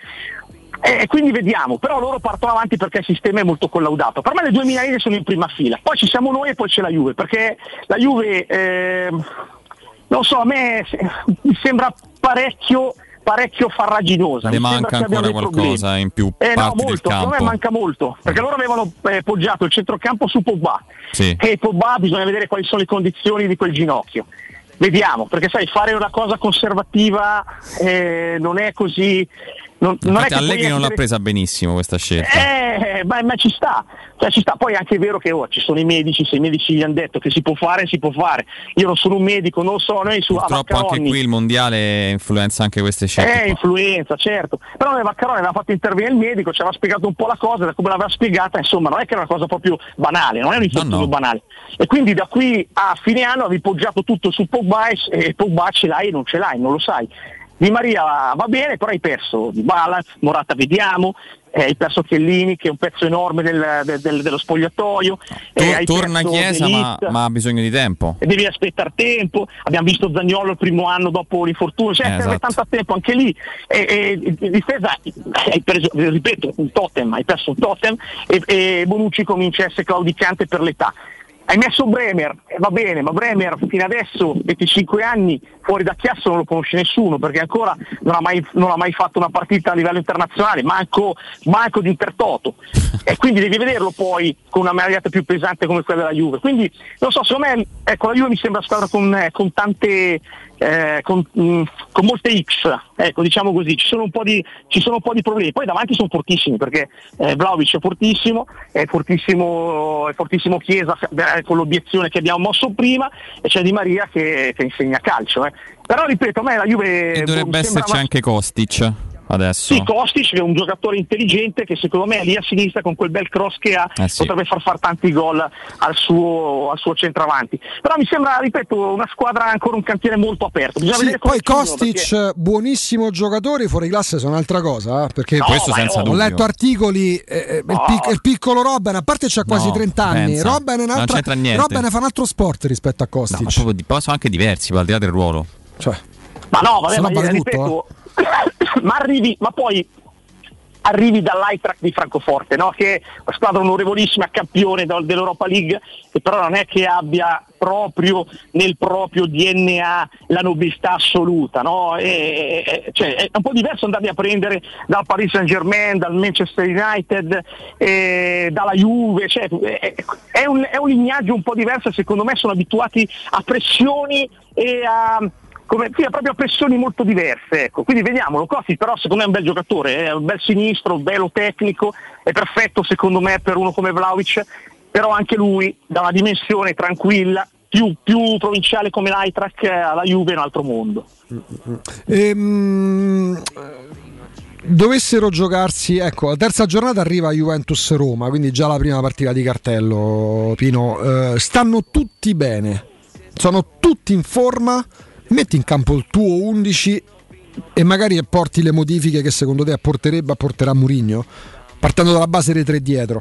E quindi vediamo, però loro partono avanti perché il sistema è molto collaudato. Per me le due milanesi sono in prima fila, poi ci siamo noi e poi c'è la Juve, perché la Juve, eh, non so, a me mi sembra parecchio parecchio farraginosa. Ne manca ancora qualcosa problemi. In più eh, parti no, molto, del campo. Secondo me manca molto, perché loro avevano eh, poggiato il centrocampo su Pogba, sì. E Pogba bisogna vedere quali sono le condizioni di quel ginocchio. Vediamo, perché sai, fare una cosa conservativa eh, non è così. Non, non è che Allegri non essere... l'ha presa benissimo questa scelta. Eh, ma, ma ci sta, cioè ci sta. Poi è anche vero che oh, ci sono i medici, se i medici gli hanno detto che si può fare, si può fare. Io non sono un medico, non lo so, noi su purtroppo anche qui il mondiale influenza anche queste scelte. Eh, influenza, certo. Però nel Vaccarone aveva fatto intervenire il medico, ci aveva spiegato un po' la cosa, da come l'aveva spiegata, insomma, non è che era una cosa proprio banale, non è un infortunio no, no. banale. E quindi da qui a fine anno avevi poggiato tutto su Pogba, e Pogba ce l'hai e non ce l'hai, non lo sai. Di Maria va bene, però hai perso Dybala, Morata vediamo, eh, hai perso Chiellini che è un pezzo enorme del, del, del, dello spogliatoio. Eh, hai Torna Chiesa ma, ma ha bisogno di tempo. E devi aspettare tempo, abbiamo visto Zaniolo il primo anno dopo l'infortunio, cioè eh, serve esatto. tanto tempo anche lì. E, e, e difesa hai preso, ripeto, un totem, hai perso un totem e, e Bonucci comincia a essere claudicante per l'età. Hai messo Bremer, eh, va bene, ma Bremer fino adesso, venticinque anni, fuori da Chiasso non lo conosce nessuno, perché ancora non ha mai, non ha mai fatto una partita a livello internazionale, manco, manco di Intertoto. E quindi devi vederlo poi con una maglietta più pesante come quella della Juve. Quindi, non so, secondo me, ecco, la Juve mi sembra una squadra con, eh, con tante... Eh, con, mh, con molte X, ecco, diciamo così, ci sono un po' di ci sono un po' di problemi. Poi davanti sono fortissimi, perché eh, Vlahovic è fortissimo, è fortissimo, è fortissimo Chiesa, eh, con l'obiezione che abbiamo mosso prima, e c'è Di Maria che, che insegna calcio, eh. Però ripeto, a me la Juve e dovrebbe esserci sembrava... anche Kostic. adesso. Sì, Kostic è un giocatore intelligente che secondo me lì a sinistra con quel bel cross che ha eh sì. potrebbe far far tanti gol al suo, al suo centravanti. Però mi sembra, ripeto, una squadra ancora un cantiere molto aperto. Bisogna sì, vedere come poi Kostic, perché... buonissimo giocatore, fuori classe sono un'altra cosa, eh, perché no, questo senza ho dubbio. letto articoli, eh, no. il, pic- il piccolo Robben, a parte c'ha quasi No, trenta anni, pensa. Robben è Non un'altra, c'entra niente. Robben fa un altro sport rispetto a No, Kostic. ma proprio di- poi sono anche diversi, al di là del ruolo. Cioè, Ma no, vabbè, se no ma vale ripeto, tutto, ma arrivi, ma poi arrivi dall'Eintracht di Francoforte, no? Che è una squadra onorevolissima, campione dell'Europa League, che però non è che abbia proprio nel proprio D N A la nobiltà assoluta, no? E, e, cioè, è un po' diverso andarli a prendere dal Paris Saint-Germain, dal Manchester United, e dalla Juve, cioè, è, è, un, è un lignaggio un po' diverso, secondo me sono abituati a pressioni e a... come sì, proprio a pressioni molto diverse, ecco. Quindi vediamolo. Kostic però secondo me è un bel giocatore, è un bel sinistro, bello tecnico, è perfetto secondo me per uno come Vlahovic, però anche lui da una dimensione tranquilla, più, più provinciale come l'Eintracht, alla Juve è un altro mondo. Ehm, dovessero giocarsi, ecco, la terza giornata arriva Juventus-Roma, quindi già la prima partita di cartello, Pino. Eh, stanno tutti bene, sono tutti in forma. Metti in campo il tuo undici e magari apporti le modifiche che secondo te apporterebbe apporterà Mourinho, partendo dalla base dei tre dietro.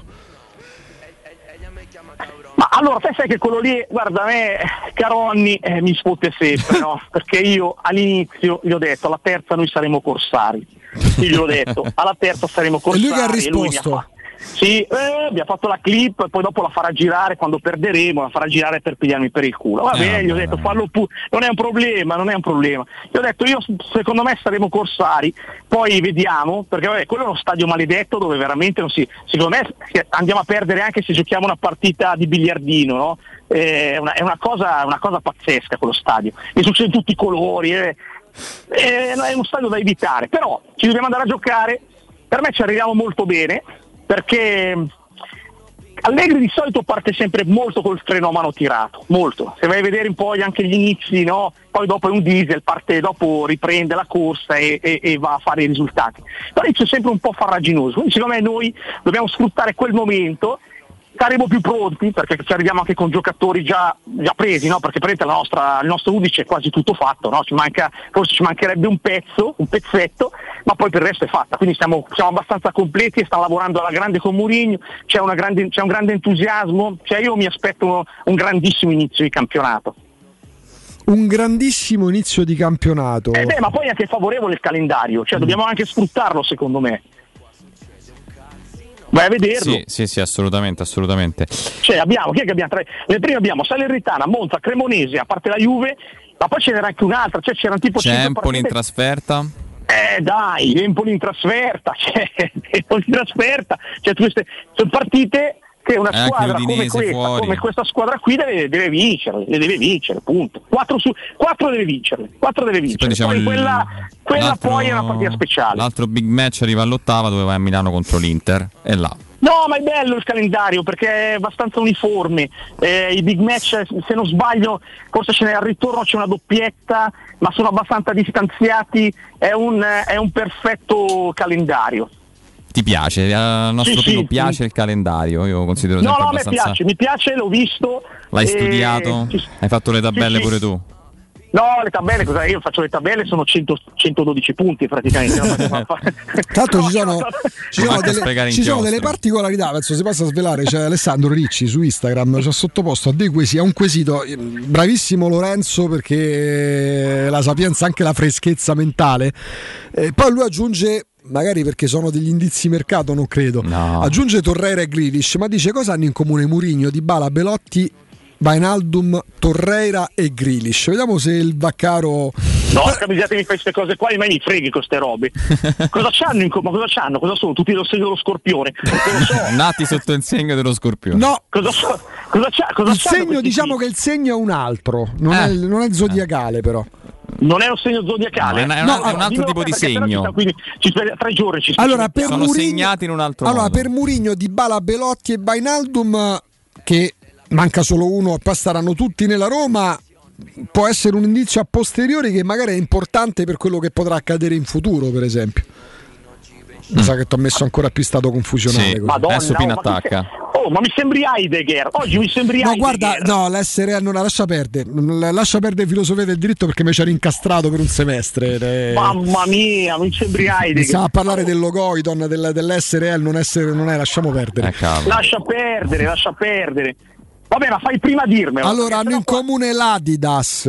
Ma allora te sai che quello lì, guarda, a me Caronni eh, mi sfotte sempre, no? Perché io all'inizio gli ho detto alla terza noi saremo corsari, io gli ho detto alla terza saremo corsari e lui che ha risposto? E lui mi ha fatto, sì, eh, mi ha fatto la clip, poi dopo la farà girare quando perderemo, la farà girare per pigliarmi per il culo. Vabbè, eh, gli ho detto fallo pure, non è un problema, non è un problema. Gli ho detto io secondo me saremo corsari, poi vediamo, perché vabbè, quello è uno stadio maledetto dove veramente non si, secondo me andiamo a perdere anche se giochiamo una partita di biliardino, no? È una, è una cosa, una cosa pazzesca quello stadio, e succedono tutti i colori, eh. È uno stadio da evitare, però ci dobbiamo andare a giocare, per me ci arriviamo molto bene, perché Allegri di solito parte sempre molto col freno a mano tirato, molto. Se vai a vedere un po' anche gli inizi, no? Poi dopo è un diesel, parte dopo riprende la corsa e, e, e va a fare i risultati. Però inizio sempre un po' farraginoso, quindi secondo me noi dobbiamo sfruttare quel momento. Saremo più pronti perché ci arriviamo anche con giocatori già, già presi, no? Perché la nostra, il nostro undici è quasi tutto fatto, no? Ci manca, forse ci mancherebbe un pezzo, un pezzetto, ma poi per il resto è fatta. Quindi siamo, siamo abbastanza completi e sta lavorando alla grande con Mourinho, c'è, una grande, c'è un grande entusiasmo, cioè io mi aspetto uno, un grandissimo inizio di campionato. Un grandissimo inizio di campionato. Eh beh, ma poi è anche favorevole il calendario, cioè mm. dobbiamo anche sfruttarlo secondo me. Vai a vederlo. Sì, sì, sì, assolutamente, assolutamente. Cioè abbiamo, chi è che abbiamo tre? Nel primo abbiamo Salernitana, Monza, Cremonese, a parte la Juve, ma poi ce n'era anche un'altra, cioè c'erano tipo c'è Empoli in trasferta. Eh dai, Empoli in trasferta, cioè Empoli in trasferta, cioè queste sono partite che una eh, squadra come questa, come questa squadra qui deve, deve vincere, le deve vincere, punto. Quattro su quattro deve vincerle, quattro deve vincere. Sì, poi, diciamo poi il, quella, quella poi è una partita speciale. L'altro big match arriva all'ottava dove vai a Milano contro l'Inter e là. No, ma è bello il calendario perché è abbastanza uniforme. Eh, I big match, se non sbaglio, forse ce n'è al ritorno, c'è una doppietta, ma sono abbastanza distanziati. È un, è un perfetto calendario. Ti piace? Al nostro sì, Pino sì, piace sì. il calendario? Io considero no, sempre no, abbastanza... mi piace, mi piace, l'ho visto. L'hai e... studiato? Ci... Hai fatto le tabelle sì, pure sì. tu? No, le tabelle, cosa? Io faccio le tabelle, sono cento, centododici punti praticamente. Tanto ci sono, ci sono, delle, ci sono delle particolarità, penso si possa svelare. C'è Alessandro Ricci su Instagram, ci ha sottoposto a dei quesiti, a un quesito. Bravissimo Lorenzo, perché la sapienza, anche la freschezza mentale. Eh, poi lui aggiunge, magari perché sono degli indizi mercato, non credo, no. aggiunge Torreira e Grealish, ma dice cosa hanno in comune Mourinho, Dybala, Belotti, Wijnaldum, Torreira e Grealish. Vediamo se il Vaccaro. No, capitemi queste cose qua, mai mi freghi con ste robe. Cosa c'hanno in comune? Ma cosa c'hanno? Cosa sono? Tutti lo segno dello scorpione? Non lo so. Nati sotto il segno dello scorpione. No, cosa so? Cosa c'ha? Cosa il segno, diciamo qui? Che il segno è un altro, non, eh. è, non è zodiacale, però. Non è un segno zodiacale, no, è, un, no, è un altro tipo di segno. Ci quindi ci tre giorni ci allora, per sono Mourinho, segnati in un altro allora, modo. Per Mourinho, Dybala, Belotti e Wijnaldum, che manca solo uno e poi staranno tutti nella Roma, può essere un indizio a posteriori che magari è importante per quello che potrà accadere in futuro, per esempio. Mi mm. sa che ti ho messo ancora più stato confusionale. Sì. Madonna, adesso Pino no, attacca. Ma oh, ma mi sembri Heidegger. Oggi mi sembri no, Heidegger. Guarda, no, l'S R E L non la lascia perdere. Lascia perdere filosofia del diritto perché mi ci ha rincastrato per un semestre. Le... Mamma mia, mi sembri Heidegger. Iniziamo a parlare del logoidon, del, dell'S R E L, non, essere, non è, lasciamo perdere. Eh, lascia perdere, lascia perdere. Vabbè, ma fai prima a dirmelo. Allora, hanno in comune l'Adidas.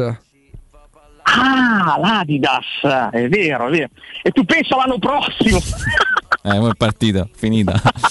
Ah, l'Adidas, è vero, è vero. E tu pensa l'anno prossimo. Eh, mo' è partita, finita.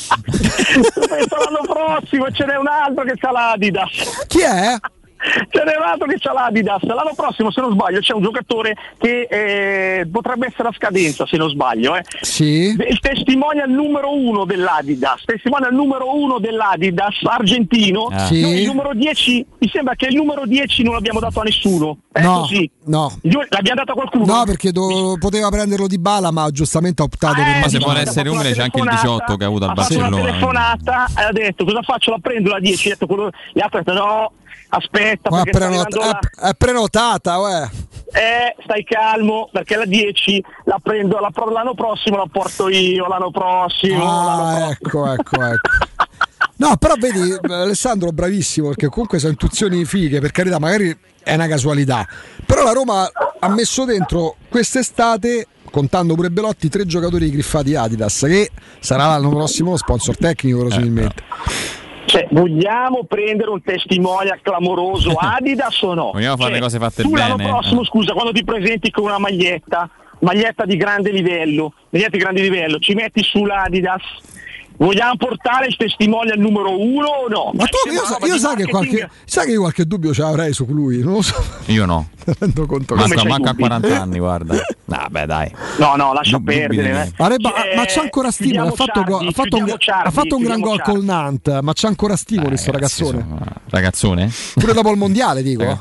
Tu pensa l'anno prossimo, ce n'è un altro che c'ha l'Adidas. Chi è? Ce n'è un altro che c'ha l'Adidas. L'anno prossimo, se non sbaglio, c'è un giocatore che eh, potrebbe essere a scadenza, se non sbaglio. Eh. Sì. Il testimonial numero uno dell'Adidas, testimonial numero uno dell'Adidas argentino. Ah. Sì. Noi il numero dieci, mi sembra che il numero dieci non l'abbiamo dato a nessuno. È no, così. No. L'abbiamo dato a qualcuno? No, perché do, poteva prenderlo di Bala, ma giustamente ha optato eh, per ma se vuole essere umile c'è anche il diciotto che ha avuto al Barcellona. Ha fatto una telefonata e ha detto cosa faccio, la prendo la dieci, ha detto quello, gli altri hanno detto no, aspetta, ma perché prenot- sta la... è, è prenotata, uè. Eh, stai calmo, perché la dieci la prendo la, l'anno prossimo, la porto io l'anno prossimo. Ah, l'anno ecco, prossimo. ecco, ecco. No, però vedi, Alessandro bravissimo, perché comunque sono intuizioni fighe, per carità, magari è una casualità. Però la Roma ha messo dentro quest'estate, contando pure Belotti, tre giocatori griffati Adidas, che sarà l'anno prossimo lo sponsor tecnico, verosimilmente. Cioè, vogliamo prendere un testimonial clamoroso Adidas o no? Vogliamo fare cioè, le cose fatte tu bene. L'anno prossimo, eh. scusa, quando ti presenti con una maglietta, maglietta di grande livello, maglietta di grande livello, ci metti sull'Adidas. Vogliamo portare il testimonial numero uno o no? Ma tu, io, sa, io sai che qualche, sai che io qualche dubbio ce l'avrei su lui, non lo so. Io no. Rendo conto che manca, manca a quaranta anni, guarda. No, beh, dai. No, no, lascia Dubbi, perdere. Eh. Areba, eh, ma c'ha ancora stimoli. Ha fatto, Ciardi, ha fatto un, Ciardi, ha fatto un gran gol col Nantes, ma c'ha ancora stimoli questo ragazzone. Sono... Ragazzone? Pure dopo il mondiale, dico. Eh.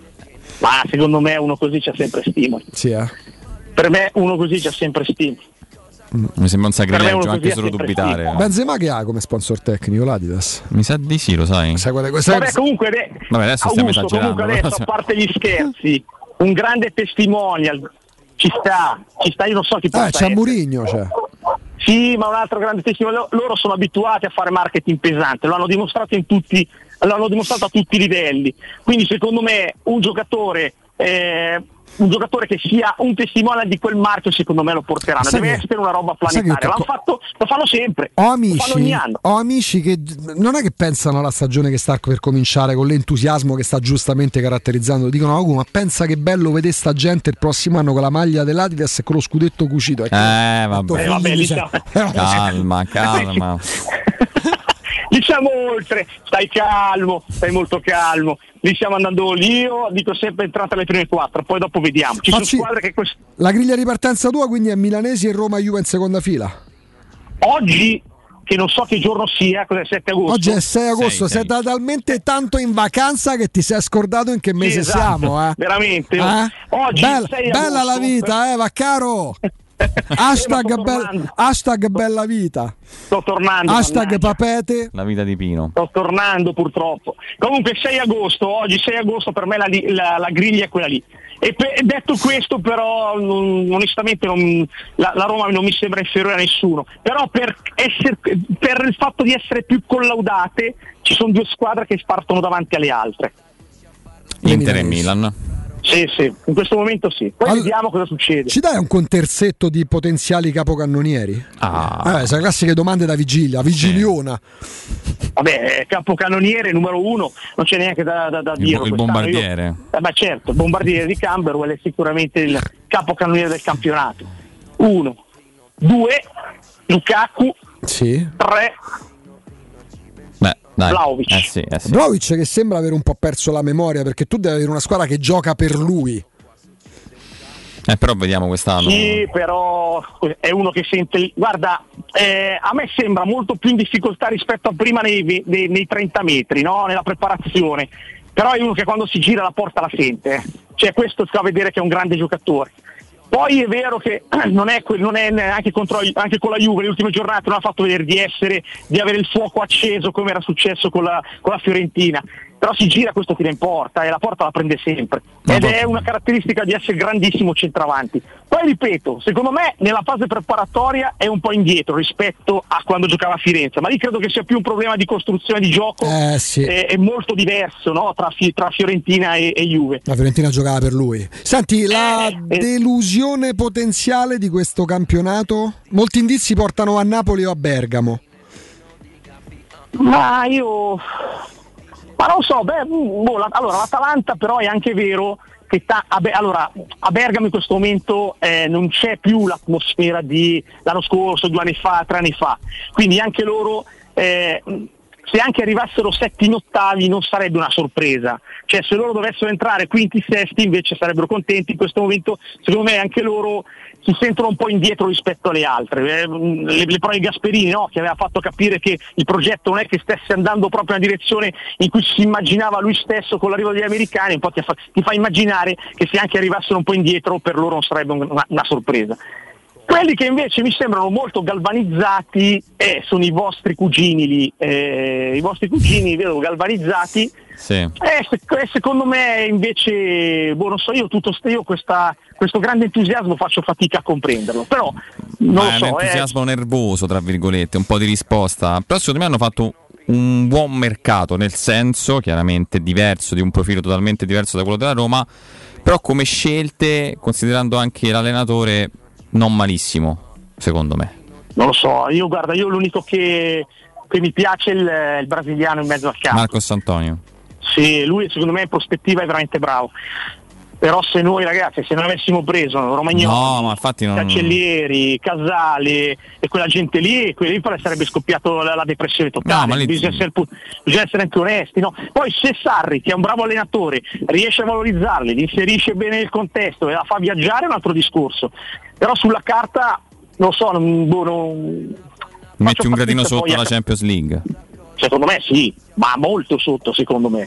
Ma secondo me uno così c'ha sempre stimoli. Sì, eh. Per me uno così c'ha sempre stimoli. Mi sembra un sacrilegio anche solo dubitare. Sì. Benzema che ha come sponsor tecnico l'Adidas? Mi sa di sì, lo sai. sai quelle, sai, Vabbè, comunque, de- Vabbè, adesso Augusto, stiamo esagerando. comunque adesso, a parte gli scherzi, un grande testimonial ci sta, ci sta, io non so chi possa eh, c'è Mourinho, cioè. Sì, ma un altro grande testimonial, loro sono abituati a fare marketing pesante, lo hanno dimostrato in tutti, l'hanno dimostrato a tutti i livelli. Quindi secondo me un giocatore eh, un giocatore che sia un testimonial di quel marchio secondo me lo porteranno, sai deve che, essere una roba planetaria, l'hanno fatto, lo fanno sempre, ho lo amici, fanno ogni anno. Ho amici che non è che pensano alla stagione che sta per cominciare con l'entusiasmo che sta giustamente caratterizzando, dicono oh, ma pensa che bello vedere sta gente il prossimo anno con la maglia dell'Adidas e con lo scudetto cucito. Ecco, eh vabbè, eh, vabbè diciamo. calma, calma. Diciamo oltre, stai calmo, stai molto calmo. Lì stiamo andando lì, io dico sempre entrata alle prime quattro, poi dopo vediamo. Ci Facci, sono squadre che quest... La griglia di partenza tua quindi è Milanesi e Roma Juve in seconda fila. Oggi, che non so che giorno sia, cos'è sette agosto? Oggi è sei agosto, sei, sei. sei talmente tanto in vacanza che ti sei scordato in che mese sì, esatto. siamo, eh? Veramente. Eh? Oggi bella, sei bella agosto, la vita, per... eh, va caro. Hashtag, eh, be- hashtag bella vita. Sto tornando. Hashtag papete. La vita di Pino. Sto tornando purtroppo. Comunque sei agosto, oggi sei agosto per me la, la, la griglia è quella lì. E per, detto questo però non, onestamente non, la, la Roma non mi sembra inferiore a nessuno. Però per, essere, per il fatto di essere più collaudate ci sono due squadre che spartono davanti alle altre. Inter e Milan. Sì, sì, in questo momento sì. Poi allora, vediamo cosa succede. Ci dai un conterzetto di potenziali capocannonieri? Ah. Eh, sono classiche domande da vigilia, vigiliona. Sì. Vabbè, capocannoniere numero uno, non c'è neanche da, da, da il, dire. Il bombardiere. Io, eh, beh, certo, il bombardiere di Camberwell è sicuramente il capocannoniere del campionato. Uno. Due, Lukaku. Sì. Tre. Beh, dai. Vlahovic. Eh sì, eh sì. Vlahovic che sembra aver un po' perso la memoria perché tu devi avere una squadra che gioca per lui. Eh, però vediamo quest'anno. Sì, però è uno che sente. Guarda, eh, a me sembra molto più in difficoltà rispetto a prima nei, nei, nei trenta metri, no? Nella preparazione. Però è uno che quando si gira la porta la sente. Eh. Cioè, questo fa vedere che è un grande giocatore. Poi è vero che non è, non è anche, contro, anche con la Juve le ultime giornate non ha fatto vedere di essere, di avere il fuoco acceso come era successo con la, con la Fiorentina. però si gira, questo tira in porta e la porta la prende sempre, ed è una caratteristica di essere grandissimo centravanti. Poi ripeto, secondo me nella fase preparatoria è un po' indietro rispetto a quando giocava a Firenze, ma lì credo che sia più un problema di costruzione di gioco, eh, sì. è, è molto diverso, no? tra, tra Fiorentina e, e Juve. La Fiorentina giocava per lui. Senti, la eh, delusione potenziale di questo campionato? Molti indizi portano a Napoli o a Bergamo. Ma io ma non so, beh, boh, la, allora l'Atalanta però è anche vero che ta, a, Be- allora, a Bergamo in questo momento eh, non c'è più l'atmosfera di l'anno scorso, due anni fa, tre anni fa, quindi anche loro eh, se anche arrivassero settimi ottavi non sarebbe una sorpresa, cioè se loro dovessero entrare quinti sesti invece sarebbero contenti. In questo momento secondo me anche loro si sentono un po' indietro rispetto alle altre, le, le prove Gasperini, no? Che aveva fatto capire che il progetto non è che stesse andando proprio nella direzione in cui si immaginava lui stesso con l'arrivo degli americani, un po' ti fa, ti fa immaginare che se anche arrivassero un po' indietro per loro non sarebbe una, una sorpresa. Quelli che invece mi sembrano molto galvanizzati eh, sono i vostri cugini lì, eh, i vostri cugini vedo galvanizzati. Sì. Eh, se, secondo me invece, boh, non so, io tutto st- io questa, questo grande entusiasmo faccio fatica a comprenderlo, però non Ma lo è so. un entusiasmo eh. nervoso, tra virgolette, un po' di risposta. Però secondo me hanno fatto un buon mercato, nel senso chiaramente diverso, di un profilo totalmente diverso da quello della Roma, però come scelte, considerando anche l'allenatore, non malissimo, secondo me. Non lo so, io guarda, io l'unico che, che mi piace è il, il brasiliano in mezzo al campo. Marcos Antonio. Sì, lui secondo me in prospettiva è veramente bravo. Però se noi ragazzi, se non avessimo preso Romagnoli, no, ma infatti non... Cancellieri, Casale e quella gente lì, quelli lì sarebbe scoppiato la, la depressione totale. No, ma lì... bisogna, essere, bisogna essere anche onesti, no? Poi se Sarri, che è un bravo allenatore, riesce a valorizzarli, li inserisce bene nel contesto e la fa viaggiare, è un altro discorso. Però sulla carta, non so, non, boh, non... metti un gradino sotto la Champions League. Secondo me sì, ma molto sotto secondo me.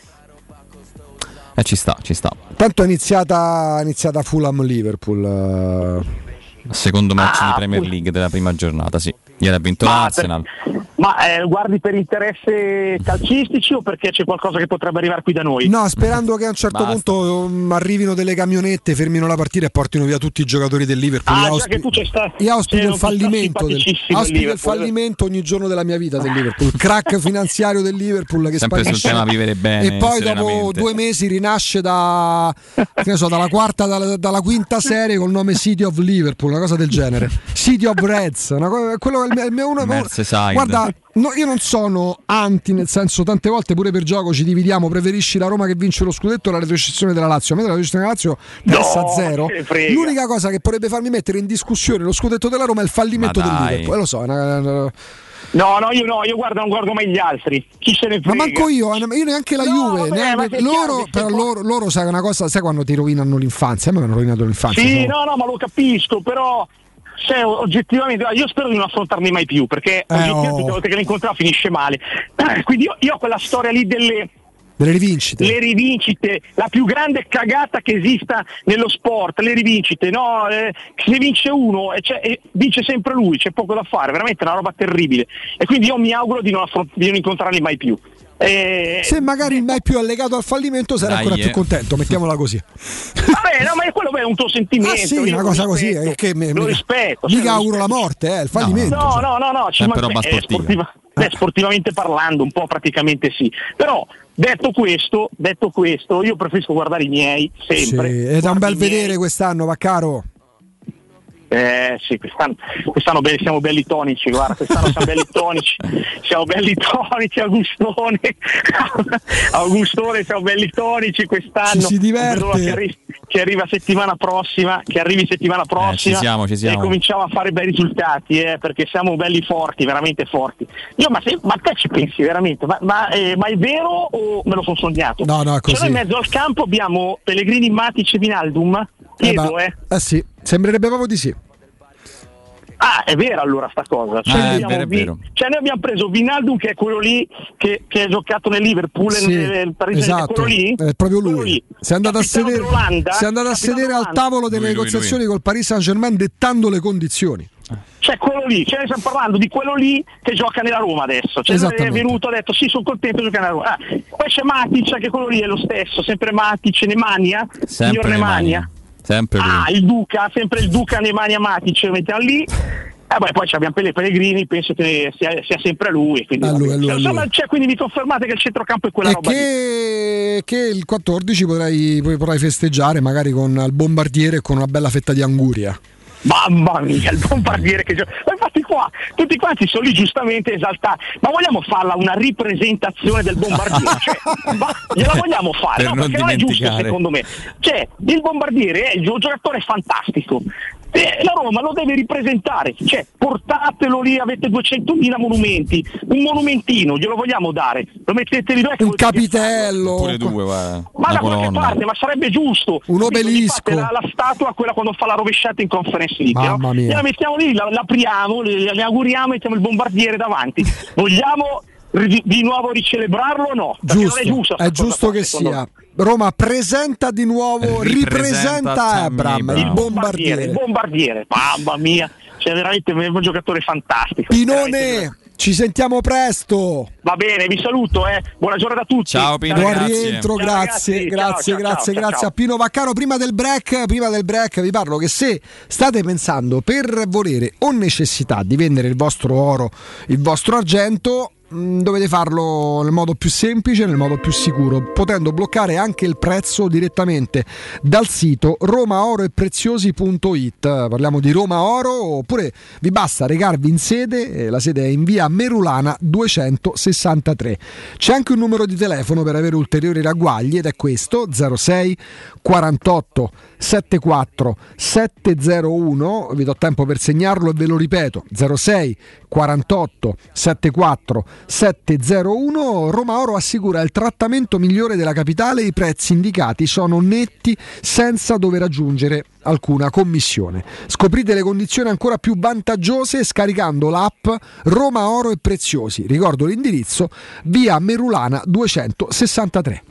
Eh, ci sta, ci sta. Tanto è iniziata, è iniziata Fulham-Liverpool. Secondo match Ah, di Premier poi- League della prima giornata, sì. Ieri ha vinto Ma l'Arsenal. Ma eh, guardi per interesse calcistici o perché c'è qualcosa che potrebbe arrivare qui da noi? No, sperando che a un certo Basta. punto um, arrivino delle camionette, fermino la partita e portino via tutti i giocatori del Liverpool. Ah, Io già auspi- che tu c'è sta- io auspico sei il un fallimento del, simpaticissimo auspico il Liverpool. fallimento ogni giorno della mia vita del Liverpool. Il crack finanziario del Liverpool che Sempre sul sparisce tema vivere bene, e poi dopo serenamente. due mesi rinasce da che ne so, dalla quarta, dalla, dalla quinta serie col nome City of Liverpool, una cosa del genere. City of Reds, una cosa, quello è il mio, il mio uno, Merseyside. guarda, no, io non sono anti, nel senso, tante volte pure per gioco ci dividiamo, preferisci la Roma che vince lo scudetto o la retrocessione della Lazio. A me la retrocessione della Lazio persa No, a zero. che frega. L'unica cosa che potrebbe farmi mettere in discussione lo scudetto della Roma è il fallimento Ma del dai. Liverpool. Eh, lo so, è una- una- No, no, io no, io guardo, non guardo mai gli altri. Chi se ne frega? ma manco io, eh, io neanche la No, Juve, vabbè, neanche- ma che loro, chiaro che però se- loro, loro sai una cosa, sai quando ti rovinano l'infanzia? A me mi hanno rovinato l'infanzia. Sì, sono- no, no, ma lo capisco, però cioè, oggettivamente io spero di non affrontarli mai più, perché Eh, oggettivamente oh. tutte le volte che li incontravo finisce male. Quindi io, io ho quella storia lì delle delle rivincite. le rivincite, la più grande cagata che esista nello sport, le rivincite, no? Eh, se vince uno e, c'è- e vince sempre lui, c'è poco da fare, veramente è una roba terribile. E quindi io mi auguro di non, affront- di non incontrarli mai più. Eh, Se magari il mai più è legato al fallimento sarai Dai, ancora eh. più contento, mettiamola così. vabbè, no, ma quello è un tuo sentimento. Ah sì, io una lo cosa così, rispetto, è che me- lo mica- rispetto. mica cioè, lo auguro la rispetto. morte, eh, il fallimento. No, cioè. no, no, no, ci Sempre manca- roba eh, sportiva. sportiva- beh, sportivamente parlando, un po' praticamente sì. Però detto questo, detto questo, io preferisco guardare i miei Sì, sempre. ed è un Guardo bel i miei. vedere quest'anno, va caro. Eh sì, quest'anno, quest'anno belli- siamo belli tonici, guarda, quest'anno siamo belli tonici, siamo belli tonici, Augustone, Augustone, siamo belli tonici quest'anno. Ci si diverte. Non vedo l'ora Che, arri- che arriva settimana prossima, che arrivi settimana prossima ci siamo, ci siamo. e cominciamo a fare bei risultati, eh, perché siamo belli forti, veramente forti. Io ma, se, ma te ci pensi veramente? Ma, ma, eh, ma è vero o me lo sono sognato? No, no, è così. Cioè noi in mezzo al campo abbiamo Pellegrini, Matic e Vinaldum? Eh, Chiedo, ma- eh. eh sì, sembrerebbe proprio di sì. Ah, è vera allora sta cosa. Cioè, Ah, noi è abbiamo vero, è vi- vero. cioè noi abbiamo preso Wijnaldum, che è quello lì che, che ha giocato nel Liverpool, Sì, nel, nel Paris, esatto, quello lì. è proprio Quello lui. lì. Si è andato a Capitano sedere, dell'Olanda, si è andato a capitano sedere al dell'Olanda. tavolo delle Lui, lui, negoziazioni lui. col Paris Saint-Germain dettando le condizioni. Cioè quello lì, cioè stiamo parlando di quello lì che gioca nella Roma adesso. Cioè lui è Esattamente. venuto, ha detto sì, sono contento di giocare nella Roma. Ah, poi c'è Matic, anche quello lì è lo stesso, sempre Matic, Nemanja, signor Sempre Nemanja. Nemanja. Sempre lui. Ah, il Duca, sempre il Duca Nemanja Matic, lo mettiamo lì. Eh beh, poi abbiamo Pelle Pellegrini, penso che sia, sia sempre lui. Quindi, A lui, a lui, a lui. Insomma, cioè, quindi vi confermate che il centrocampo è quella E roba lì. che, che il quattordici potrai, potrai festeggiare magari con il bombardiere e con una bella fetta di anguria. Mamma mia, il bombardiere che gioca. Ma infatti qua tutti quanti sono lì giustamente esaltati. Ma vogliamo farla una ripresentazione del bombardiere? Cioè, ma gliela vogliamo fare? Per No, non perché non è giusto dimenticare. secondo me. Cioè, il bombardiere è il giocatore fantastico. E la Roma lo deve ripresentare, cioè portatelo lì, avete duecentomila monumenti, un monumentino, glielo vogliamo dare, lo mettete lì dove Un capitello, Pure due, guarda. ma Una da qualche colonna. parte, ma sarebbe giusto. Un Capito? obelisco. Gli fate La, la statua, quella quando fa la rovesciata in Conference League, Mamma no? mia. Gliela mettiamo lì, la, l'apriamo, le, le auguriamo, mettiamo il bombardiere davanti. Vogliamo ri- di nuovo ricelebrarlo o no? Perché Giusto, non è giusto. è giusto che sia. Roma presenta di nuovo, Ripresenta ripresenta Abraham, Tammy il Brown. bombardiere. Il bombardiere, mamma mia, cioè veramente è un giocatore fantastico. Pinone, Veramente- ci sentiamo presto. Va bene, vi saluto, eh. Buona giornata a tutti. Ciao, Pino. Buon Grazie. rientro, Ciao, grazie, ragazzi. grazie, Ciao, ciao, grazie, ciao, grazie ciao. a Pino Vaccaro. Prima del break, prima del break vi parlo che se state pensando per volere o necessità di vendere il vostro oro, il vostro argento, mh, dovete farlo nel modo più semplice, nel modo più sicuro, potendo bloccare anche il prezzo direttamente dal sito romaoroepreziosi punto it. Parliamo di Roma Oro, oppure vi basta recarvi in sede, eh, la sede è in via Merulana duecentosessantatré. C'è anche un numero di telefono per avere ulteriori ragguagli ed è questo: zero sei quarantotto settantaquattro settecentouno. Vi do tempo per segnarlo e ve lo ripeto: zero sei quarantotto settantaquattro settecentouno. Roma Oro assicura il trattamento migliore della capitale, i prezzi indicati sono netti senza dover aggiungere alcuna commissione. Scoprite le condizioni ancora più vantaggiose scaricando l'app Roma Oro e Preziosi. Ricordo l'indirizzo: via Merulana duecentosessantatré.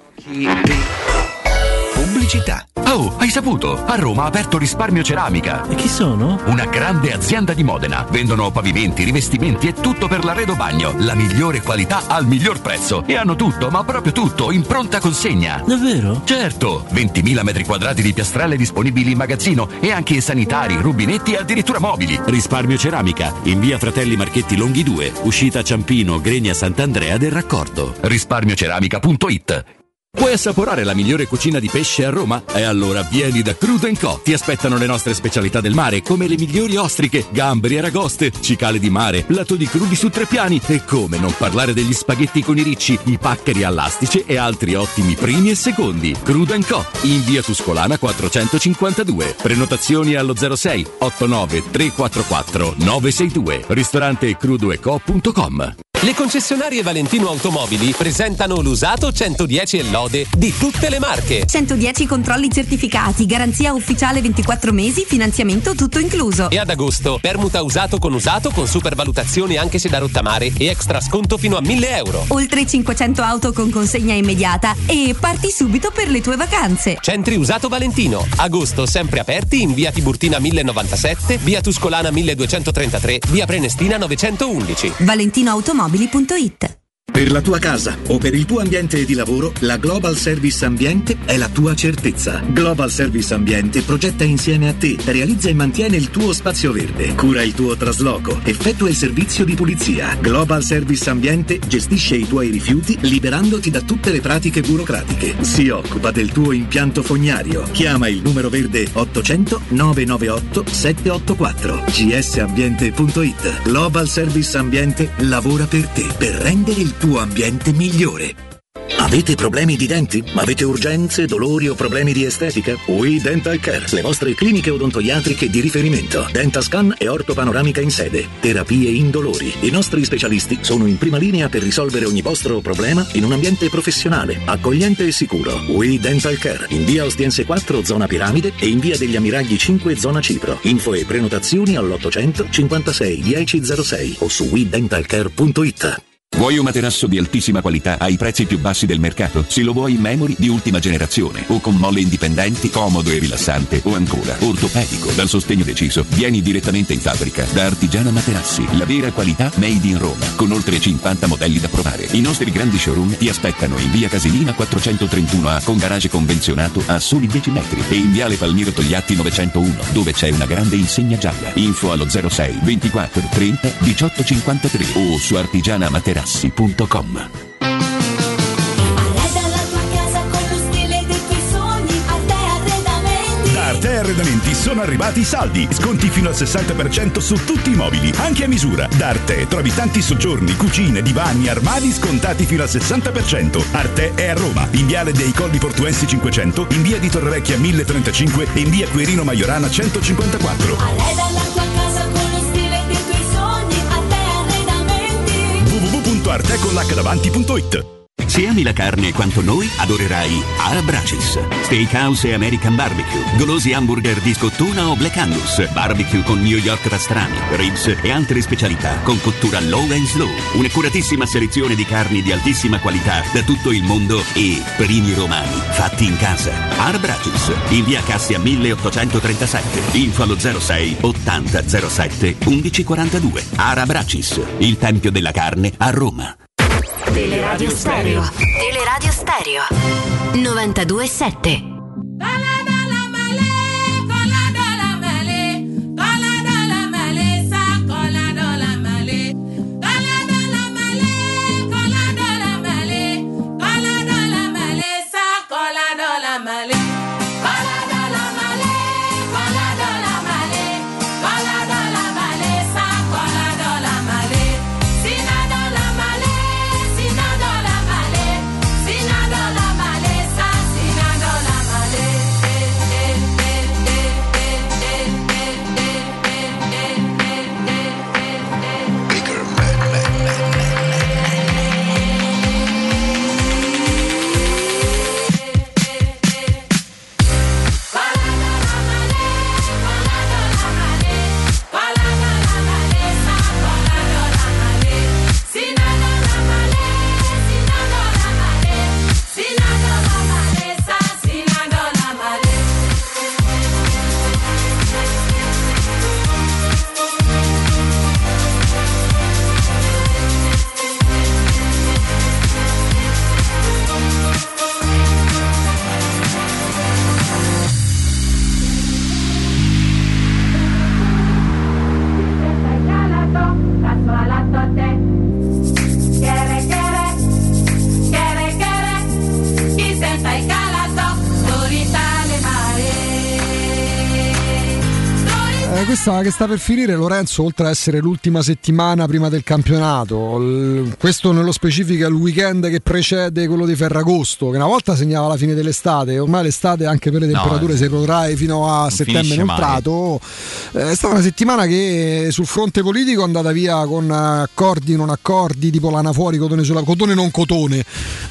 Pubblicità. Oh, hai saputo? A Roma ha aperto Risparmio Ceramica. E chi sono? Una grande azienda di Modena. Vendono pavimenti, rivestimenti e tutto per l'arredo bagno. La migliore qualità al miglior prezzo. E hanno tutto, ma proprio tutto, in pronta consegna. Davvero? Certo, ventimila metri quadrati di piastrelle disponibili in magazzino e anche sanitari, rubinetti e addirittura mobili. Risparmio Ceramica, in via Fratelli Marchetti Longhi due, uscita Ciampino, Gregna Sant'Andrea del Raccordo. risparmioceramica punto it. Vuoi assaporare la migliore cucina di pesce a Roma? E allora vieni da Crudo and Co. Ti aspettano le nostre specialità del mare, come le migliori ostriche, gamberi e aragoste, cicale di mare, lato di crudi su tre piani e come non parlare degli spaghetti con i ricci, i paccheri all'astice e altri ottimi primi e secondi. Crudo and Co. in via Tuscolana quattrocentocinquantadue. Prenotazioni allo zero sei ottantanove trequarantaquattro novecentoseintadue. Ristorante crudo e co punto com. Le concessionarie Valentino Automobili presentano l'usato centodieci e lode di tutte le marche. centodieci controlli certificati, garanzia ufficiale ventiquattro mesi, finanziamento tutto incluso. E ad agosto, permuta usato con usato con supervalutazioni anche se da rottamare e extra sconto fino a mille euro. Oltre cinquecento auto con consegna immediata e parti subito per le tue vacanze. Centri Usato Valentino. Agosto sempre aperti in via Tiburtina mille novantasette, via Tuscolana milleduecentotrentatré, via Prenestina novecentoundici. valentino automobili punto it. Per la tua casa o per il tuo ambiente di lavoro, la Global Service Ambiente è la tua certezza. Global Service Ambiente progetta insieme a te, realizza e mantiene il tuo spazio verde, cura il tuo trasloco, effettua il servizio di pulizia. Global Service Ambiente gestisce i tuoi rifiuti liberandoti da tutte le pratiche burocratiche. Si occupa del tuo impianto fognario. Chiama il numero verde ottocento novecentonovantaotto settecentoottantaquattro. g s ambiente punto it. Global Service Ambiente lavora per te per rendere il tuo ambiente migliore. Avete problemi di denti? Avete urgenze, dolori o problemi di estetica? We Dental Care, le vostre cliniche odontoiatriche di riferimento. Dentascan e ortopanoramica in sede. Terapie indolori. I nostri specialisti sono in prima linea per risolvere ogni vostro problema in un ambiente professionale, accogliente e sicuro. We Dental Care, in via Ostiense quattro, zona Piramide, e in via degli Ammiragli cinque, zona Cipro. Info e prenotazioni all'ottocento cinquantasei dieci zero sei o su we dental care punto it. Vuoi un materasso di altissima qualità ai prezzi più bassi del mercato? Se lo vuoi in memory di ultima generazione o con molle indipendenti, comodo e rilassante, o ancora ortopedico dal sostegno deciso, vieni direttamente in fabbrica da Artigiana Materassi, la vera qualità made in Roma, con oltre cinquanta modelli da provare. I nostri grandi showroom ti aspettano in via Casilina quattrocentotrentuno A con garage convenzionato a soli dieci metri e in viale Palmiro Togliatti novecentouno, dove c'è una grande insegna gialla. Info allo zero sei ventiquattro trenta diciotto cinquantatré o su artigiana materassi punto com. Da Arte Arredamenti sono arrivati i saldi, sconti fino al sessanta per cento su tutti i mobili, anche a misura. Da Arte trovi tanti soggiorni, cucine, divani, armadi scontati fino al sessanta per cento. Arte è a Roma, in viale dei Colli Portuensi cinquecento, in via di Torrevecchia mille trentacinque e in via Quirino Maiorana centocinquantaquattro. Arreda la tua casa con lo stile dei tuoi sogni, Arte Arredamenti. w w w punto arte con l'acca davanti punto it. Se ami la carne quanto noi, adorerai Arabracis. Steakhouse e American Barbecue, golosi hamburger di scottuna o Black Angus, barbecue con New York pastrami, ribs e altre specialità con cottura low and slow. Un'accuratissima selezione di carni di altissima qualità da tutto il mondo e primi romani fatti in casa. Arabracis, in via Cassia milleottocentotrentasette. Info allo zero sei ottanta zero sette undici quarantadue. Arabracis, il tempio della carne a Roma. Teleradio Stereo. Teleradio Stereo. novantadue sette. Questa che sta per finire, Lorenzo, oltre a essere l'ultima settimana prima del campionato, l- questo nello specifico è il weekend che precede quello di Ferragosto, che una volta segnava la fine dell'estate, ormai l'estate anche per le temperature no, si protrae fino a settembre inoltrato. Eh, è stata una settimana che sul fronte politico è andata via con accordi, non accordi, tipo lana fuori, cotone sulla cotone non cotone,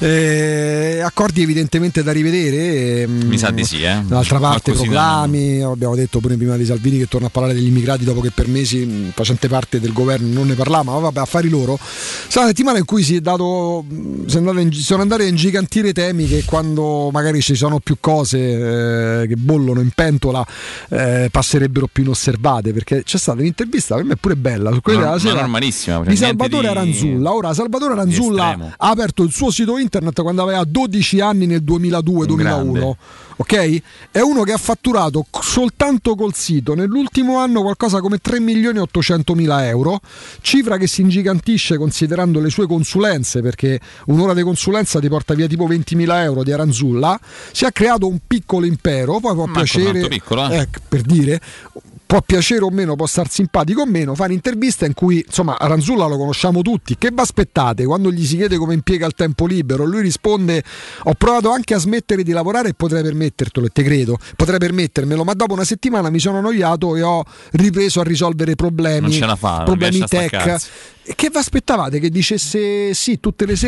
eh, accordi evidentemente da rivedere. Mi sa di sì, eh. D'altra parte proclami, no. Abbiamo detto pure prima di Salvini che torna a parlare degli immigrati dopo che per mesi facente parte del governo non ne parlava, ma vabbè, affari loro. È una settimana in cui si è dato si è andato in, sono andati a ingigantire temi che quando magari ci sono più cose eh, che bollono in pentola eh, passerebbero più inosservate, perché c'è stata un'intervista per me pure bella su quella no, della sera normalissima, di Salvatore di, Aranzulla. Ora Salvatore Aranzulla ha aperto il suo sito internet quando aveva dodici anni nel duemiladue duemilauno, ok? È uno che ha fatturato soltanto col sito nell'ultimo anno qualcosa come tre milioni e ottocentomila euro, cifra che si ingigantisce considerando le sue consulenze, perché un'ora di consulenza ti porta via tipo ventimila euro di Aranzulla. Si è creato un piccolo impero, poi può Manco piacere piccolo, eh. eh, per dire può piacere o meno, può star simpatico o meno, fa un'intervista in cui, insomma, Ranzulla lo conosciamo tutti, che vi aspettate? Quando gli si chiede come impiega il tempo libero, lui risponde: ho provato anche a smettere di lavorare e potrei permettertelo, e te credo, potrei permettermelo, ma dopo una settimana mi sono annoiato e ho ripreso a risolvere problemi, non ce la fa, problemi non riesce a tech. staccarsi. Che vi aspettavate? Che dicesse sì, tutte le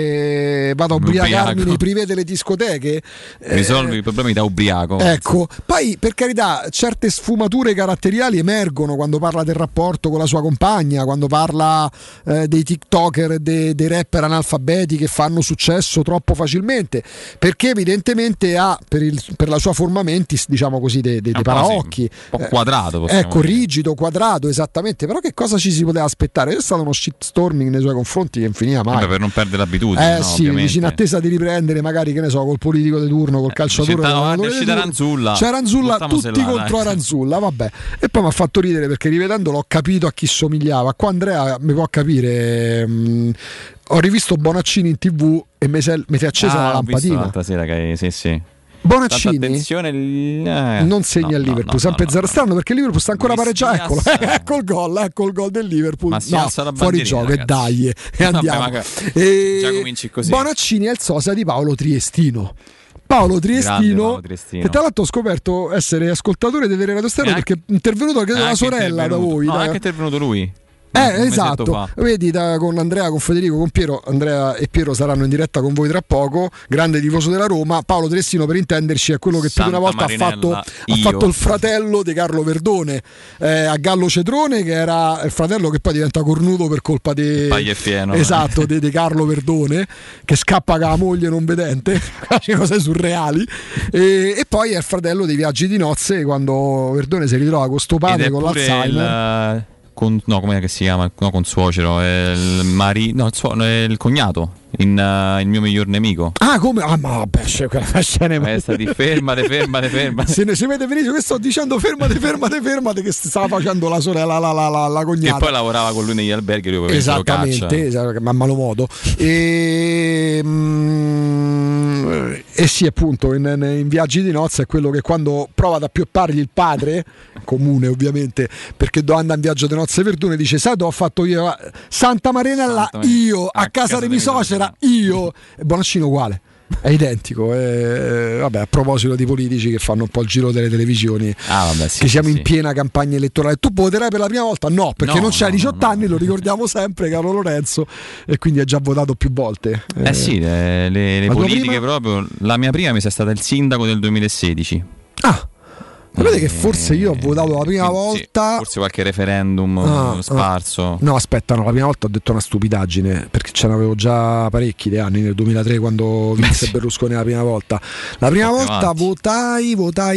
sere vado a ubriacarmi Ubriaco. nei privé delle discoteche? Risolvi i problemi da ubriaco. Ecco, poi per carità, certe sfumature caratteriali emergono quando parla del rapporto con la sua compagna, quando parla eh, dei TikToker, dei, dei rapper analfabeti che fanno successo troppo facilmente, perché evidentemente ha per, il, per la sua forma mentis, diciamo così, dei, dei, dei paraocchi. Un po' quadrato, possiamo Ecco, dire. rigido, quadrato, esattamente. Però che cosa ci si poteva aspettare? C'è stato uno shitstorming nei suoi confronti che non finiva mai. Vabbè, per non perdere l'abitudine, Eh no, sì, ovviamente. dici in attesa di riprendere magari, che ne so, col politico di turno, col calciatore. dice, con "No, l'allenatore è di uscita turno". Ranzulla, C'è Ranzulla, buttamose tutti là, contro dai. Ranzulla, vabbè. E poi mi ha fatto ridere perché rivedendolo ho capito a chi somigliava. Qua Andrea mi può capire. mh, ho rivisto Bonaccini in tv e mi si è, mi si è accesa Ah, la ho visto lampadina. l'altra sera che sì, sì. Bonaccini Tanta attenzione, eh, non segna no, il no, Liverpool, no, sempre no, zero no. strano perché il Liverpool sta ancora Mi pareggiando. Eccolo, spiazza. ecco il gol, ecco il gol del Liverpool. Ma si No, alza la fuori bandierina, gioco e ragazzi. dai, e Vabbè, andiamo. magari. E Già cominci così. Bonaccini è il sosia di Paolo Triestino. Paolo Triestino, Paolo Triestino. che tra l'altro ho scoperto essere ascoltatore di Teleradio Stereo E perché è intervenuto credo È la anche sorella da intervenuto. voi. No, da- è anche intervenuto lui. Eh, Un mesetto esatto, fa. vedi da- con Andrea, con Federico, con Piero. Andrea e Piero saranno in diretta con voi tra poco. Grande tifoso della Roma. Paolo Triestino, per intenderci, è quello che più di una Santa volta ha fatto, Marinella, ha io. fatto il fratello di Carlo Verdone eh, a Gallo Cetrone, che era il fratello che poi diventa cornuto per colpa di Paglieffieno. esatto, di, di Carlo Verdone, che scappa con la moglie non vedente, cose surreali. E, e poi è il fratello dei viaggi di nozze, quando Verdone si ritrova con sto Ed padre è con pure l'Alzheimer. il, con, no, com'è che si chiama? No, con suocero, è il, mari, no, il, suo, è il cognato, in, uh, il mio miglior nemico. Ah, come? Ah, ma vabbè, c'è quella scena. È stati fermate, fermate, fermate. Se ne si vede benissimo che sto dicendo fermate, fermate, fermate, che stava facendo la sorella, la, la, la, la Che cognata. poi lavorava con lui negli alberghi, lui poi se lo caccia. Esattamente, esatto, ma a malo modo. E, mm, e sì, appunto, in, in Viaggi di nozze è quello che quando prova ad appioppargli il padre, comune ovviamente, perché dove anda in viaggio di nozze Verdone, dice: sai dove ho fatto io? Santa Marinella, Santa io, a, a casa casa di di mia suocera, io. E Bonaccino uguale. È identico. E, vabbè, a proposito di politici che fanno un po' il giro delle televisioni, Ah, vabbè, sì, che siamo sì, in piena campagna elettorale. Tu voterai per la prima volta? No, perché No, non c'hai no, diciotto no, anni, lo ricordiamo sempre, caro Lorenzo, e quindi ha già votato più volte. Eh sì, le, le- le la tua politiche prima? proprio. La mia prima mi sia stata il sindaco del duemilasedici. Ah, sapete che forse io ho votato la prima Quindi, sì, volta. forse qualche referendum Ah, eh, sparso. No, aspetta, no, la prima volta ho detto una stupidaggine perché ce n'avevo già parecchi di anni, nel duemilatré quando vinse Berlusconi la prima volta. La prima Un po' più volta avanti. votai, votai,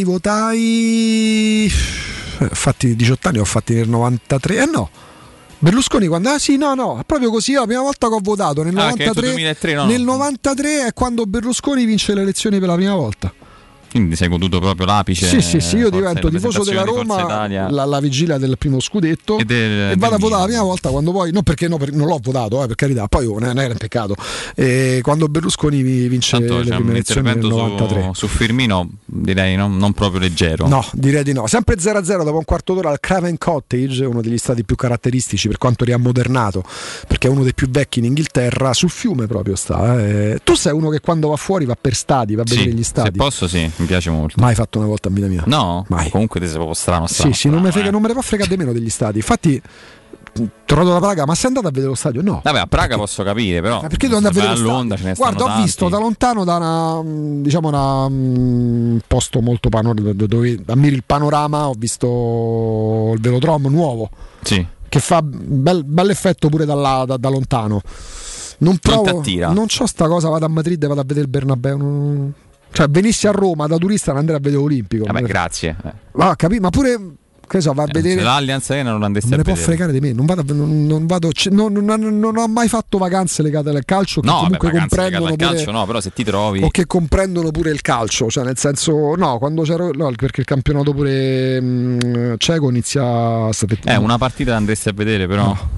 votai. Eh, Fatti diciotto anni, ho fatti nel novantatré. Eh no. Berlusconi quando ah sì no no proprio così la prima volta che ho votato nel Ah, che hai detto novantatré duemilatré, no? nel novantatré è quando Berlusconi vince le elezioni per la prima volta. Quindi sei goduto proprio l'apice. Sì, sì, sì, io forza, divento tifoso della rappresentazione di Forza Roma Italia. la, la vigilia del primo scudetto E del- e vado a del votare la Milan. prima volta quando poi, no perché no, per- non l'ho votato, eh, per carità, poi oh, non era un peccato. E quando Berlusconi vi- vince Tanto le c'è prime un elezioni nel intervento novantatré. su, su Firmino, direi no? Non proprio leggero. No, direi di no. Sempre zero a zero dopo un quarto d'ora al Craven Cottage, uno degli stadi più caratteristici per quanto riammodernato, perché è uno dei più vecchi in Inghilterra, sul fiume proprio sta. eh. Tu sei uno che quando va fuori va per stadi, va a Sì, vedere gli se stadi. posso sì, mi piace molto. Mai fatto una volta in vita mia. No? Mai. Comunque ti sei proprio strano, strano Sì, sì, non me, strano, frega, eh. non me ne può fregare di meno degli stadi. Infatti, tornato da Praga, ma sei andato a vedere lo stadio? No. Vabbè, a Praga posso capire, però. Ma perché devo andare a se vedere vai lo a Londra stadio? ce ne Guarda, stanno ho visto tanti. da lontano da una mh, diciamo una mh, posto molto panorama dove ammiri il panorama, ho visto il velodromo nuovo. Sì. Che fa bel, bel effetto pure dalla- da, da lontano. Non provo, t'attira? non c'ho sta cosa, vado a Madrid e vado a vedere il Bernabeu. non- Cioè, venissi a Roma da turista non andrei a vedere l'Olimpico. Vabbè, grazie. Eh. Ma, capi- ma pure, che so, va a Se vedere. l'Allianz Arena non andresti Non me a ne può vedere. fregare di me, non vado, a- non, non vado c- non, non- non ho mai fatto vacanze legate al calcio che No, comunque vabbè, vacanze legate comprendono al pure, calcio no, però se ti trovi o che comprendono pure il calcio, cioè nel senso no, quando c'ero no, perché il campionato pure mh, cieco inizia Eh, una partita andresti a vedere, però no.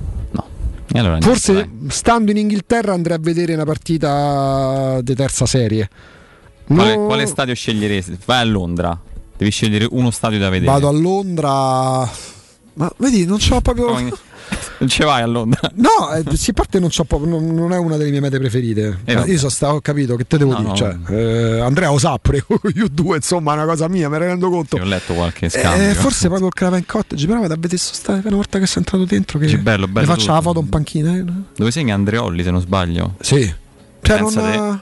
E allora niente, forse dai. stando in Inghilterra andrei a vedere una partita di terza serie. Quale, No, quale stadio sceglieresti? Vai a Londra. Devi scegliere uno stadio da vedere. Vado a Londra. Ma vedi, non c'ho proprio. No, non ci vai a Londra? No, eh, sì, a parte non, c'ho proprio, non, non è una delle mie mete preferite. Eh, io so sta, ho capito che te devo no, dire. no. Cioè, eh, Andrea lo sa pure io due, insomma, è una cosa mia, me ne rendo conto. Sì, ho letto qualche scambio. Eh, forse proprio il Craven Cottage, però vado a vedere sto stadio una volta che sei entrato dentro. Che sì, bello, bello mi faccio tutto. la foto in panchina. Eh. Dove segna Andreolli, se non sbaglio? Sì. Cioè, non Pensate- ha...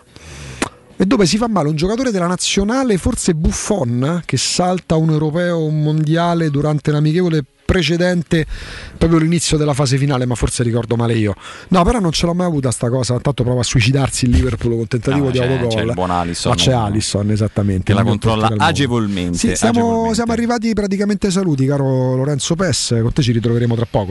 E dove si fa male un giocatore della nazionale, forse Buffon, che salta un europeo, un mondiale durante l'amichevole precedente, proprio l'inizio della fase finale, ma forse ricordo male io. No, però non ce l'ho mai avuta sta cosa, tanto prova a suicidarsi il Liverpool con tentativo No, di c'è- autogol. c'è il buon Alisson. Ma c'è Alisson, esattamente. Che la il miglior controlla portiere del mondo. agevolmente. Sì, siamo, agevolmente. siamo arrivati praticamente ai saluti, caro Lorenzo Pes. Con te ci ritroveremo tra poco.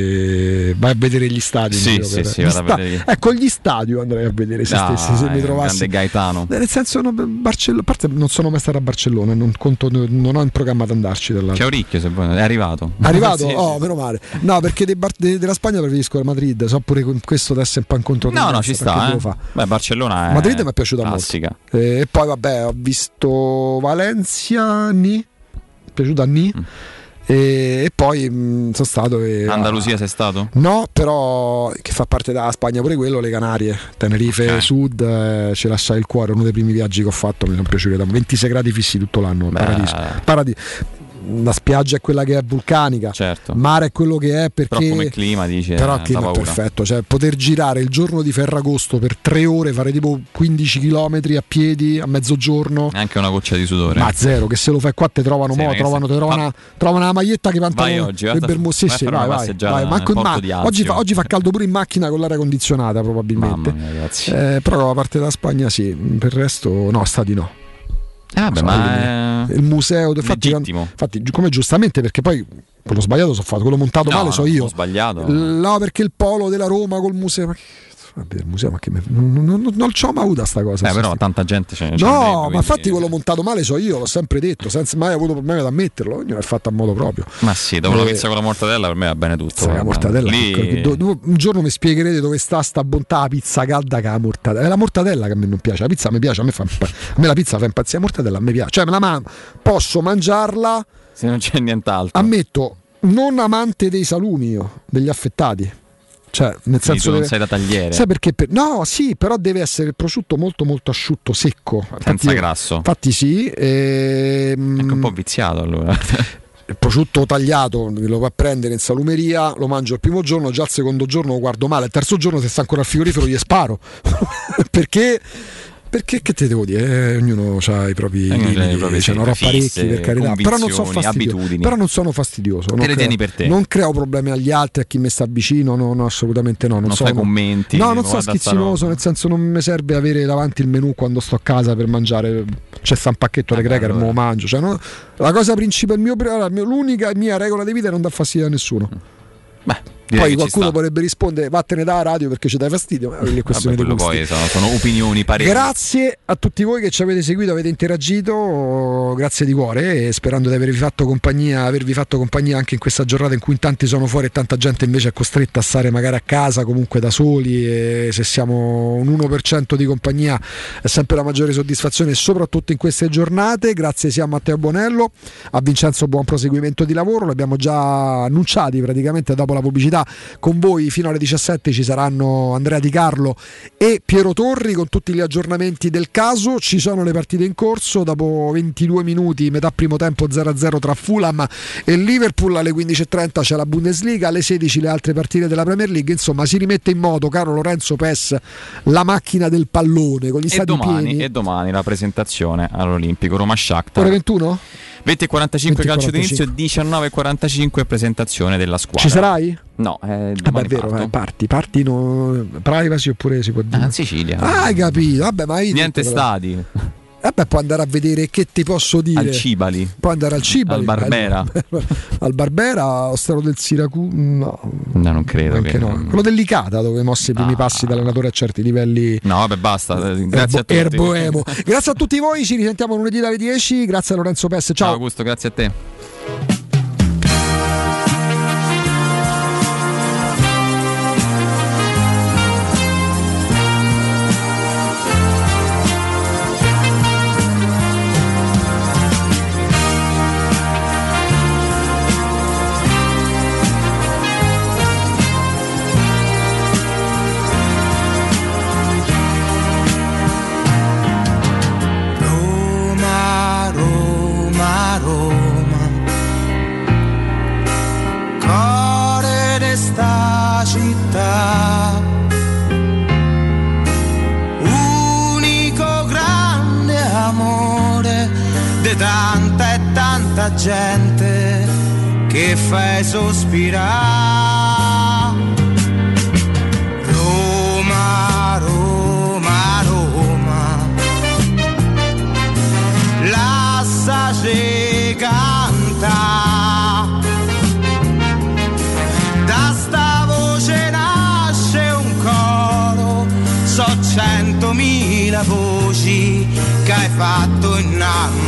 Di... Vai a vedere gli stadi. Sì, in giro sì, per- sì, gli vado a sta- vedere. Ecco, gli stadi andrei a vedere se Dai, stessi, se mi trovassi. grande Gaetano. Nel senso, no, Barcellona, a parte non sono mai stato a Barcellona, non, conto, non ho in programma di andarci. Dall'altro. C'è Oricchio, se vuoi. È arrivato. È arrivato? Sì, Oh, sì. meno male. No, perché dei bar- de- della Spagna preferisco il Madrid. So pure con questo adesso è un po' in controtendenza. No, no, ci perché sta. devo Eh. fa? Beh, Barcellona è Madrid mi è piaciuta classica. molto. Eh, E poi vabbè, ho visto Valencia, Ni, mi è piaciuta Ni. Mm. E, e poi mh, sono stato e, Andalusia sei stato? No, però che fa parte della Spagna pure quello, le Canarie, Tenerife Okay. Sud, eh, ci lasciai il cuore, uno dei primi viaggi che ho fatto, mi sono piaciuti, da ventisei gradi fissi tutto l'anno, Beh. paradiso. Paradiso. La spiaggia è quella che è vulcanica, Certo. il mare è quello che è perché Però come clima dice però il eh, clima da è paura. perfetto, cioè poter girare il giorno di Ferragosto per tre ore, fare tipo quindici chilometri a piedi a mezzogiorno. Neanche una goccia di sudore. Ma zero, che se lo fai qua te trovano, Sì, mo, ma che trovano, se- te trovano, fa- una, trovano una maglietta che Vai pantaloni oggi, e vai a- bermo- sì, vai a sì, fare vai, una vai, passeggiata vai. nel Manco in Porto ma- di oggi, fa, Azio. oggi fa caldo pure in macchina con l'aria condizionata probabilmente. Mamma mia, ragazzi. Eh, però la parte della Spagna sì, per il resto no, stati no. Eh, vabbè, So, ma è il museo, infatti, legittimo. infatti, come giustamente, perché poi quello sbagliato so fatto, quello montato No, male no, so io. ho sbagliato. No, perché il polo della Roma col museo. Ma che, vabbè, il museo, ma che me, non, non, non, non c'ho mai avuta sta cosa. Eh, sta- però tanta gente ce ne ce No, n'andrebbe, ma quindi- infatti quello montato male so io, l'ho sempre detto, senza mai avuto problemi ad ammetterlo. Ognuno è fatto a modo proprio. Ma sì, dopo Eh, una pizza con la mortadella per me va bene tutto. Sai, la guarda. mortadella, Lì- do- do- un giorno mi spiegherete dove sta sta bontà la pizza calda che la mortadella. È la mortadella che a me non piace, la pizza mi piace, a me, fa, a me la pizza fa impazzire, la mortadella a me piace, cioè me la man- posso mangiarla, se non c'è nient'altro. ammetto, non amante dei salumi io, degli affettati. Cioè, nel Quindi senso tu non deve- sei da tagliere. Sai perché? Per- no, sì, però deve essere il prosciutto molto molto asciutto, secco. Senza Infatti- grasso. Infatti sì, ehm, Anche un po' viziato allora. il prosciutto tagliato lo va a prendere in salumeria, lo mangio il primo giorno, già il secondo giorno lo guardo male, il terzo giorno se sta ancora al frigorifero gli sparo. perché perché che te devo dire, eh, ognuno ha i propri Ognuno ha i limiti, propri, ce sì, ne avrò fisse, parecchi per carità, però non sono convinzioni, fastidioso, abitudini. però non sono fastidioso, non Te le creo- tieni per te. non creo problemi agli altri, a chi mi sta vicino, no, no, assolutamente no, non, Non sono, fai commenti, no, non guarda sono sta schizzinoso, roba. nel senso non mi serve avere davanti il menù quando sto a casa per mangiare, c'è sta un pacchetto di cracker, allora. me lo mangio, cioè, no? La cosa principale, il mio, allora, il mio- l'unica mia regola di vita è non dar fastidio a nessuno. Beh, Poi direi che ci qualcuno sta. potrebbe rispondere vattene da radio perché ci dai fastidio, ma quella è questione Vabbè, di quello gusti. poi sono, sono opinioni, pareri. Grazie a tutti voi che ci avete seguito, avete interagito, grazie di cuore, e sperando di avervi fatto compagnia, avervi fatto compagnia anche in questa giornata in cui in tanti sono fuori e tanta gente invece è costretta a stare magari a casa, comunque da soli, e se siamo un uno per cento di compagnia è sempre la maggiore soddisfazione, soprattutto in queste giornate. Grazie sia a Matteo Bonello, a Vincenzo, buon proseguimento di lavoro, l'abbiamo già annunciati praticamente dopo la pubblicità. Con voi fino alle diciassette ci saranno Andrea Di Carlo e Piero Torri con tutti gli aggiornamenti del caso. Ci sono le partite in corso, dopo ventidue minuti metà primo tempo zero a zero tra Fulham e Liverpool, alle quindici e trenta c'è la Bundesliga, alle sedici le altre partite della Premier League. Insomma, si rimette in moto, caro Lorenzo Pes, la macchina del pallone con gli E stati domani, pieni. e domani la presentazione all'Olimpico Roma-Shakhtar. Ore ventuno? venti e quarantacinque venti e calcio d'inizio, quarantacinque. diciannove e quarantacinque presentazione della squadra. Ci sarai? No, eh, Vabbè, domani è vero, parto. eh, parti, parti no, privacy oppure si può dire. Ah, in Sicilia. Ah, hai capito? Vabbè, ma hai Niente detto, però. stadi. Vabbè, può andare a vedere, che ti posso dire. Al Cibali. Può andare al Cibali. Al Barbera. Al Barbera, o stato del Siracusa. No, No, non credo. anche Che... no. Quello dell'Icata, dove mosse i primi Ah. passi dall'allenatore a certi livelli. No, vabbè, basta. eh, Grazie a tutti. Erboemo. Grazie a tutti voi, ci risentiamo lunedì dalle dieci. Grazie a Lorenzo Pes. Ciao. Ciao Augusto, grazie a te. c'è tanta e tanta gente che fai sospirare. Roma, Roma, Roma, lasciaci canta, da sta voce nasce un coro, so centomila voci che hai fatto innamorare.